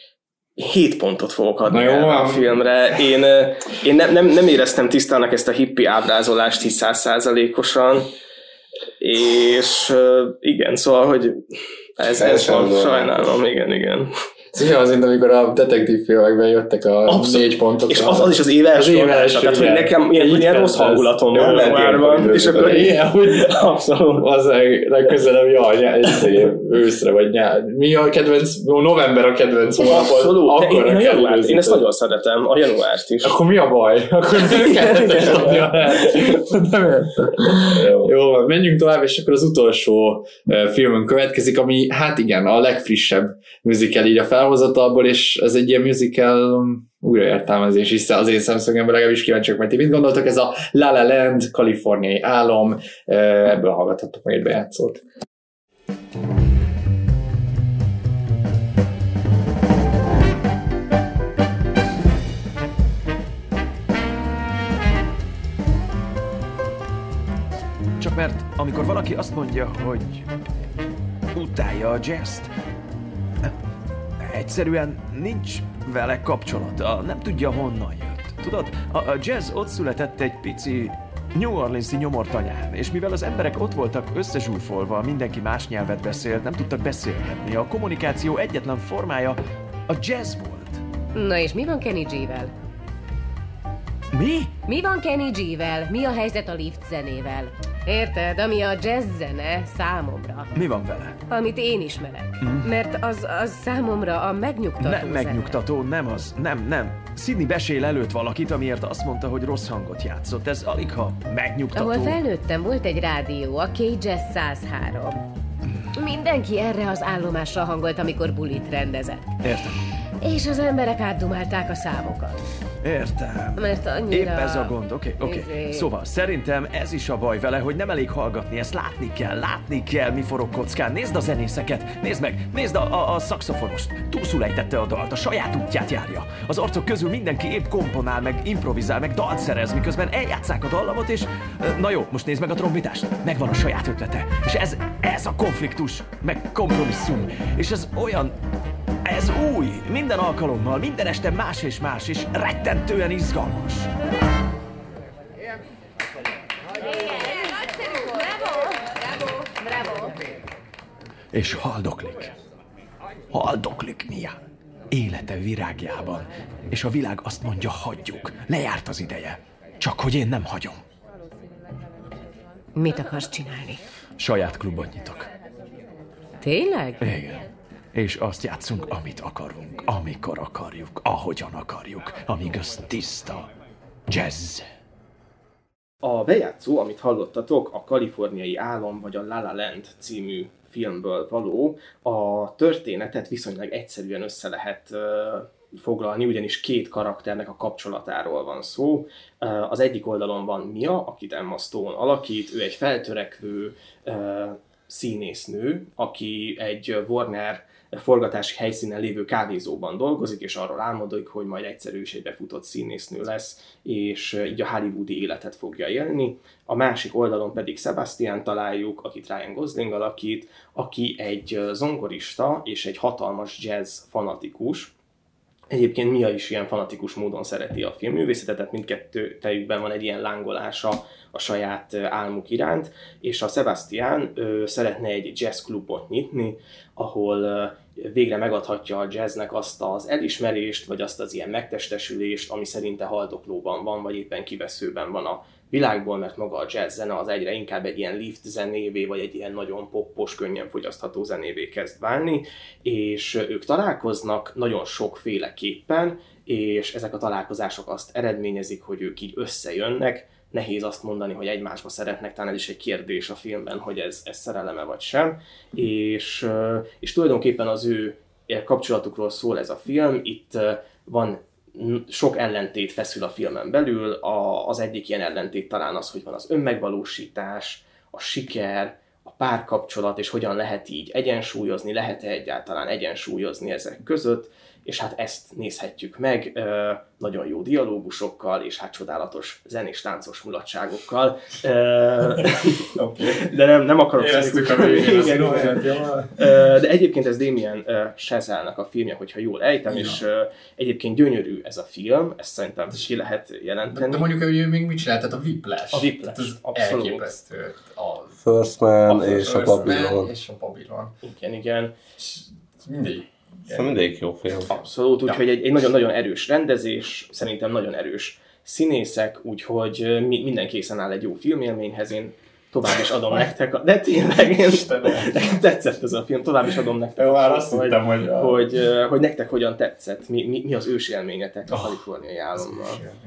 Speaker 8: 7 pontot fogok adni a filmre. Én nem éreztem tisztának ezt a hippi ábrázolást 10%-osan. És igen, szóval, hogy ez van, sajnálom, igen.
Speaker 16: Szóval az, amikor a detektív filmekben jöttek a 4 pontok.
Speaker 8: És az is az év első adása, tehát hogy nekem ilyen rossz hangulatom van januárban, és akkor
Speaker 16: abszolút. Az legközelebb, őszre vagy nyár. Mi a kedvenc, november a kedvenc
Speaker 8: hónapod. Én ezt nagyon szeretem, a januárt is.
Speaker 16: Akkor mi a baj? Akkor nem kellett a januárt. Nem értem. Jó, menjünk tovább, és akkor az utolsó filmünk következik, ami hát igen, a legfrissebb musical így a felhozatalból, és ez egy ilyen musical újraértelmezés is az én szemszögemben, legalábbis kíváncsiak, mert ti mit gondoltak, ez a La La Land, kaliforniai álom, ebből hallgathatok meg egy bejátszót.
Speaker 17: Csak mert amikor valaki azt mondja, hogy utálja a jazzt, egyszerűen nincs vele kapcsolata, nem tudja honnan jött. Tudod, a jazz ott született egy pici New Orleans-i nyomortanyán, és mivel az emberek ott voltak összezsúfolva, mindenki más nyelvet beszélt, nem tudtak beszélgetni, a kommunikáció egyetlen formája a jazz volt.
Speaker 18: Na és mi van Kenny G-vel?
Speaker 17: Mi?
Speaker 18: Mi van Kenny G-vel? Mi a helyzet a lift zenével? Érted? Ami a jazz zene számomra.
Speaker 17: Mi van vele?
Speaker 18: Amit én ismerek. Mert az számomra a megnyugtató
Speaker 17: Nem megnyugtató, nem az. Nem. Sidney Bechet előtt valakit, amiért azt mondta, hogy rossz hangot játszott. Ez aligha megnyugtató.
Speaker 18: Ahol felnőttem, volt egy rádió, a K-Jazz 103. Mindenki erre az állomásra hangolt, amikor bulit rendezett.
Speaker 17: Értem.
Speaker 18: És az emberek átdumálták a számokat.
Speaker 17: Értem.
Speaker 18: Mert annyira...
Speaker 17: Épp ez a gond, oké. Szóval szerintem ez is a baj vele, hogy nem elég hallgatni, ezt látni kell, mi forog kockán. Nézd a zenészeket, nézd a szaxofonost. Túlszul ejtette a dalt, a saját útját járja. Az arcok közül mindenki épp komponál, meg improvizál, meg dalt szerez, miközben eljátszák a dallamot, és... Na jó, most nézd meg a trombitást. Megvan a saját ötlete. És ez a konfliktus, meg kompromisszum. És ez olyan... Ez új, minden alkalommal, minden este más és rettentően izgalmas.
Speaker 18: Bravo.
Speaker 17: És haldoklik Mia. Élete virágjában. És a világ azt mondja, hagyjuk. Lejárt az ideje. Csak hogy én nem hagyom.
Speaker 18: Mit akarsz csinálni?
Speaker 17: Saját klubot nyitok.
Speaker 18: Tényleg?
Speaker 17: Igen. És azt játszunk, amit akarunk, amikor akarjuk, ahogyan akarjuk, amíg az tiszta jazz.
Speaker 8: A bejátszó, amit hallottatok, a Kaliforniai álom vagy a La La Land című filmből való. A történetet viszonylag egyszerűen össze lehet foglalni, ugyanis 2 karakternek a kapcsolatáról van szó. Az egyik oldalon van Mia, akit Emma Stone alakít, ő egy feltörekvő színésznő, aki egy Warner forgatási helyszínen lévő kávézóban dolgozik, és arról álmodik, hogy majd egyszerű is egy befutott színésznő lesz, és így a hollywoodi életet fogja élni. A másik oldalon pedig Sebastian találjuk, akit Ryan Gosling alakít, aki egy zongorista és egy hatalmas jazz fanatikus. Egyébként Mia is ilyen fanatikus módon szereti a filmművészetet, tehát mindkettőjükben van egy ilyen lángolása a saját álmuk iránt, és a Sebastian szeretne egy jazzklubot nyitni, ahol végre megadhatja a jazznek azt az elismerést, vagy azt az ilyen megtestesülést, ami szerinte haldoklóban van, vagy éppen kiveszőben van a világból, mert maga a jazz zene az egyre inkább egy ilyen lift zenévé, vagy egy ilyen nagyon poppos, könnyen fogyasztható zenévé kezd válni, és ők találkoznak nagyon sokféleképpen, és ezek a találkozások azt eredményezik, hogy ők így összejönnek. Nehéz azt mondani, hogy egymásba szeretnek, talán ez is egy kérdés a filmben, hogy ez szereleme vagy sem, és tulajdonképpen az ő kapcsolatukról szól ez a film. Itt van sok ellentét feszül a filmen belül, az egyik ilyen ellentét talán az, hogy van az önmegvalósítás, a siker, a párkapcsolat, és hogyan lehet így egyensúlyozni, lehet-e egyáltalán egyensúlyozni ezek között, és hát ezt nézhetjük meg. nagyon jó dialógusokkal, és hát csodálatos zenés táncos mulatságokkal. De nem akarok de egyébként ez Damien Chazelle-nek a filmje, hogyha jól ejtem, és egyébként gyönyörű ez a film, ezt szerintem ki lehet jelenteni.
Speaker 7: De mondjuk, hogy ő még mit csinált, tehát a Whiplash.
Speaker 8: A Whiplash, abszolút.
Speaker 7: Elképesztő.
Speaker 6: First Man és a Babylon.
Speaker 8: Igen.
Speaker 6: Mindig jó film.
Speaker 8: Abszolút, úgyhogy egy nagyon-nagyon erős rendezés, szerintem nagyon erős színészek, úgyhohogy minden készen áll egy jó filmélményhez, én tovább is adom nektek, de tényleg, nekem tetszett ez a film, tovább is adom nektek, hogy nektek hogyan tetszett, mi az ősélményetek a Kaliforniai Álommal.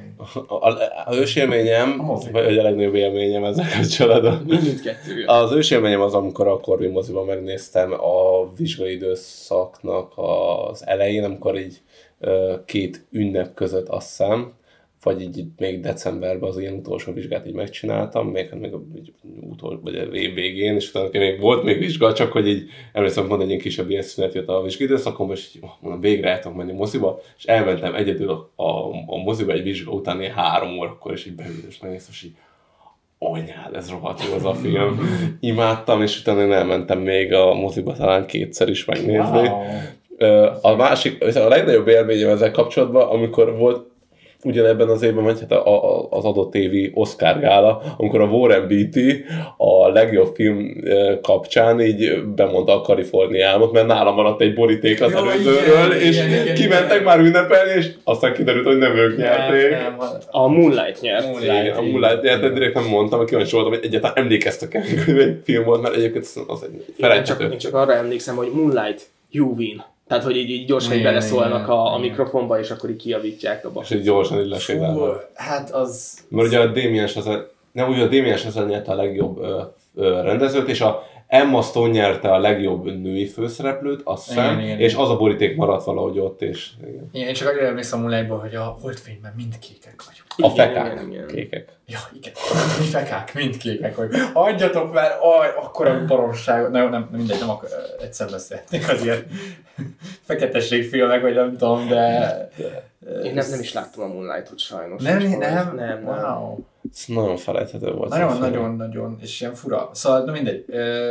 Speaker 6: Az ősélményem, vagy a legnagyobb élményem ezzel kapcsolatban.
Speaker 8: Mindkettő.
Speaker 6: Az ősélményem az, amikor a Corvin moziban megnéztem a vizsgai időszaknak az elején, amikor így két ünnep között azt hiszem, vagy így még decemberben az ilyen utolsó vizsgát így megcsináltam, még vagy a év végén, és utána még volt még vizsga, csak hogy így emlékszem, pont egy ilyen kisebb ilyen szünet jött a vizsgai időszakomban, és így mondom, végre el tudok menni moziba, és elmentem egyedül a moziba egy vizsga után ilyen 3 órakor, és így beült, és megnéztem, és így anyád, ez rohadt jó az a film. Imádtam, és utána én elmentem még a moziba talán 2-szer is megnézni. Wow. A legnagyobb élményem ezzel kapcsolatban, amikor volt ugyanebben az évben, vagy hát az adott évi Oscar gála, amikor a Warren Beatty a legjobb film kapcsán így bemondta a Kaliforniámot, mert nálam maradt egy boríték az előzőről, és kimentek már ünnepelni, és aztán kiderült, hogy nem ők nyerték.
Speaker 8: A Moonlight nyert.
Speaker 6: A Moonlight nyert, de direkt nem mondtam, hogy kíváncsi voltam, hogy egyáltalán emlékeztek el, hogy egy film volt, mert egyébként az egy felejthető.
Speaker 8: Én csak arra emlékszem, hogy Moonlight, you win. Tehát, hogy így gyorsan beleszólnak a mikrofonba, és akkor így kijavítják a basot.
Speaker 6: És így gyorsan így lesétálnak.
Speaker 7: Hát az...
Speaker 6: Mert ugye a Damien Chazelle nyerte a legjobb rendezőt, és a Emma Stone nyerte a legjobb női főszereplőt, azt hiszem, és az a boríték maradt valahogy ott, és...
Speaker 7: Igen, én csak arra emlékszem a Moonlightból, hogy a holdfényben mind kékek vagyunk.
Speaker 6: A fekák kékek.
Speaker 7: Ja, igen. Mi fekák, mind kékek vagyunk. Hagyjatok már, akkora baromságot. Na jó, nem mindegy, nem egyszer beszélhetnék az ilyen feketességfilmek, vagy nem tudom, de...
Speaker 8: Én nem is láttam a Moonlightot sajnos.
Speaker 7: Nem.
Speaker 6: Wow. Ez nagyon felejthető volt.
Speaker 7: Nagyon, és ilyen fura. Szóval, na mindegy.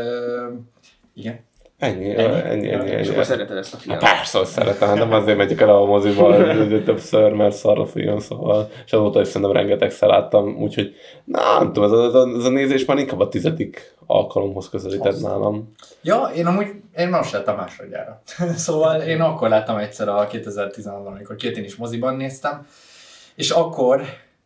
Speaker 7: Igen.
Speaker 6: Ennyi.
Speaker 8: És akkor szereted ezt a filmet?
Speaker 6: Persze, hogy szeretem, nem azért megyek el a moziba többször, mert szar a film, szóval, és azóta is szerintem rengetegszer láttam, úgyhogy nem tudom, ez a nézés már inkább a 10. alkalomhoz közelített nálam.
Speaker 7: Ja, én most láttam másodjára. Szóval én akkor láttam egyszer a 2016-ban, amikor én is moziban néztem, és akkor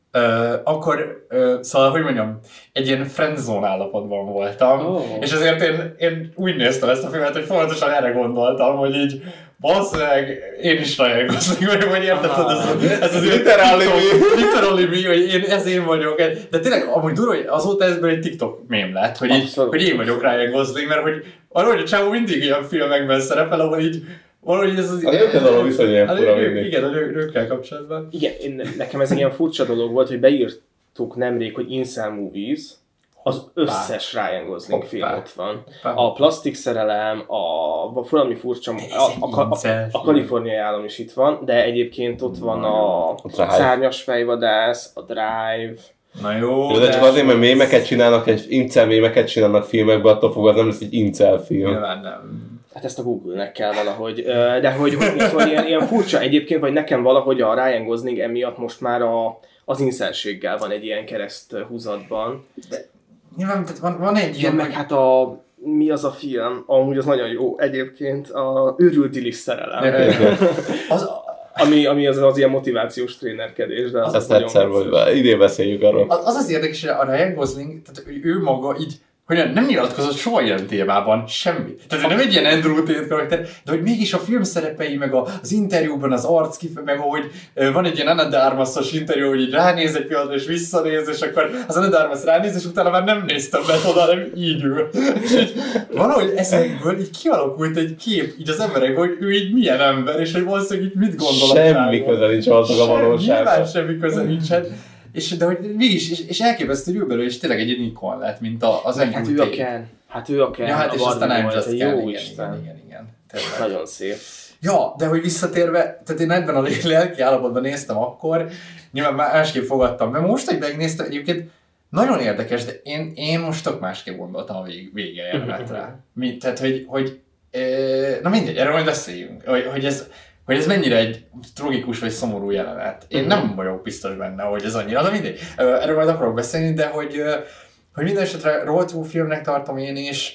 Speaker 7: szóval, hogy mondjam, egy ilyen friendzone állapotban voltam, és ezért én úgy néztem ezt a filmet, hogy folyamatosan erre gondoltam, hogy így basszeg, én is Ryan Gosling vagyok, hogy érted, ez az literally me, hogy ez én vagyok. De tényleg, amúgy durva, hogy azóta ezből egy TikTok mém lett, hogy én vagyok Ryan Gosling, mert hogy a csávó mindig ilyen filmekben szerepel, ahol így valahogy ez az...
Speaker 6: A nőkkel való viszony ilyen fura mindig.
Speaker 7: Igen, a nőkkel kapcsolatban.
Speaker 8: Igen, nekem ez egy ilyen furcsa dolog volt, hogy beírtuk nemrég, hogy Incel Movies, az összes Ryan Gosling film ott van. A Plastik Szerelem, valami furcsa, a Kaliforniai Álom is itt van, de egyébként ott van a Szárnyas fejvadász, a Drive.
Speaker 7: Na jó,
Speaker 6: de csak azért, mert mémeket csinálnak, egy incel mémeket csinálnak filmekbe, attól fogva nem lesz egy incel film.
Speaker 7: Nyilván nem.
Speaker 8: Hát ezt a Google-nek kell valahogy, de hogy ilyen furcsa egyébként, vagy nekem valahogy a Ryan Gosling emiatt most már az incelséggel van egy ilyen kereszt húzatban.
Speaker 7: Nyilván van egy ilyen...
Speaker 8: meg hát mi az a film? Amúgy az nagyon jó egyébként, a Őrült Illis szerelem. Ami az ilyen motivációs trénerkedés, de az
Speaker 6: ezt egyszer vagy idén beszéljük arról.
Speaker 7: Az érdekes, hogy a Ryan Gosling, tehát ő maga így, hogy nem nyilatkozott soha ilyen témában semmi. Tehát nem egy ilyen Andrew Tate karakter, de hogy mégis a film szerepei, meg az interjúban az arckép, meg ahogy van egy ilyen Ana de Armas-os interjú, hogy így ránéz egy pillanatra, és visszanéz, és akkor az Ana de Armas ránéz, és utána már nem néztem be oda, hanem így ül. És így valahogy ezekből így kialakult egy kép így az emberek, hogy ő így milyen ember, és hogy valószínűleg így mit gondol.
Speaker 6: Semmi köze nincs hozzá a valóságban.
Speaker 7: Nyilván semmi köze nincsen. De hogy mégis, és elképesztő, hogy ő belőle, és tényleg egy ikon lett, mint az
Speaker 8: Andrew Tate. Hát ő a Ken.
Speaker 7: Ja, hát és aztán I'm Just Ken.
Speaker 8: Jó Isten.
Speaker 7: Igen.
Speaker 8: Nagyon szép.
Speaker 7: Ja, de hogy visszatérve, tehát én ebben a lelki állapotban néztem akkor, nyilván másképp fogadtam be. Most, hogy megnéztem, egyébként nagyon érdekes, de én most tök másképp gondoltam a vége jelenetre. Tehát, hogy na mindegy, erről majd beszéljünk, hogy ez mennyire egy tragikus vagy szomorú jelenet. Én nem vagyok biztos benne, hogy ez annyira, de mindegy. Erről majd akarok beszélni, de hogy minden esetre rohadt jó filmnek tartom én is.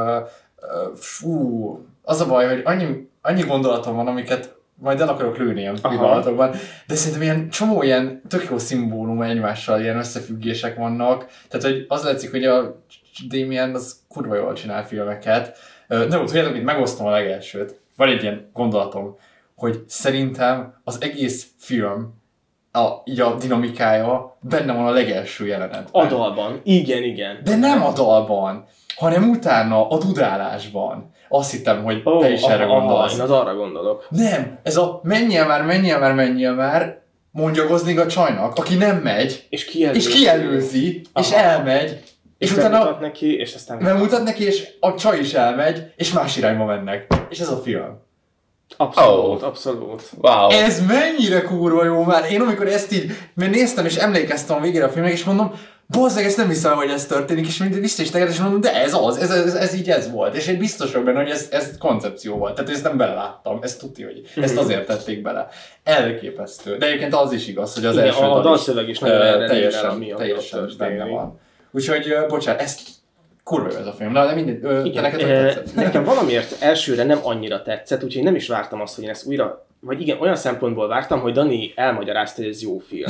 Speaker 7: Az a baj, hogy annyi gondolatom van, amiket majd el akarok lőni ilyen pillanatokban, de szerintem ilyen csomó ilyen tök jó szimbólum egymással, ilyen összefüggések vannak. Tehát, hogy az látszik, hogy a Damien az kurva jól csinál filmeket. Nem úgy, hogy megosztom a legelsőt. Van egy ilyen gondolatom, hogy szerintem az egész film, így a dinamikája benne van a legelső jelenetben.
Speaker 8: A dalban. Igen.
Speaker 7: De nem a dalban, hanem utána a dudálásban. Azt hittem, hogy te is erre gondolsz.
Speaker 8: Én az arra gondolok.
Speaker 7: Nem, ez a menjél már, mondja Gosling a csajnak, aki nem megy, és kielőzi, és elmegy, és utána
Speaker 8: bemutat neki, és aztán
Speaker 7: bemutat neki, és a csaj is elmegy, és más irányba mennek. És ez a film.
Speaker 8: Abszolút.
Speaker 7: Wow. Ez mennyire kurva jó már. Én amikor ezt így néztem, és emlékeztem a végére a filmnek, és mondom, bazzeg, ezt nem hiszem, hogy ez történik, és mindig vissza is teget, és mondom, de ez így ez volt. És én biztos vagyok benne, hogy ez koncepció volt. Tehát ezt nem beleláttam, ezt tudja, hogy ezt azért tették bele. Elképesztő. De egyébként az is igaz, hogy az első
Speaker 8: a dalszöveg is nagyon erre
Speaker 7: teljesen benne van. Úgyhogy, bocsánat, ezt kurva jó ez a film. Na, de mindegy, te neked tetszett?
Speaker 8: Nekem valamiért elsőre nem annyira tetszett, úgyhogy nem is vártam azt, hogy én ezt újra, vagy igen, olyan szempontból vártam, hogy Dani elmagyarázta, hogy ez jó film.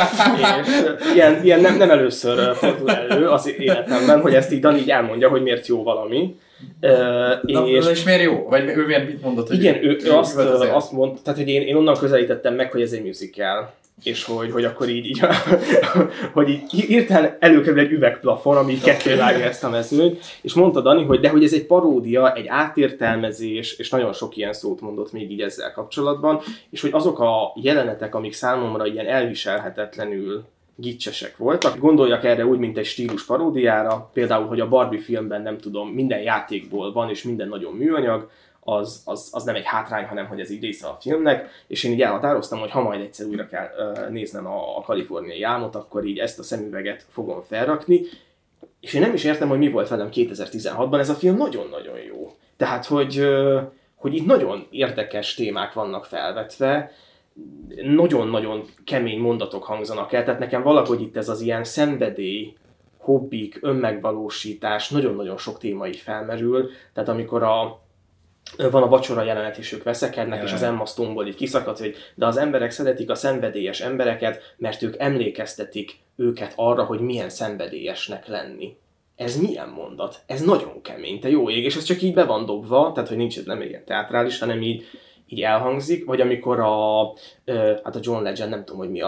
Speaker 8: És ilyen nem először fordul elő az életemben, hogy ezt így Dani így elmondja, hogy miért jó valami.
Speaker 7: És miért jó? Vagy ő mit mondott? Hogy
Speaker 8: igen, ő azt mondta, tehát hogy én onnan közelítettem meg, hogy ez egy musical. És hogy akkor így hogy így hirtelen előkerül egy üvegplafon, ami ketté vágja ezt a mezőnyt, és mondta Dani, hogy ez egy paródia, egy átértelmezés, és nagyon sok ilyen szót mondott még így ezzel kapcsolatban, és hogy azok a jelenetek, amik számomra ilyen elviselhetetlenül gicsesek voltak. Gondoljak erre úgy, mint egy stílus paródiára, például, hogy a Barbie filmben nem tudom, minden játékból van, és minden nagyon műanyag, az nem egy hátrány, hanem hogy ez így része a filmnek, és én így elhatároztam, hogy ha majd egyszer újra kell néznem a kaliforniai álmot, akkor így ezt a szemüveget fogom felrakni, és én nem is értem, hogy mi volt velem 2016-ban, ez a film nagyon-nagyon jó. Tehát, hogy itt nagyon érdekes témák vannak felvetve, nagyon-nagyon kemény mondatok hangzanak el, tehát nekem valahogy itt ez az ilyen szenvedély, hobbik, önmegvalósítás, nagyon-nagyon sok téma így felmerül, tehát amikor van a vacsora jelenet, és ők veszekednek, és az Emma Stone-ból így kiszakad, hogy de az emberek szeretik a szenvedélyes embereket, mert ők emlékeztetik őket arra, hogy milyen szenvedélyesnek lenni. Ez milyen mondat? Ez nagyon kemény, te jó ég, és ez csak így be van dobva, tehát hogy nincs ez nem ilyen teátrális, hanem így elhangzik, vagy amikor hát a John Legend, nem tudom, hogy mi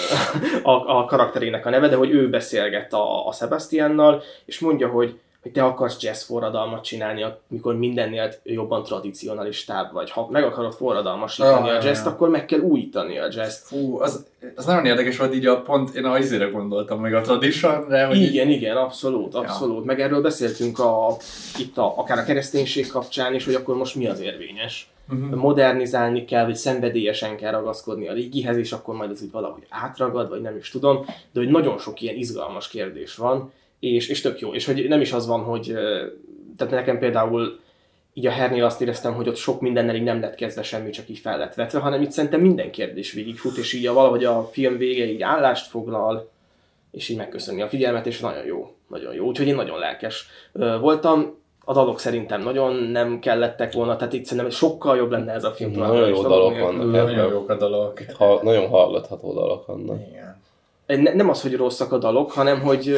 Speaker 8: a karakterének a neve, de hogy ő beszélget a Sebastiannal, és mondja, hogy te akarsz jazz forradalmat csinálni, amikor mindennél jobban tradicionalistább vagy. Ha meg akarod forradalmasítani a jazzt, akkor meg kell újítani a jazzt.
Speaker 7: Fú, az nagyon érdekes volt, így pont én azért gondoltam meg a traditionre. Hogy
Speaker 8: igen, abszolút. Ja. Meg erről beszéltünk akár a kereszténység kapcsán is, hogy akkor most mi az érvényes. Modernizálni kell, vagy szenvedélyesen kell ragaszkodni a régihez, és akkor majd ez úgy valahogy átragad, vagy nem is tudom, de hogy nagyon sok ilyen izgalmas kérdés van, és tök jó. És hogy nem is az van, hogy tehát nekem például így a Hernél azt éreztem, hogy ott sok mindennel így nem lett kezdve semmi, csak így fel lett vetve, hanem itt szerintem minden kérdés végigfut, és így valahogy a film vége így állást foglal, és így megköszönni a figyelmet, és nagyon jó. Úgyhogy én nagyon lelkes voltam. A dalok szerintem nagyon nem kellettek volna, tehát itt szerintem sokkal jobb lenne ez a film.
Speaker 6: Nagyon jó dalok vannak.
Speaker 7: Nagyon jók a dalok.
Speaker 6: Nagyon hallgatható dalok vannak.
Speaker 8: Nem az, hogy rosszak a dalok, hanem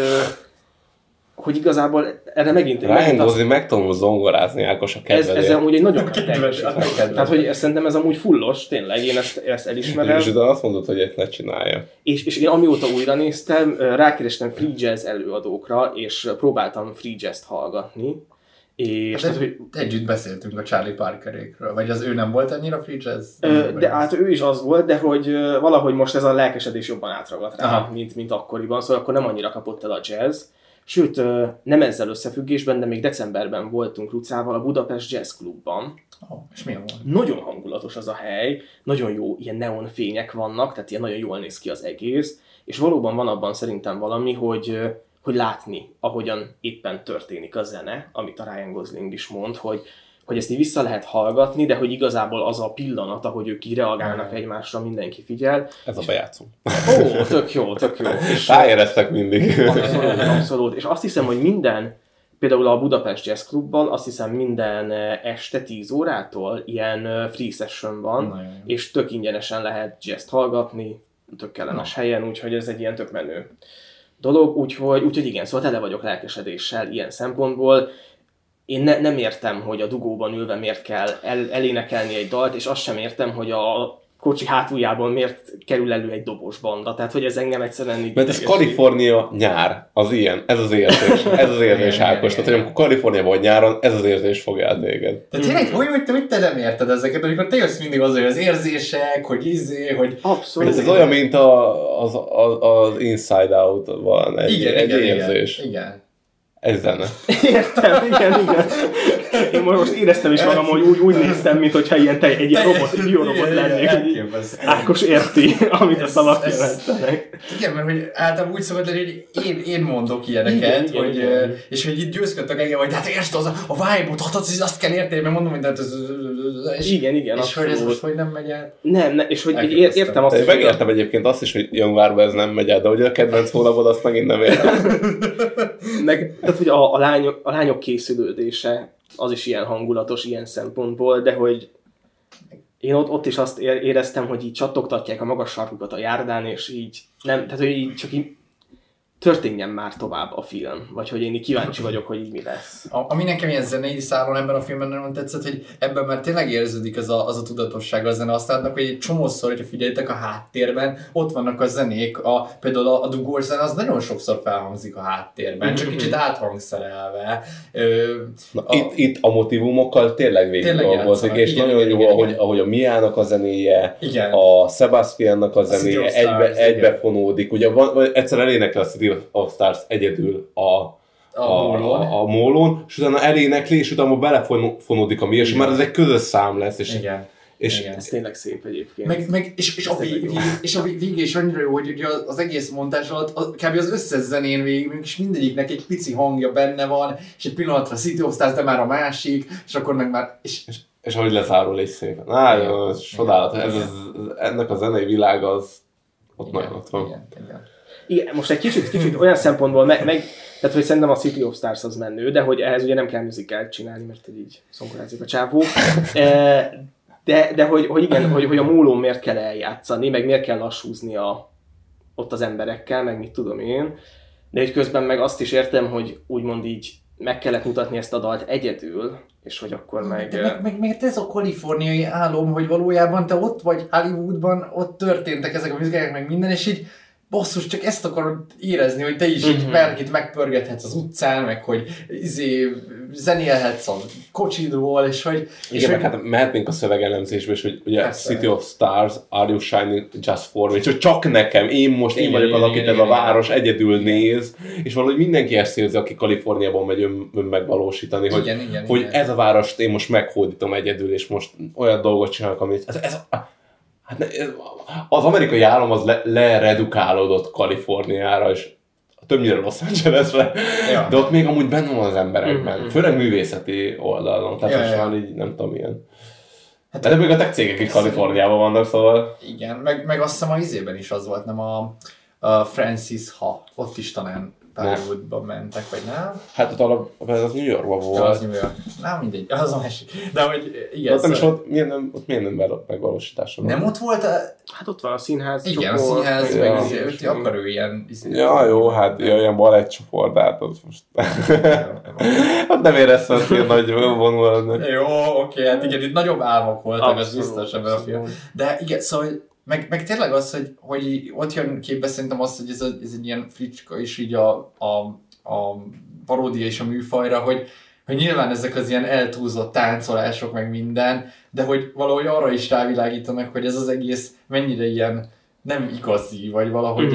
Speaker 8: hogy igazából erre megint...
Speaker 6: Ryan Gosling megtanul zongorázni, Ákos a kedvedért.
Speaker 8: Ez amúgy egy nagyon tehát, hogy szerintem ez amúgy fullos, tényleg, én ezt elismerem.
Speaker 6: És utána azt mondod, hogy ezt ne csinálja.
Speaker 8: És én amióta újra néztem, rákerestem free jazz előadókra, és próbáltam free jazz-t hallgatni. És
Speaker 7: hát hogy együtt beszéltünk a Charlie Parkerékről, vagy az ő nem volt annyira free jazz?
Speaker 8: De hát ő is az volt, de hogy valahogy most ez a lelkesedés jobban átragadt rá, mint akkoriban, szóval akkor nem annyira kapott el a jazz. Sőt, nem ezzel összefüggésben, de még decemberben voltunk Lucával a Budapest Jazz Clubban.
Speaker 7: És milyen volt?
Speaker 8: Nagyon hangulatos az a hely, nagyon jó ilyen neonfények vannak, tehát ilyen nagyon jól néz ki az egész, és valóban van abban szerintem valami, hogy látni, ahogyan éppen történik a zene, amit a Ryan Gosling is mond, hogy ezt így vissza lehet hallgatni, de hogy igazából az a pillanat, ahogy ők így reagálnak egymásra, mindenki figyel.
Speaker 6: Ez a bejátszó.
Speaker 8: Ó, tök jó.
Speaker 6: Ráéreztek mindig.
Speaker 8: Abszolút. És azt hiszem, hogy például a Budapest Jazz Clubban azt hiszem minden este 10 órától ilyen free session van, és tök ingyenesen lehet jazzt hallgatni, tök kellemes helyen, úgyhogy ez egy ilyen tök menő dolog, úgyhogy igen, szóval tele vagyok lelkesedéssel ilyen szempontból. Én nem értem, hogy a dugóban ülve miért kell elénekelni egy dalt, és azt sem értem, hogy a kocsi hátuljában miért kerül elő egy dobos banda. Tehát, hogy ez engem egyszerűen így...
Speaker 6: Mert ez Kalifornia nyár, az ilyen, ez az érzés Ákos. Tehát, hogy amikor Kaliforniában vagy nyáron, ez az érzés fog el téged.
Speaker 7: De tényleg, hogy te nem érted ezeket, amikor te jössz mindig az érzések, hogy...
Speaker 8: Abszolút.
Speaker 6: Ez olyan, mint az Inside Out-ban egy érzés.
Speaker 7: Igen.
Speaker 6: Ez zene.
Speaker 8: Értem, igen. Én most éreztem is magam, hogy úgy néztem, mintha egy ilyen robot, egy biorobot lennék. Ákos érti, amit a szavak jelentenek.
Speaker 7: Igen, mert hogy általában úgy szokott lenni, hogy én mondok ilyeneket, és hogy itt győzködtek engem, hogy hát értsd a vibe-ot, azt kell érteni, mert mondom, hogy
Speaker 8: igen,
Speaker 7: és hogy ez most hogy nem megy át?
Speaker 8: Nem, és hogy értem azt is.
Speaker 6: Megértem egyébként azt is, hogy januárban ez nem megy át, de hogy a kedvenc hónapod azt megint nem értem.
Speaker 8: Tehát, hogy a lányok készülődése az is ilyen hangulatos ilyen szempontból, de hogy én ott is azt éreztem, hogy így csattogtatják a magas sarkukat a járdán, és így nem, tehát hogy így csak így történjen már tovább a film, vagy hogy én így kíváncsi vagyok, hogy így mi lesz.
Speaker 7: Ami nekem ilyen zenei szálon ebben a filmben nagyon tetszett, hogy ebben már tényleg érződik az a tudatosság a zene használatnak, hogy egy csomószor, hogyha figyeljetek a háttérben, ott vannak a zenék, például a dugós zene, az nagyon sokszor felhangzik a háttérben, csak kicsit áthangszerelve.
Speaker 6: Itt a motivumokkal tényleg végigdolgozik, és nagyon jó, ahogy a Miának a zenéje, a Sebastiannak a zenéje egybefonódik. Ugye egyszer elénekel a City of Stars egyedül a mólón, és utána elénekli, és utána belefonódik a mi, és már ez egy közös szám lesz. És,
Speaker 7: igen.
Speaker 8: Ez tényleg szép egyébként.
Speaker 7: És a vége is annyira jó, hogy ugye az egész montázs alatt kb. Az összes zenén végig, és mindegyiknek egy pici hangja benne van, és egy pillanatra City of Stars, de már a másik, és akkor meg már...
Speaker 6: És ahogy lezárul is szépen. Ez csodálatos. Ennek a zenei világ az ott nagyon ott van.
Speaker 8: Igen, most egy kicsit olyan szempontból tehát hogy szerintem a City of Stars az menő, de hogy ehhez ugye nem kell musicalt csinálni, mert így szonkorázik a csávó. De hogy igen, hogy a mólón miért kell eljátszani, meg miért kell lassúzni ott az emberekkel, meg mit tudom én. De hogy közben meg azt is értem, hogy úgymond így meg kellett mutatni ezt a dalt egyedül, és hogy akkor
Speaker 7: meg ez a kaliforniai álom, hogy valójában te ott vagy Hollywoodban, ott történtek ezek a műzikák, meg minden, és így basszus, csak ezt akarod érezni, hogy te is így bárkit megpörgethetsz az utcán, meg hogy zenélhetsz a kocsidról, és hogy...
Speaker 6: Igen, meg hát mehetnénk a szövegelemzésbe, és hogy ugye City of Stars, Are You Shining Just For Me, és hogy csak nekem, én vagyok az, akit ez a város egyedül néz, és valahogy mindenki ezt érzi, aki Kaliforniában megy megvalósítani, hogy ez a várost én most meghódítom egyedül, és most olyan dolgot csinálok, amit... Az amerikai állam az leredukálódott Kaliforniára, és többnyire Los Angelesre, de ott még amúgy benne van az emberekben, főleg művészeti oldalon, tehát most így nem tudom ilyen. De még a tech cégek is Kaliforniában vannak, szóval...
Speaker 7: Igen, meg azt hiszem a izében is az volt, nem a Francis Ha, ott is talán Hollywoodban mentek, vagy nem?
Speaker 6: Hát ott az New Yorkban volt.
Speaker 7: Az New York. Nem mindegy, az a másik. De hogy igen.
Speaker 6: Ott nem is volt, miért nem megvalósítása van?
Speaker 7: Nem ott volt
Speaker 8: Hát ott van a színház.
Speaker 7: Igen, a színház, meg akar ő ilyen...
Speaker 6: Ja, jó, hát ilyen balettcsoport, de hát az most... Hát nem éreztem, hogy ilyen nagy vonul.
Speaker 7: Jó, oké, hát igen, itt nagyobb álmok voltak, az biztos ebben a film. De igen, szóval meg tényleg az, hogy ott jön képbe szerintem az, hogy ez egy ilyen fricska is így a paródia és a műfajra, hogy nyilván ezek az ilyen eltúlzott táncolások meg minden, de hogy valahogy arra is rávilágítanak, hogy ez az egész mennyire ilyen nem igazi, vagy valahogy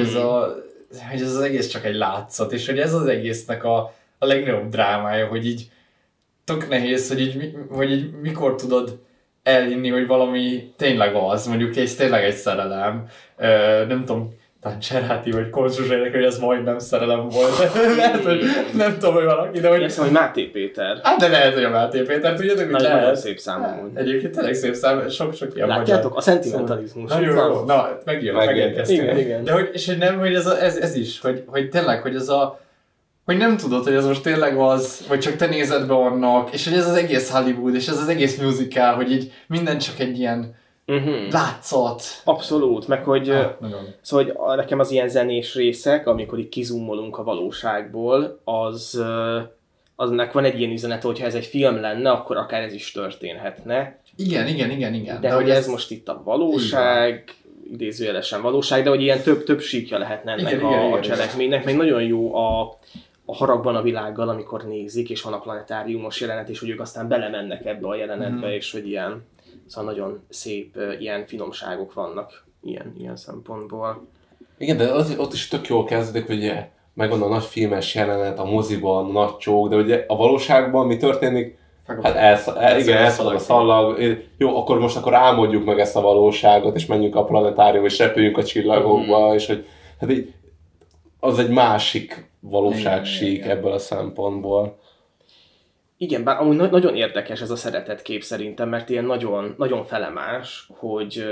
Speaker 7: hogy ez az egész csak egy látszat, és hogy ez az egésznek a legnagyobb drámája, hogy így
Speaker 16: tök nehéz, hogy így mikor tudod elhinni, hogy valami tényleg az, mondjuk ez tényleg egy szerelem. Nem tudom, talán Cseráti vagy Konzus érek, hogy ez majdnem szerelem volt. Lehet, hogy nem tudom, hogy valaki, de hogy...
Speaker 8: Azt hogy Máté Péter.
Speaker 16: Hát de lehet, hogy a Máté Péter, tudjátok, hogy
Speaker 8: nagyon szép szám amúgy.
Speaker 16: Egyébként tényleg szép szám, sok ilyen
Speaker 8: látjátok? A szentimentalizmus.
Speaker 16: Nagyon jó, na, megérkeztünk.
Speaker 8: Igen.
Speaker 16: De hogy, és hogy nem, hogy ez is, hogy tényleg, hogy ez a hogy nem tudod, hogy ez most tényleg az, vagy csak te nézed be annak, és hogy ez az egész Hollywood, és ez az egész musical, hogy így minden csak egy ilyen látszat.
Speaker 8: Abszolút, meg hogy, szóval, hogy nekem az ilyen zenés részek, amikor így kizoomolunk a valóságból, aznak van egy ilyen üzenet, hogyha ez egy film lenne, akkor akár ez is történhetne.
Speaker 16: Igen.
Speaker 8: De hogy ez most itt a valóság, idézőjelesen valóság, de hogy ilyen több síkja lehetne ennek a cselekménynek, meg nagyon jó a Haragban a világgal, amikor nézik, és van a planetáriumos jelenet, és hogy ők aztán belemennek ebbe a jelenetbe, és hogy ilyen, szóval nagyon szép ilyen finomságok vannak ilyen szempontból.
Speaker 6: Igen, de ott is tök jól kezdődik, hogy ugye megvan a nagy filmes jelenet, a moziban, a nagy csók, de ugye a valóságban mi történik? Hát elszalad a szallag. Jó, akkor álmodjuk meg ezt a valóságot, és menjünk a planetáriumba, és repüljünk a csillagokba, és hogy hát így, az egy másik valóságsík ebből a szempontból.
Speaker 8: Igen, bár amúgy nagyon érdekes ez a szeretetkép szerintem, mert ilyen nagyon, nagyon felemás, hogy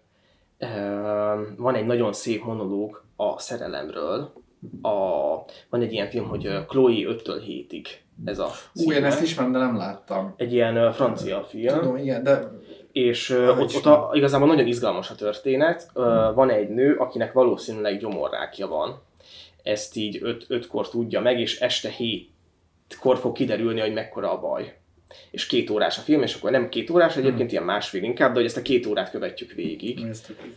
Speaker 8: van egy nagyon szép monológ a szerelemről. Van egy ilyen film, hogy Chloe 5-től 7-ig. Ez a címe.
Speaker 16: Én ezt ismerem, de nem láttam.
Speaker 8: Egy ilyen francia film.
Speaker 16: Tudom, igen, de...
Speaker 8: És ott igazából nagyon izgalmas a történet. Van egy nő, akinek valószínűleg gyomorrákja van. Ezt így 5-kor tudja meg, és este 7-kor fog kiderülni, hogy mekkora a baj. És 2 órás a film, és akkor nem 2 órás, egyébként ilyen másfél inkább, de hogy ezt a 2 órát követjük végig.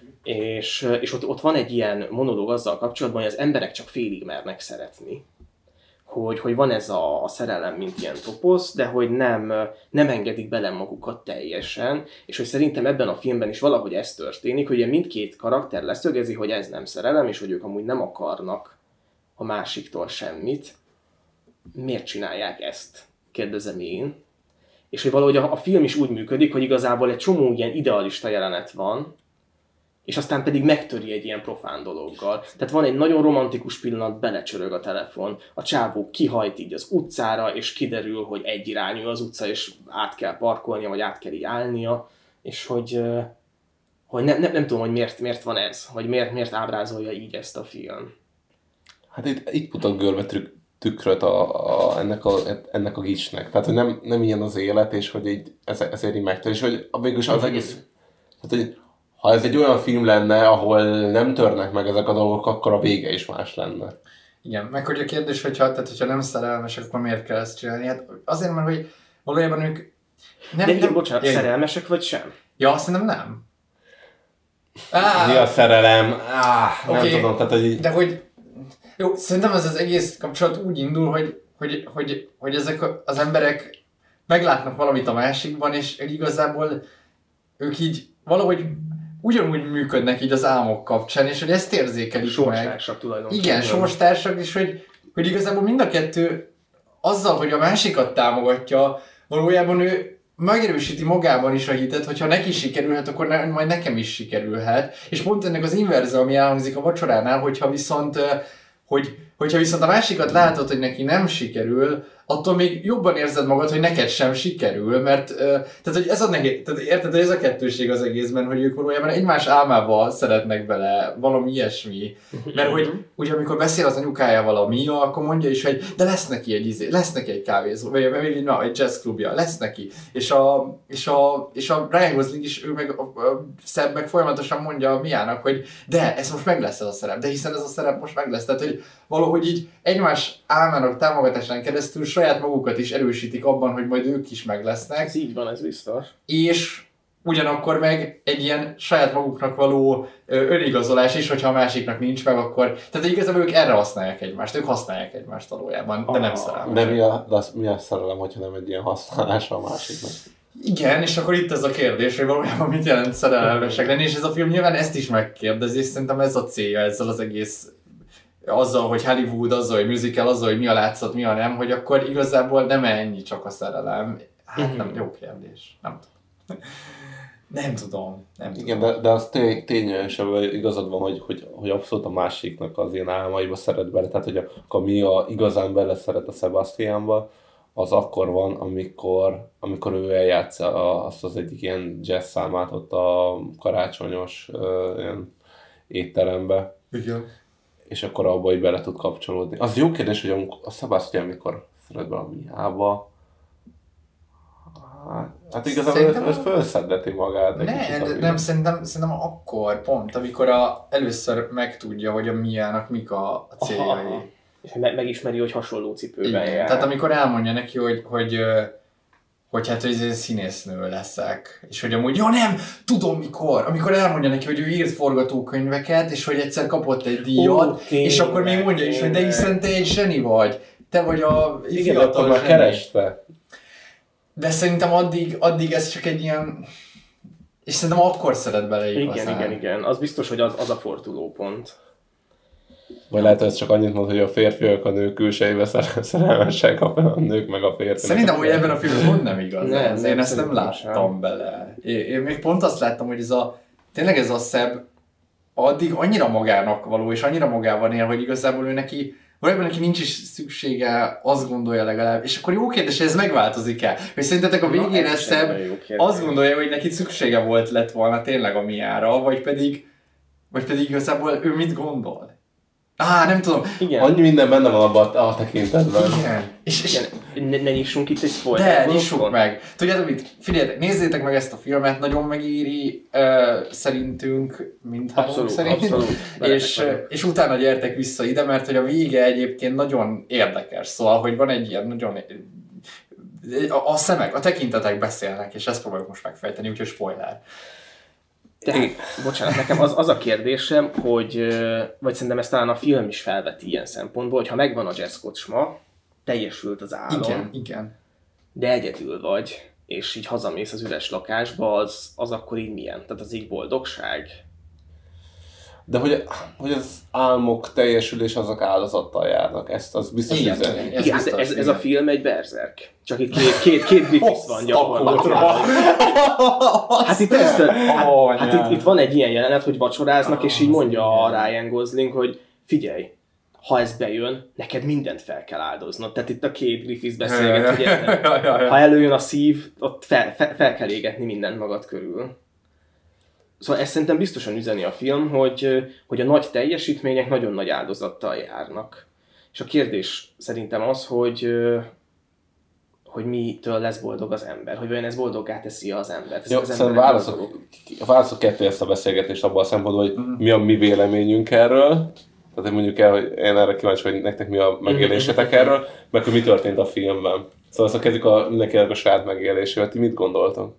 Speaker 8: És ott van egy ilyen monológ azzal kapcsolatban, hogy az emberek csak félig mernek szeretni. Hogy van ez a szerelem, mint ilyen toposz, de hogy nem engedik bele magukat teljesen, és hogy szerintem ebben a filmben is valahogy ez történik, hogy mindkét karakter leszögezi, hogy ez nem szerelem, és hogy ők amúgy nem akarnak a másiktól semmit. Miért csinálják ezt? Kérdezem én. És hogy valahogy a film is úgy működik, hogy igazából egy csomó ilyen idealista jelenet van, és aztán pedig megtöri egy ilyen profán dologgal. Tehát van egy nagyon romantikus pillanat, belecsörög a telefon, a csávó kihajt így az utcára, és kiderül, hogy egyirányú az utca, és át kell parkolnia, vagy át kell így állnia, és hogy nem tudom, hogy miért van ez, vagy miért ábrázolja így ezt a film.
Speaker 6: Hát itt mutat görbe tükröt ennek a gicsnek. Tehát, hogy nem ilyen az élet, és hogy így ezért így megtör. És hogy végülis az egész... Tehát, hogy ha ez egy olyan film lenne, ahol nem törnek meg ezek a dolgok, akkor a vége is más lenne.
Speaker 16: Igen, meg hogy a kérdés, hogyha nem szerelmesek, akkor miért kell ezt csinálni? Hát azért, mert hogy valójában ők...
Speaker 8: Bocsánat, szerelmesek vagy sem?
Speaker 16: Ja, szerintem nem.
Speaker 6: Mi a szerelem? Nem tudom, tehát hogy így...
Speaker 16: De hogy... Jó, szerintem ez az egész kapcsolat úgy indul, hogy ezek az emberek meglátnak valamit a másikban, és igazából ők így valahogy ugyanúgy működnek így az álmok kapcsán, és hogy ezt érzékelik
Speaker 8: sorstársak tulajdonképpen.
Speaker 16: Igen, sorstársak, és hogy igazából mind a kettő azzal, hogy a másikat támogatja, valójában ő megerősíti magában is a hitet, hogyha neki sikerülhet, akkor majd nekem is sikerülhet. És pont ennek az inverze, ami elhangzik a vacsoránál, hogyha viszont a másikat látod, hogy neki nem sikerül, attól még jobban érzed magad, hogy neked sem sikerül, mert tehát, hogy ez a nehéz, tehát érted, hogy ez a kettőség az egészben, hogy ők valójában egymás álmába szeretnek bele, valami ilyesmi. Mert hogy ugye amikor beszél az anyukájával a Mia, akkor mondja is, hogy de lesz neki egy kávézó, vagy egy jazzklubja, lesz neki. És a Ryan Gosling is, ő meg Szebb meg folyamatosan mondja a Miának, hogy de ez most meg lesz ez a szerep, de hiszen ez a szerep most meg lesz. Tehát, hogy valahogy így egymás álmának támogatásán keresztül saját magukat is erősítik abban, hogy majd ők is meg lesznek.
Speaker 8: Ez így van, ez biztos.
Speaker 16: És ugyanakkor meg egy ilyen saját maguknak való önigazolás is, hogyha a másiknak nincs meg, akkor... Tehát igazából ők erre használják egymást, ők használják egymást valójában, de nem szerelmesek.
Speaker 6: De mi a szerelem, hogyha nem egy ilyen használása a másiknak?
Speaker 16: Igen, és akkor itt ez a kérdés, hogy valójában mit jelent szerelmesek lenni, és ez a film nyilván ezt is megkérdezi, és szerintem ez a célja ezzel az egész
Speaker 7: azzal, hogy Hollywood, azzal, hogy musical, azzal, hogy mi a látszat, mi a nem, hogy akkor igazából nem ennyi csak a szerelem. Hát nem, jó kérdés. Nem tudom.
Speaker 6: Igen, de az tényleg igazad van, hogy abszolút a másiknak az ilyen álmaiba szeret bele. Tehát, hogy a Camilla igazán bele szeret a Sebastianba, az akkor van, amikor ő eljátsza azt az egyik ilyen jazz számát ott a karácsonyos ilyen étterembe. Igen. És akkor abba így bele tud kapcsolódni. Az jó kérdés, hogy a Sebastian mikor szeret bele a Mihába. Hát igazából ez felszeddeti magát.
Speaker 7: Nem, szerintem akkor pont, amikor először megtudja, hogy a Miának mik a céljai.
Speaker 8: És megismeri, hogy hasonló cipőben jár.
Speaker 7: Tehát amikor elmondja neki, hogy hát hogy színésznő leszek, és hogy amúgy, nem, tudom mikor, amikor elmondja neki, hogy ő írt forgatókönyveket, és hogy egyszer kapott egy díjat, és akkor még mondja is, hogy de hiszen te egy zseni vagy, te vagy a fiatal zseni.
Speaker 6: Kereste.
Speaker 7: De szerintem addig ez csak egy ilyen... És szerintem akkor szeret bele igazán.
Speaker 8: Igen. Az biztos, hogy az a fordulópont.
Speaker 6: Vagy lehet, hogy ez csak annyit mond, hogy a férfiak a nők külsejébe szerelmesek, a nők meg a férfiak.
Speaker 7: Szerintem, hogy ebben a filmben pont nem igaz. Én ezt nem láttam bele. Én még pont azt láttam, hogy tényleg ez a Szeb addig annyira magának való, és annyira magában él, hogy igazából ő neki valójában neki nincs is szüksége, azt gondolja legalább. És akkor jó kérdés, hogy ez megváltozik-e? Hogy szerintetek a végére Szeb azt gondolja, hogy neki szüksége lett volna tényleg a Miára, vagy pedig igazából ő mit gondol? Nem tudom.
Speaker 8: Igen.
Speaker 6: Annyi minden benne van abban a tekintetben.
Speaker 8: Igen. Ne nyissunk itt egy spoiler.
Speaker 7: De, nyissunk meg. Tudjátok mit? Figyeljetek, nézzétek meg ezt a filmet, nagyon megéri szerintünk, mindhármunk szerint. Abszolút. És utána gyertek vissza ide, mert hogy a vége egyébként nagyon érdekes. Szóval, hogy van egy ilyen nagyon... A szemek, a tekintetek beszélnek, és ezt próbáljuk most megfejteni, úgyhogy spoiler.
Speaker 8: Bocsánat, nekem az a kérdésem, hogy, vagy szerintem ezt talán a film is felveti ilyen szempontból, hogy ha megvan a jazzkocsma, teljesült az álom,
Speaker 7: igen.
Speaker 8: De egyedül vagy, és így hazamész az üres lakásba, az akkor így milyen? Tehát az így boldogság?
Speaker 6: De hogy az álmok teljesülés azok áldozattal járnak, ezt az biztos üzeni.
Speaker 8: Ez a film egy Berserk. Csak itt két Griffiths van gyakorlatilag. Hát itt van egy ilyen jelenet, hogy vacsoráznak, és így mondja a Ryan Gosling, hogy figyelj, ha ez bejön, neked mindent fel kell áldoznod. Tehát itt a két Griffiths beszélget, hogy ha előjön a szív, ott fel kell égetni mindent magad körül. Szóval ezt szerintem biztosan üzeni a film, hogy a nagy teljesítmények nagyon nagy áldozattal járnak. És a kérdés szerintem az, hogy mitől lesz boldog az ember, hogy olyan ez boldoggá teszi az embert.
Speaker 6: Jó, szerintem válaszok ketté ezt a beszélgetést abban a szempontból, hogy mi a mi véleményünk erről. Tehát mondjuk el, hogy én erre kíváncsi, hogy nektek mi a megélésetek erről, meg hogy mi történt a filmben. Szóval ezt kezdjük mindenkinek a saját megélésével. Ti mit gondoltok?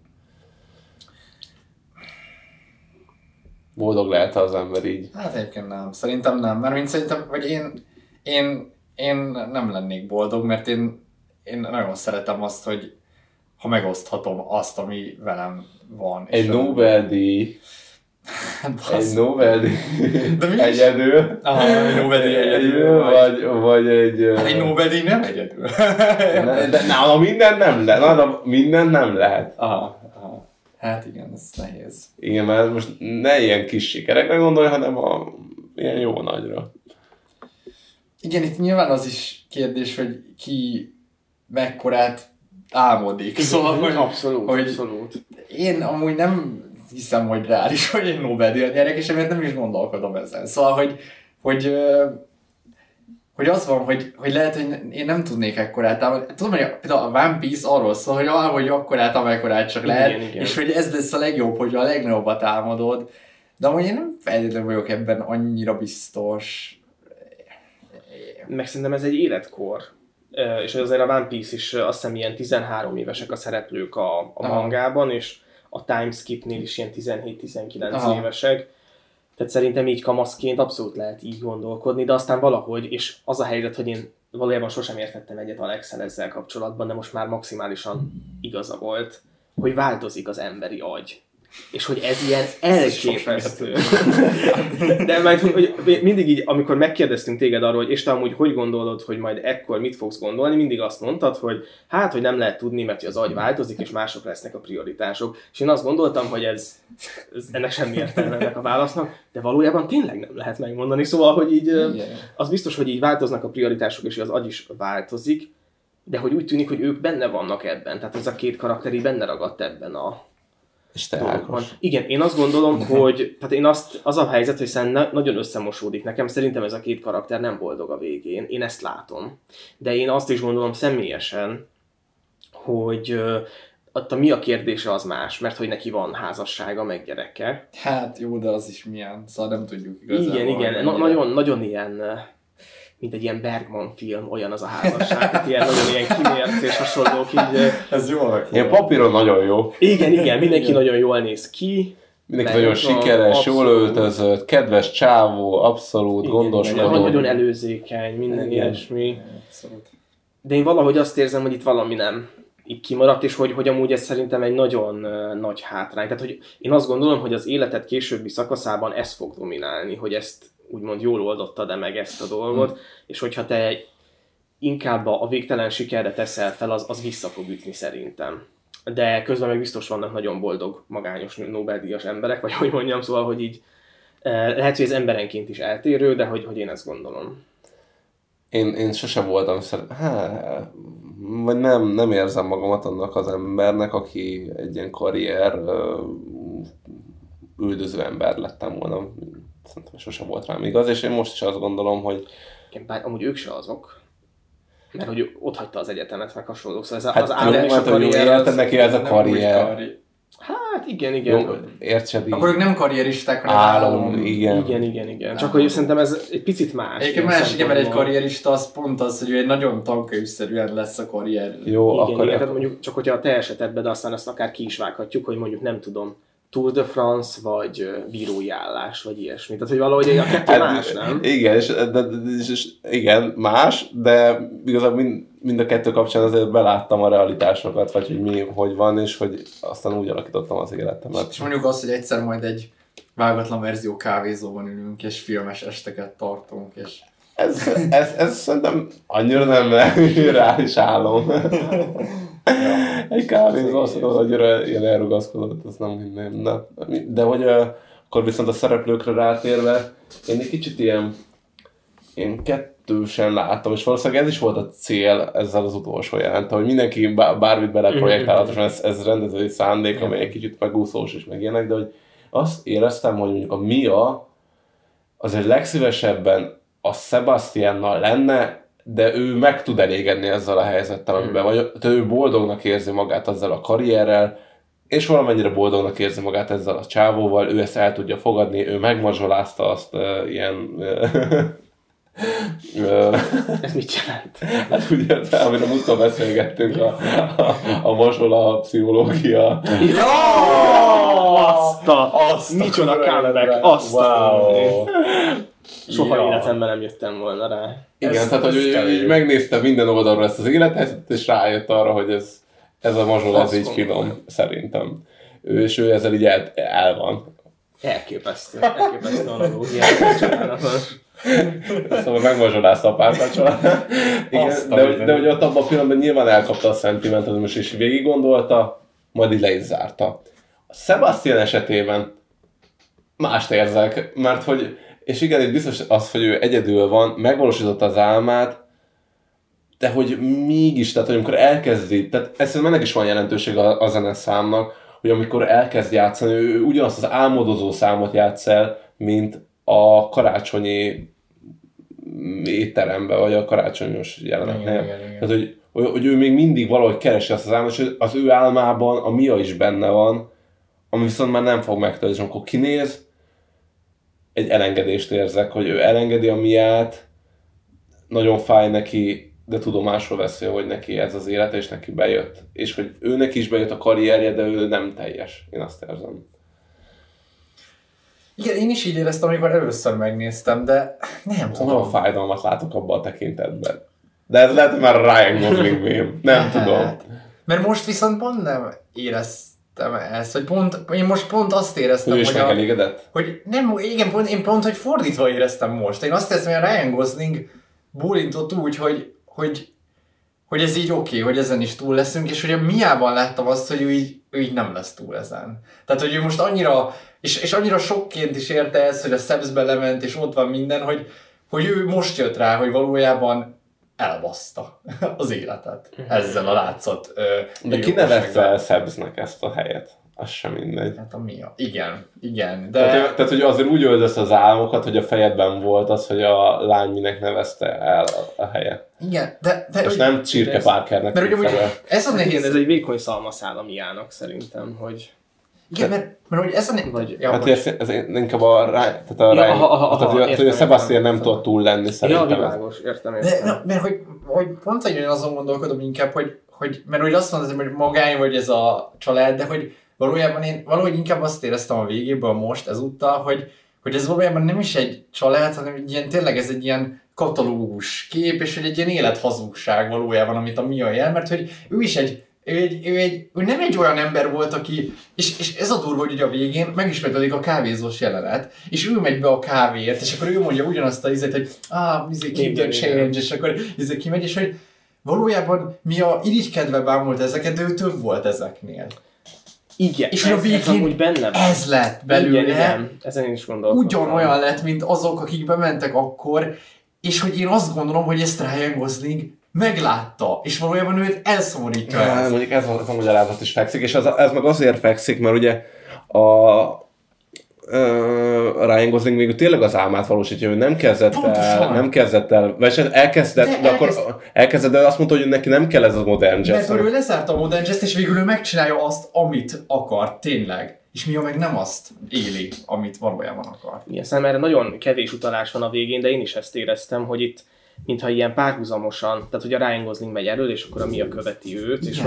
Speaker 6: Boldog lehet az ember így?
Speaker 7: Hát egyébként nem. Szerintem nem. Mert szerintem, vagy én nem lennék boldog, mert én nagyon szeretem azt, hogy ha megoszthatom azt, ami velem van.
Speaker 6: Egy Nobel-díj. Egy Nobel-díj. Egyedül.
Speaker 7: Egy Nobel-díj egyedül.
Speaker 6: Vagy egy...
Speaker 7: Egy Nobel-díj nem egyedül.
Speaker 6: De nála minden nem lehet.
Speaker 7: Aha. Hát igen, ez nehéz.
Speaker 6: Igen, mert most ne ilyen kis sikerekre gondolj, hanem ilyen jó nagyra.
Speaker 7: Igen, itt nyilván az is kérdés, hogy ki mekkorát álmodik. Szóval, hogy,
Speaker 8: abszolút.
Speaker 7: Én amúgy nem hiszem, hogy reális, hogy egy Nobel-díjat nyerek, és emiatt nem is gondolkodom ezen. Szóval, hogy az van, hogy lehet, hogy én nem tudnék ekkorát támadni. Tudom, hogy például a One Piece arról szól, hogy akkorát, amekkorát csak lehet, igen. És hogy ez lesz a legjobb, hogy a legnagyobbat álmodod. De amúgy én nem feltétlenül vagyok ebben annyira biztos.
Speaker 8: Meg szerintem ez egy életkor. És azért a One Piece is azt hiszem ilyen 13 évesek a szereplők a mangában, és a Timeskipnél is ilyen 17-19 évesek. Tehát szerintem így kamaszként abszolút lehet így gondolkodni, de aztán valahogy, és az a helyzet, hogy én valójában sosem értettem egyet Alex-el ezzel kapcsolatban, de most már maximálisan igaza volt, hogy változik az emberi agy. És hogy ez ilyen elképesztő. De majd, hogy mindig így, amikor megkérdeztünk téged arról, hogy és te amúgy hogy gondolod, hogy majd ekkor mit fogsz gondolni, mindig azt mondtad, hogy hát, hogy nem lehet tudni, mert az agy változik, és mások lesznek a prioritások. És én azt gondoltam, hogy ennek semmi értelme ennek a válasznak, de valójában tényleg nem lehet megmondani. Szóval, hogy így az biztos, hogy így változnak a prioritások, és az agy is változik, de hogy úgy tűnik, hogy ők benne vannak ebben. Tehát ez a két karakter így benne ragadt ebben a dologban. Igen, én azt gondolom, hogy tehát az a helyzet, hogy szerintem nagyon összemosódik. Nekem szerintem ez a két karakter nem boldog a végén. Én ezt látom. De én azt is gondolom személyesen, hogy a mi a kérdése az más, mert hogy neki van házassága, meg gyereke.
Speaker 16: Hát jó, de az is milyen, szóval nem tudjuk igazából.
Speaker 8: Igen, nagyon ilyen, mint egy ilyen Bergman film, olyan az a házasság, tehát ilyen nagyon ilyen kimért és hasonlók így.
Speaker 6: Ez jó. Ilyen papíron nagyon jó.
Speaker 8: Igen, mindenki nagyon jól néz ki.
Speaker 6: Mindenki nagyon sikeres, jól öltözött, kedves csávó, abszolút gondoskodó.
Speaker 8: Nagyon előzékeny, minden ilyesmi. De én valahogy azt érzem, hogy itt valami nem így kimaradt, és hogy amúgy ez szerintem egy nagyon nagy hátrány. Tehát, hogy én azt gondolom, hogy az életed későbbi szakaszában ez fog dominálni, hogy ezt úgymond jól oldottad-e meg ezt a dolgot, és hogyha te inkább a végtelen sikerre teszel fel, az vissza fog ütni szerintem. De közben meg biztos vannak nagyon boldog, magányos Nobel-díjas emberek, vagy hogy mondjam, szóval, hogy így lehet, hogy ez emberenként is eltérő, de hogy én ezt gondolom.
Speaker 6: Én sosem voltam vagy nem érzem magamat annak az embernek, aki egy ilyen karrier üldöző ember lettem volna. Szerintem sosem volt rám igaz, és én most is azt gondolom, hogy...
Speaker 8: Bár amúgy ők se azok, mert hogy ott hagyta az egyetemet, meg hasonlók, szóval ez
Speaker 6: hát
Speaker 8: az állam és a karrier...
Speaker 6: Érted neki ez a karrier.
Speaker 8: Hát igen.
Speaker 6: Jó, értsed,
Speaker 7: akkor ők nem karrieristák, hanem
Speaker 6: álom.
Speaker 8: Igen. Csak hogy szerintem ez egy picit más.
Speaker 7: Egyébként más, igen, mert egy karrierista az pont az, hogy ő egy nagyon tankönyvszerűen lesz a karrier.
Speaker 6: Jó,
Speaker 8: igen, tehát mondjuk csak hogyha a te esetedben, de aztán ezt akár ki is vághatjuk, hogy mondjuk nem tudom, Tour de France, vagy bírói állás, vagy ilyesmi. Tehát, hogy valahogy a kettő más, nem?
Speaker 6: Igen, igen, más, de igazából mind a kettő kapcsán azért beláttam a realitásokat, vagy hogy hogy van, és hogy aztán úgy alakítottam az életemet.
Speaker 7: És mondjuk azt, hogy egyszer majd egy vágatlan verzió kávézóban ülünk, és filmes esteket tartunk, és...
Speaker 6: Ez szerintem annyira nem reális álom. Egy kávézó azt mondom, hogy ilyen elrugaszkodott, azt nem hinném. De hogy akkor viszont a szereplőkre rátérve, én egy kicsit ilyen kettősen láttam, és valószínűleg ez is volt a cél ezzel az utolsó jelente, hogy mindenki bármit beleprojektálhatosan, ez rendezői szándék, amely egy kicsit megúszós is meg ilyenek, de hogy azt éreztem, hogy mondjuk a Mia azért legszívesebben a Sebastiannal lenne, de ő meg tud elégedni ezzel a helyzettel, amiben vagy ő boldognak érzi magát ezzel a karrierrel, és valamennyire boldognak érzi magát ezzel a csávóval, ő ezt el tudja fogadni, ő megmazsolázta azt ilyen...
Speaker 8: Ez mit jelent?
Speaker 6: Hát ugye, amire múltkor beszélgettünk, a mazsola pszichológia.
Speaker 8: Azt micsoda comeback, wow. Soha életemben nem jöttem volna rá.
Speaker 6: Igen, tehát hogy megnézte minden oldalról ezt az élethelyzetet, és rájött arra, hogy ez a mazsola, ez így finom, szerintem. És ő ezzel így el van.
Speaker 8: Elképesztő analógiát.
Speaker 6: Szóval megmazsolázta a párkapcsolat. De hogy ott abban a pillanatban nyilván elkapta a szentimentalizmus, és végig gondolta, majd így le is zárta. A Sebastian esetében mást érzek, mert hogy és igen, itt biztos az, hogy ő egyedül van, megvalósította az álmát, de hogy mégis, tehát hogy amikor elkezdi, tehát ez ennek is van jelentősége a zeneszámnak, hogy amikor elkezd játszani, ő ugyanazt az álmodozó számot játsz el, mint a karácsonyi étteremben, vagy a karácsonyos jelenetnél. Tehát, hogy ő még mindig valahogy keresi azt az álmot, és az ő álmában a Mia is benne van, ami viszont már nem fog megtölteni, és amikor kinéz, egy elengedést érzek, hogy ő elengedi a Miát, nagyon fáj neki, de tudomásul veszi, hogy neki ez az élete, és neki bejött. És hogy őnek is bejött a karrierje, de ő nem teljes. Én azt érzem.
Speaker 7: Igen, én is így éreztem, amikor először megnéztem, de nem tudom.
Speaker 6: Olyan fájdalmat látok abban a tekintetben. De ez lehet, hogy már Ryan Gosling mém. Nem tudom.
Speaker 7: Mert most viszont pont nem ezt, hogy én most pont azt éreztem,
Speaker 6: ő is megelégedett?
Speaker 7: Hogy nem, igen, én pont, hogy fordítva éreztem most. Én azt éreztem, hogy a Ryan Gosling bólintott úgy, hogy ez így oké, hogy ezen is túl leszünk, és hogy a Miában láttam azt, hogy ő így nem lesz túl ezen. Tehát, hogy ő most annyira, és annyira sokként is érte ezt, hogy a Sebsbe lement, és ott van minden, hogy ő most jött rá, hogy valójában elbaszta az életet ezzel a látszat.
Speaker 6: De ki nevezte el Sebsnek ezt a helyet? Az sem mindegy.
Speaker 7: Hát a Mia. Igen. De...
Speaker 6: Tehát, hogy azért úgy öldöz az álmokat, hogy a fejedben volt az, hogy a lány minek nevezte el a helyet.
Speaker 7: Igen, de
Speaker 6: és nem Csirke Parkernek.
Speaker 7: Mert ugye ez a nehéz.
Speaker 8: Ez egy vékony szalmaszál a Miának szerintem, hogy...
Speaker 7: Igen, mert hogy ez a nehéz...
Speaker 6: Hát ez inkább a Sebastian nem tudott túl lenni szerintem.
Speaker 8: Ja, világos, értem.
Speaker 7: Mert hogy pont egy azon gondolkodom inkább, mert hogy azt mondod, hogy magány vagy ez a család, de hogy valójában én valahogy inkább azt éreztem a végéből most ezúttal, hogy ez valójában nem is egy család, hanem tényleg ez egy ilyen katalógus kép, és hogy egy ilyen élethazugság valójában, amit a Mia jel, mert hogy ő is ő nem egy olyan ember volt, aki, és ez a durva, hogy ugye a végén megismerkedik a kávézós jelenet, és ő megy be a kávéért, és akkor ő mondja ugyanazt a izét, hogy keep the change, és akkor kimegy, és hogy valójában Mia irigykedve bámult ezeket, de ő több volt ezeknél.
Speaker 8: Igen,
Speaker 7: és a végén ez lett belőle,
Speaker 8: igen, ezen én is gondolkodtam.
Speaker 7: Ugyanolyan lett, mint azok, akik bementek akkor, és hogy én azt gondolom, hogy ezt Ryan Gosling meglátta, és valójában őt elszomorítja ez.
Speaker 6: Mondjuk ez a magyarázat is fekszik, és ez meg azért fekszik, mert ugye Ryan Gosling még tényleg az álmát valósítja, ő nem kezdett el, vagy elkezdett, de azt mondta, hogy neki nem kell ez a modern jazz.
Speaker 7: Mert ő lezárta a modern jazz, és végül ő megcsinálja azt, amit akar, tényleg. És Mia meg nem azt éli, amit valójában akar.
Speaker 8: Igen, szerintem erre nagyon kevés utalás van a végén, de én is ezt éreztem, hogy itt mintha ilyen párhuzamosan, tehát hogy a Ryan Gosling megy elől, és akkor a Mia követi őt, és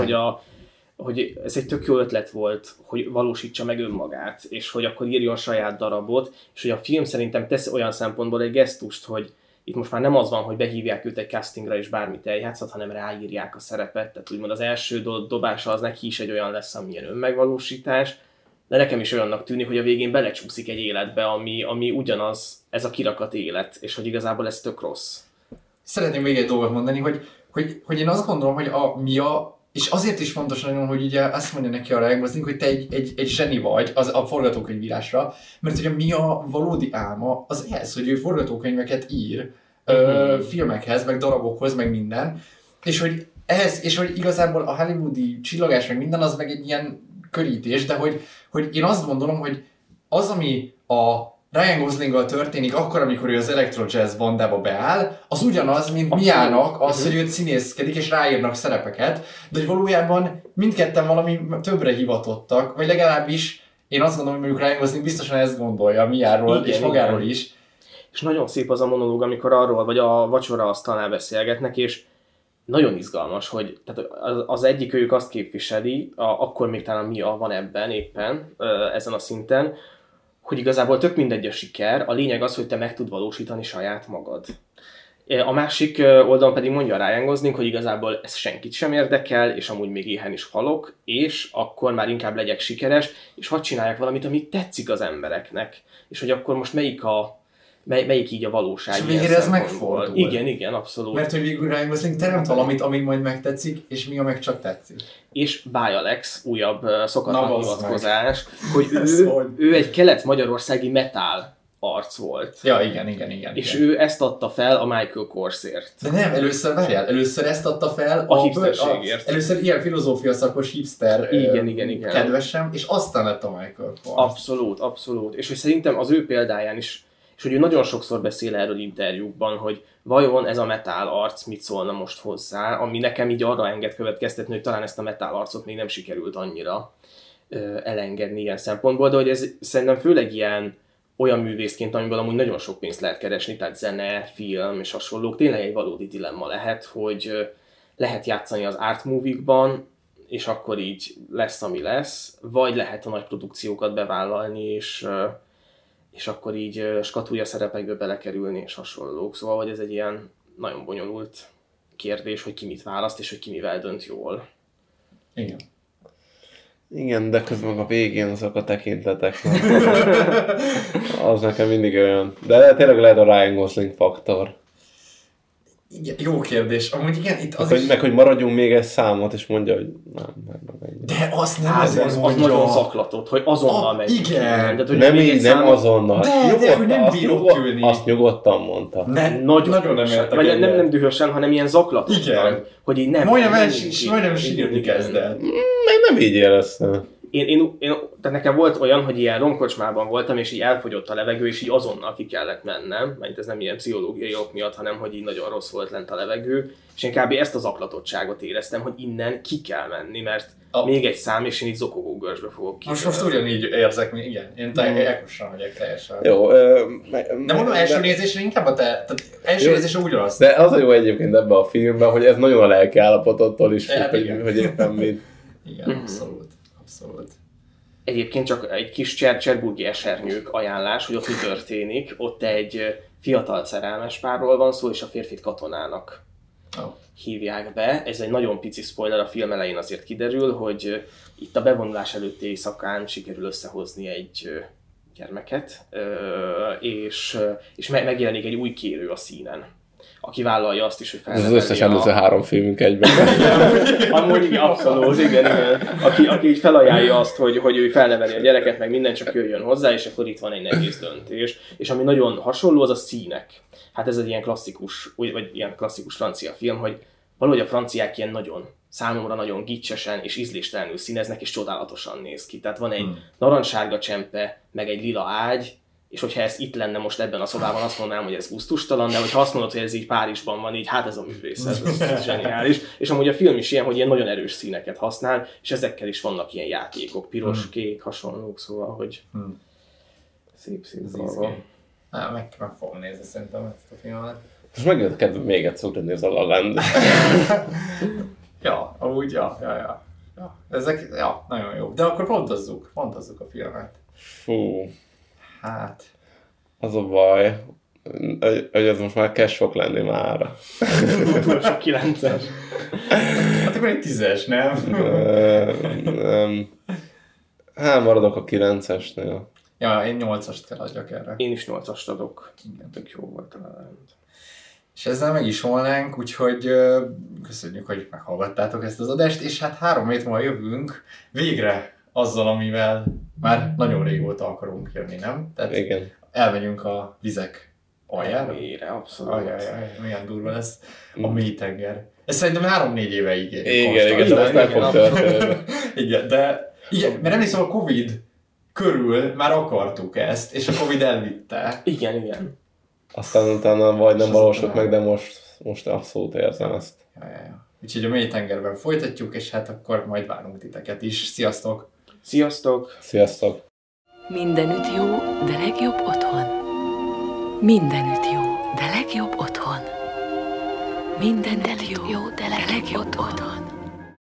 Speaker 8: hogy ez egy tök jó ötlet volt, hogy valósítsa meg önmagát, és hogy akkor írjon saját darabot, és hogy a film szerintem tesz olyan szempontból egy gesztust, hogy itt most már nem az van, hogy behívják őt egy castingra és bármit eljátszhat, hanem ráírják a szerepet, tehát úgymond az első dobása az neki is egy olyan lesz, amilyen önmegvalósítás, de nekem is olyannak tűnik, hogy a végén belecsúszik egy életbe, ami ugyanaz, ez a kirakat élet, és hogy igazából ez tök rossz.
Speaker 7: Szeretném még egy dolgot mondani, hogy én azt gondolom, hogy a Mia, és azért is fontos nagyon, hogy ugye azt mondja neki a Ryan Gosling, hogy te egy zseni vagy a forgatókönyvírásra, mert hogy a Mia valódi álma az ez, hogy ő forgatókönyveket ír filmekhez, meg darabokhoz, meg minden, és hogy igazából a hollywoodi csillagás, meg minden, az meg egy ilyen körítés, de hogy én azt gondolom, hogy az, ami a Ryan Goslinggal történik akkor, amikor ő az Electro Jazz bandába beáll, az ugyanaz, mint Miának az, hogy őt színészkedik és ráírnak szerepeket, de hogy valójában mindketten valami többre hivatottak, vagy legalábbis én azt gondolom, hogy mondjuk Ryan Gosling biztosan ezt gondolja Miáról és magáról is.
Speaker 8: És nagyon szép az a monológ, amikor arról, vagy a vacsora asztalnál beszélgetnek, és nagyon izgalmas, hogy tehát az egyik őjük azt képviseli, akkor még talán Mia van ebben éppen, ezen a szinten, hogy igazából tök mindegy a siker, a lényeg az, hogy te meg tud valósítani saját magad. A másik oldalon pedig mondja a Ryan Gosling, hogy igazából ez senkit sem érdekel, és amúgy még éhen is halok, és akkor már inkább legyek sikeres, és hadd csináljak valamit, ami tetszik az embereknek. És hogy akkor most melyik így a valóság.
Speaker 7: És végére ez megfordul.
Speaker 8: Igen, abszolút.
Speaker 7: Mert hogy végül Ryan Gosling teremt valamit, ami majd megtetszik, és Mia meg csak tetszik.
Speaker 8: És Báj Alex, újabb szokatlan hivatkozás, hogy ő egy kelet-magyarországi metal arc volt.
Speaker 7: Ja, igen.
Speaker 8: És ő ezt adta fel a Michael Korsért.
Speaker 7: De nem, először ezt adta fel
Speaker 8: a hipsterségért.
Speaker 7: Először ilyen filozófia szakos hipster
Speaker 8: igen.
Speaker 7: kedvesem, és aztán lett a Michael Kors.
Speaker 8: Abszolút. És hogy szerintem az ő példáján is, és hogy ő nagyon sokszor beszél erről interjúkban, hogy vajon ez a metal arc mit szólna most hozzá, ami nekem így arra enged következtetni, hogy talán ezt a metal arcot még nem sikerült annyira elengedni ilyen szempontból, de hogy ez szerintem főleg ilyen olyan művészként, amiből amúgy nagyon sok pénzt lehet keresni, tehát zene, film és hasonlók, tényleg egy valódi dilemma lehet, hogy lehet játszani az art movie-kban, és akkor így lesz, ami lesz, vagy lehet a nagy produkciókat bevállalni, és akkor így skatúlja szerepekbe belekerülni, és hasonlók. Szóval, hogy ez egy ilyen nagyon bonyolult kérdés, hogy ki mit választ, és hogy ki mivel dönt jól.
Speaker 7: Igen.
Speaker 6: Igen, de közben a végén azok a tekintetek. Az nekem mindig olyan. De tényleg lehet a Ryan Gosling faktor.
Speaker 7: Igen, jó kérdés. Amúgy igen, itt az
Speaker 6: meg, hogy maradjunk még egy számot, és mondja, hogy nem.
Speaker 7: De azt nem
Speaker 8: az nagyon zaklatott, hogy azonnal megy.
Speaker 7: Igen.
Speaker 6: De, nem így, nem azonnal.
Speaker 7: De hogy nem bírok ülni.
Speaker 6: Azt nyugodtan mondta.
Speaker 8: Nagyon nem értek. Vagy nem dühösen, hanem ilyen zaklatottan.
Speaker 7: Igen.
Speaker 8: Hogy így nem.
Speaker 7: Majdnem sírni kezdett.
Speaker 6: Meg nem így éreztem.
Speaker 8: Tehát nekem volt olyan, hogy ilyen romkocsmában voltam, és így elfogyott a levegő, és így azonnal ki kellett mennem, mert ez nem ilyen pszichológiai ok miatt, hanem hogy így nagyon rossz volt lent a levegő, és én kb. Ezt a zaklatottságot éreztem, hogy innen ki kell menni, mert még egy szám, és én így zokogó görcsbe fogok ki.
Speaker 7: Most ugyanígy érzek, igen. Én ekosan vagyok teljesen.
Speaker 6: Jó.
Speaker 7: De mondom, első nézésre inkább első nézésre ugyanaz.
Speaker 6: De az a jó egyébként ebben a filmben, hogy ez nagyon a lelki állapotottól is függ, hogy éppen mit.
Speaker 7: Igen, abszolút.
Speaker 8: Egyébként csak egy kis cserburgi esernyők ajánlás, hogy ott mi történik. Ott egy fiatal szerelmes párról van szó, és a férfit katonának hívják be. Ez egy nagyon pici spoiler, a film elején azért kiderül, hogy itt a bevonulás előtti éjszakán sikerül összehozni egy gyermeket, és megjelenik egy új kérő a színen, aki vállalja azt is, hogy felneveli.
Speaker 6: Ez az összes előző 3 filmünk egyben.
Speaker 8: Amúgy igen, abszolút, igen. Aki így felajánlja azt, hogy ő felneveli a gyereket, meg minden, csak jöjjön hozzá, és akkor itt van egy nehéz döntés. És ami nagyon hasonló, az a színek. Hát ez egy ilyen klasszikus, vagy ilyen klasszikus francia film, hogy valahogy a franciák ilyen számomra nagyon gicsesen és ízléstelenül színeznek, és csodálatosan néz ki. Tehát van egy narancssárga csempe, meg egy lila ágy, és hogyha ez itt lenne most ebben a szobában, azt mondanám, hogy ez gusztustalan, de hogyha azt mondod, hogy ez így Párizsban van, így hát ez a művészet, ez zseniális. És amúgy a film is ilyen, hogy ilyen nagyon erős színeket használ, és ezekkel is vannak ilyen játékok, piros, kék, hasonlók, szóval, hogy szép dolgok.
Speaker 7: Meg fogom nézni szerintem ezt a filmet.
Speaker 6: Most megjött a kedve még egyszer utána nézni a La La Land.
Speaker 7: Ja, amúgy, ja. Ezek, nagyon jó. De akkor pontozzuk a filmet.
Speaker 6: Fú.
Speaker 7: Hát.
Speaker 6: Az a baj, hogy ez most már kezd sok lenni mára.
Speaker 8: Sok 9-es.
Speaker 7: Hát akkor egy 10-es, nem?
Speaker 6: Hát maradok a 9-esnél.
Speaker 7: Ja, én 8-ast kell adjak erre.
Speaker 8: Én is 8-ast adok. Igen, tök jó volt a La La Land.
Speaker 7: És ezzel meg is volnánk, úgyhogy köszönjük, hogy meghallgattátok ezt az adást, és hát 3 hét múlva jövünk végre azzal, amivel már nagyon régóta akarunk jönni, nem? Tehát
Speaker 6: igen.
Speaker 7: Elmegyünk a vizek aljára.
Speaker 8: Mélyre, abszolút.
Speaker 7: Ajaj, milyen durva lesz. A mélytenger. Ez szerintem 3-4 éve ígérik.
Speaker 6: Igen, de most nem fog történni.
Speaker 7: Igen, mert emlékszem, a Covid körül már akartuk ezt, és a Covid elvitte.
Speaker 8: Igen.
Speaker 6: Aztán utána vagy nem valósult meg, de most abszolút érzem ezt.
Speaker 7: Ja. Úgyhogy a mélytengerben folytatjuk, és hát akkor majd várunk titeket is. Sziasztok!
Speaker 6: Sziasztok!
Speaker 9: Mindenütt jó, de legjobb otthon. Mindenütt jó, de legjobb otthon. Mindenütt jó, de legjobb otthon.